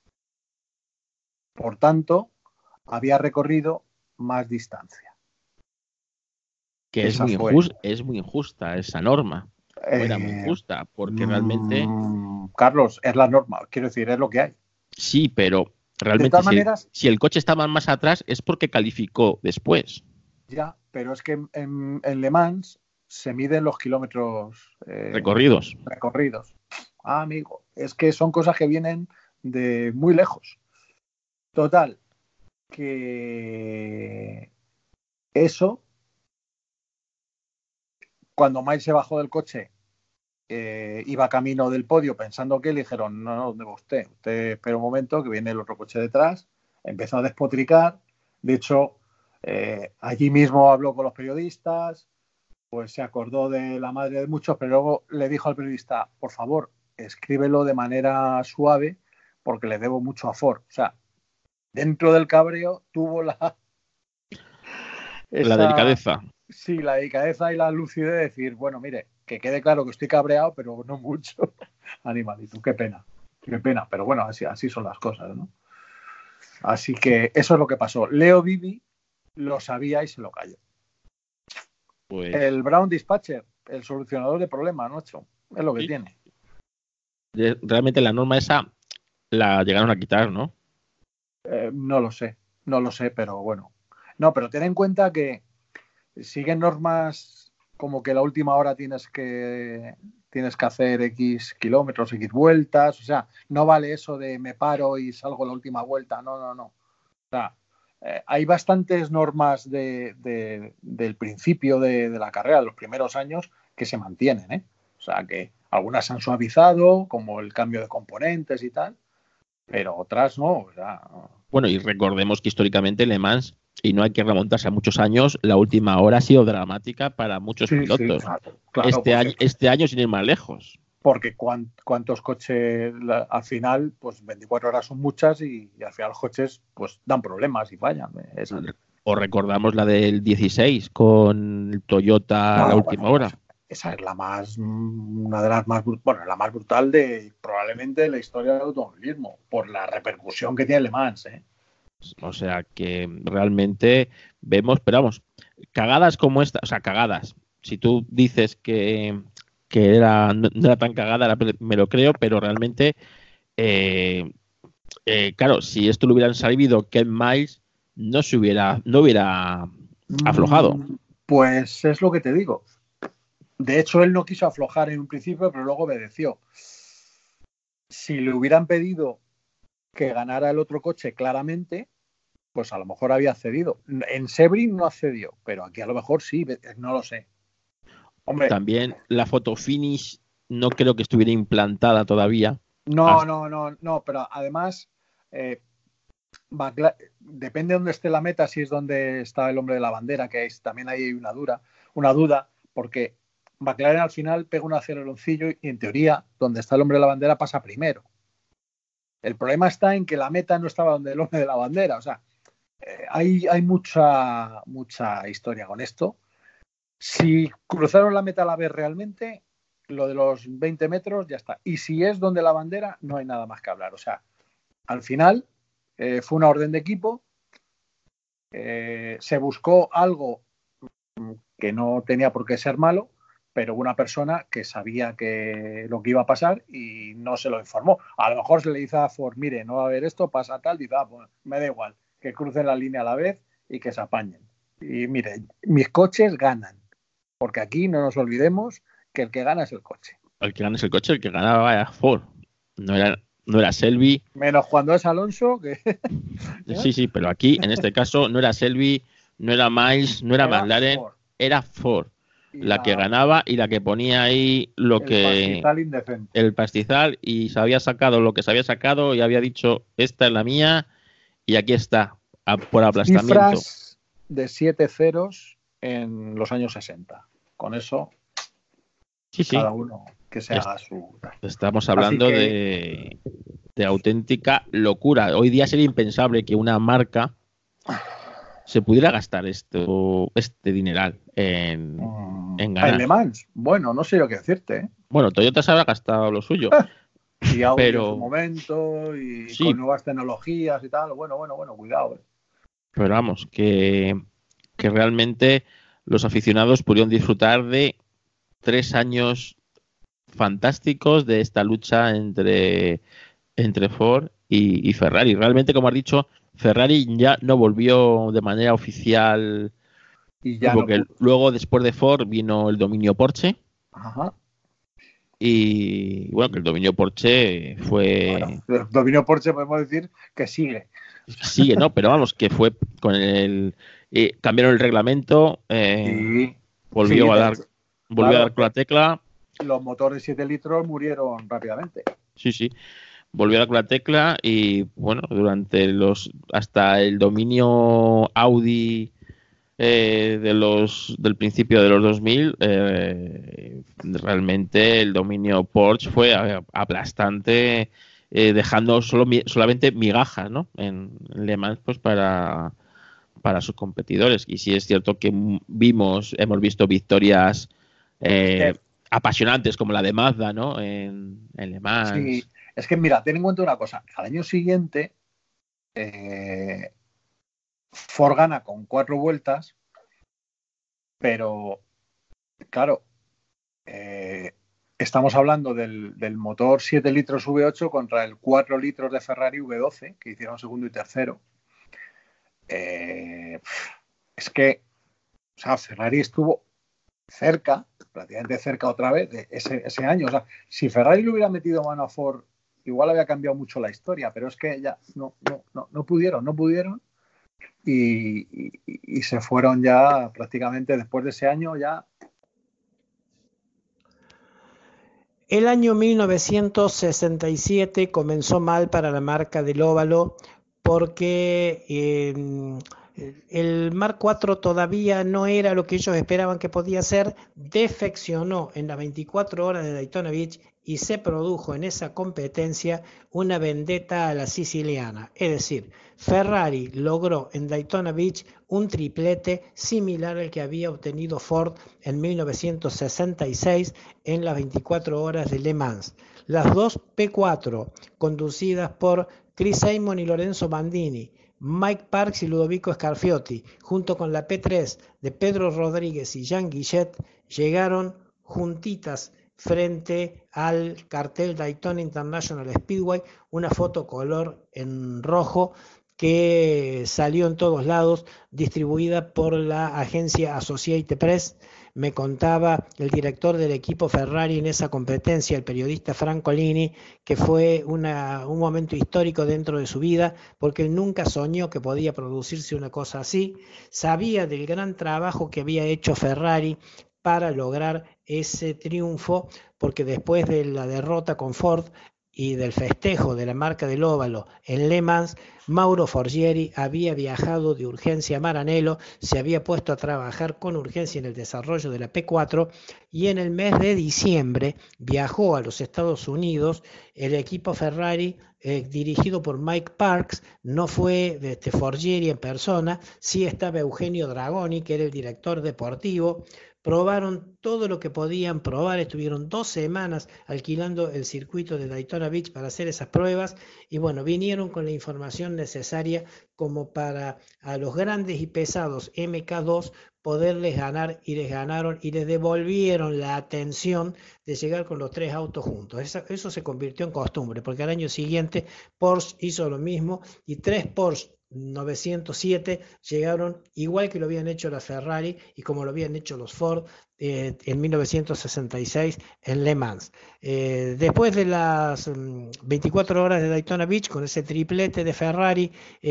Por tanto, había recorrido más distancia. Que es muy injusta esa norma. Era muy injusta, porque realmente... Carlos, es la norma, quiero decir, es lo que hay. Sí, pero realmente si el coche estaba más atrás es porque calificó después. Ya, pero es que en Le Mans se miden los kilómetros recorridos. Ah, amigo, es que son cosas que vienen de muy lejos. Total, que eso, cuando Miles se bajó del coche, iba camino del podio pensando que le dijeron, no, ¿dónde va usted? Usted espera un momento que viene el otro coche detrás, empezó a despotricar, de hecho, allí mismo habló con los periodistas, pues se acordó de la madre de muchos, pero luego le dijo al periodista, por favor, escríbelo de manera suave porque le debo mucho a Ford. O sea, dentro del cabreo tuvo la delicadeza. Sí, la delicadeza y la lucidez de decir, bueno, mire, que quede claro que estoy cabreado, pero no mucho. Animalito, qué pena. Pero bueno, así son las cosas, ¿no? Así que eso es lo que pasó. Leo Beebe lo sabía y se lo cayó. Pues... El Brown Dispatcher, el solucionador de problemas, ¿no? Es lo que tiene. Realmente la norma esa la llegaron a quitar, ¿no? No lo sé, pero bueno. No, pero ten en cuenta que siguen normas como que la última hora tienes que hacer X kilómetros, X vueltas. O sea, no vale eso de me paro y salgo la última vuelta. No. O sea, hay bastantes normas del principio de la carrera, de los primeros años, que se mantienen, ¿eh? O sea, que algunas se han suavizado, como el cambio de componentes y tal, pero otras no. O sea, bueno, y recordemos que históricamente Le Mans, y no hay que remontarse a muchos años, la última hora ha sido dramática para muchos pilotos. Sí, claro, este año sin ir más lejos. Porque cuántos coches al final, pues 24 horas son muchas y al final los coches pues dan problemas y fallan. O recordamos la del 16 con el Toyota la última hora. Esa es una de las más, la más brutal probablemente de la historia del automovilismo, por la repercusión que tiene Le Mans, ¿eh? O sea que realmente vemos, pero vamos, cagadas como esta, o sea, cagadas. Si tú dices que no era tan cagada, me lo creo, pero realmente, claro, si esto lo hubieran sabido Ken Miles, no hubiera aflojado. Pues es lo que te digo. De hecho, él no quiso aflojar en un principio, pero luego obedeció. Si le hubieran pedido que ganara el otro coche claramente, pues a lo mejor había cedido. En Sebring no accedió, pero aquí a lo mejor sí, no lo sé. Hombre, también la foto finish no creo que estuviera implantada todavía. No, pero además depende de dónde esté la meta, si es donde está el hombre de la bandera, que también hay una duda, porque McLaren al final pega un aceleroncillo y en teoría donde está el hombre de la bandera pasa primero. El problema está en que la meta no estaba donde el hombre de la bandera, o sea, hay mucha historia con esto. Si cruzaron la meta a la vez realmente, lo de los 20 metros ya está. Y si es donde la bandera, no hay nada más que hablar. O sea, al final fue una orden de equipo, se buscó algo que no tenía por qué ser malo, pero una persona que sabía que lo que iba a pasar y no se lo informó. A lo mejor se le dice a Ford, mire, no va a haber esto, pasa tal, dice, pues me da igual, que crucen la línea a la vez y que se apañen. Y mire, mis coches ganan, porque aquí no nos olvidemos que el que gana es el coche. El que gana es el coche, el que ganaba era Ford. No era Shelby. Menos cuando es Alonso, que... Sí, pero aquí, en este caso, no era Shelby, no era Miles, no era McLaren, era Ford. La que ganaba y la que ponía ahí el pastizal, y se había sacado lo que se había sacado y había dicho, esta es la mía y aquí está, por aplastamiento. Cifras de 7 ceros en los años 60. Con eso, cada uno que se haga su... Estamos hablando de auténtica locura. Hoy día sería impensable que una marca se pudiera gastar este dineral en ganar. En Le Mans, bueno, no sé yo qué decirte, ¿eh? Bueno, Toyota se habrá gastado lo suyo. Y Audi pero... en su momento, y con nuevas tecnologías y tal. Bueno, cuidado. Pero vamos, que realmente los aficionados pudieron disfrutar de 3 años fantásticos de esta lucha entre Ford y Ferrari. Realmente, como has dicho, Ferrari ya no volvió de manera oficial, y ya porque luego, después de Ford, vino el dominio Porsche. Ajá. Y bueno, que el dominio Porsche fue... Bueno, el dominio Porsche podemos decir que sigue. Sigue, ¿no? Pero vamos, que fue con cambiaron el reglamento, volvió a dar con la tecla. Los motores 7 litros murieron rápidamente. Sí. Volvió a dar con la tecla y bueno, hasta el dominio Audi del principio de los 2000, realmente el dominio Porsche fue aplastante, dejando solamente migajas, ¿no? en Le Mans, pues para sus competidores. Y sí es cierto que hemos visto victorias apasionantes como la de Mazda, ¿no? en Le Mans. Sí, es que mira, ten en cuenta una cosa. Al año siguiente Ford gana con 4 vueltas, pero claro, estamos hablando del motor 7 litros V8 contra el 4 litros de Ferrari V12, que hicieron segundo y tercero. Es que, o sea, Ferrari estuvo cerca, prácticamente cerca otra vez de ese año. O sea, si Ferrari le hubiera metido mano a Ford, igual había cambiado mucho la historia, pero es que ya no pudieron y se fueron ya prácticamente después de ese año ya. El año 1967 comenzó mal para la marca del óvalo porque el Mark IV todavía no era lo que ellos esperaban que podía ser, defeccionó en las 24 horas de Daytona Beach y se produjo en esa competencia una vendetta a la siciliana. Es decir, Ferrari logró en Daytona Beach un triplete similar al que había obtenido Ford en 1966 en las 24 horas de Le Mans. Las dos P4, conducidas por Chris Simon y Lorenzo Bandini, Mike Parks y Ludovico Scarfiotti, junto con la P3 de Pedro Rodríguez y Jean Guillet, llegaron juntitas frente al cartel Daytona International Speedway, una foto color en rojo que salió en todos lados, distribuida por la agencia Associated Press. Me contaba el director del equipo Ferrari en esa competencia, el periodista Francolini, que fue un momento histórico dentro de su vida, porque él nunca soñó que podía producirse una cosa así. Sabía del gran trabajo que había hecho Ferrari para lograr ese triunfo, porque después de la derrota con Ford y del festejo de la marca del óvalo en Le Mans, Mauro Forgieri había viajado de urgencia a Maranello, se había puesto a trabajar con urgencia en el desarrollo de la P4 y en el mes de diciembre viajó a los Estados Unidos. El equipo Ferrari, dirigido por Mike Parks, no fue Forgieri en persona, sí estaba Eugenio Dragoni, que era el director deportivo. Probaron todo lo que podían probar, estuvieron 2 semanas alquilando el circuito de Daytona Beach para hacer esas pruebas y bueno, vinieron con la información necesaria como para a los grandes y pesados MK2 poderles ganar, y les ganaron y les devolvieron la atención de llegar con los 3 autos juntos. Eso se convirtió en costumbre, porque al año siguiente Porsche hizo lo mismo y 3 Porsche 907 llegaron igual que lo habían hecho la Ferrari y como lo habían hecho los Ford en 1966 en Le Mans. Después de las 24 horas de Daytona Beach, con ese triplete de Ferrari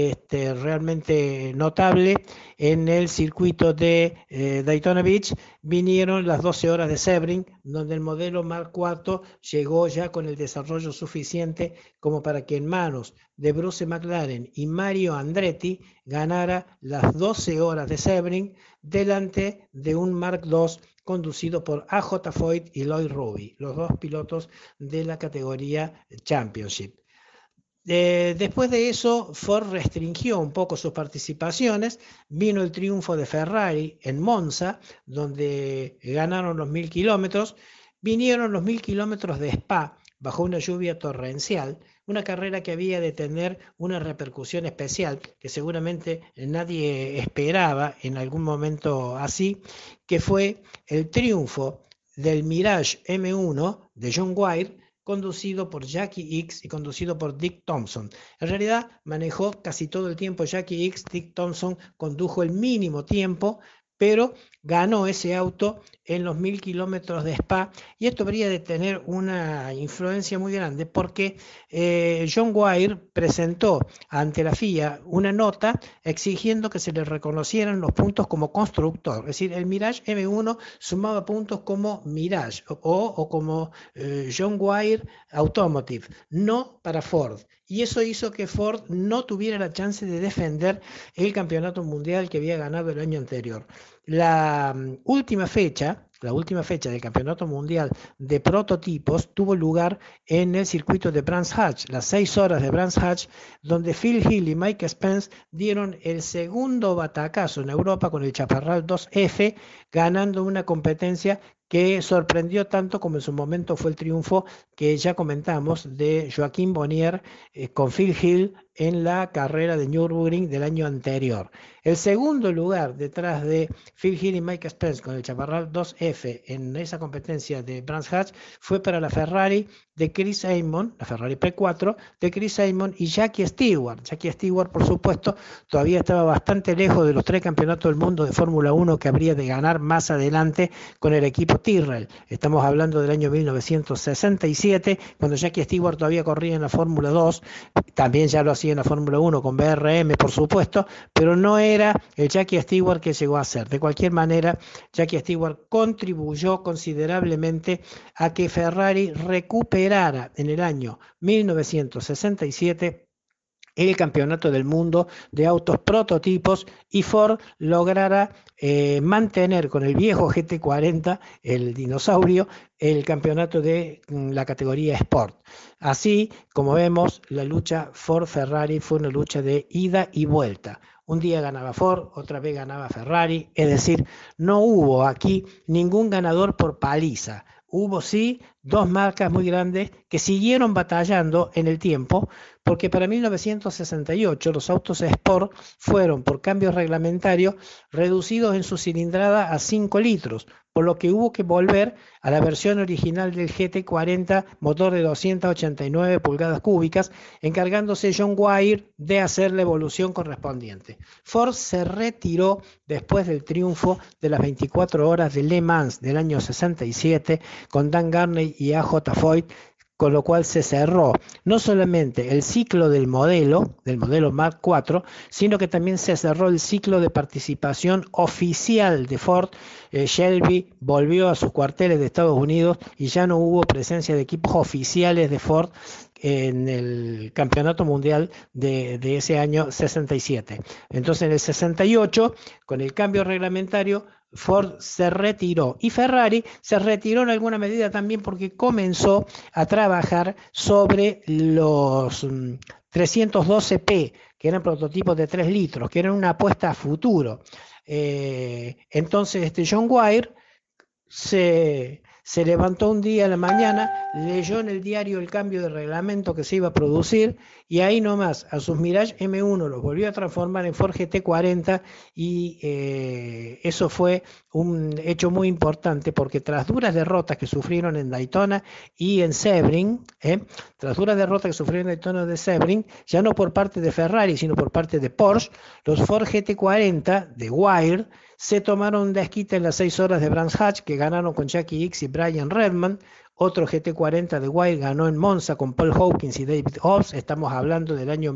realmente notable, en el circuito de Daytona Beach vinieron las 12 horas de Sebring, donde el modelo Mark IV llegó ya con el desarrollo suficiente como para que en manos de Bruce McLaren y Mario Andretti ganara las 12 horas de Sebring delante de un Mark II conducido por A.J. Foyt y Lloyd Ruby, los 2 pilotos de la categoría Championship. Después de eso, Ford restringió un poco sus participaciones. Vino el triunfo de Ferrari en Monza, donde ganaron los 1000 kilómetros. Vinieron los 1000 kilómetros de Spa, bajo una lluvia torrencial, una carrera que había de tener una repercusión especial, que seguramente nadie esperaba en algún momento así, que fue el triunfo del Mirage M1 de John Wyer, conducido por Jackie Ickx y conducido por Dick Thompson. En realidad manejó casi todo el tiempo Jackie Ickx, Dick Thompson condujo el mínimo tiempo, pero ganó ese auto en los 1000 kilómetros de Spa, y esto habría de tener una influencia muy grande porque John Wyer presentó ante la FIA una nota exigiendo que se le reconocieran los puntos como constructor, es decir, el Mirage M1 sumaba puntos como Mirage o como John Wyer Automotive, no para Ford. Y eso hizo que Ford no tuviera la chance de defender el campeonato mundial que había ganado el año anterior. La última fecha del campeonato mundial de prototipos tuvo lugar en el circuito de Brands Hatch, las 6 horas de Brands Hatch, donde Phil Hill y Mike Spence dieron el segundo batacazo en Europa con el Chaparral 2F, ganando una competencia que sorprendió tanto como en su momento fue el triunfo que ya comentamos de Joaquín Bonnier con Phil Hill en la carrera de Nürburgring del año anterior. El segundo lugar detrás de Phil Hill y Mike Spence con el Chaparral 2F en esa competencia de Brands Hatch fue para la Ferrari de Chris Amon, la Ferrari P4 de Chris Amon y Jackie Stewart. Jackie Stewart, por supuesto, todavía estaba bastante lejos de los 3 campeonatos del mundo de Fórmula 1 que habría de ganar más adelante con el equipo Tyrrell. Estamos hablando del año 1967, cuando Jackie Stewart todavía corría en la Fórmula 2, también ya lo hacía en la Fórmula 1 con BRM, por supuesto, pero no era el Jackie Stewart que llegó a ser. De cualquier manera, Jackie Stewart contribuyó considerablemente a que Ferrari recuperara en el año 1967 el campeonato del mundo de autos prototipos y Ford lograra mantener con el viejo GT40, el dinosaurio, el campeonato de la categoría Sport. Así, como vemos, la lucha Ford-Ferrari fue una lucha de ida y vuelta. Un día ganaba Ford, otra vez ganaba Ferrari, es decir, no hubo aquí ningún ganador por paliza. Hubo sí dos marcas muy grandes que siguieron batallando en el tiempo, porque para 1968 los autos Sport fueron, por cambios reglamentarios, reducidos en su cilindrada a 5 litros, por lo que hubo que volver a la versión original del GT40 motor de 289 pulgadas cúbicas, encargándose John Wyer de hacer la evolución correspondiente. Ford se retiró después del triunfo de las 24 horas de Le Mans del año 67 con Dan Gurney y A.J. Foyt, con lo cual se cerró no solamente el ciclo del modelo Mark IV, sino que también se cerró el ciclo de participación oficial de Ford. Shelby volvió a sus cuarteles de Estados Unidos y ya no hubo presencia de equipos oficiales de Ford en el campeonato mundial de ese año 67. Entonces en el 68, con el cambio reglamentario, Ford se retiró y Ferrari se retiró en alguna medida también porque comenzó a trabajar sobre los 312P, que eran prototipos de 3 litros, que eran una apuesta a futuro. Entonces John Wyer se levantó un día a la mañana, leyó en el diario el cambio de reglamento que se iba a producir y ahí nomás a sus Mirage M1 los volvió a transformar en Ford GT40 y eso fue un hecho muy importante porque tras duras derrotas que sufrieron en Daytona y en Sebring, tras duras derrotas que sufrieron en Daytona de Sebring, ya no por parte de Ferrari sino por parte de Porsche, los Ford GT40 de Wyer se tomaron un desquite en las 6 horas de Brands Hatch, que ganaron con Jackie Ickx y Brian Redman. Otro GT40 de Wyer ganó en Monza con Paul Hawkins y David Hobbs. Estamos hablando del año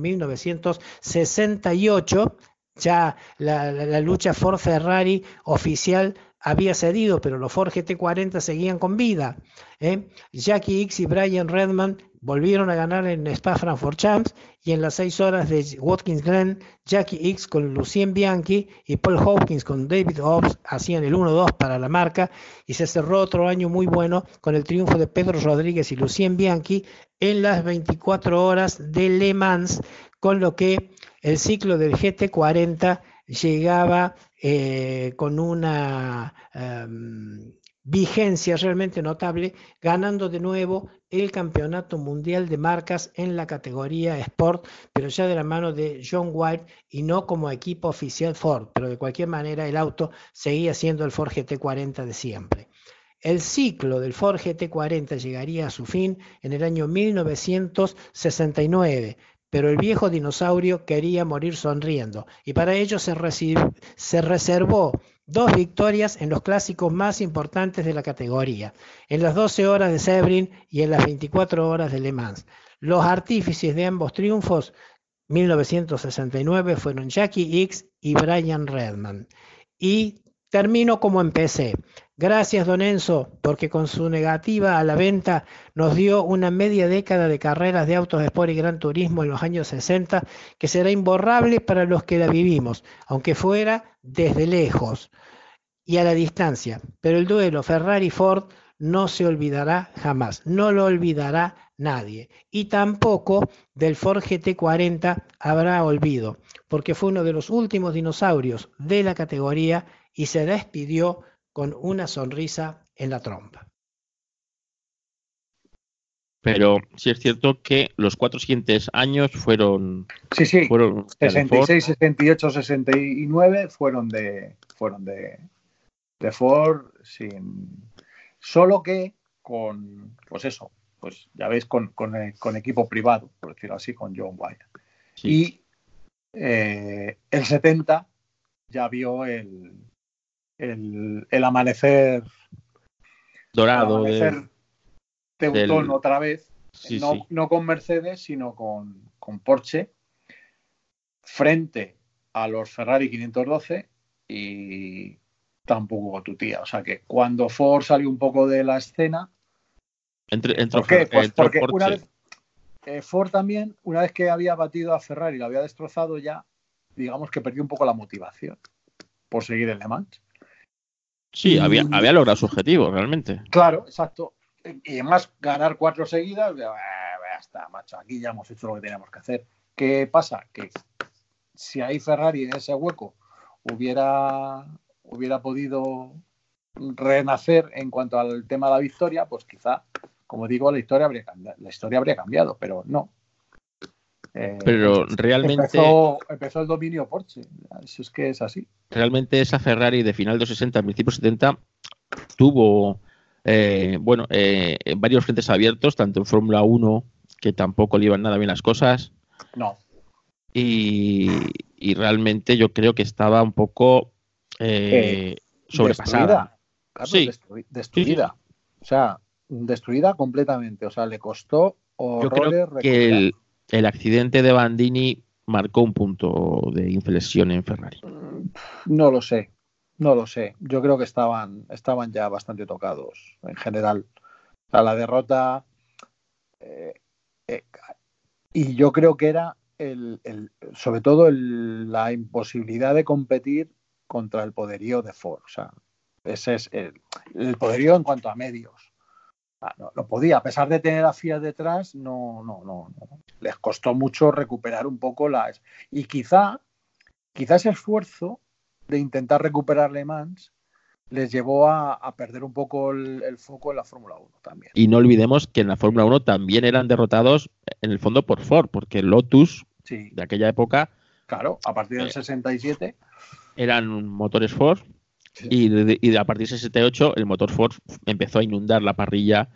1968. Ya la lucha Ford-Ferrari oficial había cedido, pero los Ford GT40 seguían con vida. Jackie Ickx y Brian Redman volvieron a ganar en Spa-Francorchamps y en las 6 horas de Watkins Glen, Jackie Ickx con Lucien Bianchi y Paul Hawkins con David Hobbs hacían el 1-2 para la marca y se cerró otro año muy bueno con el triunfo de Pedro Rodríguez y Lucien Bianchi en las 24 horas de Le Mans, con lo que el ciclo del GT40 llegaba con una vigencia realmente notable, ganando de nuevo el campeonato mundial de marcas en la categoría Sport, pero ya de la mano de John Wyer y no como equipo oficial Ford, pero de cualquier manera el auto seguía siendo el Ford GT40 de siempre. El ciclo del Ford GT40 llegaría a su fin en el año 1969, pero el viejo dinosaurio quería morir sonriendo y para ello se reservó 2 victorias en los clásicos más importantes de la categoría, en las 12 horas de Sebring y en las 24 horas de Le Mans. Los artífices de ambos triunfos, 1969, fueron Jackie Ickx y Brian Redman. Y termino como empecé. Gracias, don Enzo, porque con su negativa a la venta nos dio una media década de carreras de autos de Sport y Gran Turismo en los años 60 que será imborrable para los que la vivimos, aunque fuera desde lejos y a la distancia. Pero el duelo Ferrari-Ford no se olvidará jamás, no lo olvidará nadie. Y tampoco del Ford GT40 habrá olvido, porque fue uno de los últimos dinosaurios de la categoría y se despidió con una sonrisa en la trompa. Pero sí es cierto que los 4 siguientes años fueron... Sí. Fueron 66, 68, 69 fueron de Ford, sin... Solo que con, pues eso, pues ya veis, con equipo privado, por decirlo así, con John Wyer. Sí. Y el 70 ya vio el amanecer dorado, teutón otra vez, sí, no con Mercedes sino con Porsche frente a los Ferrari 512 y tampoco tu tía, o sea que cuando Ford salió un poco de la escena, ¿por qué? Pues porque Porsche. Una vez Ford también, una vez que había batido a Ferrari, lo había destrozado, ya digamos que perdió un poco la motivación por seguir en Le Mans. Sí, había logrado su objetivo, realmente. Claro, exacto. Y además, ganar 4 seguidas, ya está, macho, aquí ya hemos hecho lo que teníamos que hacer. ¿Qué pasa? Que si ahí Ferrari en ese hueco hubiera podido renacer en cuanto al tema de la victoria, pues quizá como digo, la historia habría cambiado, pero no. Pero realmente empezó el dominio Porsche. Eso es que es así. Realmente esa Ferrari de final de los 60, principios 70, tuvo varios frentes abiertos, tanto en Fórmula 1, que tampoco le iban nada bien las cosas. No. Y realmente yo creo que estaba un poco sobrepasada. Destruida, Carlos, sí. Destruida. Sí. O sea, destruida completamente. O sea, le costó horrores. Yo creo que el accidente de Bandini marcó un punto de inflexión en Ferrari. No lo sé. Yo creo que estaban ya bastante tocados en general. O sea, la derrota y yo creo que era sobre todo la imposibilidad de competir contra el poderío de Ford. O sea, ese es el poderío en cuanto a medios. No podía, a pesar de tener a Fiat detrás, no. Les costó mucho recuperar un poco y quizá ese esfuerzo de intentar recuperar Le Mans les llevó a perder un poco el foco en la Fórmula 1 también. Y no olvidemos que en la Fórmula 1 también eran derrotados en el fondo por Ford, porque Lotus de aquella época, claro, a partir del 67 eran motores Ford. Sí. Y a partir del 68 el motor Ford empezó a inundar la parrilla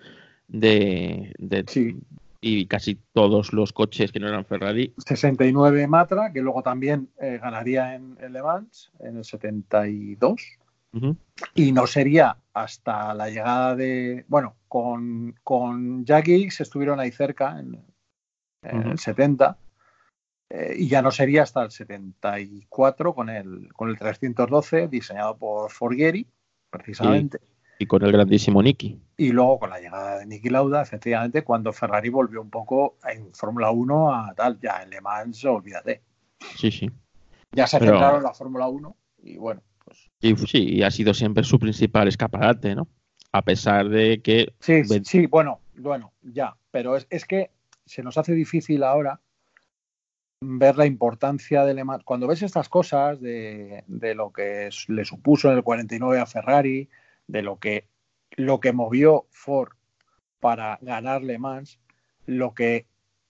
y casi todos los coches que no eran Ferrari. 69 Matra, que luego también ganaría en Le Mans en el 72. Uh-huh. Y no sería hasta la llegada de... Bueno, con Jack Hicks estuvieron ahí cerca en el 70. Y ya no sería hasta el 74 con el 312 diseñado por Forghieri, precisamente. Y con el grandísimo Niki. Y luego con la llegada de Niki Lauda, efectivamente, cuando Ferrari volvió un poco en Fórmula 1 a tal, ya en Le Mans, olvídate. Sí. Ya se centraron en la Fórmula 1 y bueno, pues... Y ha sido siempre su principal escaparate, ¿no? A pesar de que... Sí, bueno, ya. Pero es que se nos hace difícil ahora ver la importancia de Le Mans. Cuando ves estas cosas de lo que le supuso en el 49 a Ferrari, de lo que movió Ford para ganar Le Mans, lo que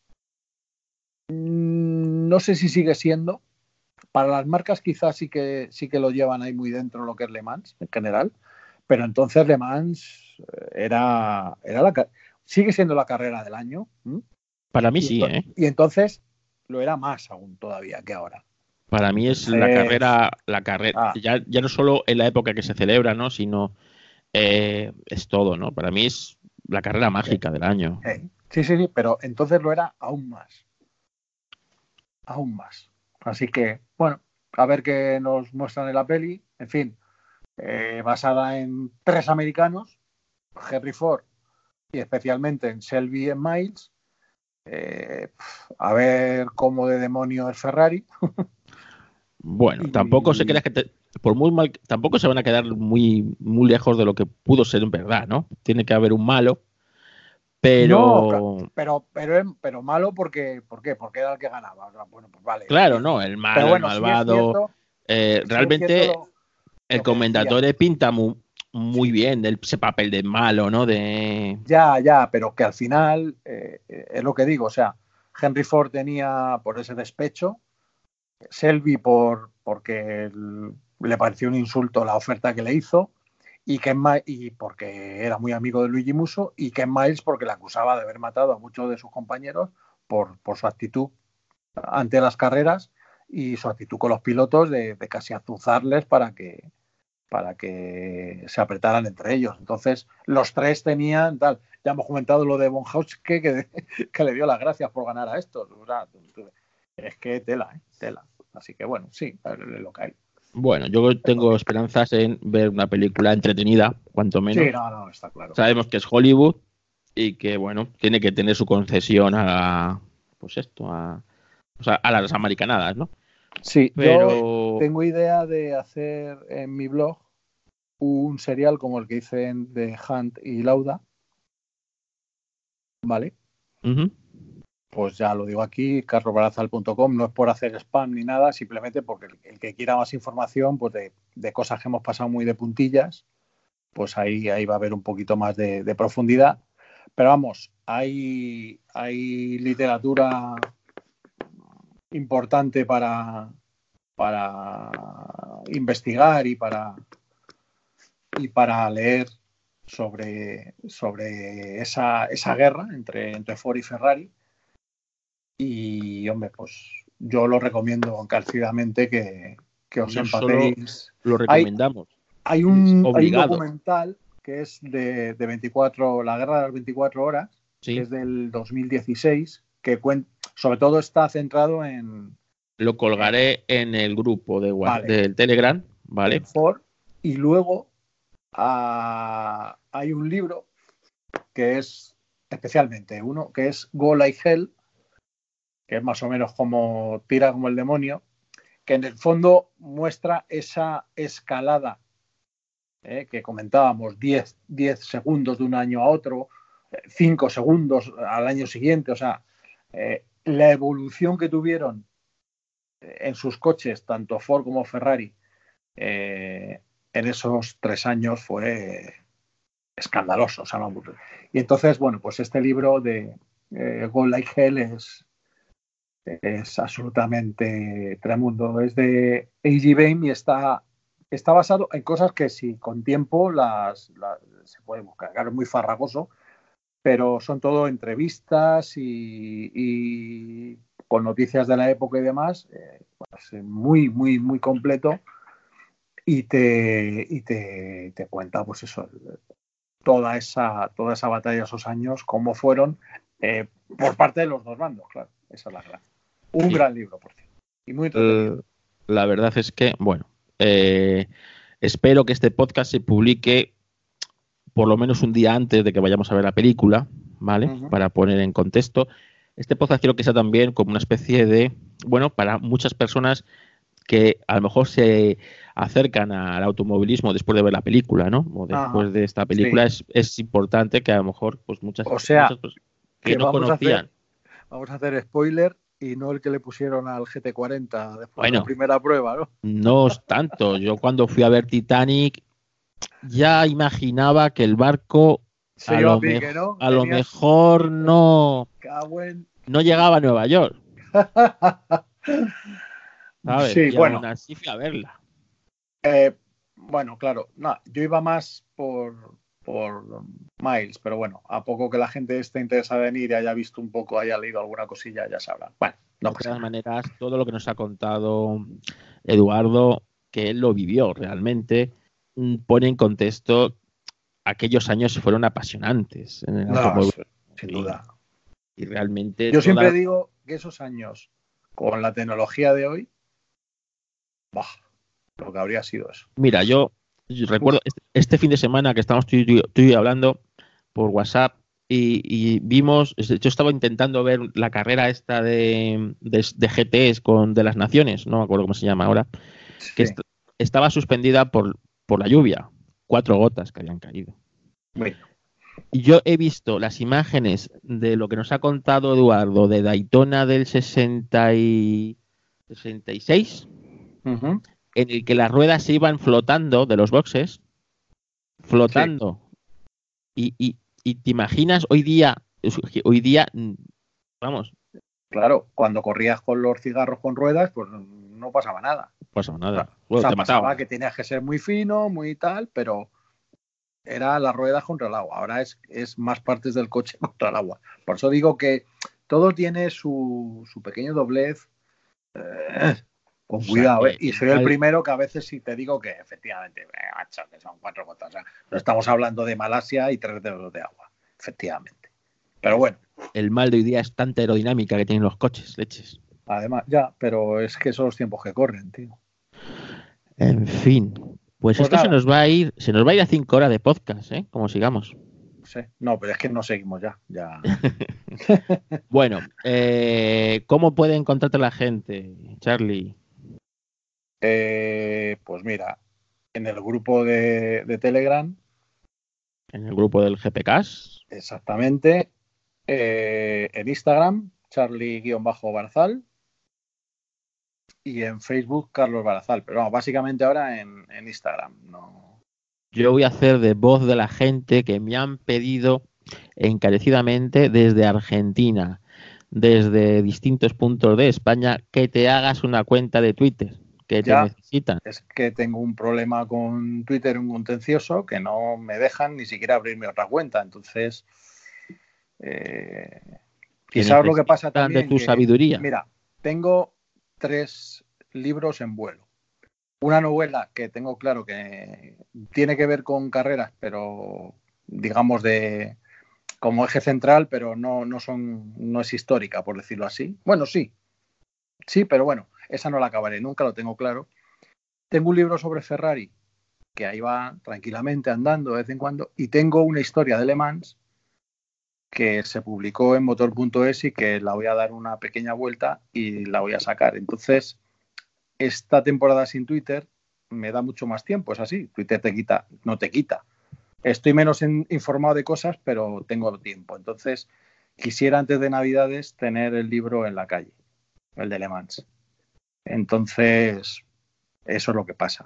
no sé si sigue siendo, para las marcas quizás sí que lo llevan ahí muy dentro lo que es Le Mans en general, pero entonces Le Mans sigue siendo la carrera del año. Para mí sí, ¿eh? Y entonces lo era más aún todavía que ahora. Para mí es la carrera, ya no solo en la época que se celebra, ¿no? Sino es todo, ¿no? Para mí es la carrera mágica del año. Sí, pero entonces lo era aún más. Aún más. Así que, bueno, a ver qué nos muestran en la peli. En fin, basada en 3 americanos, Henry Ford y especialmente en Shelby y en Miles. A ver cómo de demonio es Ferrari. Bueno, tampoco se creas que por muy mal, tampoco se van a quedar muy, muy lejos de lo que pudo ser en verdad, ¿no? Tiene que haber un malo, pero... No, pero malo porque era el que ganaba. O sea, bueno, pues vale. Claro, no, el malo, bueno, el malvado. Sí es cierto, realmente el comendatore pinta muy bien ese papel de malo, ¿no? Ya, pero que al final es lo que digo, o sea, Henry Ford tenía por ese despecho, Shelby porque le pareció un insulto la oferta que le hizo, y porque era muy amigo de Luigi Musso, y Ken Miles porque le acusaba de haber matado a muchos de sus compañeros por su actitud ante las carreras y su actitud con los pilotos de casi azuzarles para que se apretaran entre ellos. Entonces, los tres tenían tal. Ya hemos comentado lo de Von Hauske, que le dio las gracias por ganar a estos. O sea, es que tela. Así que bueno, sí, es lo que hay. Bueno, yo tengo esperanzas en ver una película entretenida, cuanto menos. Sí, no, está claro. Sabemos que es Hollywood y que, bueno, tiene que tener su concesión a las americanadas, ¿no? Sí, pero yo tengo idea de hacer en mi blog un serial como el que hice de Hunt y Lauda, ¿vale? Uh-huh. Pues ya lo digo aquí, carlosbarazal.com, no es por hacer spam ni nada, simplemente porque el que quiera más información pues de cosas que hemos pasado muy de puntillas, pues ahí va a haber un poquito más de profundidad. Pero vamos, hay literatura importante para investigar y para leer sobre esa guerra entre Ford y Ferrari. Y, hombre, pues yo lo recomiendo encarecidamente que os empatéis. Lo recomendamos. Hay un documental que es de 24, la guerra de las 24 horas, sí, que es del 2016, que sobre todo está centrado en... Lo colgaré en el grupo del Telegram, ¿vale? Ford, y luego hay un libro que es especialmente uno que es Go Like Hell, que es más o menos como Tira como el demonio, que en el fondo muestra esa escalada que comentábamos, 10 segundos de un año a otro, 5 segundos al año siguiente, o sea, la evolución que tuvieron en sus coches, tanto Ford como Ferrari, en esos 3 años fue escandaloso. O sea, y entonces, bueno, pues este libro de Go Like Hell es absolutamente tremendo. Es de A.G. Bain y está basado en cosas que si con tiempo se puede buscar. Claro, es muy farragoso, pero son todo entrevistas y con noticias de la época y demás, pues muy, muy, muy completo, y te cuenta, pues eso, toda esa batalla, esos años, cómo fueron por parte de los dos bandos, claro. Esa es la gracia. Un gran libro, por cierto. Y muy entretenido. La verdad es que, bueno, espero que este podcast se publique por lo menos un día antes de que vayamos a ver la película, ¿vale? Uh-huh. Para poner en contexto. Este podcast quiero que sea también como una especie de, bueno, para muchas personas que a lo mejor se acercan al automovilismo después de ver la película, ¿no? O después de esta película, sí. es importante que a lo mejor pues muchas personas que no conocían. Vamos a hacer spoiler y no el que le pusieron al GT40 después de la primera prueba, ¿no? No es tanto. Yo cuando fui a ver Titanic ya imaginaba que el barco a lo mejor no llegaba a Nueva York. ¿Sabes? Sí, y bueno. Aún así fui a verla. Bueno, claro. No, yo iba más por Miles, pero bueno, a poco que la gente esté interesada en ir y haya visto un poco, haya leído alguna cosilla, ya sabrán. Bueno, no pasa nada. De todas maneras, todo lo que nos ha contado Eduardo, que él lo vivió realmente, pone en contexto aquellos años que fueron apasionantes en el automóvil. Sin duda. Y realmente... Yo siempre digo que esos años, con la tecnología de hoy, lo que habría sido eso. Mira, yo recuerdo este fin de semana que estábamos tú y yo hablando por WhatsApp y vimos, yo estaba intentando ver la carrera esta de GTs de las Naciones, no me acuerdo cómo se llama ahora, sí. Que estaba suspendida por la lluvia, 4 gotas que habían caído. Bueno. Y yo he visto las imágenes de lo que nos ha contado Eduardo de Daytona del 66, uh-huh. En el que las ruedas se iban flotando de los boxes, flotando. Sí. Y te imaginas hoy día, vamos. Claro, cuando corrías con los cigarros con ruedas, pues no pasaba nada. No pasaba nada. Bueno, o sea, pasaba que tenías que ser muy fino, muy tal, pero era las ruedas contra el agua. Ahora es más partes del coche contra el agua. Por eso digo que todo tiene su pequeño doblez. Con cuidado, y soy el primero que a veces sí te digo que efectivamente, macho, que son 4 gotas. O sea, no estamos hablando de Malasia y 3 dedos de agua, efectivamente. Pero bueno. El mal de hoy día es tanta aerodinámica que tienen los coches, leches. Además, ya, pero es que son los tiempos que corren, tío. En fin, pues esto nada. se nos va a ir a 5 horas de podcast, como sigamos. Sí. No, pero es que no seguimos ya. Bueno, ¿cómo puede encontrarte la gente, Charlie? Pues mira, en el grupo de Telegram. En el grupo del GPCast. Exactamente. En Instagram, Charlie-Barzal. Y en Facebook, Carlos Barazal. Pero vamos, básicamente ahora en Instagram. No. Yo voy a hacer de voz de la gente que me han pedido encarecidamente desde Argentina, desde distintos puntos de España, que te hagas una cuenta de Twitter, que te necesitan. Es que tengo un problema con Twitter, un contencioso, que no me dejan ni siquiera abrirme otra cuenta. Entonces, quizás lo que pasa también... de tu sabiduría. Mira, tengo 3 libros en vuelo. Una novela que tengo claro que tiene que ver con carreras, pero digamos como eje central, pero no es histórica, por decirlo así. Bueno, sí, pero bueno, esa no la acabaré, nunca lo tengo claro. Tengo un libro sobre Ferrari, que ahí va tranquilamente andando de vez en cuando, y tengo una historia de Le Mans que se publicó en motor.es y que la voy a dar una pequeña vuelta y la voy a sacar. Entonces, esta temporada sin Twitter me da mucho más tiempo, es así. Twitter no te quita. Estoy menos informado de cosas, pero tengo tiempo. Entonces, quisiera antes de Navidades tener el libro en la calle, el de Le Mans. Entonces, eso es lo que pasa.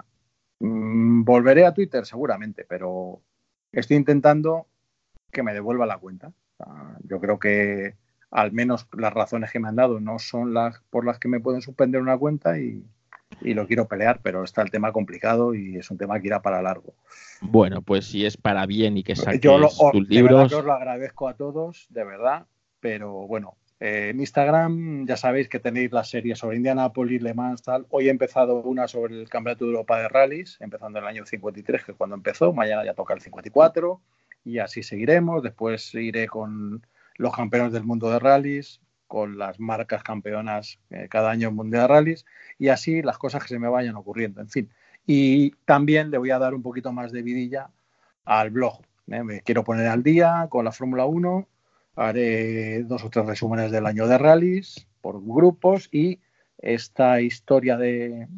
Volveré a Twitter seguramente, pero estoy intentando que me devuelva la cuenta. Yo creo que al menos las razones que me han dado no son las por las que me pueden suspender una cuenta y lo quiero pelear, pero está el tema complicado y es un tema que irá para largo. Bueno, pues si es para bien y que saques tus libros... De verdad que os lo agradezco a todos, de verdad, pero bueno, en Instagram ya sabéis que tenéis las series sobre Indianápolis, Le Mans, tal. Hoy he empezado una sobre el Campeonato de Europa de Rallys, empezando en el año 53, que es cuando empezó, mañana ya toca el 54, y así seguiremos. Después iré con los campeones del mundo de rallies, con las marcas campeonas cada año en Mundial de Rallys, y así las cosas que se me vayan ocurriendo, en fin. Y también le voy a dar un poquito más de vidilla al blog. Me quiero poner al día con la Fórmula 1, haré 2 o 3 resúmenes del año de rallies por grupos y esta historia de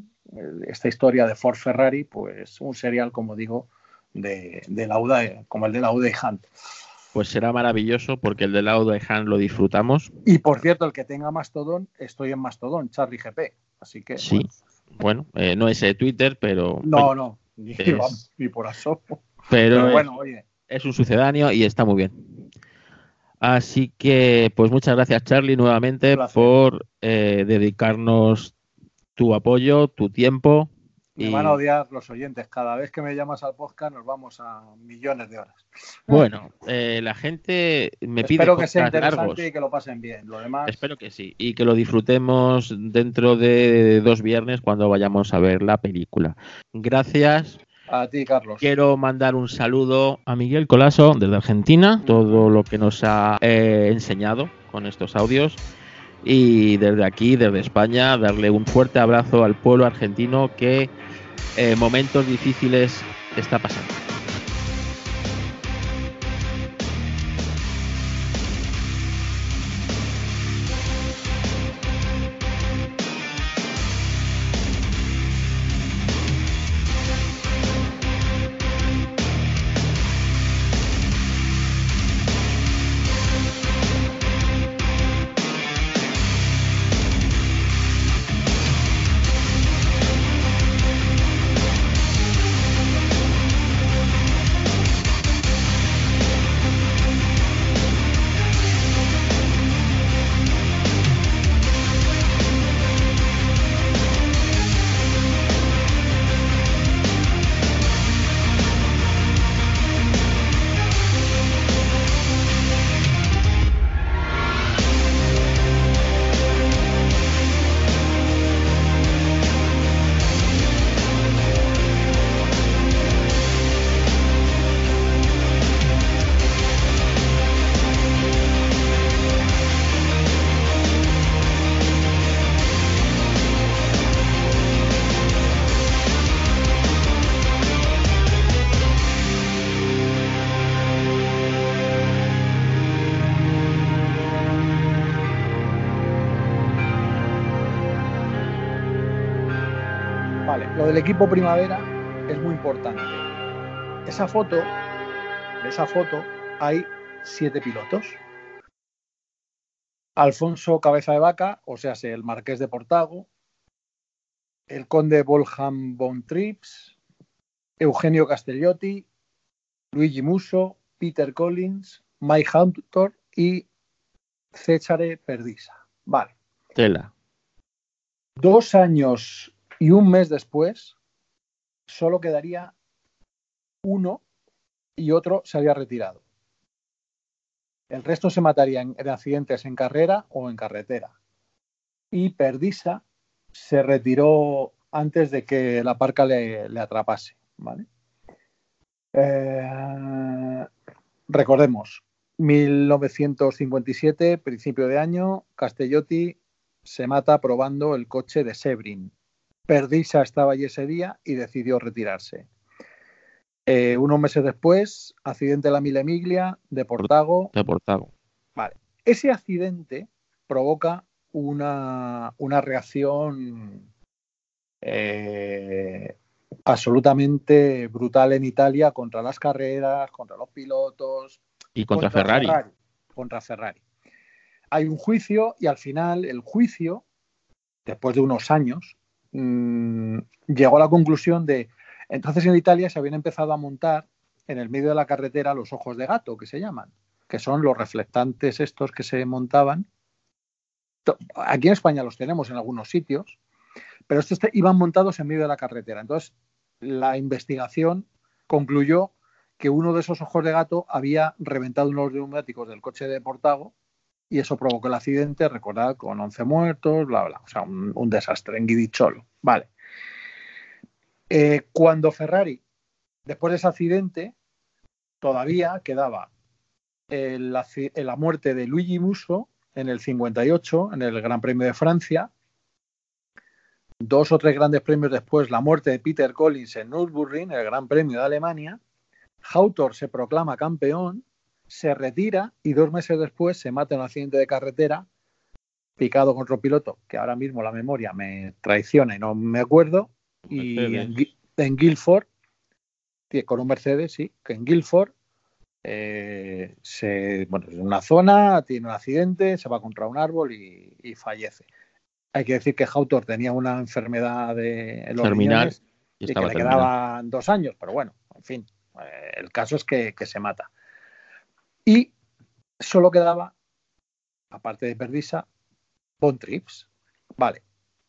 Ford Ferrari, pues un serial, como digo, de Lauda, como el de Lauda y Hunt. Pues será maravilloso porque el de Lauda y Hunt lo disfrutamos. Y por cierto, el que tenga Mastodon, estoy en Mastodon, Charlie GP. Así que. Sí, bueno, no es Twitter, pero. No, ni por asomo. Pero bueno, oye. Es un sucedáneo y está muy bien. Así que, pues muchas gracias, Charlie, nuevamente por dedicarnos tu apoyo, tu tiempo. Me van a odiar los oyentes. Cada vez que me llamas al podcast nos vamos a millones de horas. Bueno, la gente me pide espero que sea interesante largos. Y que lo pasen bien. Lo demás... Espero que sí. Y que lo disfrutemos dentro de 2 viernes cuando vayamos a ver la película. Gracias. A ti, Carlos. Quiero mandar un saludo a Miguel Colaso desde Argentina. Todo lo que nos ha enseñado con estos audios. Y desde aquí, desde España, darle un fuerte abrazo al pueblo argentino que momentos difíciles está pasando. Lo del equipo primavera es muy importante. De esa foto hay 7 pilotos. Alfonso Cabeza de Vaca, o sea, el Marqués de Portago, el Conde Bolham von Trips, Eugenio Castellotti, Luigi Musso, Peter Collins, Mike Hawthorne y Cesare Perdisa. Vale. Tela. 2 años y un mes después, solo quedaría uno y otro se había retirado. El resto se mataría en accidentes en carrera o en carretera. Y Perdisa se retiró antes de que la parca le atrapase, ¿vale? Recordemos, 1957, principio de año, Castellotti se mata probando el coche de Sebring. Perdisa estaba allí ese día y decidió retirarse. Unos meses después, accidente en la Mille Miglia de Portago. Vale. Ese accidente provoca una reacción absolutamente brutal en Italia contra las carreras, contra los pilotos. Y contra Ferrari. Contra Ferrari. Hay un juicio y al final el juicio, después de unos años, llegó a la conclusión de... Entonces en Italia se habían empezado a montar en el medio de la carretera los ojos de gato, que se llaman, que son los reflectantes estos que se montaban. Aquí en España los tenemos en algunos sitios, pero estos iban montados en medio de la carretera. Entonces la investigación concluyó que uno de esos ojos de gato había reventado unos neumáticos del coche de Portago y eso provocó el accidente, recordad, con 11 muertos, bla, bla. O sea, un desastre en Guidicholo. Vale. Cuando Ferrari, después de ese accidente, todavía quedaba la muerte de Luigi Musso en el 58, en el Gran Premio de Francia. 2 o 3 grandes premios después, la muerte de Peter Collins en Nürburgring, el Gran Premio de Alemania. Hawthorne se proclama campeón, se retira y 2 meses después se mata en un accidente de carretera, picado contra un piloto, que ahora mismo la memoria me traiciona y no me acuerdo. Y en Guildford, con un Mercedes, sí, que en Guildford, en una zona, tiene un accidente, se va contra un árbol y fallece. Hay que decir que Hawthorne tenía una enfermedad en los riñones y que le quedaban 2 años, pero bueno, en fin, el caso es que se mata. Y solo quedaba, aparte de Perdisa, Von Trips. Vale.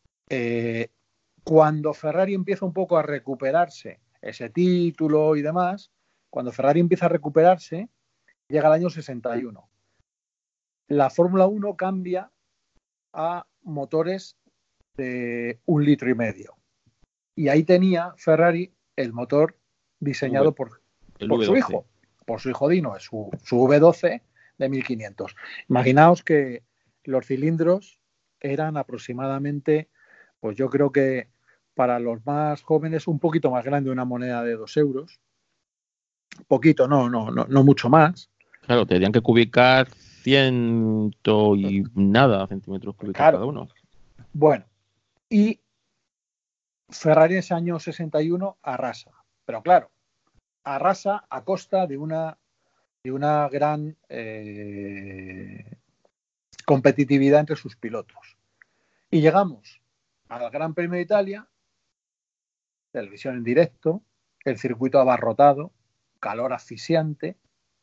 Cuando Ferrari empieza un poco a recuperarse ese título y demás, cuando Ferrari empieza a recuperarse, llega el año 61. La Fórmula 1 cambia a motores de 1,5 litros. Y ahí tenía Ferrari el motor diseñado por su hijo. Por su hijo Dino, es su V12 de 1500. Imaginaos que los cilindros eran aproximadamente, pues yo creo que para los más jóvenes un poquito más grande una moneda de 2 euros. Poquito, no mucho más. Claro, tendrían que cubicar 100 y nada centímetros cúbicos cada uno. Bueno, y Ferrari en ese año 61 arrasa. Pero claro, arrasa a costa de una gran competitividad entre sus pilotos. Y llegamos al Gran Premio de Italia, televisión en directo, el circuito abarrotado, calor asfixiante,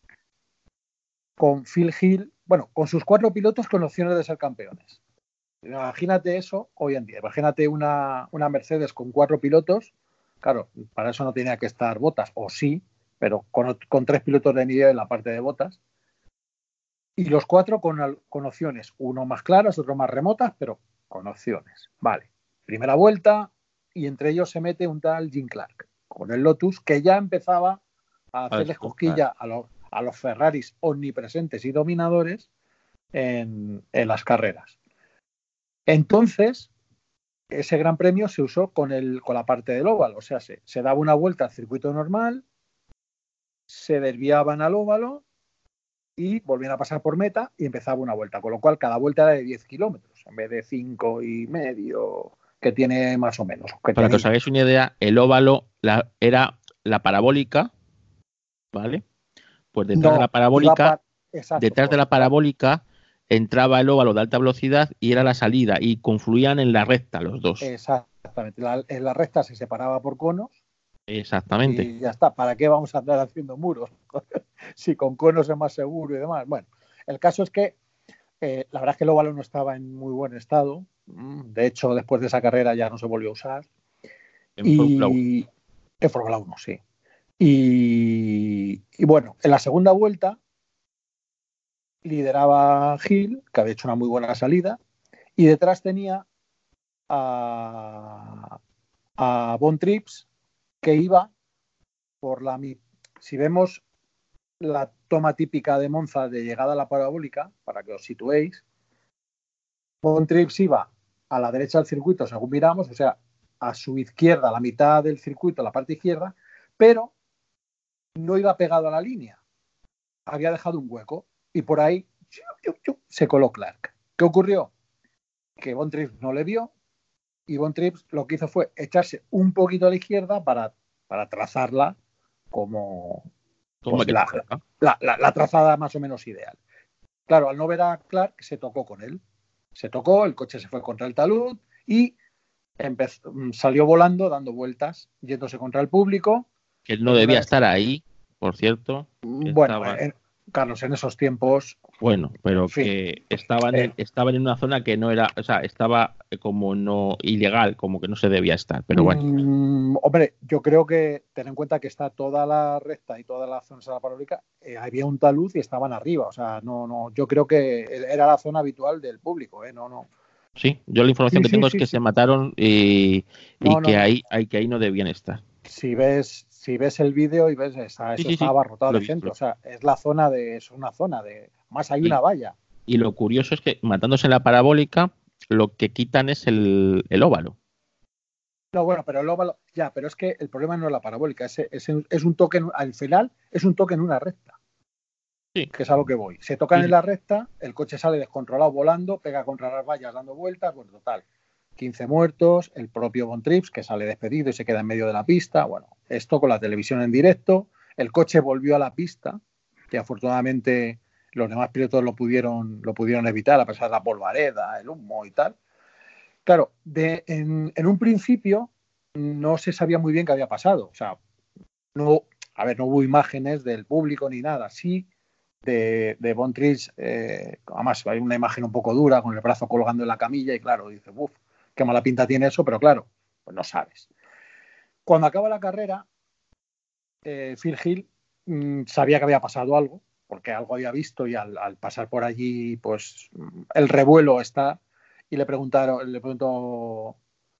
con Phil Hill, con sus 4 pilotos con opciones de ser campeones. Imagínate eso hoy en día, imagínate una Mercedes con 4 pilotos. Claro, para eso no tenía que estar Bottas, o sí, pero con 3 pilotos de nivel en la parte de Bottas. Y los 4 con opciones, uno más claras, otro más remotas, pero con opciones. Vale, primera vuelta, y entre ellos se mete un tal Jim Clark, con el Lotus, que ya empezaba a hacerles cosquilla a los Ferraris omnipresentes y dominadores en las carreras. Entonces, ese gran premio se usó con la parte del óvalo, o sea, se daba una vuelta al circuito normal, se desviaban al óvalo y volvían a pasar por meta y empezaba una vuelta, con lo cual cada vuelta era de 10 kilómetros en vez de 5,5 que tiene más o menos. Para que os hagáis una idea, el óvalo era la parabólica, ¿vale? Pues detrás de la parabólica entraba el óvalo de alta velocidad y era la salida, y confluían en la recta los dos. Exactamente. En la recta se separaba por conos. Exactamente. Y ya está. ¿Para qué vamos a andar haciendo muros? si con conos es más seguro y demás. Bueno, el caso es que la verdad es que el óvalo no estaba en muy buen estado. De hecho, después de esa carrera ya no se volvió a usar. En Fórmula 1. En Fórmula 1, sí. Y bueno, en la segunda vuelta lideraba Hill, que había hecho una muy buena salida, y detrás tenía a Von Trips, que iba por la... Si vemos la toma típica de Monza de llegada a la parabólica, para que os situéis, Von Trips iba a la derecha del circuito, según miramos, o sea, a su izquierda, a la mitad del circuito, a la parte izquierda, pero no iba pegado a la línea. Había dejado un hueco y por ahí se coló Clark. ¿Qué ocurrió? Que Von Trips no le vio y Von Trips lo que hizo fue echarse un poquito a la izquierda para trazarla como pues, la trazada más o menos ideal. Claro, al no ver a Clark, se tocó con él. Se tocó, el coche se fue contra el talud y salió volando, dando vueltas, yéndose contra el público. Que él no debía estar ahí, por cierto. Bueno, Carlos, en esos tiempos... Bueno, pero que estaban en una zona que no era, o sea, estaba como no ilegal, como que no se debía estar, pero bueno. Hombre, yo creo que ten en cuenta que está toda la recta y toda la zona de la parabólica, había un talud y estaban arriba, o sea, no, yo creo que era la zona habitual del público, no. Sí, yo la información que tengo es que se mataron y que ahí no debían estar. Si ves el vídeo y ves eso está abarrotado de gente, o sea, es una zona de más hay una valla. Y lo curioso es que matándose en la parabólica, lo que quitan es el óvalo. No, bueno, pero el óvalo, ya, pero es que el problema no es la parabólica, es un toque, al final es un toque en una recta. Sí. Que es a lo que voy. Se tocan en la recta, el coche sale descontrolado volando, pega contra las vallas dando vueltas, bueno, total. 15 muertos, el propio Von Trips que sale despedido y se queda en medio de la pista. Bueno, esto con la televisión en directo. El coche volvió a la pista, que afortunadamente los demás pilotos lo pudieron evitar a pesar de la polvareda, el humo y tal. Claro, en un principio no se sabía muy bien qué había pasado. O sea, no hubo imágenes del público ni nada. Sí de Von Trips, además hay una imagen un poco dura con el brazo colgando en la camilla y claro, dice, uff, qué mala pinta tiene eso, pero claro, pues no sabes. Cuando acaba la carrera, Phil Hill sabía que había pasado algo, porque algo había visto y al pasar por allí, pues el revuelo está, y le preguntó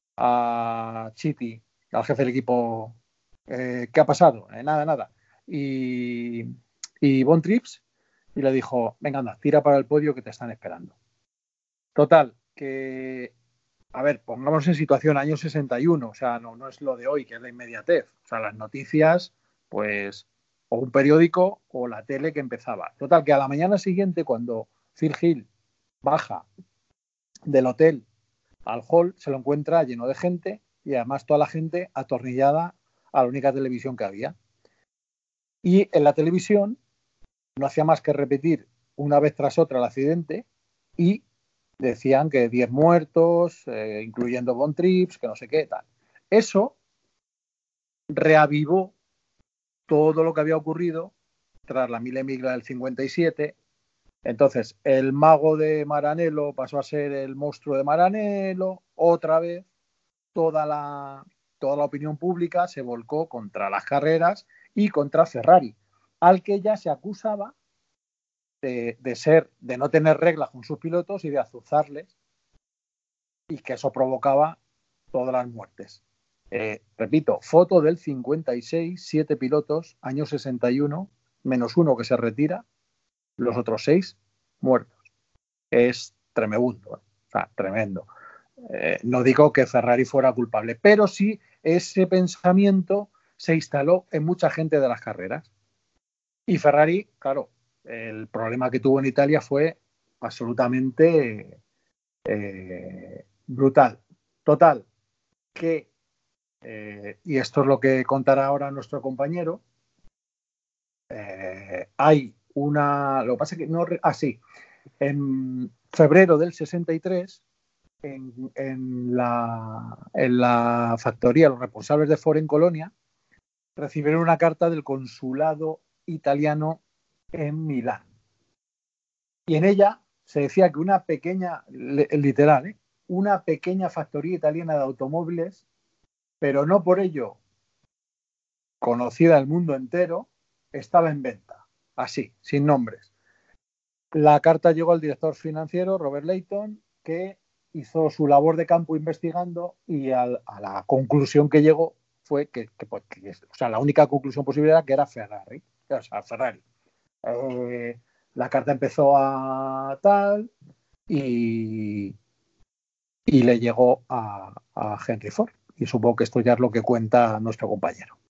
a Chitty, al jefe del equipo, ¿qué ha pasado? Nada. Y Von Trips, y le dijo, venga, anda, tira para el podio que te están esperando. Total, que... A ver, pongamos en situación año 61, o sea, no es lo de hoy, que es la inmediatez. O sea, las noticias, pues, o un periódico o la tele que empezaba. Total, que a la mañana siguiente, cuando Phil Hill baja del hotel al hall, se lo encuentra lleno de gente y además toda la gente atornillada a la única televisión que había. Y en la televisión no hacía más que repetir una vez tras otra el accidente y decían que 10 muertos, incluyendo Von Trips, que no sé qué, tal. Eso reavivó todo lo que había ocurrido tras la Mille Miglia del 57. Entonces, el mago de Maranello pasó a ser el monstruo de Maranello. Otra vez, toda la opinión pública se volcó contra las carreras y contra Ferrari, al que ya se acusaba de no tener reglas con sus pilotos y de azuzarles, y que eso provocaba todas las muertes. Repito, foto del 56, 7 pilotos, año 61, menos uno que se retira, los otros 6 muertos. Es tremendo, o sea, tremendo. No digo que Ferrari fuera culpable, pero sí ese pensamiento se instaló en mucha gente de las carreras. Y Ferrari, claro, el problema que tuvo en Italia fue absolutamente brutal. Total, que, y esto es lo que contará ahora nuestro compañero, hay una... Lo que pasa es que no... sí, en febrero del 63, en la factoría, los responsables de Ford en Colonia recibieron una carta del consulado italiano en Milán. Y en ella se decía que una pequeña, literal, una pequeña factoría italiana de automóviles, pero no por ello conocida al mundo entero, estaba en venta, así, sin nombres. La carta llegó al director financiero, Robert Leighton, que hizo su labor de campo investigando y a la conclusión que llegó fue que o sea, la única conclusión posible era que era Ferrari. O sea, Ferrari. La carta empezó a tal y le llegó a Henry Ford. Y supongo que esto ya es lo que cuenta nuestro compañero.